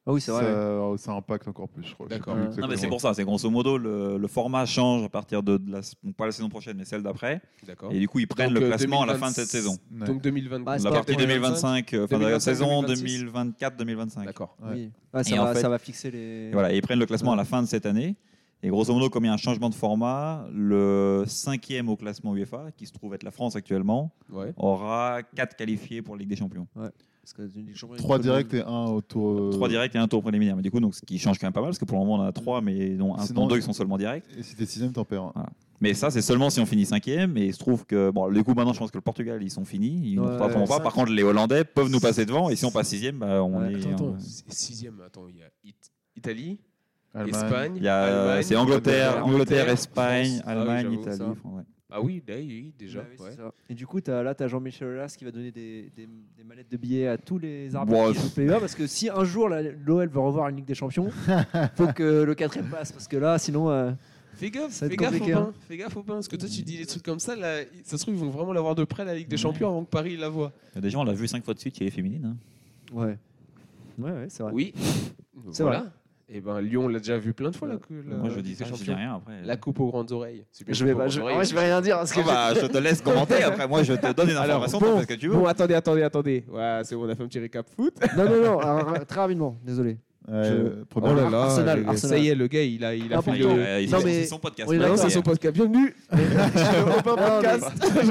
Speaker 5: Ah oui, c'est vrai.
Speaker 4: ça, ça impacte encore plus, je crois. Je sais
Speaker 1: D'accord.
Speaker 4: plus
Speaker 5: Ouais.
Speaker 2: Non, mais c'est
Speaker 4: exactement.
Speaker 2: pour ça. C'est grosso modo, le, le format change à partir de, de la, donc pas la saison prochaine, mais celle d'après.
Speaker 1: D'accord.
Speaker 2: Et du coup, ils prennent
Speaker 1: Donc,
Speaker 2: le
Speaker 1: euh,
Speaker 2: classement à la
Speaker 1: deux mille
Speaker 2: fin de cette saison.
Speaker 4: Ouais.
Speaker 1: Donc deux mille vingt.
Speaker 5: Bah,
Speaker 2: La
Speaker 5: c'est
Speaker 2: partie
Speaker 5: pas-
Speaker 2: deux mille vingt-cinq, euh, fin de la
Speaker 1: deux mille vingt-cinq,
Speaker 2: saison
Speaker 1: deux mille vingt-six.
Speaker 2: deux mille vingt-quatre deux mille vingt-cinq.
Speaker 1: D'accord.
Speaker 4: Ouais.
Speaker 5: Oui. Ouais, ça,
Speaker 2: Et en
Speaker 5: va,
Speaker 2: fait-
Speaker 5: ça va fixer les.
Speaker 2: Et voilà, et ils prennent le classement à la fin de cette année. Et grosso modo, comme il y a un changement de format, le cinquième au classement UEFA, qui se trouve être la France actuellement,
Speaker 1: Ouais.
Speaker 2: aura quatre qualifiés pour la Ligue des Champions.
Speaker 5: Parce que une Ligue des Champions,
Speaker 4: Trois
Speaker 5: il faut
Speaker 4: directs et un au tour. euh,
Speaker 2: Trois directs et un tour préliminaire. Mais du coup, donc, ce qui change quand même pas mal, parce que pour le moment, on en a trois, mais dont, un,
Speaker 4: Sinon,
Speaker 2: dont deux qui sont seulement directs.
Speaker 4: Et si t'es sixième, t'en perds. un.
Speaker 2: Mais ça, c'est seulement si on finit cinquième. Et il se trouve que, bon, du coup, maintenant, je pense que le Portugal, ils sont finis. Ils ne
Speaker 5: Ouais,
Speaker 2: nous rattraperont pas.
Speaker 5: cinq.
Speaker 2: Par contre, les Hollandais peuvent nous passer devant. Et si on passe sixième, bah, on
Speaker 5: Ouais,
Speaker 2: est.
Speaker 1: Attends, attends.
Speaker 2: on-
Speaker 1: c'est Sixième. Attends, il y a It- Italie,
Speaker 4: Allemagne.
Speaker 1: Espagne.
Speaker 2: Il y a,
Speaker 1: Allemagne,
Speaker 2: c'est Angleterre,
Speaker 1: Angleterre,
Speaker 2: Angleterre, Espagne,
Speaker 1: France. Ah oui,
Speaker 2: Allemagne,
Speaker 1: j'avoue,
Speaker 2: Italie.
Speaker 1: ça.
Speaker 2: enfin, ouais.
Speaker 1: Ah oui, là, oui, déjà.
Speaker 5: Ouais, oui, c'est
Speaker 1: ouais.
Speaker 5: ça. Et du coup, as, là, tu as Jean-Michel Aulas qui va donner des, des, des mallettes de billets à tous les arbitres
Speaker 2: Bon,
Speaker 5: qui jouent P E A. Parce que si un jour l'O L veut revoir une Ligue des Champions, faut que le quatrième passe. Parce que là, sinon. euh,
Speaker 1: Fais gaffe,
Speaker 5: Ça va
Speaker 1: fais
Speaker 5: être
Speaker 1: gaffe,
Speaker 5: compliqué,
Speaker 1: Aubin,
Speaker 5: hein.
Speaker 1: fais gaffe, Aubin, parce que toi tu dis des trucs comme ça, là, ça se trouve ils vont vraiment l'avoir de près la Ligue des Champions avant que Paris la voie.
Speaker 2: Il y a des gens, on l'a vu cinq fois de suite, il est féminine. hein.
Speaker 5: Ouais. Ouais, ouais, c'est vrai.
Speaker 1: Oui,
Speaker 5: C'est
Speaker 1: voilà.
Speaker 5: vrai.
Speaker 1: Et ben Lyon on l'a déjà vu plein de fois là. Que la
Speaker 2: Moi, je
Speaker 1: Ligue
Speaker 2: dis
Speaker 1: des
Speaker 2: ça, je dis
Speaker 1: Champions.
Speaker 2: rien après.
Speaker 1: La coupe aux grandes oreilles. C'est bien
Speaker 5: Je vais
Speaker 1: coupe aux
Speaker 5: pas. Je,
Speaker 1: grandes
Speaker 5: en vrai,
Speaker 1: oreilles.
Speaker 5: je vais rien dire. Parce que
Speaker 2: Ah bah, je te laisse commenter. Après, moi, je te donne une
Speaker 1: Alors,
Speaker 2: information.
Speaker 1: bon,
Speaker 2: tu fais ce que tu veux.
Speaker 1: Bon, attendez, attendez, attendez. Ouais, c'est bon, on a fait un petit récap foot.
Speaker 5: non, non, non. alors, très rapidement. Désolé.
Speaker 4: Euh, premier-
Speaker 1: Oh là là,
Speaker 5: Arsenal,
Speaker 1: le-
Speaker 5: Arsenal.
Speaker 1: ça y est, le gars, il a, il a fait
Speaker 2: Enfin, il,
Speaker 1: le.
Speaker 2: euh, il
Speaker 5: Non,
Speaker 2: fait
Speaker 5: mais-
Speaker 2: son podcast.
Speaker 5: on est
Speaker 1: Non,
Speaker 5: d'accord.
Speaker 1: c'est son podcast. Bienvenue. Au
Speaker 5: Non,
Speaker 1: podcast.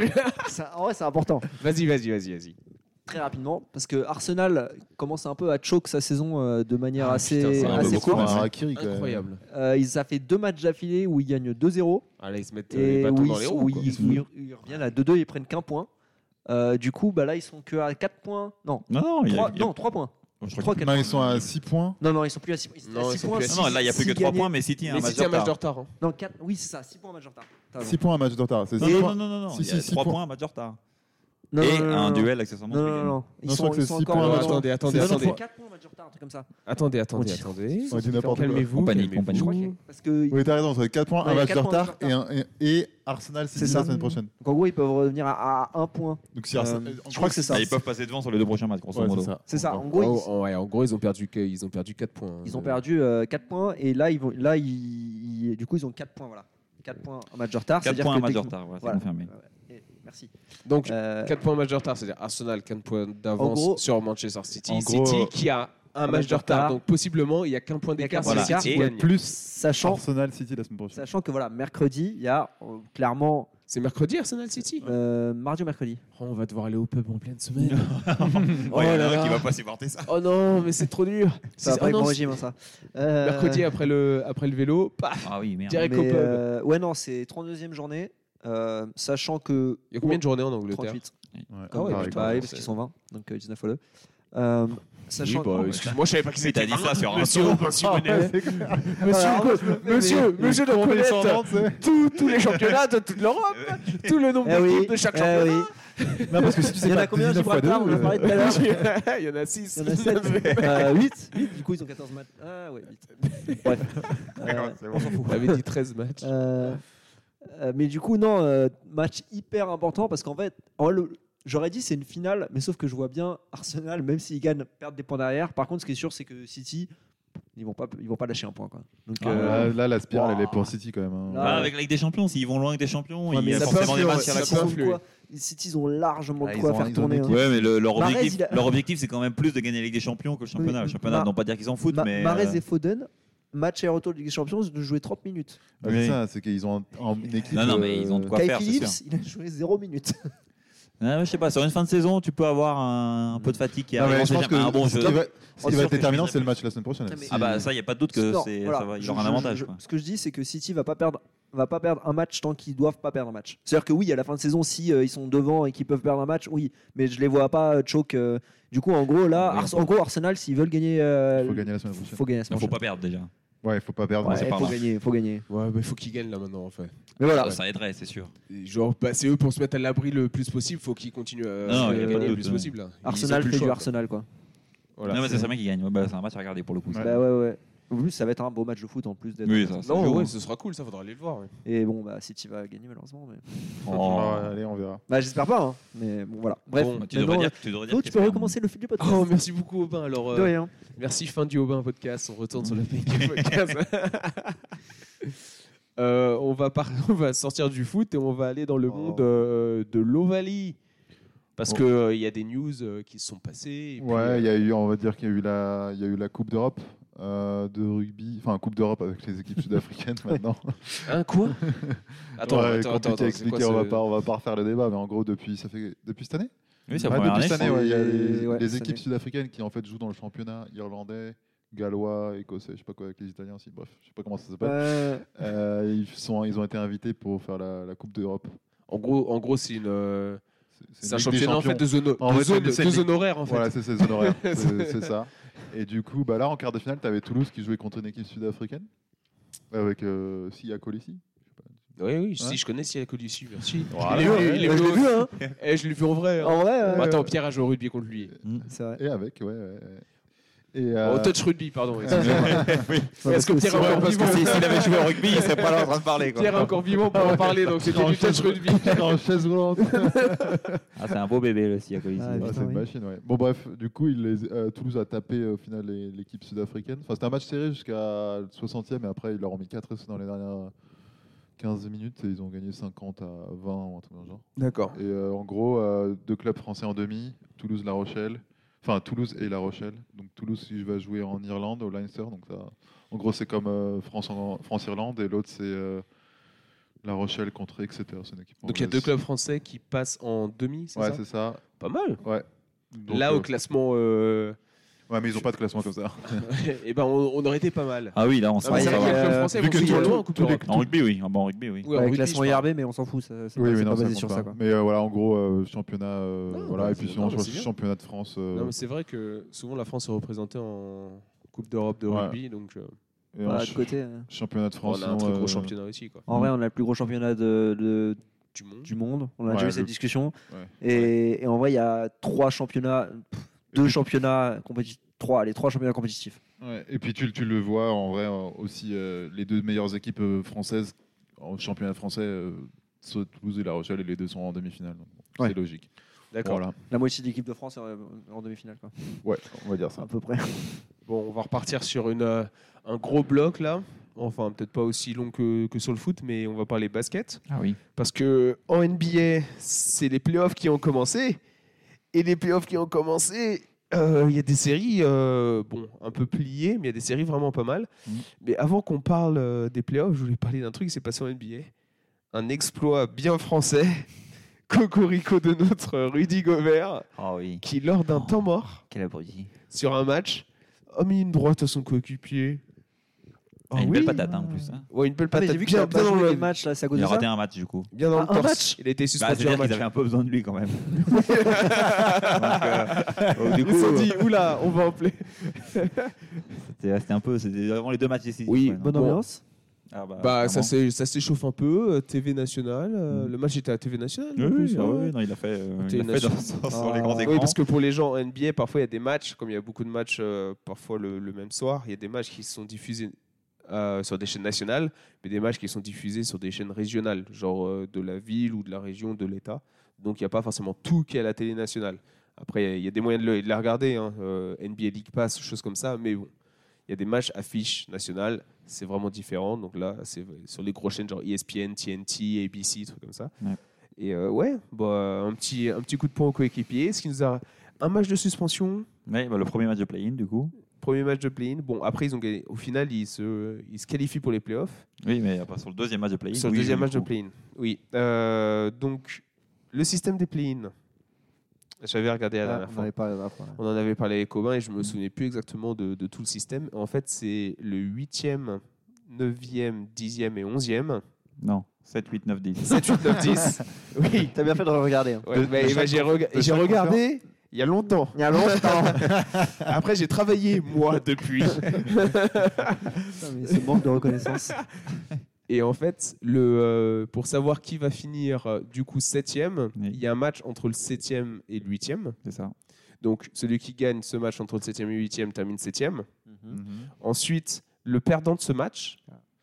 Speaker 5: Ça- en vrai, c'est important.
Speaker 1: Vas-y, vas-y, vas-y, vas-y.
Speaker 5: Très rapidement, parce que Arsenal commence un peu à choke sa saison euh, de manière
Speaker 1: Ah,
Speaker 5: assez,
Speaker 1: putain, c'est un peu
Speaker 5: assez
Speaker 2: beaucoup,
Speaker 4: Pour un
Speaker 5: forte.
Speaker 4: harakiri, quand même.
Speaker 1: Incroyable.
Speaker 5: Euh, ils- ça fait deux matchs d'affilée où ils gagnent deux zéro
Speaker 1: Ah là, ils se mettent euh, les
Speaker 5: et
Speaker 1: bâtons
Speaker 5: où,
Speaker 1: dans
Speaker 5: ils,
Speaker 1: les
Speaker 5: sont-
Speaker 1: roues.
Speaker 5: où
Speaker 1: quoi.
Speaker 5: ils- où ils- ils reviennent à deux deux, ils prennent qu'un point. Euh, du coup, bah là, ils sont que à quatre points. Non,
Speaker 2: Non, non, il y a-
Speaker 5: trois,
Speaker 2: il y a-
Speaker 5: non, trois points.
Speaker 2: je crois
Speaker 5: trois,
Speaker 2: qu'il-
Speaker 5: quatre
Speaker 4: Non,
Speaker 5: points.
Speaker 4: ils sont à six points.
Speaker 5: Non, non, ils sont plus à six points. Ils étaient
Speaker 1: Non,
Speaker 5: à
Speaker 1: ils
Speaker 5: six
Speaker 1: sont
Speaker 5: points.
Speaker 1: plus à
Speaker 2: Ah non, là, il n'y a plus
Speaker 5: s'ils
Speaker 2: que trois
Speaker 5: gagnaient-
Speaker 2: points, mais City a un
Speaker 1: Mais
Speaker 2: match
Speaker 1: City a un match de
Speaker 2: de
Speaker 1: retard. hein.
Speaker 5: Non, quatre, oui, c'est ça, six points, match de retard. T'as raison.
Speaker 4: six points, un match de retard. C'est
Speaker 2: Non,
Speaker 4: six
Speaker 2: non,
Speaker 4: points.
Speaker 2: non, non, non.
Speaker 4: Si,
Speaker 2: Il y a
Speaker 4: si, six
Speaker 2: trois
Speaker 4: points.
Speaker 2: points, un match de retard.
Speaker 5: Non,
Speaker 2: Et
Speaker 5: non, non,
Speaker 2: un
Speaker 5: non,
Speaker 2: duel accessoirement.
Speaker 5: Non,
Speaker 2: sur
Speaker 5: non,
Speaker 2: les
Speaker 5: non,
Speaker 2: gains.
Speaker 5: non. Ils
Speaker 4: Non, je
Speaker 5: sont,
Speaker 4: crois que
Speaker 5: ils
Speaker 4: c'est
Speaker 5: sont
Speaker 4: six
Speaker 5: encore.
Speaker 4: points,
Speaker 1: Alors,
Speaker 4: ouais.
Speaker 1: attendez, attendez,
Speaker 4: C'est
Speaker 5: Non, non,
Speaker 1: attendez.
Speaker 5: quatre points, match de retard, un truc comme ça.
Speaker 1: Attendez, attendez,
Speaker 5: On dit-
Speaker 1: attendez.
Speaker 4: On dit n'importe quoi.
Speaker 1: Calmez-vous.
Speaker 2: Compagnie,
Speaker 1: calmez-vous.
Speaker 2: compagnie.
Speaker 5: Je crois qu'il y a- parce que
Speaker 4: Oui, t'as raison, ça fait quatre points,
Speaker 5: Ouais,
Speaker 4: un
Speaker 5: il y a
Speaker 4: match de
Speaker 5: quatre points de
Speaker 4: retard et, un- et, et Arsenal
Speaker 5: C'est
Speaker 4: City
Speaker 5: ça.
Speaker 4: la semaine prochaine.
Speaker 5: donc, en gros, ils peuvent revenir à, à un point.
Speaker 4: Donc si
Speaker 5: Euh,
Speaker 4: Arsenal- en
Speaker 5: je
Speaker 4: gros,
Speaker 5: crois que c'est
Speaker 4: si-
Speaker 5: ça.
Speaker 2: Ah, ils peuvent passer devant sur les deux prochains matchs, grosso
Speaker 4: Ouais,
Speaker 2: modo.
Speaker 4: c'est ça.
Speaker 5: C'est ça. En
Speaker 4: Encore.
Speaker 5: gros,
Speaker 1: Oh,
Speaker 5: ils,
Speaker 1: oh, ouais, en gros, ils ont perdu, que- ils ont perdu quatre points.
Speaker 5: ils ont
Speaker 1: Euh,
Speaker 5: perdu euh, quatre points et là, ils vont, là, ils, ils- du coup, ils ont quatre points. Voilà, quatre points, un match de retard.
Speaker 2: quatre
Speaker 5: c'est-à-dire
Speaker 2: points,
Speaker 5: que
Speaker 2: un match de
Speaker 5: techniquement-
Speaker 2: retard, ouais, c'est
Speaker 5: Voilà.
Speaker 2: confirmé.
Speaker 5: Ouais, ouais. Et- Merci.
Speaker 1: Donc,
Speaker 5: Euh,
Speaker 1: quatre points match de retard, c'est-à-dire Arsenal, quatre points d'avance
Speaker 5: En gros-
Speaker 1: sur Manchester City.
Speaker 4: En
Speaker 1: City
Speaker 4: gros,
Speaker 1: qui a un
Speaker 5: un
Speaker 1: match de retard. Donc, possiblement, il n'y a qu'un point
Speaker 5: Il y a
Speaker 1: d'écart.
Speaker 5: qu'un
Speaker 1: si
Speaker 5: point
Speaker 1: City
Speaker 5: d'écart.
Speaker 1: gagne.
Speaker 4: Plus
Speaker 5: sachant,
Speaker 4: Arsenal City la semaine prochaine.
Speaker 5: sachant que voilà, mercredi, il y a euh, clairement
Speaker 1: C'est mercredi, Arsenal City
Speaker 5: euh, mardi ou mercredi.
Speaker 1: Oh, on va devoir aller au pub en pleine semaine.
Speaker 2: Oh, il y en
Speaker 1: là
Speaker 2: a un
Speaker 1: là.
Speaker 2: qui va pas supporter ça.
Speaker 1: Oh non, mais c'est trop dur.
Speaker 5: Ça va
Speaker 1: C'est-
Speaker 5: pas
Speaker 1: oh
Speaker 5: être
Speaker 1: non,
Speaker 5: bon
Speaker 1: c'est-
Speaker 5: régime, hein, ça. Euh,
Speaker 1: Mercredi après le, après le vélo, paf,
Speaker 2: Ah oui, merde.
Speaker 1: direct
Speaker 5: mais,
Speaker 1: au pub.
Speaker 5: euh, ouais, non, c'est trente-deuxième journée, euh, sachant que.
Speaker 1: Il y a combien de journées en Angleterre
Speaker 5: trente-huit.
Speaker 4: Ouais,
Speaker 1: Ah ouais,
Speaker 4: pareil,
Speaker 1: putain,
Speaker 4: quoi.
Speaker 5: Bah oui,
Speaker 1: c'est-
Speaker 5: parce qu'ils sont vingt, donc euh, dix-neuf fois deux. Euh, sachant
Speaker 1: Oui, bah,
Speaker 5: que-
Speaker 1: excuse-moi, je savais pas qu'ils
Speaker 2: Mais
Speaker 1: étaient
Speaker 2: t'as dit ça
Speaker 1: vingt.
Speaker 2: sur un
Speaker 1: Monsieur,
Speaker 2: tour.
Speaker 1: monsieur
Speaker 4: Ah,
Speaker 1: Bonnet.
Speaker 4: ouais, c'est clair.
Speaker 1: Monsieur,
Speaker 5: Alors,
Speaker 1: co-
Speaker 5: moi, je me-
Speaker 1: monsieur,
Speaker 5: mais-
Speaker 1: monsieur de
Speaker 4: On est
Speaker 1: connaître
Speaker 4: descendant, tu sais.
Speaker 1: tous, tous les championnats de toute l'Europe, tout le nombre
Speaker 5: Eh oui,
Speaker 1: d'équipes de chaque
Speaker 5: eh
Speaker 1: championnat.
Speaker 5: oui.
Speaker 4: Non, parce que si tu sais
Speaker 5: Il y en
Speaker 4: pas
Speaker 5: a combien,
Speaker 4: dix-neuf fois
Speaker 5: Gibraltar,
Speaker 4: deux,
Speaker 5: on en parlait tout à l'heure.
Speaker 1: Il y en a six.
Speaker 5: Il y en a sept. euh, huit, huit, du coup ils ont quatorze matchs. Ah ouais, huit. Bref. Euh, on s'en fout.
Speaker 1: On avait dit treize matchs.
Speaker 5: Euh, euh, mais du coup, non, euh, match hyper important parce qu'en fait, en le- j'aurais dit c'est une finale, mais sauf que je vois bien Arsenal, même s'ils gagnent, perdre des points derrière. Par contre, ce qui est sûr, c'est que City, ils vont pas, ils vont pas lâcher un point. Quoi. Donc,
Speaker 2: Ah,
Speaker 5: euh,
Speaker 4: Là, là, la spirale,
Speaker 5: Wow.
Speaker 4: elle est pour City quand même. hein.
Speaker 5: Là,
Speaker 2: Bah, avec la Ligue des Champions, s'ils vont loin avec des champions,
Speaker 5: ouais,
Speaker 2: il y
Speaker 5: mais
Speaker 2: a
Speaker 5: ça
Speaker 2: forcément
Speaker 5: peut
Speaker 2: des
Speaker 5: influer,
Speaker 2: matchs à la
Speaker 5: City,
Speaker 1: ça peut
Speaker 2: con.
Speaker 5: ils ont
Speaker 1: influer.
Speaker 5: quoi City, ils ont largement
Speaker 4: Ah,
Speaker 5: de
Speaker 4: ils
Speaker 5: quoi
Speaker 4: ont-
Speaker 5: faire
Speaker 4: ils ont
Speaker 5: tourner.
Speaker 4: une
Speaker 5: hein.
Speaker 4: équipe.
Speaker 2: Ouais, mais le- leur,
Speaker 5: Mahrez,
Speaker 2: objectif,
Speaker 5: il a-
Speaker 2: leur objectif, c'est quand même plus de gagner la Ligue des Champions que le championnat.
Speaker 5: Oui,
Speaker 2: Le championnat,
Speaker 5: Ma-
Speaker 2: non pas dire qu'ils s'en foutent,
Speaker 5: Ma-
Speaker 2: mais.
Speaker 5: Mahrez
Speaker 2: euh,
Speaker 5: et Foden, match et retour de Ligue des Champions, de jouer trente minutes.
Speaker 4: Ouais,
Speaker 2: Oui.
Speaker 4: C'est ça, c'est qu'ils ont un- un- une équipe.
Speaker 2: Non, non, mais ils ont de
Speaker 4: euh,
Speaker 2: quoi
Speaker 5: Kai
Speaker 2: faire, c'est
Speaker 5: Phillips,
Speaker 2: sûr.
Speaker 5: il a joué zéro minutes.
Speaker 2: Ah, ouais, je sais pas, sur une fin de saison, tu peux avoir un, un peu de fatigue qui
Speaker 4: Non,
Speaker 2: arrive.
Speaker 4: mais
Speaker 2: on
Speaker 4: je
Speaker 2: sait
Speaker 4: pense
Speaker 2: jamais.
Speaker 4: que
Speaker 2: Ah bon,
Speaker 4: ce
Speaker 2: je-
Speaker 4: qui va, ce
Speaker 2: on
Speaker 4: qui
Speaker 2: est
Speaker 4: va
Speaker 2: sûr
Speaker 4: être
Speaker 2: que je
Speaker 4: déterminant,
Speaker 2: miserais
Speaker 4: c'est le
Speaker 2: plus.
Speaker 4: match la semaine prochaine.
Speaker 5: Ah, mais-
Speaker 4: Si-
Speaker 2: Ah bah ça, il n'y a pas de doute que
Speaker 5: Non,
Speaker 2: c'est,
Speaker 5: voilà.
Speaker 2: ça va, il
Speaker 5: Je-
Speaker 2: aura un
Speaker 5: je-
Speaker 2: avantage.
Speaker 5: je-
Speaker 2: quoi.
Speaker 5: ce que je dis, c'est que City va pas perdre, va pas perdre un match tant qu'ils doivent pas perdre un match. C'est-à-dire que oui, à la fin de saison, si euh, ils sont devant et qu'ils peuvent perdre un match, oui, mais je les vois pas euh, choke. euh, du coup, en gros, là,
Speaker 2: Oui.
Speaker 5: Ars- en gros, Arsenal, s'ils veulent gagner, euh,
Speaker 4: Il faut gagner la semaine prochaine.
Speaker 5: faut gagner la
Speaker 2: Il
Speaker 5: semaine
Speaker 2: faut pas
Speaker 5: prochaine.
Speaker 2: perdre déjà.
Speaker 4: Ouais, il faut pas perdre.
Speaker 5: Ouais,
Speaker 2: c'est
Speaker 5: il
Speaker 2: pas
Speaker 5: faut
Speaker 2: mal.
Speaker 5: gagner, faut gagner.
Speaker 1: Ouais, mais il faut qu'ils gagnent là maintenant en fait.
Speaker 5: Mais voilà.
Speaker 2: Ça aiderait, c'est sûr.
Speaker 1: Et Genre, bah, c'est eux pour se mettre à l'abri le plus possible, faut qu'ils continuent à
Speaker 2: Non,
Speaker 1: à
Speaker 2: il y a pas de
Speaker 1: gagner le
Speaker 2: doute,
Speaker 1: plus
Speaker 2: ouais.
Speaker 1: possible. là. Ils ont
Speaker 5: Arsenal
Speaker 1: plus le
Speaker 5: fait du
Speaker 1: choix,
Speaker 5: Arsenal, quoi.
Speaker 1: quoi. Voilà.
Speaker 2: non, mais c'est ça bien qui gagne. Ouais, bah, c'est un match à regarder pour le coup. ça.
Speaker 4: Ouais.
Speaker 5: Bah ouais, ouais. En plus, ça va être un beau match de foot en plus d'être.
Speaker 2: Oui, ça, ça
Speaker 1: Non,
Speaker 2: joue,
Speaker 1: ouais,
Speaker 2: hein.
Speaker 1: ce sera cool, ça faudra aller le voir. ouais.
Speaker 5: Et bon, bah, City va gagner malheureusement. Mais...
Speaker 2: Oh.
Speaker 4: Ouais, allez, on verra.
Speaker 5: Bah, j'espère pas. Hein. Mais bon, voilà. Bref,
Speaker 1: Bon,
Speaker 2: Tu devrais
Speaker 5: maintenant,
Speaker 2: dire, tu devrais dire
Speaker 5: Flo, tu
Speaker 2: qu'est-ce
Speaker 5: peux
Speaker 2: que-
Speaker 5: recommencer le fil du podcast.
Speaker 1: Oh, merci beaucoup Aubin. Alors, euh,
Speaker 5: De rien.
Speaker 1: merci fin du Aubin podcast. On retourne sur le P K podcast. Euh, on, va par- on va sortir du foot et on va aller dans le
Speaker 4: Oh.
Speaker 1: monde euh, de l'Ovalie. Parce
Speaker 4: Oh.
Speaker 1: qu'il euh, y a des news euh, qui se sont passées. et puis,
Speaker 4: Ouais,
Speaker 1: euh,
Speaker 4: il y a eu, on va dire qu'il y a eu la, il y a eu la Coupe d'Europe euh, de rugby, enfin Coupe d'Europe avec les équipes sud-africaines maintenant.
Speaker 1: Un quoi Attends,
Speaker 4: Ouais,
Speaker 1: attends, attends,
Speaker 4: compliqué à
Speaker 1: attends, c'est quoi
Speaker 4: expliquer, on va
Speaker 1: ce-
Speaker 4: pas, on va pas refaire le débat, mais en gros depuis, ça fait depuis cette année.
Speaker 2: Oui, c'est la
Speaker 4: Ouais,
Speaker 2: première
Speaker 4: depuis
Speaker 2: année.
Speaker 4: cette année, ouais, il y a les,
Speaker 5: Ouais,
Speaker 4: les
Speaker 5: cette
Speaker 4: équipes
Speaker 5: année.
Speaker 4: sud-africaines qui en fait jouent dans le championnat irlandais, gallois, écossais, je sais pas quoi avec les Italiens aussi. Bref, je sais pas comment ça s'appelle.
Speaker 5: Euh,
Speaker 4: Euh, ils sont, ils ont été invités pour faire la, la Coupe d'Europe.
Speaker 1: En gros, en gros, c'est une. euh,
Speaker 4: C'est
Speaker 1: C'est un
Speaker 4: une Ligue des
Speaker 1: championnat en fait
Speaker 4: Champions.
Speaker 1: de zone,
Speaker 4: En
Speaker 1: de
Speaker 4: fait, c'est
Speaker 1: zone-
Speaker 4: une- c'est
Speaker 1: de
Speaker 4: une
Speaker 1: zone horaire en fait.
Speaker 4: Voilà, c'est ces honoraires, c'est c'est ça. Et du coup, bah là, en quart de finale, tu avais Toulouse qui jouait contre une équipe sud-africaine avec euh, Sia Colissi.
Speaker 1: Oui, oui, si
Speaker 4: Ouais.
Speaker 1: je connais Sia Colissi, merci.
Speaker 4: Voilà.
Speaker 1: Il est-
Speaker 5: ouais,
Speaker 1: il est-
Speaker 5: ouais, je l'ai vu, hein.
Speaker 1: Eh, je l'ai vu en vrai. hein.
Speaker 5: En vrai, euh,
Speaker 1: Bah, attends, Pierre a joué au rugby contre lui.
Speaker 5: c'est vrai.
Speaker 4: Et avec, ouais. ouais, ouais. Et, euh,
Speaker 1: Au touch rugby, pardon. excusez-moi.
Speaker 2: Oui.
Speaker 1: Est-ce que Pierre est
Speaker 2: Ouais,
Speaker 1: encore
Speaker 2: parce que
Speaker 1: vivant
Speaker 2: si- s'il avait joué au rugby, il serait pas là en train de parler. Quoi.
Speaker 1: Pierre est encore vivant pour en parler, donc c'était
Speaker 4: en
Speaker 1: du touch
Speaker 4: chaise-
Speaker 1: rugby.
Speaker 4: en chaise roulante.
Speaker 2: Ah, c'est un beau bébé le Sia Colissi.
Speaker 5: Ah,
Speaker 4: Ah,
Speaker 5: putain,
Speaker 4: c'est une
Speaker 5: oui.
Speaker 4: machine, ouais. Bon, bref, du coup, il les- euh, Toulouse a tapé euh, au final les- l'équipe sud-africaine. Enfin, c'était un match serré jusqu'à le soixantième, et après, ils leur ont mis quatre essais dans les dernières quinze minutes et ils ont gagné cinquante à vingt ou un truc dans le genre.
Speaker 1: D'accord.
Speaker 4: Et euh, en gros, euh, deux clubs français en demi, Toulouse-La Rochelle. Enfin, Toulouse et La Rochelle. Donc, Toulouse qui va jouer en Irlande, au Leinster. Donc, ça, en gros, c'est comme euh, France en- France-Irlande. Et l'autre, c'est euh, La Rochelle contre Exeter. C'est une équipe
Speaker 1: Donc il y a
Speaker 4: anglaise.
Speaker 1: deux clubs français qui passent en demi, c'est
Speaker 4: Ouais,
Speaker 1: ça
Speaker 4: c'est ça.
Speaker 1: Pas mal.
Speaker 4: Ouais. Donc,
Speaker 1: Là,
Speaker 4: euh,
Speaker 1: au classement, euh...
Speaker 4: Ouais, mais ils n'ont pas de classement comme ça.
Speaker 1: eh ben, on, on aurait été pas mal.
Speaker 2: Ah oui, là, on
Speaker 1: Ah,
Speaker 2: s'en
Speaker 1: mais
Speaker 5: ouais,
Speaker 1: c'est
Speaker 2: va.
Speaker 1: vrai que les
Speaker 5: euh,
Speaker 1: clubs français
Speaker 4: vu
Speaker 1: vont
Speaker 4: que
Speaker 1: souvent
Speaker 4: tous-
Speaker 1: loin en Coupe
Speaker 4: tous les-
Speaker 1: d'Europe.
Speaker 2: En rugby, oui. Ah, bon, en rugby, oui.
Speaker 1: Oui, en
Speaker 5: Avec
Speaker 1: rugby,
Speaker 5: classement
Speaker 1: je
Speaker 5: I R
Speaker 1: parle.
Speaker 5: B, mais on s'en fout. ça- C'est
Speaker 4: Oui,
Speaker 5: pas,
Speaker 4: mais
Speaker 5: c'est
Speaker 4: non,
Speaker 5: pas
Speaker 4: ça
Speaker 5: basé
Speaker 4: compte
Speaker 5: sur
Speaker 4: pas.
Speaker 5: ça. Quoi.
Speaker 4: Mais euh, voilà, en gros, euh, championnat, euh,
Speaker 1: Non,
Speaker 4: voilà,
Speaker 1: bah,
Speaker 4: et puis
Speaker 1: c'est-
Speaker 4: sinon,
Speaker 1: non,
Speaker 4: je
Speaker 1: mais
Speaker 4: crois
Speaker 1: c'est bien.
Speaker 4: championnat de France. euh,
Speaker 1: Non, mais c'est vrai que souvent la France est représentée en Coupe d'Europe de
Speaker 4: Ouais.
Speaker 1: rugby, donc euh,
Speaker 4: et en
Speaker 5: Voilà, de
Speaker 4: ch-
Speaker 5: côté. euh.
Speaker 4: championnat de
Speaker 1: on
Speaker 4: France.
Speaker 1: a un
Speaker 4: sinon,
Speaker 1: très gros
Speaker 4: euh,
Speaker 1: championnat aussi, quoi.
Speaker 5: En vrai, on a le plus gros championnat de, de-
Speaker 1: Du monde.
Speaker 5: du monde. On a
Speaker 4: Ouais,
Speaker 5: déjà eu
Speaker 4: le-
Speaker 5: cette discussion.
Speaker 4: ouais.
Speaker 5: Et, et en vrai, il y a trois championnats, pff, deux championnats compétitifs. Trois, les trois championnats compétitifs.
Speaker 4: Ouais, et puis tu, tu le vois en vrai euh, aussi, euh, les deux meilleures équipes euh, françaises en championnat français, euh, sont Toulouse et La Rochelle, et les deux sont en demi-finale. Donc, bon,
Speaker 5: Ouais.
Speaker 4: C'est logique.
Speaker 1: D'accord.
Speaker 4: Voilà.
Speaker 5: La moitié de l'équipe de France est en, en demi-finale, quoi.
Speaker 4: Ouais, on va dire ça.
Speaker 5: À peu près.
Speaker 1: Bon, on va repartir sur une, euh, un gros bloc là. Enfin, peut-être pas aussi long que, que sur le foot, mais on va parler basket.
Speaker 2: Ah oui.
Speaker 1: Parce que en N B A, c'est les playoffs qui ont commencé. Et les playoffs qui ont commencé, euh, il y a des séries, euh, bon, un peu pliées, mais il y a des séries vraiment pas mal.
Speaker 2: Mhm.
Speaker 1: Mais avant qu'on parle euh, des playoffs, je voulais parler d'un truc qui s'est passé en N B A. Un exploit bien français, cocorico de notre Rudy Gobert,
Speaker 2: Ah oui.
Speaker 1: qui lors d'un
Speaker 2: Oh.
Speaker 1: temps mort,
Speaker 2: Quel abruti.
Speaker 1: sur un match, a mis une droite à son coéquipier.
Speaker 2: Ah, une belle patate, hein, en plus. hein.
Speaker 1: Ouais, une belle
Speaker 5: Ah, mais
Speaker 1: patate.
Speaker 5: j'ai vu qu'il
Speaker 1: bien,
Speaker 5: a pas
Speaker 1: bien dans
Speaker 5: joué
Speaker 1: le,
Speaker 5: les matchs, là, c'est à cause
Speaker 2: Il
Speaker 5: de
Speaker 2: a
Speaker 5: ça.
Speaker 2: raté un match, du coup.
Speaker 1: bien dans le
Speaker 5: Ah, un
Speaker 1: torse.
Speaker 5: match
Speaker 1: Il a été
Speaker 2: Bah,
Speaker 1: suspendu
Speaker 2: C'est-à-dire
Speaker 1: un match.
Speaker 2: qu'ils avaient un peu besoin de lui, quand même. Donc, euh, donc, du
Speaker 1: Ils
Speaker 2: coup,
Speaker 1: se sont dit, oula, on va en play.
Speaker 2: c'était c'était un peu... C'était vraiment les deux matchs décisifs.
Speaker 1: Oui,
Speaker 2: ouais, non.
Speaker 5: Bonne
Speaker 1: Bon.
Speaker 5: ambiance.
Speaker 2: Ah, bah,
Speaker 1: Bah, ça
Speaker 2: clairement.
Speaker 1: s'est- ça s'échauffe un peu. euh, T V nationale. euh,
Speaker 2: Mm.
Speaker 1: Le match était à T V nationale.
Speaker 2: Oui,
Speaker 1: en
Speaker 2: oui,
Speaker 1: plus,
Speaker 2: ah
Speaker 1: ouais.
Speaker 2: oui, non, il a fait, euh,
Speaker 1: T'es
Speaker 2: il a
Speaker 1: une
Speaker 2: fait dans-
Speaker 1: nation.
Speaker 2: sur, sur
Speaker 5: Ah.
Speaker 2: les grands
Speaker 5: Oui,
Speaker 2: écrans.
Speaker 1: Oui, parce que pour les gens en N B A, parfois il y a des matchs, comme il y a beaucoup de matchs euh, parfois le, le même soir, il y a des matchs qui sont diffusés euh, sur des chaînes nationales, mais des matchs qui sont diffusés sur des chaînes régionales, genre euh, de la ville ou de la région, de l'État. Donc il n'y a pas forcément tout qui est à la télé nationale. Après, il y a- il y, a des moyens de, le- de la regarder, hein, euh, N B A League Pass, choses comme ça, mais bon. Il y a des matchs affiches nationales, c'est vraiment différent. Donc là, c'est sur les grosses chaînes genre E S P N, T N T, A B C, trucs comme ça.
Speaker 2: Ouais.
Speaker 1: Et euh, ouais, bah, un, petit, un petit coup de poing au coéquipier, ce qui nous a un match de suspension,
Speaker 2: Ouais, bah, le premier match de play-in, du coup.
Speaker 1: premier match de play-in. Bon, après, ils ont gagné. Au final, ils se, ils se qualifient pour les playoffs.
Speaker 2: Oui, mais après, sur le deuxième match de play-in.
Speaker 1: Sur le
Speaker 2: oui,
Speaker 1: deuxième
Speaker 2: du
Speaker 1: match de
Speaker 2: coup.
Speaker 1: play-in. Oui. Euh, donc, le système des play-in, j'avais regardé la
Speaker 5: Ah,
Speaker 1: dernière
Speaker 5: on
Speaker 1: fois.
Speaker 5: avait pas la fois.
Speaker 1: On en avait parlé avec Aubin et je me souvenais plus exactement de, de tout le système. En fait, c'est le huitième, neuvième, dixième et onzième.
Speaker 2: Non, sept, huit, neuf, dix.
Speaker 1: sept, huit, neuf, dix. Oui.
Speaker 5: T'as bien fait de le regarder. hein.
Speaker 1: Ouais,
Speaker 4: De-
Speaker 1: mais-
Speaker 4: de
Speaker 1: bah,
Speaker 4: chaque
Speaker 1: j'ai
Speaker 4: conf-
Speaker 1: rega-
Speaker 4: de
Speaker 1: j'ai
Speaker 4: chaque
Speaker 1: regardé il y a longtemps.
Speaker 5: Il y a longtemps.
Speaker 1: Après, j'ai travaillé, moi, depuis.
Speaker 5: Putain, mais ce manque de reconnaissance.
Speaker 1: Et en fait, le, euh, pour savoir qui va finir euh, du coup septième,
Speaker 2: Oui.
Speaker 1: il y a un match entre le septième et le huitième.
Speaker 2: C'est ça.
Speaker 1: Donc celui qui gagne ce match entre le septième et le huitième termine septième.
Speaker 2: Mhm.
Speaker 1: Ensuite, le perdant de ce match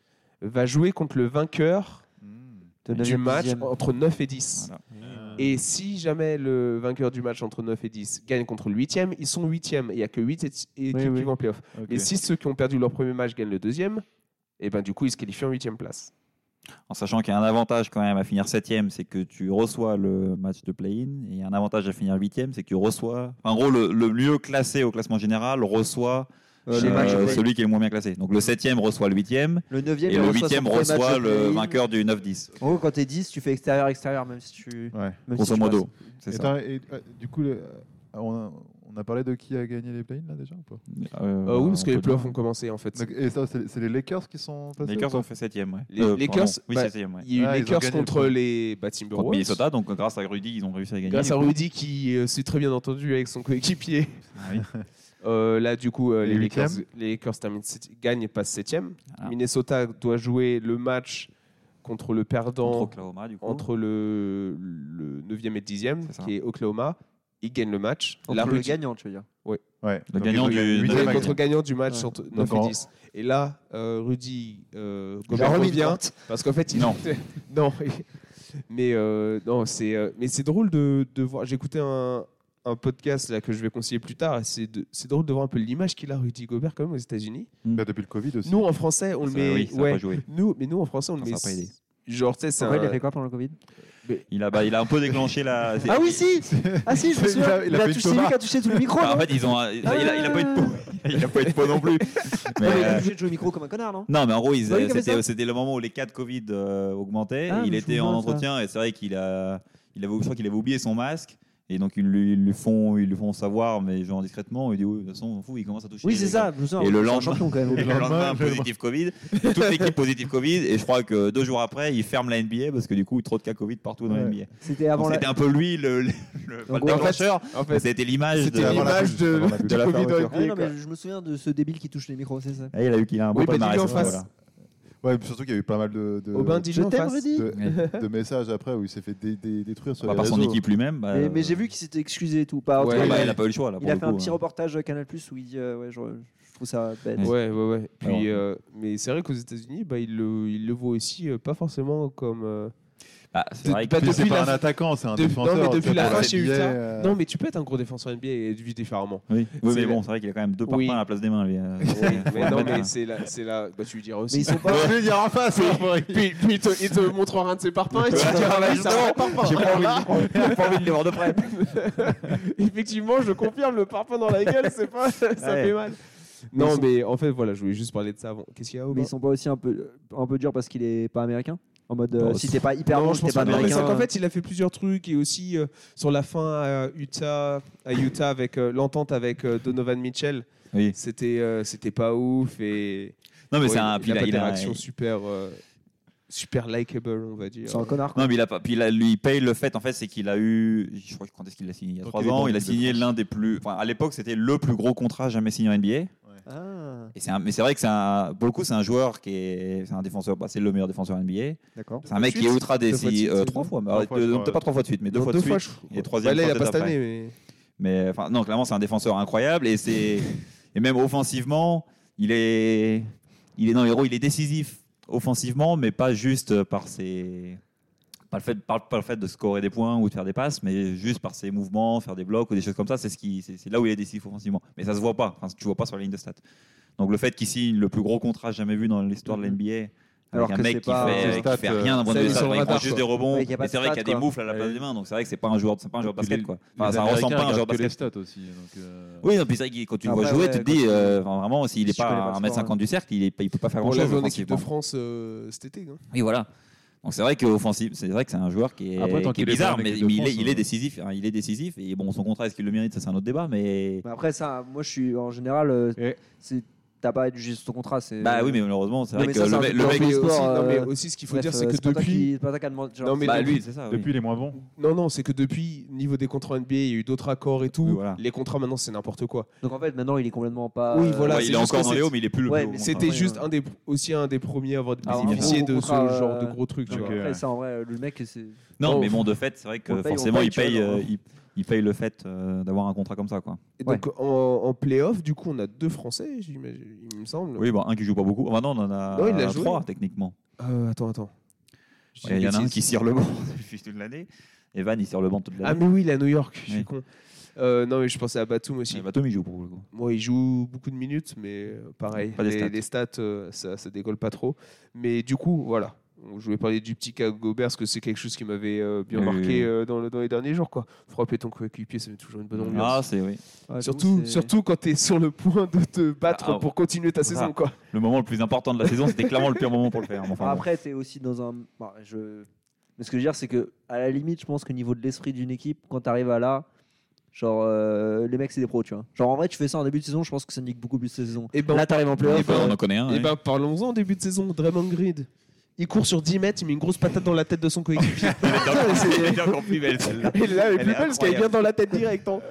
Speaker 1: va jouer contre le vainqueur
Speaker 5: De
Speaker 1: du
Speaker 5: neuvième,
Speaker 1: match
Speaker 5: dixième.
Speaker 1: entre neuf et dix.
Speaker 2: Voilà.
Speaker 1: Et si jamais le vainqueur du match entre neuf et dix gagne contre le huitième, ils sont huitième. Il n'y a que huit équipes
Speaker 5: Oui, oui.
Speaker 1: qui vont en playoff.
Speaker 4: Ok.
Speaker 1: Mais si ceux qui ont perdu leur premier match gagnent le deuxième, et ben du coup, ils se qualifient en huitième place.
Speaker 2: En sachant qu'il y a un avantage quand même à finir septième, c'est que tu reçois le match de play-in. Et il y a un avantage à finir huitième, c'est que tu reçois. En gros, le, le mieux classé au classement général reçoit
Speaker 5: Euh, les
Speaker 2: euh,
Speaker 5: matchs, ouais.
Speaker 2: celui qui est le moins bien classé. Donc le septième reçoit le huitième.
Speaker 5: Le neuvième,
Speaker 2: Et
Speaker 5: il
Speaker 2: le
Speaker 5: reçoit son
Speaker 2: huitième
Speaker 5: premier match
Speaker 2: reçoit
Speaker 5: de
Speaker 2: le
Speaker 5: play-in.
Speaker 2: vainqueur du neuf dix.
Speaker 5: En gros, quand t'es dix, tu fais extérieur-extérieur, même si tu.
Speaker 4: Ouais.
Speaker 5: Même
Speaker 2: Grosso
Speaker 5: si tu
Speaker 2: modo.
Speaker 5: passes.
Speaker 2: C'est
Speaker 4: Et
Speaker 2: ça.
Speaker 4: t'as- et, euh, du coup, le- on a, on a parlé de qui a gagné les play-ins là déjà ou pas?
Speaker 2: Euh,
Speaker 1: Euh, oui, parce que
Speaker 2: on
Speaker 1: les
Speaker 2: peut
Speaker 1: playoffs
Speaker 2: dire.
Speaker 1: ont commencé en fait.
Speaker 4: Donc, et ça, c'est c'est les Lakers qui sont passés.
Speaker 2: Les Lakers
Speaker 4: ou pas
Speaker 2: ont fait septième. Ouais.
Speaker 1: Les
Speaker 2: Euh,
Speaker 1: Lakers,
Speaker 2: pardon. Oui,
Speaker 1: bah,
Speaker 2: septième. Ouais.
Speaker 1: Il y a eu
Speaker 4: Ah,
Speaker 1: les
Speaker 4: ils ont
Speaker 1: Lakers
Speaker 4: gagné
Speaker 1: contre
Speaker 4: le-
Speaker 1: les bah,
Speaker 2: Contre
Speaker 1: Timberwolves.
Speaker 2: Minnesota, donc grâce à Rudy, ils ont réussi à gagner.
Speaker 1: Grâce
Speaker 2: du
Speaker 1: à
Speaker 2: coup.
Speaker 1: Rudy qui euh, s'est très bien entendu avec son coéquipier.
Speaker 2: Ah oui.
Speaker 1: Euh, là, du coup, euh,
Speaker 4: Et
Speaker 1: les, Lakers,
Speaker 4: huitième
Speaker 1: les Lakers terminent sept- gagnent et passent septième.
Speaker 2: Voilà.
Speaker 1: Minnesota doit jouer le match contre le perdant
Speaker 2: Contre Oklahoma, du coup.
Speaker 1: entre le, le neuvième et le dixième,
Speaker 2: C'est ça.
Speaker 1: qui est Oklahoma. Ils gagnent le match.
Speaker 5: Entre
Speaker 1: Là,
Speaker 5: le
Speaker 1: Rudy-
Speaker 5: gagnant, tu veux dire.
Speaker 4: Ouais.
Speaker 2: Le
Speaker 4: Donc,
Speaker 2: gagnant
Speaker 4: ils ont gagné
Speaker 2: du-
Speaker 4: huitième
Speaker 2: Ouais,
Speaker 1: Ouais,
Speaker 4: à
Speaker 1: contre le
Speaker 4: gagner.
Speaker 1: gagnant du match
Speaker 5: Ouais.
Speaker 1: entre
Speaker 4: Donc,
Speaker 1: neuf et
Speaker 4: en-
Speaker 1: dix. Et là, euh, Rudy euh,
Speaker 5: Il a
Speaker 1: Gobert
Speaker 5: remis une
Speaker 1: revient
Speaker 5: porte.
Speaker 1: parce qu'en fait, il
Speaker 2: Non.
Speaker 1: non. mais euh, non, c'est euh, mais c'est drôle de, de voir. J'écoutais un, un podcast là que je vais conseiller plus tard. et C'est de- c'est drôle de voir un peu l'image qu'il a Rudy Gobert quand même aux États-Unis.
Speaker 4: Bah, depuis le Covid aussi.
Speaker 1: Nous en français, on le
Speaker 2: Ça,
Speaker 1: met.
Speaker 2: oui, ça a
Speaker 1: ouais.
Speaker 2: pas joué.
Speaker 1: Nous, mais nous en français, on le
Speaker 2: Ça,
Speaker 1: met.
Speaker 2: ça a pas aidé.
Speaker 1: Genre, tu sais, c'est
Speaker 5: Pourquoi il a
Speaker 1: un.
Speaker 5: fait quoi pendant le Covid
Speaker 2: Il a, bah, il a un peu déclenché la.
Speaker 5: Ah oui, si Ah si, je me
Speaker 4: Il
Speaker 5: souviens.
Speaker 4: a- il
Speaker 5: Il
Speaker 4: a
Speaker 5: a
Speaker 4: fait une
Speaker 5: touché, c'est lui
Speaker 4: tomate.
Speaker 5: qui a touché tout le micro.
Speaker 2: Bah, en
Speaker 5: non
Speaker 2: fait, ils ont. un- il, a, il a pas eu de peau. Il a pas eu de peau non plus. Mais,
Speaker 5: Ouais, mais il
Speaker 2: euh,
Speaker 5: est obligé de jouer au micro comme un connard, non
Speaker 2: non, mais en gros, ils-
Speaker 5: Bah oui, comme
Speaker 2: c'était,
Speaker 5: ça.
Speaker 2: c'était le moment où les cas de Covid euh, augmentaient.
Speaker 5: Ah,
Speaker 2: il
Speaker 5: mais
Speaker 2: était
Speaker 5: je
Speaker 2: en
Speaker 5: vois ça.
Speaker 2: entretien et c'est vrai qu'il a, il avait, je crois qu'il avait oublié son masque. Et donc ils lui, ils lui font, ils lui font savoir, mais genre discrètement. Il dit, oui, de toute façon, on s'en fout. Il commence à toucher.
Speaker 5: Oui,
Speaker 2: les
Speaker 5: c'est
Speaker 2: gars.
Speaker 5: ça. Je me souviens,
Speaker 2: Et le
Speaker 5: c'est un
Speaker 2: lendemain-
Speaker 5: champion quand
Speaker 2: Et
Speaker 5: même.
Speaker 2: le
Speaker 4: lendemain,
Speaker 2: lendemain,
Speaker 4: je-
Speaker 2: positif Covid. Toute l'équipe positive Covid. Et je crois que deux jours après, il ferme la N B A parce que du coup, trop de cas Covid partout dans la
Speaker 4: Ouais.
Speaker 2: N B A.
Speaker 5: C'était avant
Speaker 2: Donc,
Speaker 5: la.
Speaker 2: C'était un peu lui le, le, le, pas le
Speaker 5: Donc, en fait,
Speaker 2: déclencheur.
Speaker 1: En fait,
Speaker 2: C'était l'image
Speaker 1: c'était
Speaker 2: de.
Speaker 4: avant la
Speaker 1: l'image
Speaker 4: pub,
Speaker 1: de,
Speaker 4: avant la pub.
Speaker 1: du
Speaker 2: De la
Speaker 1: Covid
Speaker 2: fermeture.
Speaker 1: en
Speaker 5: Ah oui, non,
Speaker 1: N B A,
Speaker 5: mais je me souviens de ce débile qui touche les micros, c'est ça.
Speaker 2: Ah, il a vu qu'il a un
Speaker 1: Oui,
Speaker 2: bon
Speaker 1: bah,
Speaker 2: palmarès.
Speaker 1: dis-le en face.
Speaker 2: voilà.
Speaker 4: Ouais, puis surtout qu'il y a eu pas mal de, de,
Speaker 1: Aubin, dis-le
Speaker 5: Je
Speaker 1: en
Speaker 5: t'aime,
Speaker 1: face.
Speaker 5: Rudy.
Speaker 4: de,
Speaker 2: Ouais.
Speaker 4: de messages après où il s'est fait dé- dé- détruire sur
Speaker 2: Bah,
Speaker 4: les
Speaker 2: par son
Speaker 4: réseaux.
Speaker 2: équipe lui-même. bah,
Speaker 5: Mais,
Speaker 2: euh,
Speaker 5: mais j'ai vu qu'il s'était excusé et tout. Pas
Speaker 1: Ouais,
Speaker 2: ah
Speaker 5: autre-
Speaker 2: bah,
Speaker 1: ouais.
Speaker 2: il a pas eu le choix là.
Speaker 5: Il
Speaker 2: pour
Speaker 5: a
Speaker 2: le
Speaker 5: fait un
Speaker 2: coup,
Speaker 5: petit
Speaker 2: hein.
Speaker 5: reportage Canal Plus où il dit euh, ouais, je, je trouve ça bête.
Speaker 1: Ouais, ouais, ouais. Puis,
Speaker 2: Alors,
Speaker 1: euh, mais c'est vrai qu'aux États-Unis, bah, ils le, ils le voient aussi euh, pas forcément comme. euh,
Speaker 2: Bah, c'est
Speaker 1: De-
Speaker 2: vrai que
Speaker 1: bah,
Speaker 4: Puis
Speaker 1: depuis
Speaker 4: c'est pas
Speaker 1: la-
Speaker 4: un attaquant, c'est un
Speaker 1: depuis-
Speaker 4: défenseur.
Speaker 1: non, mais depuis
Speaker 4: tu sais,
Speaker 1: la
Speaker 4: pour
Speaker 1: fin
Speaker 4: la
Speaker 1: chez
Speaker 4: N B A,
Speaker 1: Utah.
Speaker 4: euh,
Speaker 1: Non, mais tu peux être un gros défenseur N B A et vu différemment.
Speaker 2: Oui, oui
Speaker 1: C'est
Speaker 2: mais
Speaker 1: la-
Speaker 2: bon, c'est vrai qu'il a quand même deux parpaings
Speaker 1: Oui.
Speaker 2: à la place des mains. Lui. euh,
Speaker 1: Oui,
Speaker 2: faut
Speaker 1: mais
Speaker 2: le
Speaker 1: non,
Speaker 2: mettre,
Speaker 1: mais
Speaker 2: hein.
Speaker 1: c'est là, c'est là. Bah, tu lui diras aussi.
Speaker 5: Mais ils sont pas.
Speaker 4: Je vais dire en face. hein, pour-
Speaker 1: Puis, puis il, te, il te montrera un de ses parpaings et tu
Speaker 2: Ouais,
Speaker 1: diras,
Speaker 2: ouais,
Speaker 1: oui, c'est un vrai parpaing.
Speaker 2: J'ai pas envie, j'ai pas envie de les voir de près.
Speaker 1: Effectivement, je confirme, le parpaing dans la gueule, c'est pas, ça
Speaker 2: Ouais.
Speaker 1: fait mal.
Speaker 5: Mais
Speaker 1: Non,
Speaker 5: ils sont-
Speaker 1: mais en fait, voilà, je voulais juste parler de ça avant. Qu'est-ce qu'il y a au
Speaker 5: Mais ils sont pas aussi un peu, un peu durs parce qu'il est pas américain. En mode, euh,
Speaker 2: Non,
Speaker 5: si t'es pas hyper
Speaker 1: Non,
Speaker 5: bon,
Speaker 1: je
Speaker 5: si t'es
Speaker 1: pense
Speaker 5: pas
Speaker 1: pas. Non, mais c'est
Speaker 5: américain.
Speaker 1: qu'en fait, il a fait plusieurs trucs et aussi euh, sur la fin à Utah, à Utah avec euh, l'entente avec euh, Donovan Mitchell,
Speaker 2: Oui.
Speaker 1: c'était euh, c'était pas ouf et
Speaker 2: Non, mais
Speaker 1: ouais,
Speaker 2: c'est un.
Speaker 1: il
Speaker 2: Puis
Speaker 1: a
Speaker 2: il a-
Speaker 1: pas
Speaker 2: il
Speaker 1: des
Speaker 2: a-
Speaker 1: réactions super euh, super likable, on va dire.
Speaker 5: C'est un connard. Quoi.
Speaker 2: Non, mais il a pas. Puis là, lui, il paye le fait, en fait, c'est qu'il a eu. Je crois que quand est-ce qu'il a signé Il y a
Speaker 4: Donc,
Speaker 2: trois
Speaker 4: il est
Speaker 2: ans.
Speaker 4: bon,
Speaker 2: Il a
Speaker 4: il est
Speaker 2: signé
Speaker 4: de France.
Speaker 2: l'un des plus. Enfin, à l'époque, c'était le plus gros contrat jamais signé en N B A.
Speaker 5: Ah,
Speaker 2: Et c'est un- mais c'est vrai que c'est un. Pour le coup, c'est un joueur qui est. C'est un défenseur. Bah, c'est le meilleur défenseur N B A.
Speaker 5: d'accord.
Speaker 2: C'est un mec
Speaker 1: de
Speaker 2: qui est
Speaker 1: suite
Speaker 2: ultra
Speaker 1: Deux fois de
Speaker 2: décis.
Speaker 1: suite,
Speaker 2: euh,
Speaker 1: c'est
Speaker 2: trois
Speaker 1: bon.
Speaker 2: fois. mais
Speaker 4: Trois
Speaker 2: arrête,
Speaker 4: fois, je
Speaker 2: euh,
Speaker 4: crois,
Speaker 2: Peut-être pas trois fois de suite, mais deux
Speaker 1: Non,
Speaker 2: fois de
Speaker 1: deux fois,
Speaker 2: suite.
Speaker 1: je-
Speaker 2: Et troisième
Speaker 1: Bah, là, il
Speaker 2: fois
Speaker 1: a pas cette
Speaker 2: peut-être
Speaker 1: année,
Speaker 2: après.
Speaker 1: mais
Speaker 2: Mais enfin, non, clairement, c'est un défenseur incroyable et c'est et même offensivement, il est il est non héros, il est décisif offensivement, mais pas juste par ses pas le fait par, par le fait de scorer des points ou de faire des passes, mais juste par ses mouvements, faire des blocs ou des choses comme ça. C'est ce qui c'est, c'est là où il est décisif offensivement. Mais ça se voit pas. Enfin, tu vois pas sur la ligne de stats. Donc le fait qu'il signe le plus gros contrat jamais vu dans l'histoire de la N B A.
Speaker 5: Alors
Speaker 2: Avec
Speaker 5: que
Speaker 2: un mec
Speaker 5: c'est
Speaker 2: qui
Speaker 5: pas-
Speaker 2: fait,
Speaker 4: Ses
Speaker 2: qui
Speaker 4: stats,
Speaker 2: fait rien d'un point de
Speaker 1: ça,
Speaker 2: vue
Speaker 1: ils
Speaker 2: stats,
Speaker 1: sont
Speaker 2: il
Speaker 1: radar,
Speaker 2: prend juste
Speaker 1: quoi.
Speaker 2: des rebonds.
Speaker 5: Ouais, qu'il y a pas
Speaker 2: Mais
Speaker 5: de
Speaker 2: c'est vrai
Speaker 5: stats,
Speaker 2: qu'il y a des
Speaker 5: quoi.
Speaker 2: moufles à la place des mains, donc c'est vrai que c'est pas un joueur, c'est pas un joueur de
Speaker 4: Puis
Speaker 2: basket
Speaker 4: les-
Speaker 2: quoi.
Speaker 4: les
Speaker 2: Enfin, ça
Speaker 4: Américains
Speaker 2: ressemble pas à un joueur
Speaker 4: regardent
Speaker 2: de
Speaker 4: que les
Speaker 2: basket.
Speaker 4: stats aussi. Donc, euh,
Speaker 2: Oui, non, puis c'est vrai que quand tu le vois
Speaker 5: Après,
Speaker 2: jouer,
Speaker 5: ouais,
Speaker 2: tu te
Speaker 5: quand
Speaker 2: dis,
Speaker 5: tu-
Speaker 2: euh, enfin, vraiment, s'il est
Speaker 5: si tu connais
Speaker 2: pas
Speaker 5: pas
Speaker 2: à
Speaker 5: le
Speaker 2: un mètre
Speaker 5: sport,
Speaker 2: cinquante du cercle, il, est, il peut pas faire
Speaker 1: on
Speaker 2: grand
Speaker 1: l'a
Speaker 2: chose.
Speaker 1: vu en équipe de
Speaker 2: offensivement.
Speaker 1: France euh, cet été. hein.
Speaker 2: Oui, voilà. Donc c'est vrai qu'offensif, c'est vrai que c'est un joueur qui est,
Speaker 4: Après, tant
Speaker 2: qui est
Speaker 4: qu'il est
Speaker 2: bizarre,
Speaker 4: pas en
Speaker 2: mais,
Speaker 4: équipe de
Speaker 2: mais il, est,
Speaker 4: France,
Speaker 2: il est
Speaker 4: euh,
Speaker 2: décisif. hein, il est décisif. Et bon, son contrat, est-ce qu'il le mérite Ça, c'est un autre débat. Mais
Speaker 5: Mais après, ça, moi, je suis en général. euh,
Speaker 4: Et-
Speaker 5: c'est T'as pas à être juste ton contrat. C'est...
Speaker 2: bah oui, mais malheureusement, c'est
Speaker 5: Non,
Speaker 2: vrai
Speaker 5: mais
Speaker 2: que
Speaker 5: ça,
Speaker 2: le,
Speaker 5: c'est un
Speaker 2: mec-
Speaker 5: truc
Speaker 2: le
Speaker 5: dans
Speaker 2: mec.
Speaker 5: tous les
Speaker 1: Mais aussi,
Speaker 5: sports,
Speaker 1: non, mais
Speaker 5: euh,
Speaker 1: aussi, ce qu'il faut
Speaker 5: Bref,
Speaker 1: dire, c'est
Speaker 5: euh,
Speaker 1: que
Speaker 5: pas toi
Speaker 1: depuis.
Speaker 5: qui- c'est pas toi qui a demandé. genre,
Speaker 1: Non, mais
Speaker 2: Bah
Speaker 1: depuis-
Speaker 2: lui, c'est ça. oui.
Speaker 4: Depuis, il est moins bon.
Speaker 1: Non, non, c'est que depuis, niveau des contrats N B A, il y a eu d'autres accords et tout.
Speaker 2: Oui, voilà.
Speaker 1: Les contrats maintenant, c'est n'importe quoi.
Speaker 5: Donc en fait, maintenant, il est complètement pas.
Speaker 1: Oui,
Speaker 5: euh,
Speaker 1: voilà,
Speaker 2: Ouais,
Speaker 1: c'est
Speaker 2: il est
Speaker 1: juste
Speaker 2: encore
Speaker 1: que
Speaker 2: dans les
Speaker 1: c'est-
Speaker 2: hauts, mais il est plus le
Speaker 5: Ouais,
Speaker 2: plus haut
Speaker 5: mais
Speaker 2: contrat.
Speaker 1: C'était
Speaker 5: ouais,
Speaker 1: juste
Speaker 5: ouais.
Speaker 1: un des, aussi un des premiers à avoir
Speaker 5: Ah, un
Speaker 1: bénéficié
Speaker 5: gros
Speaker 1: de
Speaker 5: contrat,
Speaker 1: ce genre de
Speaker 5: euh,
Speaker 1: gros trucs. Tu
Speaker 4: donc,
Speaker 1: vois.
Speaker 4: euh,
Speaker 5: Après, ça, en vrai, le mec, c'est.
Speaker 2: Non,
Speaker 1: Oh,
Speaker 2: mais bon, de fait, c'est vrai
Speaker 5: on
Speaker 2: que
Speaker 5: le paye, on
Speaker 2: forcément,
Speaker 5: le paye,
Speaker 2: il
Speaker 5: tu vois,
Speaker 2: paye. euh,
Speaker 5: genre.
Speaker 2: il- ils payent le fait euh, d'avoir un contrat comme ça, quoi.
Speaker 1: Et donc en, en play-off, du coup, on a deux Français, j'imagine, il me semble.
Speaker 2: Oui, bah, un qui joue pas beaucoup. Maintenant, on en a
Speaker 1: Non, il a joué.
Speaker 2: trois techniquement.
Speaker 1: Euh, attends, attends. Je dis
Speaker 2: Il y
Speaker 1: une
Speaker 2: en a un
Speaker 1: bêtise.
Speaker 2: qui cire le banc depuis toute l'année. Evan, il sert le banc toute
Speaker 1: Ah,
Speaker 2: l'année.
Speaker 1: mais oui, il est à New York, je suis
Speaker 2: Oui.
Speaker 1: con. Euh, non, mais je pensais à Batum aussi.
Speaker 2: Et Batum, il joue pour le coup.
Speaker 1: Moi, il joue beaucoup de minutes, mais euh, pareil,
Speaker 2: Pas des
Speaker 1: les,
Speaker 2: stats.
Speaker 1: les stats, euh, ça, ça décolle pas trop. Mais du coup, voilà. Je voulais parler du petit cas Gobert parce que c'est quelque chose qui m'avait euh, bien
Speaker 2: Oui,
Speaker 1: marqué
Speaker 2: oui, oui.
Speaker 1: euh, dans, le- dans les derniers jours. Quoi. Frapper ton coéquipier, ça met toujours une bonne ambiance.
Speaker 2: Ah, c'est oui.
Speaker 5: Ouais,
Speaker 1: surtout,
Speaker 5: j'avoue, c'est-
Speaker 1: surtout quand tu es sur le point de te battre
Speaker 2: Ah,
Speaker 1: pour continuer ta
Speaker 2: voilà.
Speaker 1: saison. Quoi.
Speaker 2: Le moment le plus important de la saison, c'était clairement le pire moment pour le faire. Mais enfin, bon.
Speaker 5: Après, tu es aussi dans un. Bon, je... Mais ce que je veux dire, c'est que à la limite, je pense qu'au niveau de l'esprit d'une équipe, quand tu arrives à là, genre, euh, les mecs, c'est des pros, tu vois. Genre, en vrai, tu fais ça en début de saison, je pense que ça nique beaucoup plus de saison.
Speaker 1: Et ben,
Speaker 5: Là, tu arrives en
Speaker 1: et
Speaker 5: playoff.
Speaker 1: ben,
Speaker 2: on en connaît un.
Speaker 1: et
Speaker 2: ouais.
Speaker 1: ben, parlons-en en début de saison. Draymond Green, il court sur dix mètres, il met une grosse patate dans la tête de son coéquipier.
Speaker 2: Elle est encore plus belle celle-là.
Speaker 1: Et là, elle est
Speaker 2: Elle
Speaker 1: plus
Speaker 2: est
Speaker 1: belle parce qu'elle
Speaker 2: incroyable.
Speaker 1: vient dans la tête direct. hein.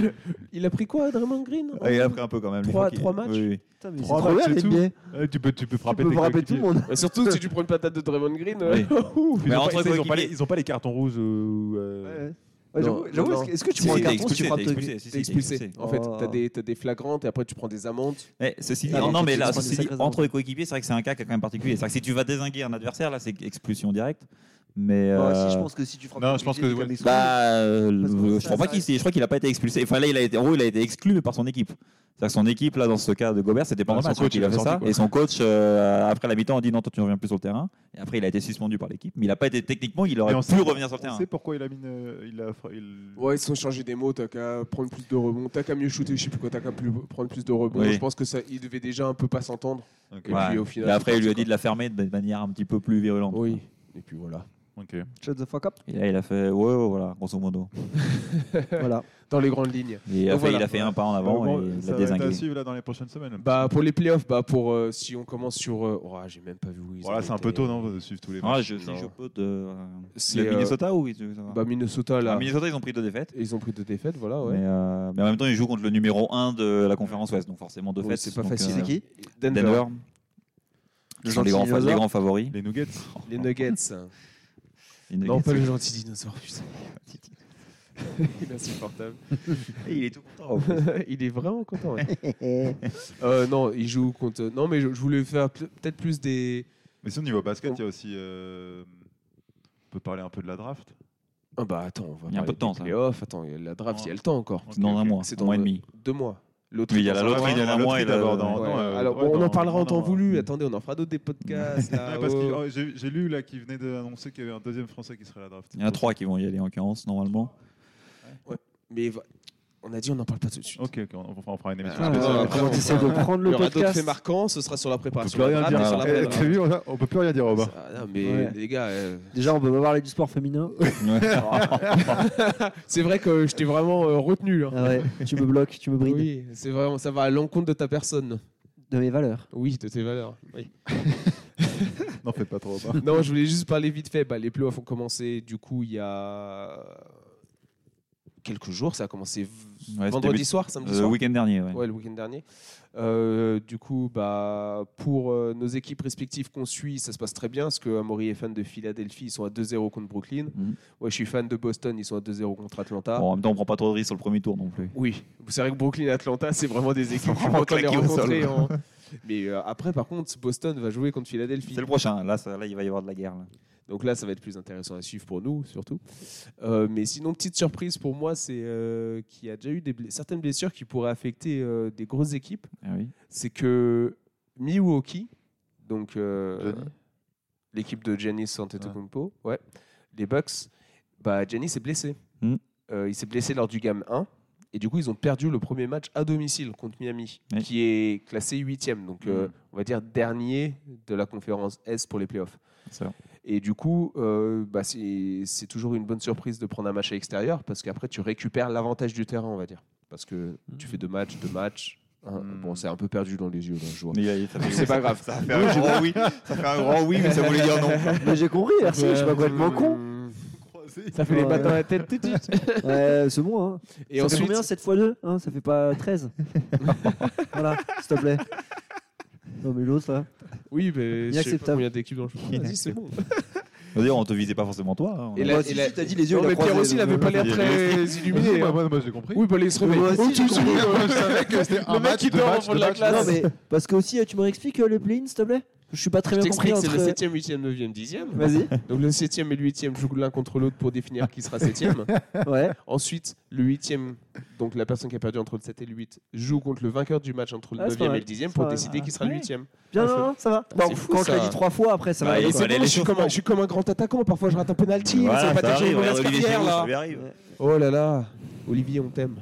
Speaker 1: Il a pris quoi, Draymond Green
Speaker 2: Ah, il a pris un peu quand même.
Speaker 1: Trois-
Speaker 2: Je crois qu'il-
Speaker 1: trois matchs
Speaker 2: Oui, oui.
Speaker 5: Putain, mais
Speaker 4: Trois
Speaker 5: c'est trop
Speaker 4: matchs,
Speaker 5: bien,
Speaker 4: c'est
Speaker 5: l'N B A.
Speaker 4: tout. Ouais, tu peux, tu peux
Speaker 5: Tu
Speaker 4: frapper
Speaker 5: peux
Speaker 4: tes
Speaker 5: frapper tout
Speaker 4: coéquipiers.
Speaker 5: le monde.
Speaker 1: Bah, surtout si tu prends une patate de Draymond Green. euh,
Speaker 2: Oui.
Speaker 1: ouh.
Speaker 2: Mais
Speaker 4: Ils ont
Speaker 2: entre
Speaker 4: pas- ils ont pas
Speaker 2: coéquipiers-
Speaker 4: les- Ils ont pas les cartons rouges ou. euh,
Speaker 5: Ouais. Ouais, j'avoue-
Speaker 1: Non,
Speaker 5: j'avoue,
Speaker 1: non,
Speaker 5: est-ce que- est-ce que tu
Speaker 2: Si,
Speaker 5: prends un
Speaker 2: t'es
Speaker 5: carton si tu
Speaker 2: expulsé,
Speaker 5: frappes
Speaker 2: t'es
Speaker 5: ton-
Speaker 2: expulsé. Si,
Speaker 1: T'es
Speaker 2: si, t'es
Speaker 1: expulsé.
Speaker 2: expulsé.
Speaker 1: En fait,
Speaker 5: Oh.
Speaker 1: t'as des, t'as des flagrantes et après tu prends des amendes.
Speaker 2: Eh, ceci dit,
Speaker 5: Ah,
Speaker 2: non,
Speaker 5: donc
Speaker 2: non,
Speaker 5: tu-
Speaker 2: mais
Speaker 5: tu
Speaker 2: là,
Speaker 5: prends des
Speaker 2: ceci dit,
Speaker 5: sacrés
Speaker 2: entre
Speaker 5: amendes.
Speaker 2: les coéquipiers, c'est vrai que c'est un cas qui est quand même particulier. C'est vrai que si tu vas dézinguer un adversaire, là, c'est expulsion directe. Mais
Speaker 5: Ouais,
Speaker 2: euh,
Speaker 5: si, je pense que si tu frappes
Speaker 4: Non,
Speaker 5: ton
Speaker 4: je pense
Speaker 5: coéquipier,
Speaker 4: que,
Speaker 5: t'es
Speaker 4: ouais.
Speaker 5: comme
Speaker 2: bah, euh,
Speaker 5: Parce que
Speaker 2: je
Speaker 5: ça,
Speaker 2: crois pas
Speaker 5: ça
Speaker 2: qu'il s'est- je crois qu'il a pas été expulsé. Enfin là, il a été, en gros, il a été exclu par son équipe. C'est-à-dire que son équipe, là, dans ce cas de Gobert, c'était pendant
Speaker 4: Bah,
Speaker 2: le
Speaker 4: son
Speaker 2: match
Speaker 4: coach,
Speaker 2: qu'il
Speaker 4: il
Speaker 2: a
Speaker 4: l'a
Speaker 2: fait
Speaker 4: sorti,
Speaker 2: ça.
Speaker 4: quoi.
Speaker 2: Et son coach, euh, après la mi-temps, a dit non, toi tu ne reviens plus sur le terrain. Et après, il a été suspendu par l'équipe. Mais il n'a pas été techniquement, il aurait
Speaker 4: Mais on
Speaker 2: pu
Speaker 4: sait-
Speaker 2: revenir sur le
Speaker 4: On
Speaker 2: terrain.
Speaker 4: sait pourquoi il a mis. une- Il a. il-
Speaker 1: Ouais, ils se sont changés des mots. T'as qu'à prendre plus de rebonds. T'as qu'à mieux shooter. Je sais plus quoi. T'as qu'à plus prendre plus de rebonds.
Speaker 2: Oui.
Speaker 1: Je pense que ça, il devait déjà un peu pas s'entendre.
Speaker 4: Ok.
Speaker 1: Et
Speaker 2: Ouais.
Speaker 1: puis au final.
Speaker 2: Et après,
Speaker 1: c'est
Speaker 2: il lui a
Speaker 1: parti,
Speaker 2: dit de la fermer de manière un petit peu plus virulente.
Speaker 1: quoi. Oui. Et puis voilà.
Speaker 4: Ok.
Speaker 5: Shut the fuck up.
Speaker 2: Et là, il a fait, ouais, ouais, voilà, grosso modo.
Speaker 5: Voilà.
Speaker 1: Dans les grandes lignes.
Speaker 2: Et
Speaker 1: Donc
Speaker 2: après,
Speaker 1: voilà.
Speaker 2: il a fait un pas en avant
Speaker 4: Bon,
Speaker 2: et il
Speaker 4: ça
Speaker 2: l'a
Speaker 4: va être à
Speaker 2: dézingué.
Speaker 4: suivre là dans les prochaines semaines.
Speaker 1: Bah pour les playoffs, bah pour euh, si on commence sur. euh, oh, j'ai même pas vu où ils
Speaker 4: Voilà,
Speaker 1: ont
Speaker 4: c'est un
Speaker 1: été.
Speaker 4: peu tôt, non, de suivre tous les
Speaker 2: Ah,
Speaker 4: matchs.
Speaker 2: je, si
Speaker 1: Non.
Speaker 2: je peux de.
Speaker 1: C'est,
Speaker 2: Le
Speaker 1: euh,
Speaker 2: Minnesota ou ça va
Speaker 1: Bah Minnesota là.
Speaker 2: Ah, Minnesota, ils ont pris deux défaites.
Speaker 1: Ils ont pris deux défaites, voilà. Ouais.
Speaker 2: Mais, euh, mais en même temps, ils jouent contre le numéro un de la conférence Ouest, donc forcément deux
Speaker 1: Oui,
Speaker 2: défaites.
Speaker 1: c'est pas
Speaker 2: donc,
Speaker 1: facile.
Speaker 2: euh,
Speaker 5: C'est qui
Speaker 1: Denver.
Speaker 2: Denver. Ce sont les grands, fa-
Speaker 5: dinosaure.
Speaker 2: les grands favoris.
Speaker 4: Les Nuggets.
Speaker 1: Les Nuggets.
Speaker 2: Les
Speaker 1: Non,
Speaker 2: Nuggets.
Speaker 1: pas le gentil dinosaure, putain. Il est insupportable.
Speaker 2: Il est tout content.
Speaker 1: Il est vraiment content. ouais. Euh, non, il joue contre. Non, mais je, je voulais faire ple- peut-être plus des.
Speaker 4: Mais sinon, niveau basket, il y a aussi. euh, On peut parler un peu de la draft.
Speaker 1: Ah bah attends, on va
Speaker 2: Il y a un peu de temps, ça.
Speaker 1: Les off, attends, il y a la draft, il y a le temps encore.
Speaker 4: Ok,
Speaker 2: Dans un
Speaker 4: ok.
Speaker 2: mois,
Speaker 1: C'est
Speaker 2: un mois et
Speaker 1: dans
Speaker 2: demi.
Speaker 1: deux mois. L'autre,
Speaker 2: Oui, il y a
Speaker 1: dans
Speaker 2: la
Speaker 1: un
Speaker 2: loterie
Speaker 1: mois.
Speaker 2: d'un
Speaker 4: la
Speaker 2: mois et
Speaker 4: loterie
Speaker 2: la-
Speaker 4: d'abord, dans-
Speaker 1: Ouais,
Speaker 4: non, euh,
Speaker 1: Alors,
Speaker 4: ouais,
Speaker 1: bon, on
Speaker 4: dans-
Speaker 1: en parlera en
Speaker 4: non,
Speaker 1: temps
Speaker 4: non.
Speaker 1: voulu. Attendez, on en fera d'autres des podcasts. là,
Speaker 4: Ouais, parce que
Speaker 1: oh.
Speaker 4: oh, j'ai j'ai lu là qu'il venait d'annoncer qu'il y avait un deuxième Français qui serait à la draft.
Speaker 2: Il y en a trois qui vont y aller en l'occurrence, normalement.
Speaker 1: Mais va- on a dit on n'en parle pas tout de suite.
Speaker 4: Ok, ok, on, on fera une émission
Speaker 1: Ah,
Speaker 4: spéciale.
Speaker 1: ouais,
Speaker 4: après.
Speaker 1: après,
Speaker 5: Quand tu
Speaker 1: on
Speaker 5: essaies de
Speaker 1: fera-
Speaker 5: prendre
Speaker 1: Il y
Speaker 5: le
Speaker 1: aura d'autres faits
Speaker 5: podcast.
Speaker 1: marquants, ce sera sur la
Speaker 4: On peut
Speaker 1: préparation.
Speaker 4: plus rien
Speaker 1: Ah,
Speaker 4: dire.
Speaker 1: mais sur la
Speaker 4: Eh,
Speaker 1: préparation.
Speaker 4: t'as vu, on a- on peut plus rien dire, Robin.
Speaker 1: Ah, non, mais
Speaker 5: Ouais.
Speaker 1: les gars, euh,
Speaker 5: Déjà, on peut pas parler du sport féminin.
Speaker 1: c'est vrai que je t'ai vraiment euh, retenu. là.
Speaker 5: Ah ouais, tu me bloques, tu me brides
Speaker 1: Oui, c'est vraiment, ça va à l'encontre de ta personne.
Speaker 5: de mes valeurs.
Speaker 1: Oui, de tes valeurs. Oui.
Speaker 4: N'en fais pas trop, Robin.
Speaker 1: Non, je voulais juste parler vite fait. Bah, les playoffs ont commencé, du coup, il y a quelques jours. Ça a commencé v-
Speaker 2: Ouais,
Speaker 1: vendredi
Speaker 2: c'était
Speaker 1: soir, samedi
Speaker 2: Le
Speaker 1: soir.
Speaker 2: week-end dernier, ouais.
Speaker 1: Ouais, le week-end dernier. Euh, du coup, bah, pour euh, nos équipes respectives qu'on suit, ça se passe très bien parce que Amaury est fan de Philadelphie, ils sont à deux zéro contre Brooklyn.
Speaker 2: Mhm.
Speaker 1: Ouais, je suis fan de Boston, ils sont à deux zéro contre Atlanta.
Speaker 2: Bon, en même temps, on prend pas trop de risques sur le premier tour non plus.
Speaker 1: Oui, c'est vrai que Brooklyn et Atlanta, c'est vraiment des équipes qui
Speaker 2: vraiment
Speaker 1: vont les
Speaker 2: claqués au
Speaker 1: rencontrer.
Speaker 2: sol.
Speaker 1: en- Mais euh, après, par contre, Boston va jouer contre Philadelphie.
Speaker 2: C'est le prochain. Là, ça- là, il va y avoir de la guerre. Là.
Speaker 1: Donc là, ça va être plus intéressant à suivre pour nous, surtout. Euh, mais sinon, petite surprise pour moi, c'est euh, qu'il y a déjà eu des ble- certaines blessures qui pourraient affecter euh, des grosses équipes.
Speaker 2: Ah oui.
Speaker 1: C'est que Milwaukee, donc euh,
Speaker 4: Giannis
Speaker 1: l'équipe de Giannis Antetokounmpo, ouais, les Bucks, bah, Giannis est blessé.
Speaker 2: Mm.
Speaker 1: Euh, il s'est blessé lors du Game un. Et du coup, ils ont perdu le premier match à domicile contre Miami,
Speaker 2: Oui.
Speaker 1: qui est classé huitième. Donc, euh,
Speaker 2: Mm.
Speaker 1: on va dire dernier de la conférence Est pour les playoffs.
Speaker 2: C'est ça.
Speaker 1: Et du coup, euh, bah, c'est c'est toujours une bonne surprise de prendre un match à l'extérieur parce qu'après, tu récupères l'avantage du terrain, on va dire. Parce que tu fais deux matchs, deux matchs. hein.
Speaker 4: Mm.
Speaker 1: Bon, c'est un peu perdu dans les yeux, là, je vois.
Speaker 2: Mais, euh, ça fait-
Speaker 1: C'est pas grave.
Speaker 2: Ça fait un grand oui. Ça fait un grand oui, mais ça voulait dire non.
Speaker 5: Mais j'ai compris, merci, je suis pas complètement con.
Speaker 1: Hum, Ça fait les
Speaker 5: Ouais.
Speaker 1: maths dans la tête tout de suite.
Speaker 5: Ouais, c'est bon, hein.
Speaker 1: Et
Speaker 5: ça
Speaker 1: ensuite,
Speaker 5: fait combien sept fois deux hein, ça fait pas treize. Voilà, s'il te plaît. Non mais l'autre là.
Speaker 1: oui, mais je sais pas
Speaker 5: Inacceptable.
Speaker 1: combien d'équipes dans le championnat. Vas-y, c'est bon.
Speaker 2: C'est-à-dire, on te visait pas forcément toi. Hein.
Speaker 1: Et
Speaker 2: On a-
Speaker 1: la-
Speaker 5: Moi,
Speaker 1: et
Speaker 5: si,
Speaker 1: la-
Speaker 5: si, t'as dit les yeux,
Speaker 1: Non,
Speaker 5: il a
Speaker 1: mais Pierre
Speaker 5: croisé,
Speaker 1: aussi, il
Speaker 5: donc,
Speaker 1: avait pas l'air
Speaker 2: il y a
Speaker 1: très illuminé.
Speaker 4: Moi,
Speaker 1: hein.
Speaker 4: moi, moi, j'ai compris.
Speaker 1: Oui, bah, il se réveille.
Speaker 5: Moi aussi,
Speaker 1: Oh,
Speaker 5: j'ai
Speaker 1: tu te
Speaker 5: compris.
Speaker 1: souviens,
Speaker 4: Je savais que c'était un
Speaker 1: Le mec,
Speaker 4: match,
Speaker 1: il
Speaker 4: deux
Speaker 1: dort au
Speaker 4: matchs,
Speaker 1: fond de
Speaker 4: deux
Speaker 1: la
Speaker 4: matchs,
Speaker 1: classe.
Speaker 5: Non, mais parce que aussi, tu me réexpliques euh, les play-ins, s'il te plaît. Je suis pas très
Speaker 1: Je
Speaker 5: bien compris
Speaker 1: t'explique, c'est
Speaker 5: entre.
Speaker 1: le septième, huitième, neuvième, dixième.
Speaker 5: Vas-y.
Speaker 1: Donc le septième et le huitième jouent l'un contre l'autre pour définir qui sera septième.
Speaker 5: Ouais.
Speaker 1: Ensuite, le huitième, donc la personne qui a perdu entre le sept et le huit, joue contre le vainqueur du match entre le
Speaker 5: Ah, c'est pas
Speaker 1: neuvième et
Speaker 5: mal.
Speaker 1: le dixième
Speaker 5: C'est
Speaker 1: pour
Speaker 5: pas mal.
Speaker 1: décider qui sera le huitième.
Speaker 5: Bien,
Speaker 1: Ah,
Speaker 5: non, non, ça va.
Speaker 1: Ah,
Speaker 5: Bon,
Speaker 1: c'est fou,
Speaker 5: quand tu l'as
Speaker 1: ça.
Speaker 5: dit trois fois, après, ça
Speaker 2: Bah,
Speaker 5: va.
Speaker 2: il
Speaker 1: Et
Speaker 5: aller,
Speaker 2: faut
Speaker 1: c'est
Speaker 5: quoi.
Speaker 2: aller
Speaker 1: bon, je suis,
Speaker 2: l'échauffement.
Speaker 1: comme un, je suis comme un grand attaquant, parfois je rate un penalty,
Speaker 2: Voilà,
Speaker 1: c'est pas
Speaker 2: ça
Speaker 1: tâcher
Speaker 2: arrive,
Speaker 1: une
Speaker 2: regarde
Speaker 1: mauvaise
Speaker 2: Olivier
Speaker 1: carrière,
Speaker 2: Giroud, ça
Speaker 1: là.
Speaker 2: lui arrive.
Speaker 1: Oh là là, Olivier, on t'aime.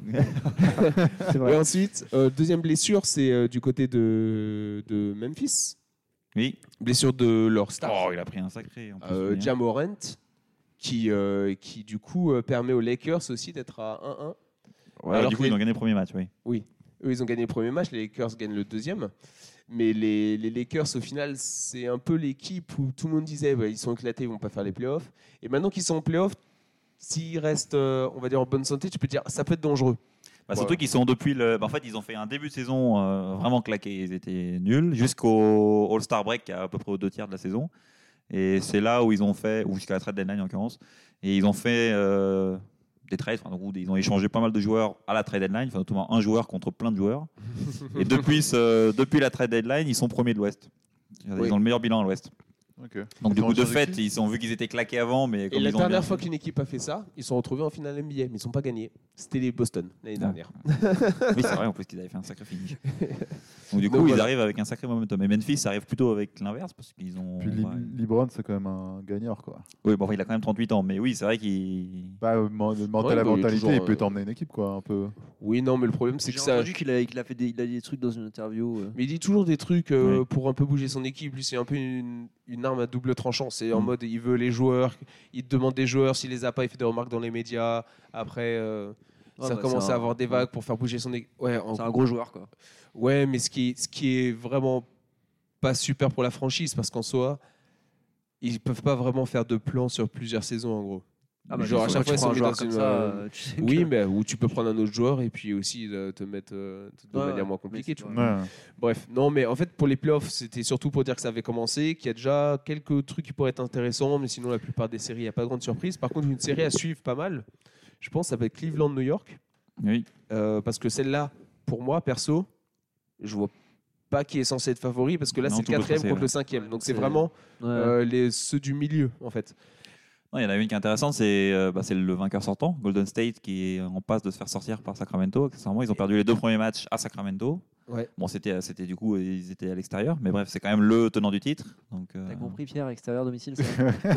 Speaker 5: C'est
Speaker 1: Et
Speaker 5: vrai.
Speaker 1: ensuite, euh, deuxième blessure, c'est euh, du côté de, de Memphis.
Speaker 2: Oui.
Speaker 1: Blessure de leur star.
Speaker 2: Oh, il a pris un sacré. En plus,
Speaker 1: Euh,
Speaker 2: lui, hein.
Speaker 1: Ja Morant, qui, euh, qui du coup euh, permet aux Lakers aussi d'être à un un.
Speaker 2: Ouais,
Speaker 1: alors
Speaker 2: du coup,
Speaker 1: que
Speaker 2: ils
Speaker 1: les-
Speaker 2: ont gagné le premier match, oui.
Speaker 1: Eux, ils ont gagné le premier match, les Lakers gagnent le deuxième. Mais les, les Lakers, au final, c'est un peu l'équipe où tout le monde disait bah, ils sont éclatés, ils vont pas faire les playoffs. Et maintenant qu'ils sont en playoffs, s'ils restent, euh, on va dire, en bonne santé, tu peux te dire ça peut être dangereux.
Speaker 2: Bah,
Speaker 1: Ouais.
Speaker 2: Surtout qu'ils sont depuis le. Bah, en fait, ils ont fait un début de saison euh, vraiment claqué. Ils étaient nuls jusqu'au All-Star Break, à, à peu près aux deux tiers de la saison. Et c'est là où ils ont fait, ou jusqu'à la trade deadline en l'occurrence, et ils ont fait euh, des trades. Enfin, où ils ont échangé pas mal de joueurs à la trade deadline, enfin, notamment un joueur contre plein de joueurs. Et depuis, ce- depuis la trade deadline, ils sont premiers de l'Ouest. Ils
Speaker 1: Oui.
Speaker 2: ont le meilleur bilan à l'Ouest.
Speaker 4: Ok.
Speaker 2: Donc,
Speaker 4: Ils
Speaker 2: du
Speaker 4: ont
Speaker 2: coup, de
Speaker 4: échangé
Speaker 2: fait,
Speaker 4: qui
Speaker 2: ils ont vu qu'ils étaient claqués avant, mais
Speaker 1: Et
Speaker 2: comme
Speaker 1: la
Speaker 2: ils ont
Speaker 1: dernière
Speaker 2: bien-
Speaker 1: fois qu'une équipe a fait ça, ils se sont retrouvés en finale N B A, mais ils sont pas gagnés. C'était les Boston l'année
Speaker 2: Non.
Speaker 1: dernière.
Speaker 2: Oui, c'est vrai, en plus qu'ils avaient fait un sacré finish. Donc du coup,
Speaker 1: Donc,
Speaker 2: ils
Speaker 1: voilà.
Speaker 2: arrivent avec un sacré momentum. Et Memphis arrive plutôt avec l'inverse parce qu'ils ont.
Speaker 4: Puis Li-
Speaker 2: ouais.
Speaker 4: LeBron, c'est quand même un gagnant, quoi.
Speaker 2: Oui, bon, il a quand même trente-huit ans, mais oui, c'est vrai qu'il.
Speaker 4: Bah, euh, man- mental-
Speaker 1: Ouais,
Speaker 4: la
Speaker 1: bah, il est
Speaker 4: mentalité,
Speaker 1: toujours,
Speaker 4: il peut
Speaker 1: euh,
Speaker 4: t'emmener une équipe, quoi, un peu.
Speaker 1: Oui, non, mais le problème, c'est
Speaker 5: J'ai
Speaker 1: que ça.
Speaker 5: entendu qu'il a, qu'il a fait des, il a dit des trucs dans une interview. euh.
Speaker 1: Mais il dit toujours des trucs euh,
Speaker 2: Oui.
Speaker 1: pour un peu bouger son équipe. Lui, c'est un peu une, une arme à double tranchant. C'est en
Speaker 2: Mm.
Speaker 1: mode, il veut les joueurs, il te demande des joueurs, s'il les a pas, il fait des remarques dans les médias. Après, euh,
Speaker 5: Ah,
Speaker 1: ça
Speaker 5: bah,
Speaker 1: commence
Speaker 5: c'est
Speaker 1: à
Speaker 5: un-
Speaker 1: avoir des vagues pour faire bouger son équipe. Ouais, en-
Speaker 5: C'est un gros joueur, quoi.
Speaker 1: ouais, mais ce qui, est, ce qui est vraiment pas super pour la franchise, parce qu'en soi, ils peuvent pas vraiment faire de plan sur plusieurs saisons, en gros.
Speaker 5: Ah, bah,
Speaker 1: Genre, à
Speaker 5: quand
Speaker 1: chaque
Speaker 5: tu
Speaker 1: fois, ils
Speaker 5: prends
Speaker 1: sont
Speaker 5: un
Speaker 1: mis
Speaker 5: joueur
Speaker 1: dans
Speaker 5: comme
Speaker 1: une,
Speaker 5: ça,
Speaker 1: euh,
Speaker 5: euh, tu sais
Speaker 1: Oui,
Speaker 5: que-
Speaker 1: mais où tu peux prendre un autre joueur et puis aussi euh, te mettre euh, de
Speaker 5: Ouais,
Speaker 1: manière
Speaker 5: ouais.
Speaker 1: moins compliquée.
Speaker 5: Mais
Speaker 1: Tu
Speaker 5: c'est
Speaker 1: vois.
Speaker 5: vrai.
Speaker 4: Ouais.
Speaker 1: Bref, non, mais en fait, pour les playoffs, c'était surtout pour dire que ça avait commencé, qu'il y a déjà quelques trucs qui pourraient être intéressants, mais sinon, la plupart des séries, il n'y a pas de grande surprise. Par contre, une série à suivre pas mal, je pense, ça va être Cleveland-New York,
Speaker 2: Oui.
Speaker 1: euh, parce que celle-là, pour moi, perso, je vois pas qui est censé être favori, parce que là,
Speaker 2: Non,
Speaker 1: c'est le
Speaker 2: tout peut se
Speaker 1: quatrième
Speaker 2: passer,
Speaker 1: contre
Speaker 2: ouais.
Speaker 1: le cinquième. Donc, c'est
Speaker 5: C'est-
Speaker 1: vraiment
Speaker 5: Ouais.
Speaker 1: euh, les, ceux du milieu, en fait.
Speaker 2: Non, il y en a une qui est intéressante, c'est euh, bah, c'est le vainqueur sortant, Golden State, qui est en passe de se faire sortir par Sacramento. Accessoirement, ils ont perdu les deux premiers matchs à Sacramento.
Speaker 1: Ouais.
Speaker 2: Bon, c'était c'était du coup, ils étaient à l'extérieur, mais bref, c'est quand même le tenant du titre. Donc, euh,
Speaker 5: T'as compris, Pierre, extérieur, domicile, c'est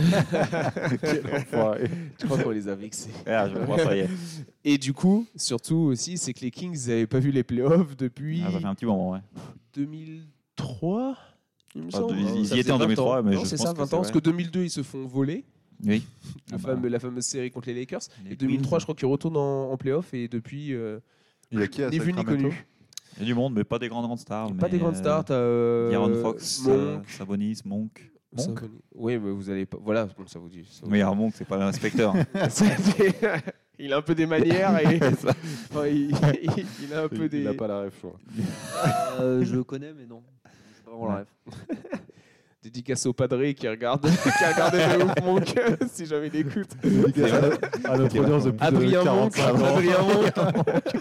Speaker 4: Quel enfoiré.
Speaker 1: Je crois qu'on les a vexés.
Speaker 2: ah, je crois, ça y est.
Speaker 1: Et du coup, surtout aussi, c'est que les Kings n'avaient pas vu les playoffs depuis
Speaker 2: Ah, ça fait un petit moment, ouais.
Speaker 1: deux mille trois. Il me
Speaker 2: Ah,
Speaker 1: semble.
Speaker 2: de- ils-
Speaker 1: Ça
Speaker 2: ils y
Speaker 1: faisait
Speaker 2: étaient en
Speaker 1: vingt
Speaker 2: deux mille trois,
Speaker 1: ans.
Speaker 2: mais
Speaker 1: Non,
Speaker 2: je
Speaker 1: c'est
Speaker 2: pense
Speaker 1: ça,
Speaker 2: que
Speaker 1: vingt
Speaker 2: c'est
Speaker 1: ans. Parce
Speaker 2: vrai.
Speaker 1: que deux mille deux, ils se font voler,
Speaker 2: Oui.
Speaker 1: la,
Speaker 2: Ah bah.
Speaker 1: fameuse, la fameuse série contre les Lakers.
Speaker 2: Les
Speaker 1: Et deux mille trois,
Speaker 2: Queens.
Speaker 1: je crois qu'ils retournent en, en playoff. Et depuis, euh,
Speaker 4: Il y a qui à
Speaker 1: ni vu ni
Speaker 4: Sacramento
Speaker 1: connu.
Speaker 2: Il y a du monde, mais pas des grandes grandes stars.
Speaker 1: Pas
Speaker 2: mais,
Speaker 1: des grandes
Speaker 2: euh,
Speaker 1: stars. T'as euh,
Speaker 2: Yaron Fox, euh,
Speaker 1: Monk.
Speaker 2: Sabonis, Monk. Monk
Speaker 1: Sabonis. Oui, mais vous allez pas. Voilà, bon, ça vous dit. ça vous
Speaker 2: Oui, alors Monk, c'est pas l'inspecteur.
Speaker 1: il a un peu des manières et enfin, il, il- il a un peu
Speaker 4: Il
Speaker 1: des.
Speaker 4: n'a pas la ref, je crois.
Speaker 5: Euh, je le connais, mais non. C'est pas vraiment la ref.
Speaker 1: Dédicace au padré qui regarde, qui a regardé de ouf Monk, si jamais il écoute.
Speaker 4: À notre audience de plus
Speaker 1: Adrien
Speaker 4: de
Speaker 1: Monk.
Speaker 4: quarante-cinq ans.
Speaker 1: Adrien Monk.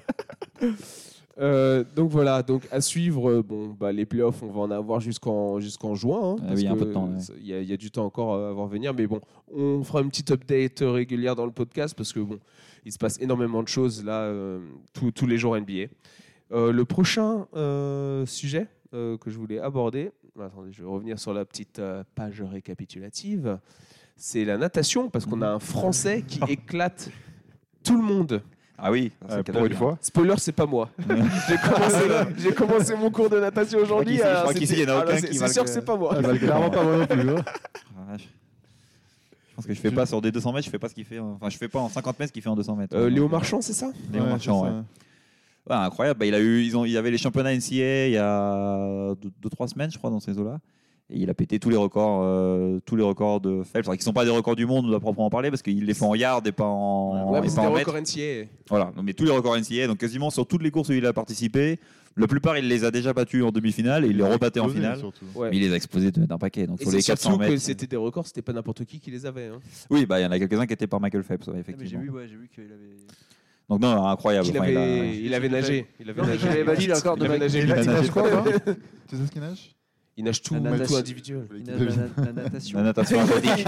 Speaker 1: Euh, donc voilà, donc à suivre. euh, Bon, bah, les playoffs, on va en avoir jusqu'en jusqu'en juin. hein,
Speaker 2: Ah
Speaker 1: parce
Speaker 2: oui, il y a un
Speaker 1: que
Speaker 2: peu de temps, ouais.
Speaker 1: ça- Il y, a- il y a du temps encore à voir venir, mais bon, on fera une petite update euh, régulière dans le podcast parce que bon, il se passe énormément de choses là, euh, tous- tous les jours N B A. Euh, le prochain euh, sujet euh, que je voulais aborder, attendez, je vais revenir sur la petite euh, page récapitulative, c'est la natation parce qu'on a un Français qui éclate tout le monde.
Speaker 2: Ah oui, ça, c'est
Speaker 4: Euh,
Speaker 2: le cadeau
Speaker 4: Pour une
Speaker 2: bien.
Speaker 4: fois.
Speaker 1: Spoiler, c'est pas moi. j'ai, commencé, j'ai commencé mon cours de natation aujourd'hui.
Speaker 2: Je crois qu'ici- je
Speaker 1: alors
Speaker 2: crois qu'ici,
Speaker 1: c'était-
Speaker 2: il y en a
Speaker 1: alors
Speaker 2: aucun
Speaker 1: c'est,
Speaker 2: qui
Speaker 1: c'est
Speaker 2: va
Speaker 1: sûr
Speaker 2: le-
Speaker 1: que c'est pas moi.
Speaker 4: Ah, bah, clairement pas moi non plus. hein.
Speaker 2: Ah, vache. Je pense que je fais pas sur des deux cents mètres, je fais pas ce qu'il fait. en- Enfin, je fais pas en cinquante mètres ce qu'il fait en deux cents mètres.
Speaker 1: Euh,
Speaker 2: Donc,
Speaker 1: Léo
Speaker 2: euh,
Speaker 1: Marchand, c'est ça
Speaker 2: Léo
Speaker 4: Ouais,
Speaker 2: Marchand,
Speaker 4: c'est
Speaker 2: ouais.
Speaker 4: ça.
Speaker 2: Ouais, incroyable. Bah, il a eu, ils ont, il y avait les championnats N C A A il y a deux trois semaines, je crois, dans ces eaux-là. Et il a pété tous les records, euh, tous les records de Phelps, qui ne sont pas des records du monde, on doit proprement parler, parce qu'il les fait en yard et pas en,
Speaker 1: Ouais,
Speaker 2: et
Speaker 1: mais
Speaker 2: pas
Speaker 1: c'était
Speaker 2: en
Speaker 1: un
Speaker 2: mètres.
Speaker 1: record N C A A.
Speaker 2: Voilà, donc, mais tous les records N C A A, donc quasiment sur toutes les courses où il a participé, La plupart, il les a déjà battus en demi-finale et il les rebattait en finale.
Speaker 4: Surtout.
Speaker 1: Ouais.
Speaker 2: Mais il les a explosés de- d'un paquet. Donc
Speaker 1: Et
Speaker 2: sur
Speaker 1: c'est
Speaker 2: les quatre cents
Speaker 1: surtout que
Speaker 2: mètres.
Speaker 1: c'était des records, c'était pas n'importe qui qui les avait. Hein.
Speaker 2: Oui, bah il y en a quelques-uns qui étaient par Michael Phelps, ouais,
Speaker 5: Ah, mais j'ai
Speaker 2: effectivement.
Speaker 5: vu, ouais, j'ai vu qu'il avait.
Speaker 2: Donc non, incroyable.
Speaker 1: Il
Speaker 2: Enfin, il a-
Speaker 1: avait, il avait nagé. Il avait
Speaker 5: Non, mais
Speaker 1: nagé.
Speaker 5: qu'il avait battu le record de
Speaker 1: Il avait
Speaker 5: Michael
Speaker 1: nagé.
Speaker 4: Et là,
Speaker 2: Il
Speaker 4: il
Speaker 2: a
Speaker 4: nage
Speaker 2: nagé
Speaker 4: quoi,
Speaker 2: très
Speaker 4: là Tu sais ce qu'il nage
Speaker 1: Il nage tout,
Speaker 5: La
Speaker 1: tout
Speaker 5: natation.
Speaker 1: individuel.
Speaker 5: Il nage la, la natation.
Speaker 2: La natation aquatique.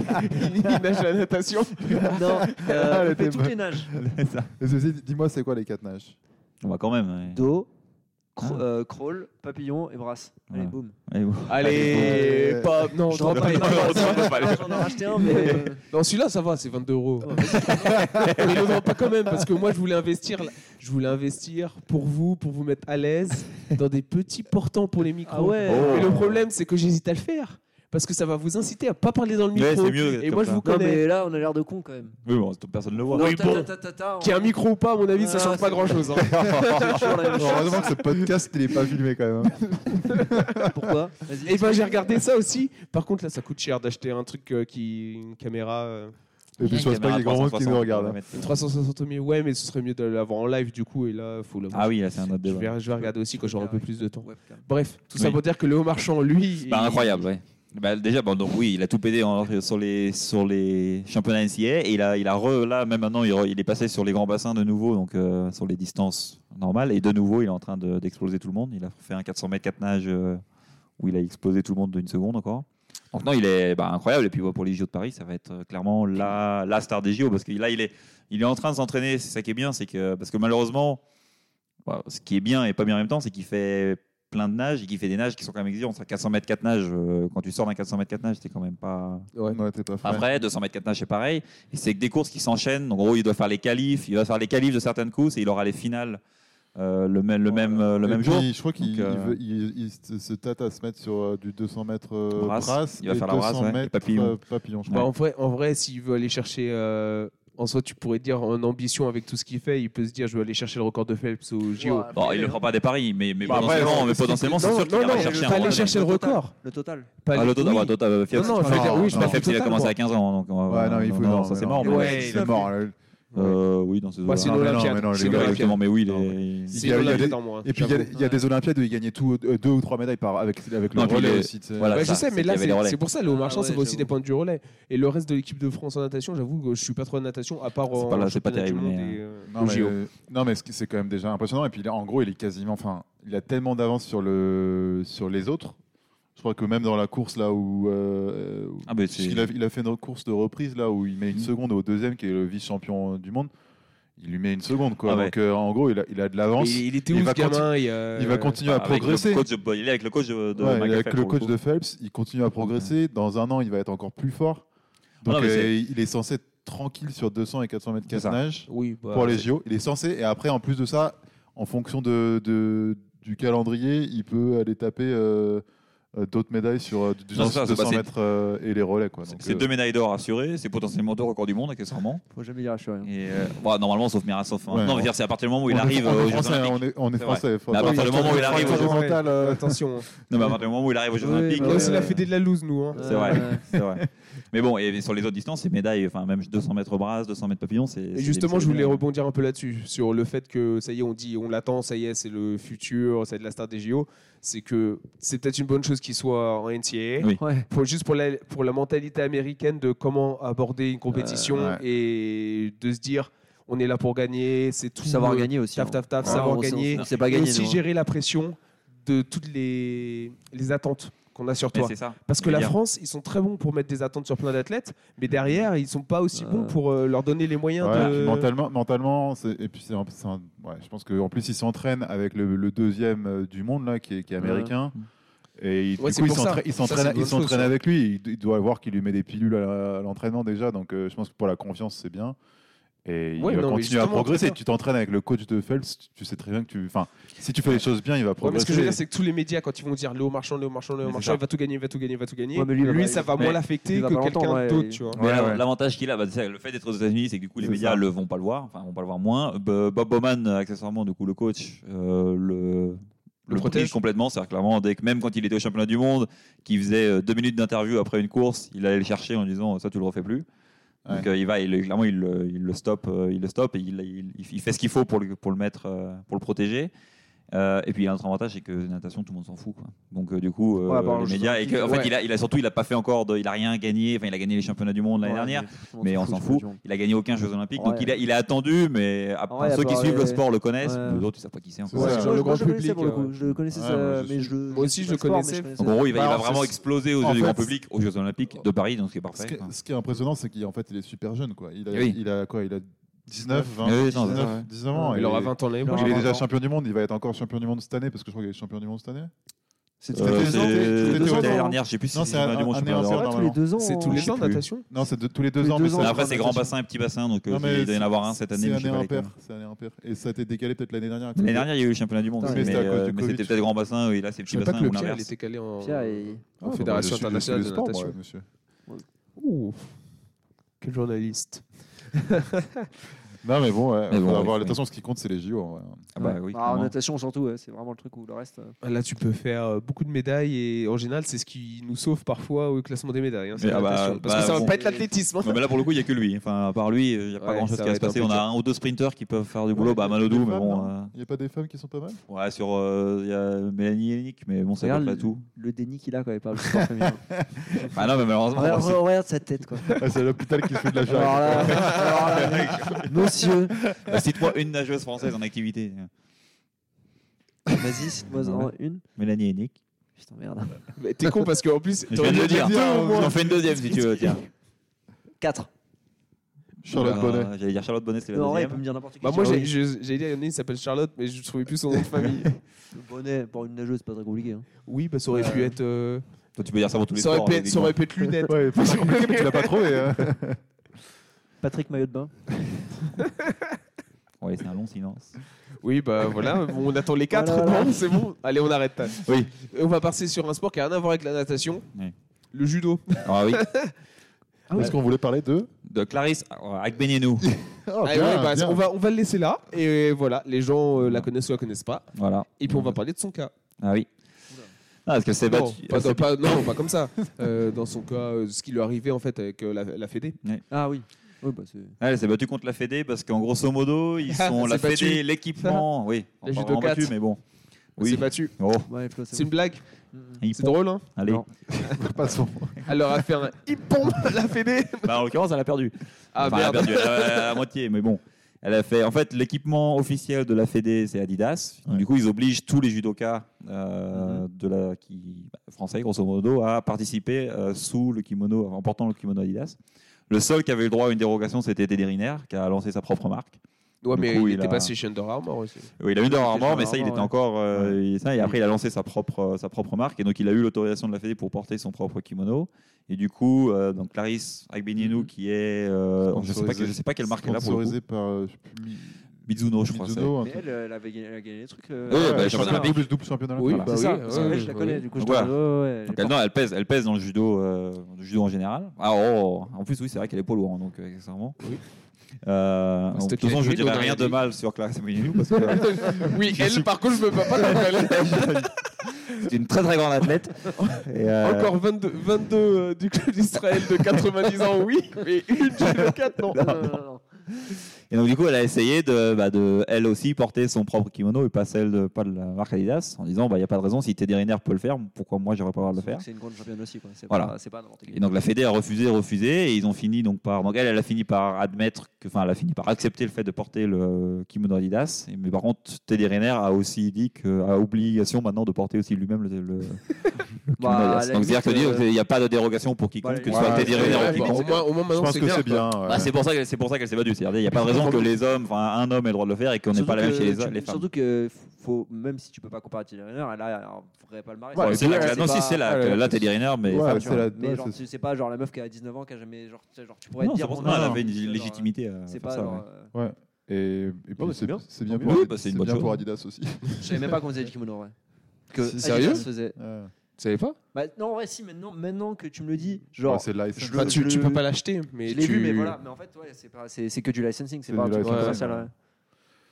Speaker 1: Il nage la natation.
Speaker 5: non, euh,
Speaker 4: Ah, elle
Speaker 5: il
Speaker 4: était
Speaker 5: fait toutes
Speaker 4: bonne.
Speaker 5: les nages.
Speaker 2: C'est ça.
Speaker 4: Et ceci, dis-moi, c'est quoi les quatre nages
Speaker 2: On va quand même. ouais.
Speaker 5: Dos, cro-
Speaker 2: Ah.
Speaker 5: euh, crawl, papillon et brasse. Allez,
Speaker 2: Ouais.
Speaker 5: boum.
Speaker 2: Allez, bon.
Speaker 1: Allez,
Speaker 2: Ouais.
Speaker 1: pas. Non,
Speaker 5: Je
Speaker 1: j'en
Speaker 5: drop pas les
Speaker 1: pas.
Speaker 5: J'en ai racheté un, mais. euh,
Speaker 1: Non, celui-là, ça va, c'est vingt-deux euros. Mais le drop pas quand même, parce que moi, je voulais investir. là- Je voulais investir pour vous, pour vous mettre à l'aise dans des petits portants pour les micros.
Speaker 5: Ah ouais.
Speaker 2: Oh.
Speaker 1: Et le problème, c'est que j'hésite à le faire. Parce que ça va vous inciter à pas parler dans le micro.
Speaker 2: Ouais, c'est mieux
Speaker 1: Et
Speaker 2: comme
Speaker 1: moi, je
Speaker 2: ça.
Speaker 1: vous
Speaker 5: Non,
Speaker 1: connais.
Speaker 5: mais là, on a l'air de con quand même.
Speaker 2: Oui, bon, personne ne le voit.
Speaker 5: Non,
Speaker 1: Oui,
Speaker 5: ta-
Speaker 1: bon.
Speaker 5: ta- ta- ta- ta,
Speaker 1: Qu'il y ait un micro ou pas, à mon avis, ça
Speaker 5: Ah,
Speaker 1: change pas
Speaker 5: c'est-
Speaker 1: grand-chose. hein.
Speaker 5: C'est toujours la même chose.
Speaker 4: Heureusement que ce podcast, il est pas filmé quand même. hein.
Speaker 5: Pourquoi Vas-y.
Speaker 1: Et ben, j'ai regardé ça aussi. Par contre, là, ça coûte cher d'acheter un truc euh, qui. Une caméra. euh,
Speaker 4: Et puis, je pense pas qu'il y ait grand monde qui nous regarde. hein.
Speaker 1: trois cent soixante mille. Ouais, mais ce serait mieux de l'avoir en live, du coup. Et là, faut l'avoir.
Speaker 2: Ah oui, là, c'est un autre
Speaker 1: Je
Speaker 2: débat.
Speaker 1: vais, je vais regarder aussi quand j'aurai un peu plus de temps.
Speaker 5: Webcam.
Speaker 1: Bref, tout ça
Speaker 2: Oui.
Speaker 1: pour dire que Léo Marchand, lui.
Speaker 2: Bah,
Speaker 1: il-
Speaker 2: incroyable, ouais. Bah, déjà, bon, donc oui, il a tout pété en- sur, les, sur les championnats N C A A et il a, il a re, là, même maintenant, il, re- il est passé sur les grands bassins de nouveau, donc euh, sur les distances normales. Et de nouveau, il est en train de- d'exploser tout le monde. Il a fait un quatre cents mètres quatre nages euh, où il a explosé tout le monde d'une seconde encore. Donc non, il est bah, incroyable. Et puis ouais, pour les J O de Paris, ça va être euh, clairement la, la star des J O parce que là, il est, il est en train de s'entraîner. C'est ça qui est bien, c'est que parce que malheureusement, bah, ce qui est bien et pas bien en même temps, c'est qu'il fait plein de nages et qu'il fait des nages qui sont quand même exigeantes. quatre cents mètres quatre nages, euh, quand tu sors d'un quatre cents mètres quatre nages, c'est quand même pas.
Speaker 1: Ouais.
Speaker 4: Ouais, t'es pas frais.
Speaker 2: Après, deux cents mètres quatre nages, c'est pareil. Et c'est que des courses qui s'enchaînent. Donc, en gros, il doit faire les qualifs. Il va faire les qualifs de certaines courses et il aura les finales euh, le même, le même, euh, le
Speaker 4: Et
Speaker 2: même
Speaker 4: puis,
Speaker 2: jour.
Speaker 4: Je crois qu'il
Speaker 2: Donc, euh,
Speaker 4: il veut- il- il se se tâte à se mettre sur euh, du deux cents mètres euh,
Speaker 2: Brasse.
Speaker 4: brasse.
Speaker 2: Il va
Speaker 4: et
Speaker 2: faire la brasse,
Speaker 4: deux cents
Speaker 2: ouais, et
Speaker 4: mètres
Speaker 2: papillon.
Speaker 4: euh, papillon, je
Speaker 1: Bah,
Speaker 4: crois.
Speaker 1: en vrai, en vrai s'il veut aller chercher. euh, En soi, tu pourrais dire en ambition avec tout ce qu'il fait, il peut se dire je vais aller chercher le record de Phelps au J O.
Speaker 5: Ouais.
Speaker 2: Bon, il ne prend pas des paris, mais, mais
Speaker 4: Bah, après,
Speaker 2: potentiellement,
Speaker 4: non,
Speaker 2: mais
Speaker 4: ce qui-
Speaker 2: potentiellement, c'est
Speaker 1: non,
Speaker 2: sûr qu'il
Speaker 1: non,
Speaker 2: ira
Speaker 1: non,
Speaker 2: chercher
Speaker 1: pas
Speaker 2: un
Speaker 1: aller
Speaker 2: record.
Speaker 1: chercher le record.
Speaker 5: Le total.
Speaker 1: Pas
Speaker 2: Ah,
Speaker 1: les-
Speaker 2: le total,
Speaker 1: oui.
Speaker 2: ouais, total, euh, Phelps,
Speaker 1: Non, non, je veux dire, oui, je
Speaker 2: bah,
Speaker 1: parle
Speaker 2: Phelps,
Speaker 1: du
Speaker 2: il a
Speaker 1: total,
Speaker 2: commencé
Speaker 1: moi.
Speaker 2: à quinze ans. Donc, on va-
Speaker 4: Ouais, non, il faut.
Speaker 2: non,
Speaker 4: non,
Speaker 2: ça
Speaker 4: mais
Speaker 2: c'est
Speaker 4: non,
Speaker 2: mort.
Speaker 4: il
Speaker 2: mais-
Speaker 4: est-
Speaker 1: Ouais,
Speaker 4: il est mort. là.
Speaker 2: Euh, oui, dans ces
Speaker 1: Bah, c'est
Speaker 2: eaux-là.
Speaker 1: une
Speaker 4: non, mais non,
Speaker 1: Olympiade.
Speaker 4: mais non,
Speaker 1: C'est
Speaker 4: les
Speaker 1: une
Speaker 4: gars,
Speaker 1: Olympiade.
Speaker 2: Exactement, mais oui, il
Speaker 1: Non,
Speaker 2: est-
Speaker 1: C'est
Speaker 4: Il y
Speaker 1: une
Speaker 4: a- il y a
Speaker 1: Olympiade
Speaker 4: des-
Speaker 1: en moins.
Speaker 4: Et puis il y a- il y a des Olympiades où il gagnait tout, euh, deux ou trois médailles par, avec, avec le
Speaker 2: Non, puis
Speaker 4: relais
Speaker 2: les-
Speaker 4: aussi. tu sais.
Speaker 2: voilà.
Speaker 1: Ouais, je
Speaker 2: ça,
Speaker 1: sais,
Speaker 2: c'est
Speaker 1: mais
Speaker 2: qu'il y
Speaker 1: là,
Speaker 2: avait
Speaker 1: c'est
Speaker 2: les relais.
Speaker 1: c'est pour ça, Léo
Speaker 5: Ah
Speaker 1: Marchand, ça
Speaker 5: ouais,
Speaker 1: va aussi
Speaker 5: j'avoue.
Speaker 1: dépendre du relais. Et le reste de l'équipe de France en natation, j'avoue que je suis pas trop en natation, à part
Speaker 2: C'est
Speaker 1: en
Speaker 2: pas là, c'est pas
Speaker 1: championnat du
Speaker 2: terrible,
Speaker 1: monde
Speaker 2: mais,
Speaker 1: et, euh,
Speaker 4: Non,
Speaker 1: au
Speaker 4: mais,
Speaker 1: J O.
Speaker 4: euh, non, mais ce qui- c'est quand même déjà impressionnant. Et puis là, en gros, il est quasiment. Enfin, il a tellement d'avance sur, le, sur les autres. Je crois que même dans la course là où. euh,
Speaker 2: Ah, bah, c'est-
Speaker 4: il, a, il a fait une course de reprise là où il met une
Speaker 2: Mhm.
Speaker 4: seconde au deuxième qui est le vice-champion du monde. Il lui met une seconde quoi.
Speaker 2: Ah ouais.
Speaker 4: Donc euh, en gros, il a, il a de l'avance.
Speaker 1: Mais il était
Speaker 4: il
Speaker 1: où
Speaker 4: va
Speaker 1: ce gamin il, euh,
Speaker 4: il va continuer à
Speaker 2: Avec
Speaker 4: progresser.
Speaker 2: le coach de- il est avec le coach de, de
Speaker 4: Ouais,
Speaker 2: Michael
Speaker 4: avec
Speaker 2: Phelps,
Speaker 4: le
Speaker 2: pour
Speaker 4: coach
Speaker 2: coup.
Speaker 4: de Phelps, il continue à progresser. Dans un an, il va être encore plus fort. Donc
Speaker 2: Ah non, mais
Speaker 4: euh,
Speaker 2: c'est-
Speaker 4: il est censé être tranquille sur deux cents et quatre cents mètres
Speaker 2: C'est ça.
Speaker 4: nage
Speaker 1: Oui, bah,
Speaker 4: pour les
Speaker 1: c'est-
Speaker 4: J O. Il est censé. Et après, en plus de ça, en fonction de, de- du calendrier, il peut aller taper euh, euh, d'autres médailles sur euh, du
Speaker 2: Non,
Speaker 4: genre
Speaker 2: c'est ça, c'est
Speaker 4: deux cent
Speaker 2: passé-
Speaker 4: mètres euh, et les relais. Quoi.
Speaker 2: C'est
Speaker 4: Donc,
Speaker 2: c'est
Speaker 4: euh,
Speaker 2: deux médailles d'or assurées, c'est potentiellement deux records du monde, accessoirement.
Speaker 5: Faut jamais dire je rien.
Speaker 2: Et euh, bon, normalement, sauf Mirasov. Hein.
Speaker 4: Ouais,
Speaker 2: non,
Speaker 4: on-
Speaker 2: mais dire, c'est à partir du moment où il
Speaker 4: on est-
Speaker 2: arrive
Speaker 4: on est
Speaker 2: aux Jeux
Speaker 4: français,
Speaker 2: Olympiques.
Speaker 4: on est, on est
Speaker 2: C'est
Speaker 4: français. faut
Speaker 2: Mais à
Speaker 4: pas-
Speaker 2: partir du moment où il arrive aux
Speaker 4: faut
Speaker 2: Jeux
Speaker 4: pas
Speaker 1: Olympiques.
Speaker 4: mental, euh,
Speaker 1: Attention.
Speaker 2: Non, mais à partir du moment où il arrive aux Jeux
Speaker 5: Oui,
Speaker 2: Olympiques.
Speaker 1: Il a
Speaker 5: bah,
Speaker 1: aussi
Speaker 2: euh,
Speaker 1: la fédé de la loose, nous. hein.
Speaker 2: C'est vrai,
Speaker 5: Ouais.
Speaker 2: c'est vrai. Mais bon, et sur les autres distances, c'est médailles, enfin même deux cents mètres brasse, deux cents mètres papillon, c'est.
Speaker 1: Et
Speaker 2: c'est
Speaker 1: justement,
Speaker 2: des-
Speaker 1: je voulais
Speaker 2: c'est des-
Speaker 1: rebondir un peu là-dessus, sur le fait que ça y est, on dit, on l'attend, ça y est, c'est le futur, c'est de la star des J O. C'est que c'est peut-être une bonne chose qu'il soit en N C A A.
Speaker 2: Oui.
Speaker 5: Ouais.
Speaker 1: Pour, juste pour la, pour la mentalité américaine de comment aborder une compétition
Speaker 4: Euh, ouais.
Speaker 1: et de se dire, on est là pour gagner, c'est tout.
Speaker 5: Savoir
Speaker 1: euh,
Speaker 5: gagner aussi.
Speaker 1: Taf,
Speaker 5: hein.
Speaker 1: taf, taf,
Speaker 5: Ouais,
Speaker 1: savoir
Speaker 5: on sait-
Speaker 1: gagner.
Speaker 5: on sait pas
Speaker 1: Et
Speaker 5: gagner.
Speaker 1: aussi
Speaker 5: nous, hein.
Speaker 1: gérer la pression de toutes les, les attentes qu'on a sur
Speaker 2: Mais
Speaker 1: toi.
Speaker 2: c'est ça.
Speaker 1: Parce que
Speaker 2: Je veux
Speaker 1: la
Speaker 2: dire,
Speaker 1: France, ils sont très bons pour mettre des attentes sur plein d'athlètes, mais derrière, ils sont pas aussi
Speaker 5: Euh.
Speaker 1: bons pour euh, leur donner les moyens
Speaker 4: Ouais,
Speaker 1: de.
Speaker 4: puis mentalement, mentalement c'est- et puis c'est un- c'est un- ouais, je pense qu'en plus il s'entraîne avec le, le deuxième euh, du monde là, qui est, qui est américain. Et il,
Speaker 1: Ouais,
Speaker 4: du
Speaker 1: c'est
Speaker 4: coup, il
Speaker 1: pour ça.
Speaker 4: s'entraîne- il
Speaker 1: Ça, c'est
Speaker 4: s'entraîne
Speaker 1: une bonne
Speaker 4: il s'entraîne
Speaker 1: chose, ça.
Speaker 4: avec lui. Il, il doit voir qu'il lui met des pilules à, à l'entraînement déjà. Donc euh, je pense que pour la confiance, c'est bien. Et
Speaker 1: Ouais,
Speaker 4: il va
Speaker 1: non, mais
Speaker 4: continuer à
Speaker 1: justement,
Speaker 4: progresser.
Speaker 1: c'est ça.
Speaker 4: Tu t'entraînes avec le coach de Phelps, tu, tu sais très bien que tu. Enfin, si tu fais les choses bien, il va
Speaker 1: Ouais, mais
Speaker 4: progresser.
Speaker 1: ce que je veux dire, c'est que tous les médias, quand ils vont dire Léo Marchand, Léo Marchand, Léo
Speaker 2: Mais c'est
Speaker 1: Marchand,
Speaker 2: ça.
Speaker 1: il va tout gagner, il va tout gagner, il va tout gagner.
Speaker 5: Ouais, mais lui, il va pas-
Speaker 1: ça va
Speaker 2: mais-
Speaker 1: moins l'affecter
Speaker 5: il va
Speaker 1: que
Speaker 5: pas longtemps,
Speaker 1: quelqu'un
Speaker 5: ouais,
Speaker 1: d'autre,
Speaker 5: il-
Speaker 1: tu vois.
Speaker 2: Mais
Speaker 4: Ouais,
Speaker 2: la-
Speaker 4: ouais.
Speaker 2: l'avantage qu'il a, bah, c'est le fait d'être aux États-Unis, c'est que du coup les
Speaker 4: C'est
Speaker 2: médias
Speaker 4: ça.
Speaker 2: le vont pas le voir, enfin vont pas le voir moins. B- Bob Bowman, accessoirement, du coup le coach, euh, le
Speaker 1: Le
Speaker 2: le
Speaker 1: protège.
Speaker 2: protège complètement, c'est-à-dire clairement dès que même quand il était au championnat du monde, qu'il faisait euh, deux minutes d'interview après une course, il allait le chercher en disant ça tu le refais plus. Donc
Speaker 4: Ouais.
Speaker 2: euh, il va, il, clairement il, le- il le stoppe, euh, il le stoppe et il, il- il fait ce qu'il faut pour le, pour le mettre, euh, pour le protéger. Euh, et puis il y a un autre avantage, c'est que natation, tout le monde s'en fout, quoi. Donc euh, du coup, euh,
Speaker 5: Ouais, bah,
Speaker 2: les
Speaker 5: je
Speaker 2: médias,
Speaker 5: sais
Speaker 2: et que, en fait,
Speaker 1: ouais.
Speaker 2: il a, il a surtout, il a pas fait encore, de, il a rien gagné. Enfin, il a gagné les championnats du monde l'année
Speaker 5: Ouais,
Speaker 2: dernière,
Speaker 5: mais,
Speaker 2: mais on s'en fout. Il a gagné aucun Jeux Olympiques,
Speaker 5: Ouais.
Speaker 2: donc il a, il a attendu, mais à-
Speaker 5: Ouais,
Speaker 2: ceux
Speaker 5: à
Speaker 2: qui
Speaker 5: part
Speaker 2: suivent le
Speaker 5: les-
Speaker 2: sport le connaissent,
Speaker 5: Ouais.
Speaker 2: les autres ils savent pas qui c'est.
Speaker 4: C'est
Speaker 2: encore.
Speaker 4: ça.
Speaker 1: Ouais,
Speaker 4: sur
Speaker 1: le
Speaker 5: moi,
Speaker 1: grand
Speaker 5: je le connaissais
Speaker 1: public,
Speaker 5: pour le coup.
Speaker 1: euh,
Speaker 5: Je le connaissais,
Speaker 4: ouais,
Speaker 5: ça,
Speaker 4: moi, je
Speaker 5: mais
Speaker 4: suis-
Speaker 5: je.
Speaker 1: Moi aussi, je le
Speaker 5: sport, mais
Speaker 1: connaissais.
Speaker 5: connaissais.
Speaker 2: Donc en gros, il va,
Speaker 4: Bah,
Speaker 2: il va
Speaker 4: alors,
Speaker 2: vraiment
Speaker 4: c'est-
Speaker 2: exploser aux
Speaker 4: en
Speaker 2: yeux du
Speaker 4: fait,
Speaker 2: grand public aux Jeux Olympiques de Paris, donc ce qui est
Speaker 4: Ce
Speaker 2: parfait.
Speaker 4: qui, est,
Speaker 2: quoi.
Speaker 4: ce qui est impressionnant, c'est qu'en fait, il est super jeune. Quoi. Il, a,
Speaker 2: Oui.
Speaker 4: il a quoi Il a dix-neuf, vingt,
Speaker 2: Oui, non, c'est ça,
Speaker 4: dix-neuf,
Speaker 2: ouais.
Speaker 4: dix-neuf ans.
Speaker 1: Il
Speaker 4: et-
Speaker 1: aura vingt ans l'année
Speaker 5: Il aura
Speaker 4: Il est
Speaker 1: prochaine.
Speaker 5: vingt
Speaker 4: déjà
Speaker 5: ans.
Speaker 4: champion du monde. Il va être encore champion du monde cette année parce que je crois qu'il est champion du monde cette année.
Speaker 5: C'est
Speaker 2: Euh,
Speaker 5: tous les
Speaker 2: c'est
Speaker 5: deux ans.
Speaker 4: tous les
Speaker 2: l'année
Speaker 4: deux ans,
Speaker 2: dernière, je sais plus si
Speaker 4: Non,
Speaker 2: c'est
Speaker 4: c'est un-
Speaker 2: du monde, je sais
Speaker 4: un
Speaker 2: pas,
Speaker 4: anniversaire,
Speaker 2: alors.
Speaker 5: tous les deux ans.
Speaker 1: C'est tous
Speaker 5: euh,
Speaker 1: les
Speaker 2: je
Speaker 1: ans
Speaker 2: sais plus.
Speaker 1: natation.
Speaker 4: Non, c'est de- tous les
Speaker 5: Tous
Speaker 4: deux
Speaker 5: les
Speaker 4: ans.
Speaker 5: deux
Speaker 4: mais
Speaker 5: ans.
Speaker 4: ça-
Speaker 2: Mais après, c'est grand
Speaker 5: natation.
Speaker 2: bassin et petit bassin, donc euh,
Speaker 4: Non, mais
Speaker 2: il doit y en avoir un cette année.
Speaker 4: C'est
Speaker 2: mais je sais
Speaker 4: année
Speaker 2: pas lesquels.
Speaker 4: impair. C'est année impair. Et ça a été décalé peut-être l'année dernière.
Speaker 2: L'année dernière, il y a eu le championnat du monde,
Speaker 5: Putain,
Speaker 2: mais,
Speaker 4: mais c'était à cause
Speaker 2: euh,
Speaker 4: du
Speaker 2: mais
Speaker 4: Covid.
Speaker 2: c'était peut-être grand bassin, et là c'est
Speaker 1: Je
Speaker 2: petit
Speaker 1: savais pas
Speaker 2: bassin
Speaker 1: que le
Speaker 2: ou
Speaker 1: Pierre il
Speaker 2: l'inverse.
Speaker 1: était calé en,
Speaker 5: Pierre, il-
Speaker 1: en
Speaker 4: Ah,
Speaker 1: Fédération
Speaker 4: bah, je suis- je suis
Speaker 1: internationale
Speaker 4: le
Speaker 1: de
Speaker 4: sport,
Speaker 1: natation.
Speaker 4: moi, monsieur.
Speaker 1: Ouh, quel journaliste.
Speaker 4: Non, mais bon, ouais,
Speaker 2: Mais bon,
Speaker 4: faut
Speaker 2: ouais,
Speaker 4: avoir
Speaker 2: oui.
Speaker 4: attention, ce qui compte, c'est les J O. ouais.
Speaker 2: Ah bah
Speaker 5: Ouais.
Speaker 2: oui,
Speaker 5: Bah, en
Speaker 2: clairement.
Speaker 5: natation surtout, ouais, c'est vraiment le truc où le reste. euh,
Speaker 1: Là, tu peux faire euh, beaucoup de médailles et en général, c'est ce qui nous sauve parfois au classement des médailles. hein, c'est
Speaker 2: Mais,
Speaker 1: la
Speaker 2: ah bah,
Speaker 1: natation. Parce
Speaker 2: bah,
Speaker 1: que ça va
Speaker 2: bon.
Speaker 1: pas être l'athlétisme. hein.
Speaker 2: Ouais, mais là pour le coup il n'y a que lui, enfin à part lui il n'y a pas
Speaker 1: Ouais,
Speaker 2: grand chose
Speaker 1: ça
Speaker 2: qui
Speaker 1: va
Speaker 2: va se
Speaker 1: être un
Speaker 2: passer.
Speaker 1: peu
Speaker 2: On a
Speaker 1: dur.
Speaker 2: un ou deux sprinters qui peuvent faire du boulot,
Speaker 4: Ouais,
Speaker 2: bah
Speaker 4: il y a
Speaker 2: Manodou,
Speaker 4: des
Speaker 2: mais
Speaker 4: femmes,
Speaker 2: bon.
Speaker 4: non
Speaker 2: euh,
Speaker 4: Il n'y a pas des femmes qui sont pas mal
Speaker 2: Ouais, sur euh, il y a Mélanie Hénic, mais bon c'est à peu
Speaker 5: Regarde
Speaker 2: près tout.
Speaker 5: le déni qu'il a quand il parle du sport féminin.
Speaker 2: Ah non mais malheureusement
Speaker 5: Regarde,
Speaker 2: c'est-
Speaker 5: regarde sa tête quoi.
Speaker 4: Ah, c'est l'hôpital qui se fait de la
Speaker 5: Alors
Speaker 4: charge.
Speaker 5: là, alors là, mec, monsieur.
Speaker 2: Bah, cite-moi une nageuse française en activité.
Speaker 5: Vas-y, cite-moi en une.
Speaker 2: Mélanie Hénic.
Speaker 5: Putain, merde.
Speaker 1: Mais t'es con parce qu'en plus,
Speaker 2: Je
Speaker 1: t'aurais
Speaker 2: viens de
Speaker 1: dû
Speaker 2: le dire.
Speaker 1: dire deux au moins.
Speaker 2: J'en fais une deuxième si tu veux, tiens.
Speaker 5: quatre.
Speaker 4: Charlotte
Speaker 2: Euh,
Speaker 4: Bonnet.
Speaker 2: J'allais dire Charlotte Bonnet, c'était la
Speaker 5: Non, en vrai, il peut
Speaker 2: deuxième.
Speaker 5: me dire n'importe qui.
Speaker 1: Bah, moi,
Speaker 5: Ah
Speaker 1: j'ai-
Speaker 5: oui.
Speaker 1: je- j'allais dire, il y en a une qui s'appelle Charlotte, mais je trouvais plus son nom de famille.
Speaker 5: Le bonnet pour une nageuse, c'est pas très compliqué. Hein.
Speaker 1: Oui, bah ça aurait pu être. euh,
Speaker 2: Toi tu peux dire ça pour tous les
Speaker 1: Ça aurait
Speaker 2: sports.
Speaker 1: pu être- ça aurait pu être lunettes.
Speaker 4: Ouais, pas si compliqué, mais tu l'as pas trouvé. hein.
Speaker 5: Patrick Maillot de Bain.
Speaker 2: Ouais, c'est un long silence.
Speaker 1: Oui, bah voilà, bon, on attend les quatre.
Speaker 5: Voilà, voilà.
Speaker 1: Non, c'est bon. Allez, on arrête.
Speaker 2: Oui.
Speaker 1: Et on va passer sur un sport qui a rien à voir avec la natation.
Speaker 2: Oui.
Speaker 1: Le judo.
Speaker 2: Ah oui.
Speaker 4: Ah, Est-ce qu'on voulait parler de
Speaker 2: De Clarisse Agbenienou.
Speaker 4: Oh,
Speaker 1: Ah
Speaker 4: bien,
Speaker 1: ouais, bah,
Speaker 4: bien.
Speaker 1: on, va, on va le laisser là. Et voilà, les gens euh, la connaissent ou la connaissent pas.
Speaker 2: Voilà.
Speaker 1: Et puis on va parler de son cas.
Speaker 2: Ah oui. Ah, parce qu'elle s'est
Speaker 1: Non,
Speaker 2: battue.
Speaker 1: pas,
Speaker 2: elle s'est-
Speaker 1: pas- non, pas comme ça. Euh, dans son cas, euh, ce qui lui est arrivé en fait avec euh, la, la Fédé.
Speaker 5: Ah oui. Oui, bah c'est.
Speaker 2: Elle s'est battue contre la Fédé parce qu'en grosso modo, ils
Speaker 1: Ah,
Speaker 2: sont la
Speaker 1: c'est battu.
Speaker 2: Fédé, l'équipement. Oui,
Speaker 1: La
Speaker 2: pas
Speaker 1: judo
Speaker 2: vraiment battu,
Speaker 1: quatre.
Speaker 2: mais bon.
Speaker 1: C'est
Speaker 2: Oui.
Speaker 1: battu.
Speaker 2: Oh,
Speaker 5: Ouais, Flo,
Speaker 1: C'est une blague.
Speaker 5: Mm.
Speaker 2: il
Speaker 1: C'est
Speaker 2: pompe.
Speaker 1: drôle, hein.
Speaker 2: Allez.
Speaker 5: Non.
Speaker 4: Passons.
Speaker 1: Elle leur a fait un hippon la Fédé.
Speaker 2: Bah, en l'occurrence, elle a perdu.
Speaker 1: Ah
Speaker 2: Enfin, elle a
Speaker 1: merde.
Speaker 2: perdu elle a- à moitié, mais bon. Elle a fait. En fait, l'équipement officiel de la Fédé, c'est Adidas. Donc,
Speaker 4: Ouais.
Speaker 2: du coup, ils obligent tous les judokas euh, de la qui bah, français, grosso modo, à participer euh, sous le kimono, en portant le kimono Adidas. Le seul qui avait eu le droit à une dérogation, c'était Teddy Riner, qui a lancé sa propre marque.
Speaker 1: Ouais,
Speaker 2: Du
Speaker 1: mais
Speaker 2: coup,
Speaker 1: il
Speaker 2: il
Speaker 1: était
Speaker 2: a-
Speaker 1: passé chez Under Armour aussi.
Speaker 2: Oui, il a eu Under
Speaker 5: C'était
Speaker 2: Armour,
Speaker 5: chez
Speaker 2: mais ça, il
Speaker 5: Under
Speaker 2: était
Speaker 5: Armour,
Speaker 2: encore. euh, il- ça, et après, il a lancé sa propre, sa propre marque. Et donc, il a eu l'autorisation de la Fédé pour porter son propre kimono. Et du coup, euh, donc Clarisse Agbenienou, qui est. euh, je ne sais, pas que- je sais pas quelle marque elle a pour le coup.
Speaker 4: Sponsorisé par euh, je sais plus, Mi-
Speaker 2: Mizuno, je crois.
Speaker 4: Mizuno. un
Speaker 5: Mais
Speaker 4: truc.
Speaker 5: elle, elle avait gagné, elle a gagné des trucs. euh,
Speaker 2: Oui,
Speaker 5: ouais,
Speaker 2: bah,
Speaker 5: ouais,
Speaker 2: championnat
Speaker 5: c'est
Speaker 2: olympique.
Speaker 4: Double, double championnat
Speaker 1: Oui,
Speaker 4: olympique.
Speaker 1: bah
Speaker 5: C'est
Speaker 1: oui,
Speaker 5: ça,
Speaker 1: ouais,
Speaker 5: c'est vrai,
Speaker 1: ouais,
Speaker 5: je la
Speaker 1: ouais.
Speaker 5: connais. Du coup, je
Speaker 2: Voilà.
Speaker 5: te- ouais, ouais, elle est
Speaker 2: Donc, elle, non, elle pèse, elle pèse dans le judo, euh, le judo en général. Ah, oh, en plus, oui, c'est vrai qu'elle est poids lourd, hein, donc euh, accessoirement.
Speaker 1: Oui.
Speaker 2: Euh,
Speaker 1: Bah,
Speaker 2: donc, de
Speaker 1: c'était
Speaker 2: toute façon, je
Speaker 1: terrible,
Speaker 2: dirais
Speaker 1: on a
Speaker 2: rien
Speaker 1: rien
Speaker 2: de
Speaker 1: dit.
Speaker 2: mal sur Clarisse Agbenienou parce que
Speaker 1: Oui, elle, par contre, je me bats pas contre elle.
Speaker 2: c'est une très très grande athlète. Et, euh,
Speaker 1: Encore vingt-deux, vingt-deux euh, du club d'Israël de quatre-vingt-dix ans, oui, mais une judo quatre, non.
Speaker 5: Non, non, non, non.
Speaker 2: Et donc du coup, elle a essayé de, bah, de elle aussi porter son propre kimono et pas celle de pas de la marque Adidas, en disant bah il y a pas de raison si Teddy Riner peut le faire, pourquoi moi j'aurais pas le droit de le faire.
Speaker 5: C'est une grande championne aussi, quoi. C'est
Speaker 2: Voilà.
Speaker 5: pas, c'est pas n'importe qui.
Speaker 2: Et donc la Fédé a refusé, refusé, et ils ont fini donc par donc elle, elle a fini par admettre que, enfin elle a fini par accepter le fait de porter le kimono Adidas. Et, mais par contre, Teddy Riner a aussi dit qu'a obligation maintenant de porter aussi lui-même le, le, le kimono
Speaker 5: Bah, à
Speaker 2: Adidas.
Speaker 5: la
Speaker 2: Donc c'est-à-dire que
Speaker 5: limite,
Speaker 2: dire qu'il n'y a pas de dérogation pour quiconque,
Speaker 5: Bah,
Speaker 2: que ce
Speaker 4: ouais,
Speaker 2: soit Teddy
Speaker 4: c'est-
Speaker 2: Riner
Speaker 4: ouais,
Speaker 2: ou
Speaker 1: Bah,
Speaker 2: quiconque.
Speaker 1: au moins, au moins
Speaker 4: Je
Speaker 1: maintenant,
Speaker 4: pense
Speaker 1: c'est
Speaker 4: que
Speaker 1: clair.
Speaker 4: c'est bien.
Speaker 2: Bah,
Speaker 4: ouais.
Speaker 2: c'est pour ça qu'elle c'est pour ça qu'elle s'est battue. C'est-à-dire il n'y a pas de raison que les hommes, enfin un homme ait le droit de le faire et qu'on n'ait
Speaker 5: Surtout
Speaker 2: pas la même
Speaker 5: que
Speaker 2: chez les,
Speaker 5: tu-
Speaker 2: les femmes.
Speaker 5: Surtout que faut, même si tu peux pas comparer Teddy Riner, elle a un vrai palmarès.
Speaker 4: Ouais,
Speaker 2: Ouais, c'est là, que-
Speaker 5: c'est
Speaker 2: non,
Speaker 5: pas-
Speaker 2: si c'est là,
Speaker 4: ouais,
Speaker 2: que- là
Speaker 4: ouais,
Speaker 2: Teddy Riner, mais
Speaker 4: Ouais,
Speaker 2: femme,
Speaker 4: c'est
Speaker 2: quoi.
Speaker 4: la-
Speaker 5: Mais
Speaker 4: ouais,
Speaker 5: genre,
Speaker 4: c'est-
Speaker 5: tu sais pas, genre la meuf qui a dix-neuf ans, qui a jamais. Genre, tu sais, genre, tu pourrais
Speaker 2: Non,
Speaker 5: te dire.
Speaker 2: c'est pour
Speaker 5: bon,
Speaker 2: ça,
Speaker 5: non,
Speaker 2: elle avait une
Speaker 5: genre,
Speaker 2: légitimité à
Speaker 5: C'est
Speaker 2: faire
Speaker 5: pas
Speaker 2: ça.
Speaker 5: genre.
Speaker 2: ouais.
Speaker 5: euh,
Speaker 4: Ouais. Et, et puis
Speaker 5: Ouais, mais
Speaker 4: c'est
Speaker 5: c'est bien.
Speaker 4: c'est bien
Speaker 5: Tant
Speaker 4: pour,
Speaker 2: mieux. Oui, bah, c'est une
Speaker 4: c'est
Speaker 2: bonne
Speaker 4: bien
Speaker 2: chose.
Speaker 4: pour Adidas aussi.
Speaker 5: Je savais même pas comment faisait le kimono, ouais. Que
Speaker 1: C'est
Speaker 5: Adidas
Speaker 1: sérieux
Speaker 5: faisait.
Speaker 4: Ouais.
Speaker 1: Tu savais pas
Speaker 5: Bah, non, ouais, si, maintenant, maintenant que tu me le dis, genre.
Speaker 4: Ouais, c'est license.
Speaker 5: je
Speaker 1: Bah,
Speaker 5: le-
Speaker 1: tu,
Speaker 5: je
Speaker 1: tu
Speaker 5: le-
Speaker 1: peux pas l'acheter, mais
Speaker 5: Je l'ai
Speaker 1: tu...
Speaker 5: vu, mais voilà. Mais en fait, ouais, c'est pas- c'est c'est que du licensing, c'est
Speaker 4: C'est
Speaker 5: pas un
Speaker 4: du
Speaker 5: truc
Speaker 4: licensing,
Speaker 5: commercial.
Speaker 1: ouais.
Speaker 5: ouais.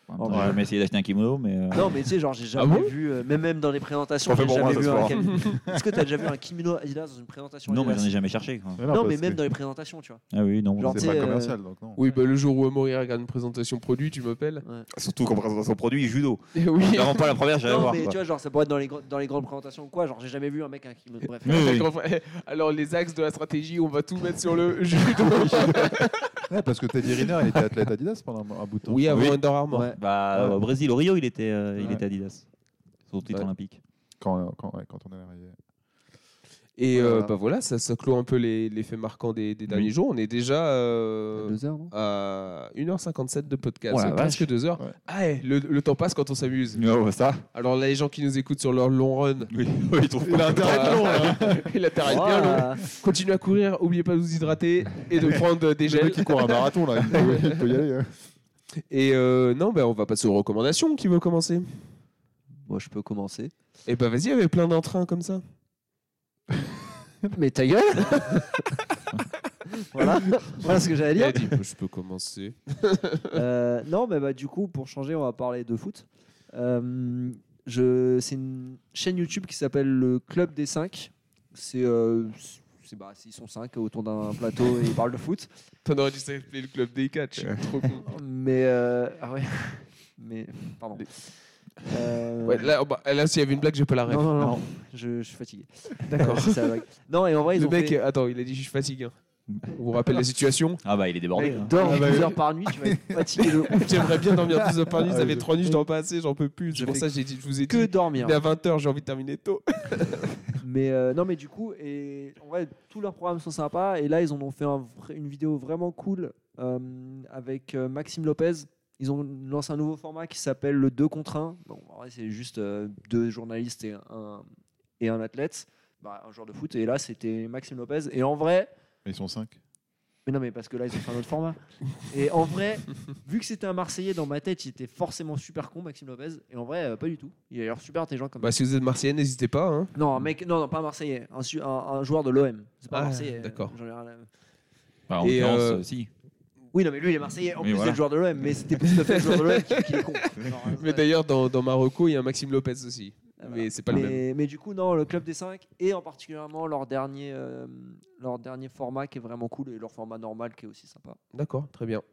Speaker 2: Enfin,
Speaker 5: Oh,
Speaker 2: j'ai
Speaker 4: ouais.
Speaker 2: jamais essayé d'acheter un kimono, mais. euh,
Speaker 5: Non, mais tu sais, genre, j'ai jamais
Speaker 1: bon
Speaker 5: vu, euh, même, même dans les présentations,
Speaker 2: Pas fait
Speaker 5: j'ai
Speaker 2: pour moi,
Speaker 5: jamais
Speaker 2: ce
Speaker 5: vu un.
Speaker 2: sport.
Speaker 5: Est-ce que tu as déjà vu un kimono Adidas dans une présentation
Speaker 2: Non, mais
Speaker 5: Adidas
Speaker 2: j'en ai jamais cherché. quoi.
Speaker 4: Mais
Speaker 5: Non,
Speaker 4: parce
Speaker 5: mais
Speaker 4: que
Speaker 5: même dans les présentations, tu vois.
Speaker 2: Ah oui, non.
Speaker 5: Genre,
Speaker 4: c'est
Speaker 5: tu
Speaker 4: pas
Speaker 5: sais, euh,
Speaker 4: commercial, donc non.
Speaker 1: Oui, bah, le jour où Amaury regarde une présentation produit, tu m'appelles.
Speaker 2: Surtout qu'en présentation son produit, judo.
Speaker 1: Et oui.
Speaker 2: Vraiment pas la première, j'allais
Speaker 5: Non,
Speaker 2: voir.
Speaker 5: mais
Speaker 2: quoi.
Speaker 5: tu vois, genre, ça pourrait être dans les, gr- dans les grandes présentations ou quoi. Genre, j'ai jamais vu un mec avec un kimono. Bref.
Speaker 2: Oui, oui.
Speaker 1: D'accord, ouais. Alors, les axes de la stratégie, on va tout mettre sur le judo.
Speaker 4: Ouais, parce que Teddy Riner, il était athlète Adidas pendant un, un bout de temps.
Speaker 1: Oui, avant
Speaker 2: Oui.
Speaker 1: Under Armour.
Speaker 5: Ouais.
Speaker 2: Bah,
Speaker 4: Ouais.
Speaker 2: au Brésil, au Rio, il était, euh, il
Speaker 4: Ouais.
Speaker 2: était Adidas. Son titre
Speaker 1: Ouais.
Speaker 2: olympique.
Speaker 4: Quand, quand, ouais, quand on est arrivé.
Speaker 1: Et
Speaker 5: Voilà.
Speaker 1: euh, bah voilà, ça, ça clôt un peu les, les faits marquants des, des derniers
Speaker 2: Oui.
Speaker 1: jours. On est déjà euh,
Speaker 5: Deux heures, non
Speaker 1: à une heure cinquante-sept de podcast,
Speaker 2: Oh la
Speaker 1: c'est presque deux heures.
Speaker 4: Ouais.
Speaker 1: Ah, ouais, le, le temps passe quand on s'amuse.
Speaker 2: Oh, ça.
Speaker 1: Alors là, les gens qui nous écoutent sur leur long run,
Speaker 2: Oui, oui, ils trouvent
Speaker 4: Il a
Speaker 2: pas.
Speaker 4: intérêt de long, hein.
Speaker 1: il a intérêt à être bien long.
Speaker 5: Voilà.
Speaker 1: Continuez à courir, oubliez pas de vous hydrater et de prendre des
Speaker 4: Le mec
Speaker 1: gels.
Speaker 4: qui court un marathon, là, il peut, il peut y aller. hein.
Speaker 1: Et euh, non, ben on va passer aux recommandations. Qui veut commencer?
Speaker 5: Bon, je peux commencer.
Speaker 1: Eh ben vas-y, avec plein d'entrains comme ça.
Speaker 5: Mais ta gueule Voilà, voilà ce que j'allais
Speaker 1: Il a
Speaker 5: dire.
Speaker 1: dit, je peux commencer.
Speaker 5: Euh, non, mais bah, du coup, pour changer, on va parler de foot. Euh, je, c'est une chaîne YouTube qui s'appelle le Club des cinq. C'est, euh, c'est, bah, ils sont cinq autour d'un plateau et ils parlent de foot.
Speaker 1: T'en aurais dû s'appeler le club des quatre. Je suis trop con.
Speaker 5: Mais euh, ah ouais, mais pardon. Euh,
Speaker 1: Ouais, là, bah, là, s'il y avait une blague, j'ai pas la rêve.
Speaker 5: non, non, non, je, je suis fatigué.
Speaker 1: D'accord.
Speaker 5: Euh, c'est la blague. Non, et en vrai, ils
Speaker 1: Le
Speaker 5: ont
Speaker 1: mec,
Speaker 5: fait...
Speaker 1: attends, il a dit je suis fatigué. hein. On vous rappelle la situation.
Speaker 2: Ah, bah, il est débordé.
Speaker 5: Mec,
Speaker 2: hein.
Speaker 5: dors
Speaker 4: Ah bah
Speaker 5: douze
Speaker 4: oui.
Speaker 5: heures par nuit, tu vas être fatigué de ouf.
Speaker 1: J'aimerais bien dormir douze heures par nuit. Ça
Speaker 4: Ah,
Speaker 1: fait
Speaker 4: je-
Speaker 1: trois nuits, je dors pas assez, j'en peux plus.
Speaker 5: Je
Speaker 1: C'est pour
Speaker 5: fais
Speaker 1: ça que j'ai dit, je vous ai
Speaker 5: Que
Speaker 1: dit.
Speaker 5: dormir.
Speaker 1: Mais à vingt heures, j'ai envie de terminer tôt.
Speaker 5: Mais euh, non, mais du coup, et en vrai, tous leurs programmes sont sympas. Et là, ils en ont fait un vrai- une vidéo vraiment cool euh, avec euh, Maxime Lopez. Ils ont lancé un nouveau format qui s'appelle le deux contre un. Bon, en vrai, c'est juste euh, deux journalistes et un, et un athlète, bah, un joueur de foot. Et là, c'était Maxime Lopez. Et en vrai,
Speaker 4: Mais ils sont cinq.
Speaker 5: mais non, mais parce que là, ils ont fait un autre format. Et en vrai, vu que c'était un Marseillais, dans ma tête, il était forcément super con, Maxime Lopez. Et en vrai, euh, pas du tout. Il a l'air super intelligent comme
Speaker 1: Bah, si vous êtes marseillais, n'hésitez pas. Hein.
Speaker 5: Non, un mec, non, non, pas un Marseillais, un, su- un, un joueur de l'O M. C'est pas
Speaker 1: Ah,
Speaker 5: un Marseillais.
Speaker 1: d'accord.
Speaker 5: j'en ai rien à-
Speaker 2: Bah, en
Speaker 1: Et,
Speaker 2: l'occurrence,
Speaker 1: euh,
Speaker 2: euh, si.
Speaker 5: Oui, non, mais lui, il est Marseillais en
Speaker 2: Oui,
Speaker 5: plus
Speaker 2: voilà.
Speaker 5: d'être joueur de l'O M, mais c'était plus le fait joueur de l'O M qui, qui est con.
Speaker 1: Mais d'ailleurs, dans, dans Marocco, il y a un Maxime Lopez aussi.
Speaker 5: Ah,
Speaker 1: Mais
Speaker 5: voilà.
Speaker 1: c'est pas le même.
Speaker 5: mais, mais du coup, non, le Club des cinq et en particulièrement leur dernier, euh, leur dernier format qui est vraiment cool et leur format normal qui est aussi sympa.
Speaker 1: D'accord, très bien.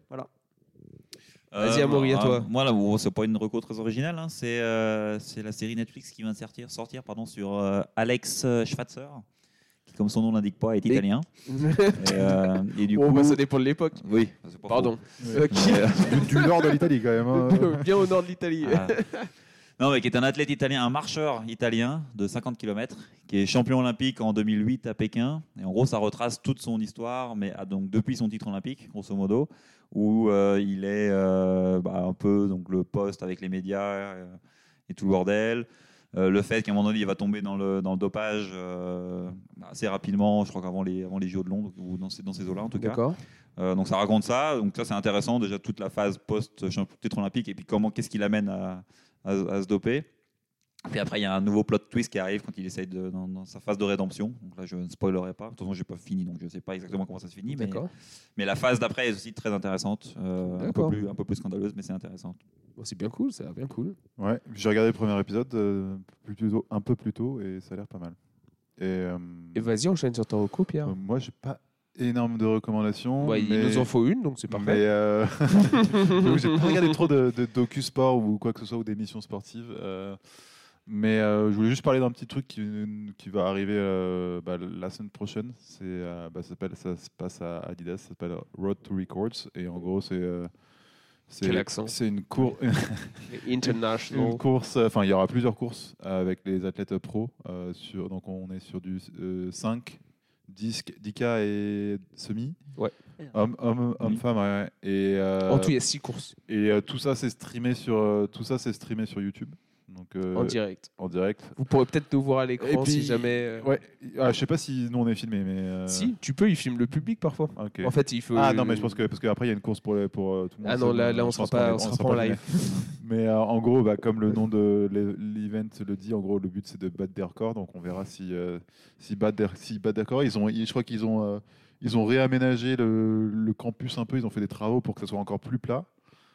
Speaker 2: Euh,
Speaker 1: Vas-y, Amaury, à
Speaker 2: bah,
Speaker 1: toi.
Speaker 2: Moi, là, bon, c'est pas une reco très originale. hein. C'est euh, c'est la série Netflix qui vient de sortir, sortir pardon, sur euh, Alex euh, Schwarzer, qui, comme son nom l'indique pas, est
Speaker 1: Et-
Speaker 2: italien. et, euh, et du
Speaker 1: Oh,
Speaker 2: coup,
Speaker 1: bah, ça dépend de l'époque.
Speaker 2: oui, c'est pas
Speaker 1: Pardon.
Speaker 4: Ouais.
Speaker 1: Euh, qui-
Speaker 2: Mais, euh,
Speaker 4: Du, du nord de l'Italie, quand même. hein.
Speaker 1: Bien au nord de l'Italie.
Speaker 2: Ah. Non, mais qui est un athlète italien, un marcheur italien de cinquante kilomètres, qui est champion olympique en deux mille huit à Pékin. Et en gros, ça retrace toute son histoire, mais ah, donc depuis son titre olympique, grosso modo, où euh, il est euh, bah, un peu donc le poste avec les médias euh, et tout le bordel. Euh, le fait qu'à un moment donné, il va tomber dans le, dans le dopage euh, assez rapidement, je crois qu'avant les, avant les J O de Londres, ou dans ces, dans ces eaux-là en tout cas.
Speaker 1: D'accord.
Speaker 2: Euh, donc ça raconte ça, donc ça c'est intéressant déjà toute la phase post-titre olympique et puis comment qu'est-ce qui l'amène à, à, à se doper. Puis après il y a un nouveau plot twist qui arrive quand il essaye de, dans, dans sa phase de rédemption. Donc là je ne spoilerai pas, de toute façon j'ai pas fini donc je ne sais pas exactement comment ça se finit, mais,
Speaker 1: D'accord.
Speaker 2: mais la phase d'après est aussi très intéressante, euh, un, peu
Speaker 1: D'accord.
Speaker 2: plus, un peu plus scandaleuse mais c'est intéressant.
Speaker 1: Bon, c'est bien cool, ça a l'air bien cool.
Speaker 4: Ouais, j'ai regardé le premier épisode euh, plus tôt- un peu plus tôt et ça a l'air pas mal. Et, euh,
Speaker 1: Et vas-y, enchaîne sur ta reco, Pierre.
Speaker 4: euh, moi, j'ai pas énorme de recommandations.
Speaker 1: Ouais,
Speaker 4: mais...
Speaker 1: il nous en faut une, donc c'est
Speaker 4: Mais
Speaker 1: parfait.
Speaker 4: euh, donc, j'ai pas regardé trop de, de docu-sport ou quoi que ce soit ou d'émissions sportives. euh, mais euh, je voulais juste parler d'un petit truc qui, qui va arriver euh, bah, la semaine prochaine. C'est, euh, bah, ça, s'appelle- ça se passe à Adidas, ça s'appelle Road to Records. Et en gros, c'est, euh, c'est,
Speaker 1: Quel accent.
Speaker 4: c'est une, cour-
Speaker 1: International.
Speaker 4: une course. Enfin, il y aura plusieurs courses avec les athlètes pro. euh, sur, donc, on est sur du euh, cinq, dix, dix K et semi.
Speaker 1: Ouais.
Speaker 4: Homme, homme, homme
Speaker 2: Oui.
Speaker 4: femme, ouais. Et, euh,
Speaker 1: En tout, il y a six courses
Speaker 4: et euh, tout ça, c'est streamé sur euh, tout ça, c'est streamé sur YouTube. Donc euh,
Speaker 1: en direct.
Speaker 4: en direct.
Speaker 1: Vous pourrez peut-être nous voir à
Speaker 4: Et
Speaker 1: l'écran
Speaker 4: puis-
Speaker 1: si jamais. euh,
Speaker 4: Ouais. Ah, je sais pas si nous on est filmé, mais. euh,
Speaker 1: Si, tu peux, il filme le public parfois.
Speaker 4: ok.
Speaker 1: En fait, il faut.
Speaker 4: Ah non, mais je pense que parce qu'après il y a une course pour les- pour euh, tout le monde.
Speaker 1: Ah non,
Speaker 4: ça,
Speaker 1: là,
Speaker 4: je
Speaker 1: là, on
Speaker 4: pense
Speaker 1: sera
Speaker 4: qu'on
Speaker 1: pas,
Speaker 4: est-
Speaker 1: on sera pas en
Speaker 4: filmé.
Speaker 1: live.
Speaker 4: Mais euh, en gros, bah, comme le nom de l'e- l'event le dit, en gros, le but c'est de battre des records. Donc on verra si euh, si battent des, si battent des records. Ils ont, ils- je crois qu'ils ont euh, ils ont réaménagé le, le campus un peu. Ils ont fait des travaux pour que ça soit encore plus plat.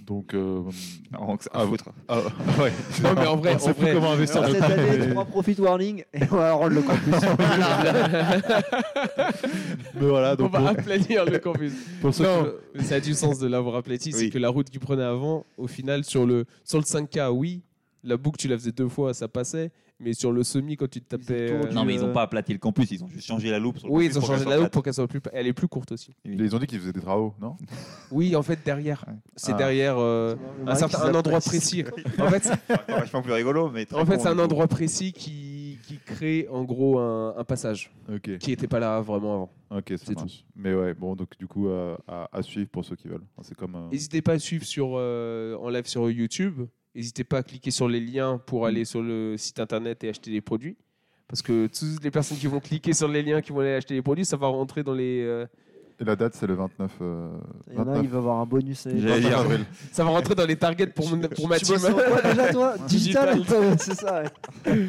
Speaker 4: Donc, euh,
Speaker 2: Non, que ça
Speaker 4: Ah,
Speaker 2: à foutre.
Speaker 4: ah, ouais.
Speaker 1: Non, mais en vrai,
Speaker 4: on sait
Speaker 1: en
Speaker 4: plus
Speaker 1: vrai-
Speaker 4: comment investir
Speaker 5: Alors,
Speaker 4: notre
Speaker 5: cette
Speaker 4: temps,
Speaker 5: année,
Speaker 4: mais-
Speaker 5: trois profit warning et on va rendre le campus.
Speaker 4: mais voilà,
Speaker 1: On
Speaker 4: donc
Speaker 1: va
Speaker 4: pour,
Speaker 1: aplanir le campus.
Speaker 4: pour ceux
Speaker 1: Non,
Speaker 4: qui-
Speaker 1: mais ça a du sens de l'avoir aplati. C'est
Speaker 2: Oui.
Speaker 1: que la route qu'ils prenaient avant, au final, sur le, sur le cinq K, oui, la boucle, tu la faisais deux fois, ça passait. Mais sur le semi, quand tu te tapais.
Speaker 5: Ils ont
Speaker 1: euh,
Speaker 5: tourné.
Speaker 2: Non, mais ils
Speaker 5: euh,
Speaker 2: n'ont pas aplati le campus, ils ont juste changé la loupe. Sur le
Speaker 1: Oui,
Speaker 2: campus
Speaker 1: ils ont
Speaker 2: pour
Speaker 1: changé
Speaker 2: qu'elle
Speaker 1: la
Speaker 2: soit
Speaker 1: loupe
Speaker 2: plate.
Speaker 1: pour qu'elle soit plus. Elle est plus courte aussi.
Speaker 4: Ils ont dit qu'ils faisaient des travaux, non?
Speaker 1: Oui, en fait, derrière. C'est
Speaker 4: Ah.
Speaker 1: derrière euh, un, certain, un endroit précis. En fait,
Speaker 2: C'est encore vachement plus rigolo, mais très
Speaker 1: en fait
Speaker 2: con,
Speaker 1: c'est un
Speaker 2: du coup.
Speaker 1: endroit précis qui, qui crée en gros un, un passage
Speaker 4: Ok,
Speaker 1: qui n'était pas là vraiment avant.
Speaker 4: ok, ça
Speaker 1: C'est
Speaker 4: marche. Mais ouais, bon, donc du coup, euh, à, à suivre pour ceux qui veulent. Enfin, c'est comme. euh,
Speaker 1: N'hésitez pas à suivre sur, euh, en live sur YouTube. N'hésitez pas à cliquer sur les liens pour aller sur le site internet et acheter les produits. Parce que toutes les personnes qui vont cliquer sur les liens, qui vont aller acheter les produits, ça va rentrer dans les. euh,
Speaker 4: Et la date, c'est le vingt-neuf. euh,
Speaker 5: Il y en a,
Speaker 4: vingt-neuf
Speaker 5: il va avoir un bonus. et-
Speaker 2: J'allais dire,
Speaker 4: avril.
Speaker 1: ça va rentrer dans les targets pour, mon- pour ma
Speaker 5: Tu
Speaker 1: team.
Speaker 5: bosses sur quoi déjà toi Digital, c'est ça. ouais.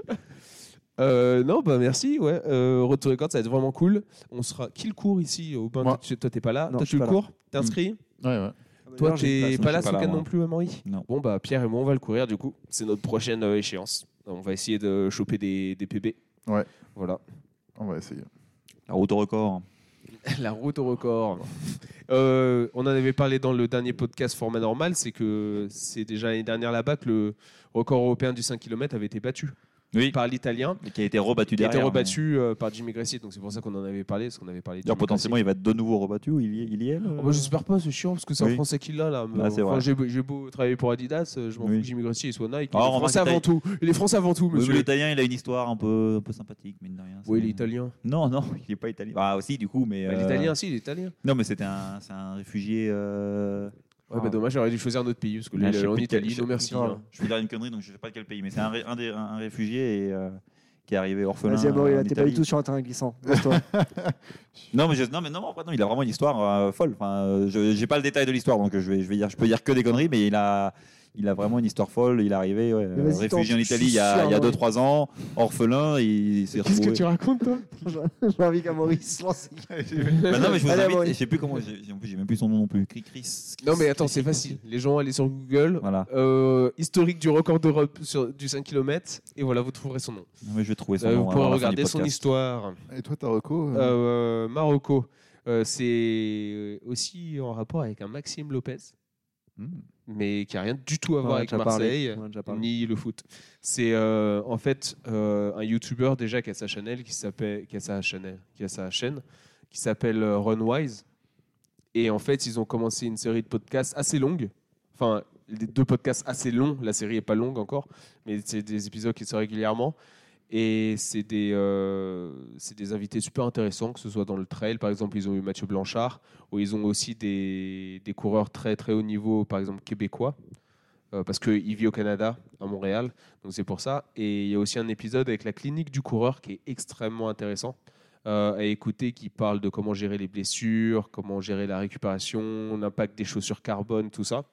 Speaker 1: Euh, non, bah merci. Ouais. Euh, Retour Record, ça va être vraiment cool. On sera. Qui le court ici au bain?
Speaker 4: Moi.
Speaker 1: Tu- Toi, t'es pas là.
Speaker 5: Non,
Speaker 1: Toi,
Speaker 5: je
Speaker 1: tu
Speaker 5: suis
Speaker 1: le
Speaker 5: pas là.
Speaker 1: cours? T'es inscrit?
Speaker 4: Ouais, ouais.
Speaker 1: Toi,
Speaker 5: D'ailleurs, j'ai
Speaker 1: t'es
Speaker 5: une place,
Speaker 1: pas là
Speaker 2: je
Speaker 1: ce
Speaker 2: suis pas là,
Speaker 1: week-end
Speaker 2: moi.
Speaker 1: non plus, Amaury?
Speaker 2: Non.
Speaker 1: Bon, bah Pierre et moi, on va le courir du coup. C'est notre prochaine euh, échéance. On va essayer de choper des, des P B.
Speaker 4: Ouais.
Speaker 1: Voilà.
Speaker 4: On va essayer.
Speaker 2: La route au record.
Speaker 1: La route au record. Euh, on en avait parlé dans le dernier podcast format normal, c'est que c'est déjà l'année dernière là-bas que le record européen du cinq kilomètres avait été battu
Speaker 2: Oui,
Speaker 1: par l'Italien,
Speaker 2: et qui a été rebattu
Speaker 1: qui a
Speaker 2: derrière.
Speaker 1: été rebattu euh, par Jimmy Gressier. Donc c'est pour ça qu'on en avait parlé, parce qu'on avait parlé de
Speaker 2: D'ailleurs,
Speaker 1: Jimmy
Speaker 2: potentiellement, il va être de nouveau rebattu ou il y est, il y est le-
Speaker 1: Gressier. Oh, bah, j'espère pas, c'est chiant parce que c'est
Speaker 2: Oui.
Speaker 1: un Français qui l'a là. Mais,
Speaker 2: Ah, c'est
Speaker 1: enfin,
Speaker 2: vrai.
Speaker 1: j'ai, beau- j'ai beau travailler pour Adidas, euh, je m'en
Speaker 2: Oui.
Speaker 1: fous que Jimmy Gressier il soit Nike.
Speaker 2: Ah,
Speaker 1: il est
Speaker 2: remarque,
Speaker 1: français
Speaker 2: l'Italie-
Speaker 1: avant tout. Il est français avant tout,
Speaker 2: Oui, mais
Speaker 1: monsieur.
Speaker 2: l'italien, il a une histoire un peu, un peu sympathique, mine de rien.
Speaker 1: Oui,
Speaker 2: C'est-
Speaker 1: il est italien.
Speaker 2: Non, non, il n'est pas italien. Ah, aussi, du coup, mais.
Speaker 1: Bah,
Speaker 2: euh,
Speaker 1: L'italien, si, il est italien.
Speaker 2: Non, mais c'était un, c'est un réfugié. euh,
Speaker 1: Ouais, bah dommage, j'aurais dû choisir un autre pays parce que
Speaker 2: Ah,
Speaker 1: là,
Speaker 2: je sais
Speaker 1: en
Speaker 2: plus de quel-
Speaker 1: Italie,
Speaker 2: je
Speaker 1: non
Speaker 2: sais
Speaker 1: merci.
Speaker 2: plus.
Speaker 1: hein.
Speaker 2: Je vais dire une connerie, donc je ne sais pas de quel pays, mais c'est un, ré- un, des- un- un réfugié et, euh, qui est arrivé orphelin.
Speaker 5: Vas-y, Amaury,
Speaker 2: en
Speaker 5: là, t'es pas du
Speaker 2: Italie.
Speaker 5: tout sur un terrain glissant. Lance-toi.
Speaker 2: Non, mais je- non, mais non, en fait, non, il a vraiment une histoire euh, folle. Enfin, euh, je n'ai pas le détail de l'histoire, donc je vais, je vais dire, je peux dire que des conneries, mais il a, il a vraiment une histoire folle. Il est arrivé ouais,
Speaker 5: Mais vas-y,
Speaker 2: réfugié
Speaker 5: tente,
Speaker 2: en
Speaker 5: je suis
Speaker 2: Italie il y a,
Speaker 5: sûr,
Speaker 2: il y a
Speaker 5: oui.
Speaker 2: deux trois ans, orphelin, et il s'est
Speaker 1: Qu'est-ce que
Speaker 2: retrouvé.
Speaker 1: tu racontes, toi?
Speaker 5: J'ai envie qu'Amaury se lance.
Speaker 2: Bah non, mais je vous
Speaker 5: Allez,
Speaker 2: invite.
Speaker 5: Amaury.
Speaker 2: Je sais plus comment. j'ai- En plus, j'ai même plus son nom non plus. Chris. Chris-
Speaker 1: Non, mais attends, c'est facile. Les gens, allez sur Google,
Speaker 2: Voilà.
Speaker 1: euh, historique du record d'Europe sur- du cinq kilomètres, et voilà, vous trouverez son nom.
Speaker 2: Non, mais je vais trouver son
Speaker 1: Euh,
Speaker 2: nom.
Speaker 1: vous
Speaker 2: avant
Speaker 1: pourrez
Speaker 2: la fin du
Speaker 1: regarder son
Speaker 2: podcast.
Speaker 1: histoire.
Speaker 4: Et toi, ta reco euh,
Speaker 1: Euh, Marocco, euh, c'est aussi en rapport avec un Maxime Lopez,
Speaker 4: hmm.
Speaker 1: mais qui a rien du tout à
Speaker 5: On
Speaker 1: voir
Speaker 5: en a
Speaker 1: avec
Speaker 5: déjà parlé.
Speaker 1: Marseille,
Speaker 5: On en a déjà parlé.
Speaker 1: ni le foot. C'est euh, en fait euh, un YouTuber déjà qui a sa chaîne, qui s'appelle, qui a sa chaîne, qui a sa chaîne, qui s'appelle euh, Runwise. Et en fait, ils ont commencé une série de podcasts assez longue. Enfin, les deux podcasts assez longs. La série est pas longue encore, mais c'est des épisodes qui sortent régulièrement. Et c'est des, euh, c'est des invités super intéressants, que ce soit dans le trail, par exemple, ils ont eu Mathieu Blanchard, ou ils ont aussi des, des coureurs très très haut niveau, par exemple québécois, euh, parce qu'il vit au Canada, à Montréal, donc c'est pour ça. Et il y a aussi un épisode avec la clinique du coureur qui est extrêmement intéressant euh, à écouter, qui parle de comment gérer les blessures, comment gérer la récupération, l'impact des chaussures carbone, tout ça.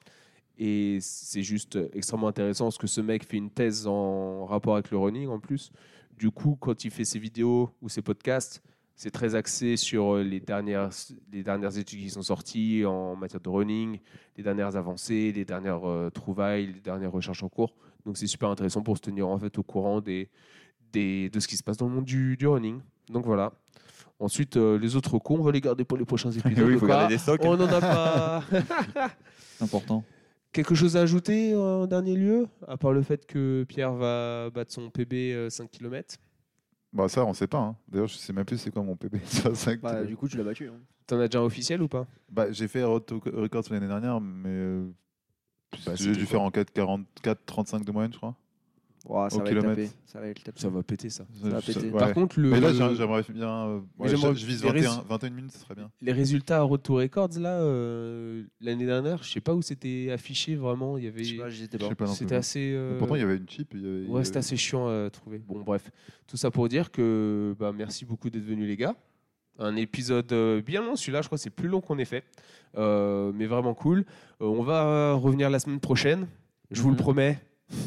Speaker 1: Et c'est juste extrêmement intéressant parce que ce mec fait une thèse en rapport avec le running en plus. Du coup, quand il fait ses vidéos ou ses podcasts, c'est très axé sur les dernières, les dernières études qui sont sorties en matière de running, les dernières avancées, les dernières euh, trouvailles, les dernières recherches en cours. Donc c'est super intéressant pour se tenir en fait au courant des, des, de ce qui se passe dans le monde du, du running. Donc voilà. Ensuite, euh, les autres cons, on va les garder pour les prochains épisodes.
Speaker 2: Oui, il faut
Speaker 1: Quoi.
Speaker 2: garder des stocks.
Speaker 1: On n'en a pas.
Speaker 2: C'est important.
Speaker 1: Quelque chose à ajouter euh, en dernier lieu, à part le fait que Pierre va battre son P B euh, cinq kilomètres?
Speaker 4: Bah, ça, on sait pas. hein. D'ailleurs, je sais même plus c'est quoi mon P B. Ça, cinq
Speaker 5: Bah,
Speaker 4: kilomètres.
Speaker 5: du coup, tu l'as battu. hein.
Speaker 1: T'en as déjà un officiel ou pas?
Speaker 4: Bah, j'ai fait Road to Records l'année dernière, mais euh,
Speaker 1: Bah,
Speaker 4: j'ai
Speaker 1: c'était
Speaker 4: dû
Speaker 1: quoi
Speaker 4: faire en quatre quarante-quatre trente-cinq de moyenne, je crois.
Speaker 5: Ouah, ça
Speaker 4: Au
Speaker 5: va être
Speaker 4: kilomètre.
Speaker 5: tapé. Ça va être tapé.
Speaker 1: Ça va péter ça.
Speaker 5: Ça va péter.
Speaker 4: ouais.
Speaker 1: Par contre, le,
Speaker 4: Mais là, j'ai- j'aimerais bien. euh,
Speaker 1: Mais
Speaker 4: ouais,
Speaker 1: j'aimerais-
Speaker 4: je, je vise
Speaker 1: les
Speaker 4: vingt et un,
Speaker 1: résu-
Speaker 4: vingt et une minutes, ce serait bien.
Speaker 1: les résultats à Road to Records, là, euh, l'année dernière, je sais pas où c'était affiché vraiment. Il y
Speaker 5: Je sais
Speaker 1: avait...
Speaker 5: pas, j'y étais
Speaker 4: Je
Speaker 5: pas.
Speaker 4: sais pas non
Speaker 1: C'était
Speaker 4: plus.
Speaker 1: assez. euh,
Speaker 4: Pourtant, il y avait une chip. il y avait- il y
Speaker 1: Ouais, c'était
Speaker 4: avait-
Speaker 1: assez chiant à trouver. Bon, bref. Tout ça pour dire que bah, merci beaucoup d'être venus, les gars. Un épisode euh, bien long, celui-là, je crois que c'est plus long qu'on ait fait. Euh, mais vraiment cool. Euh, on va revenir la semaine prochaine, je vous le
Speaker 5: Mhm.
Speaker 1: promets.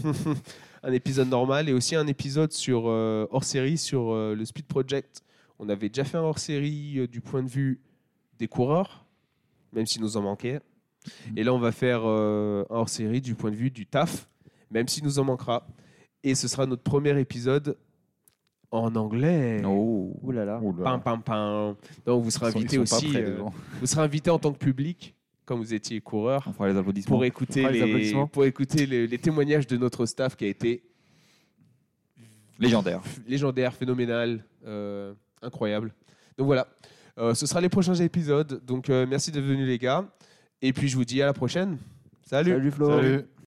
Speaker 1: Un épisode normal et aussi un épisode sur euh, hors-série sur euh, le Speed Project. On avait déjà fait un hors-série euh, du point de vue des coureurs, même s'il nous en manquait. Et là, on va faire euh, un hors-série du point de vue du taf, même s'il nous en manquera. Et ce sera notre premier épisode en anglais.
Speaker 2: Oh.
Speaker 5: Ouh là là.
Speaker 4: Oh là.
Speaker 1: Pam, pam, pam. Donc, vous serez
Speaker 4: Ils sont-
Speaker 1: invité
Speaker 4: ils sont pas
Speaker 1: aussi.
Speaker 4: prêts, les
Speaker 1: euh,
Speaker 4: gens.
Speaker 1: vous serez invité en tant que public, comme vous étiez coureur,
Speaker 2: On fera les applaudissements.
Speaker 1: pour écouter,
Speaker 5: fera les
Speaker 1: les,
Speaker 5: applaudissements.
Speaker 1: pour écouter les, les témoignages de notre staff qui a été
Speaker 2: Légendaire.
Speaker 1: légendaire, phénoménal, euh, incroyable. Donc voilà, Euh, ce sera les prochains épisodes. Donc euh, merci d'être venus les gars. Et puis je vous dis à la prochaine. Salut.
Speaker 5: Salut Flo.
Speaker 4: Salut.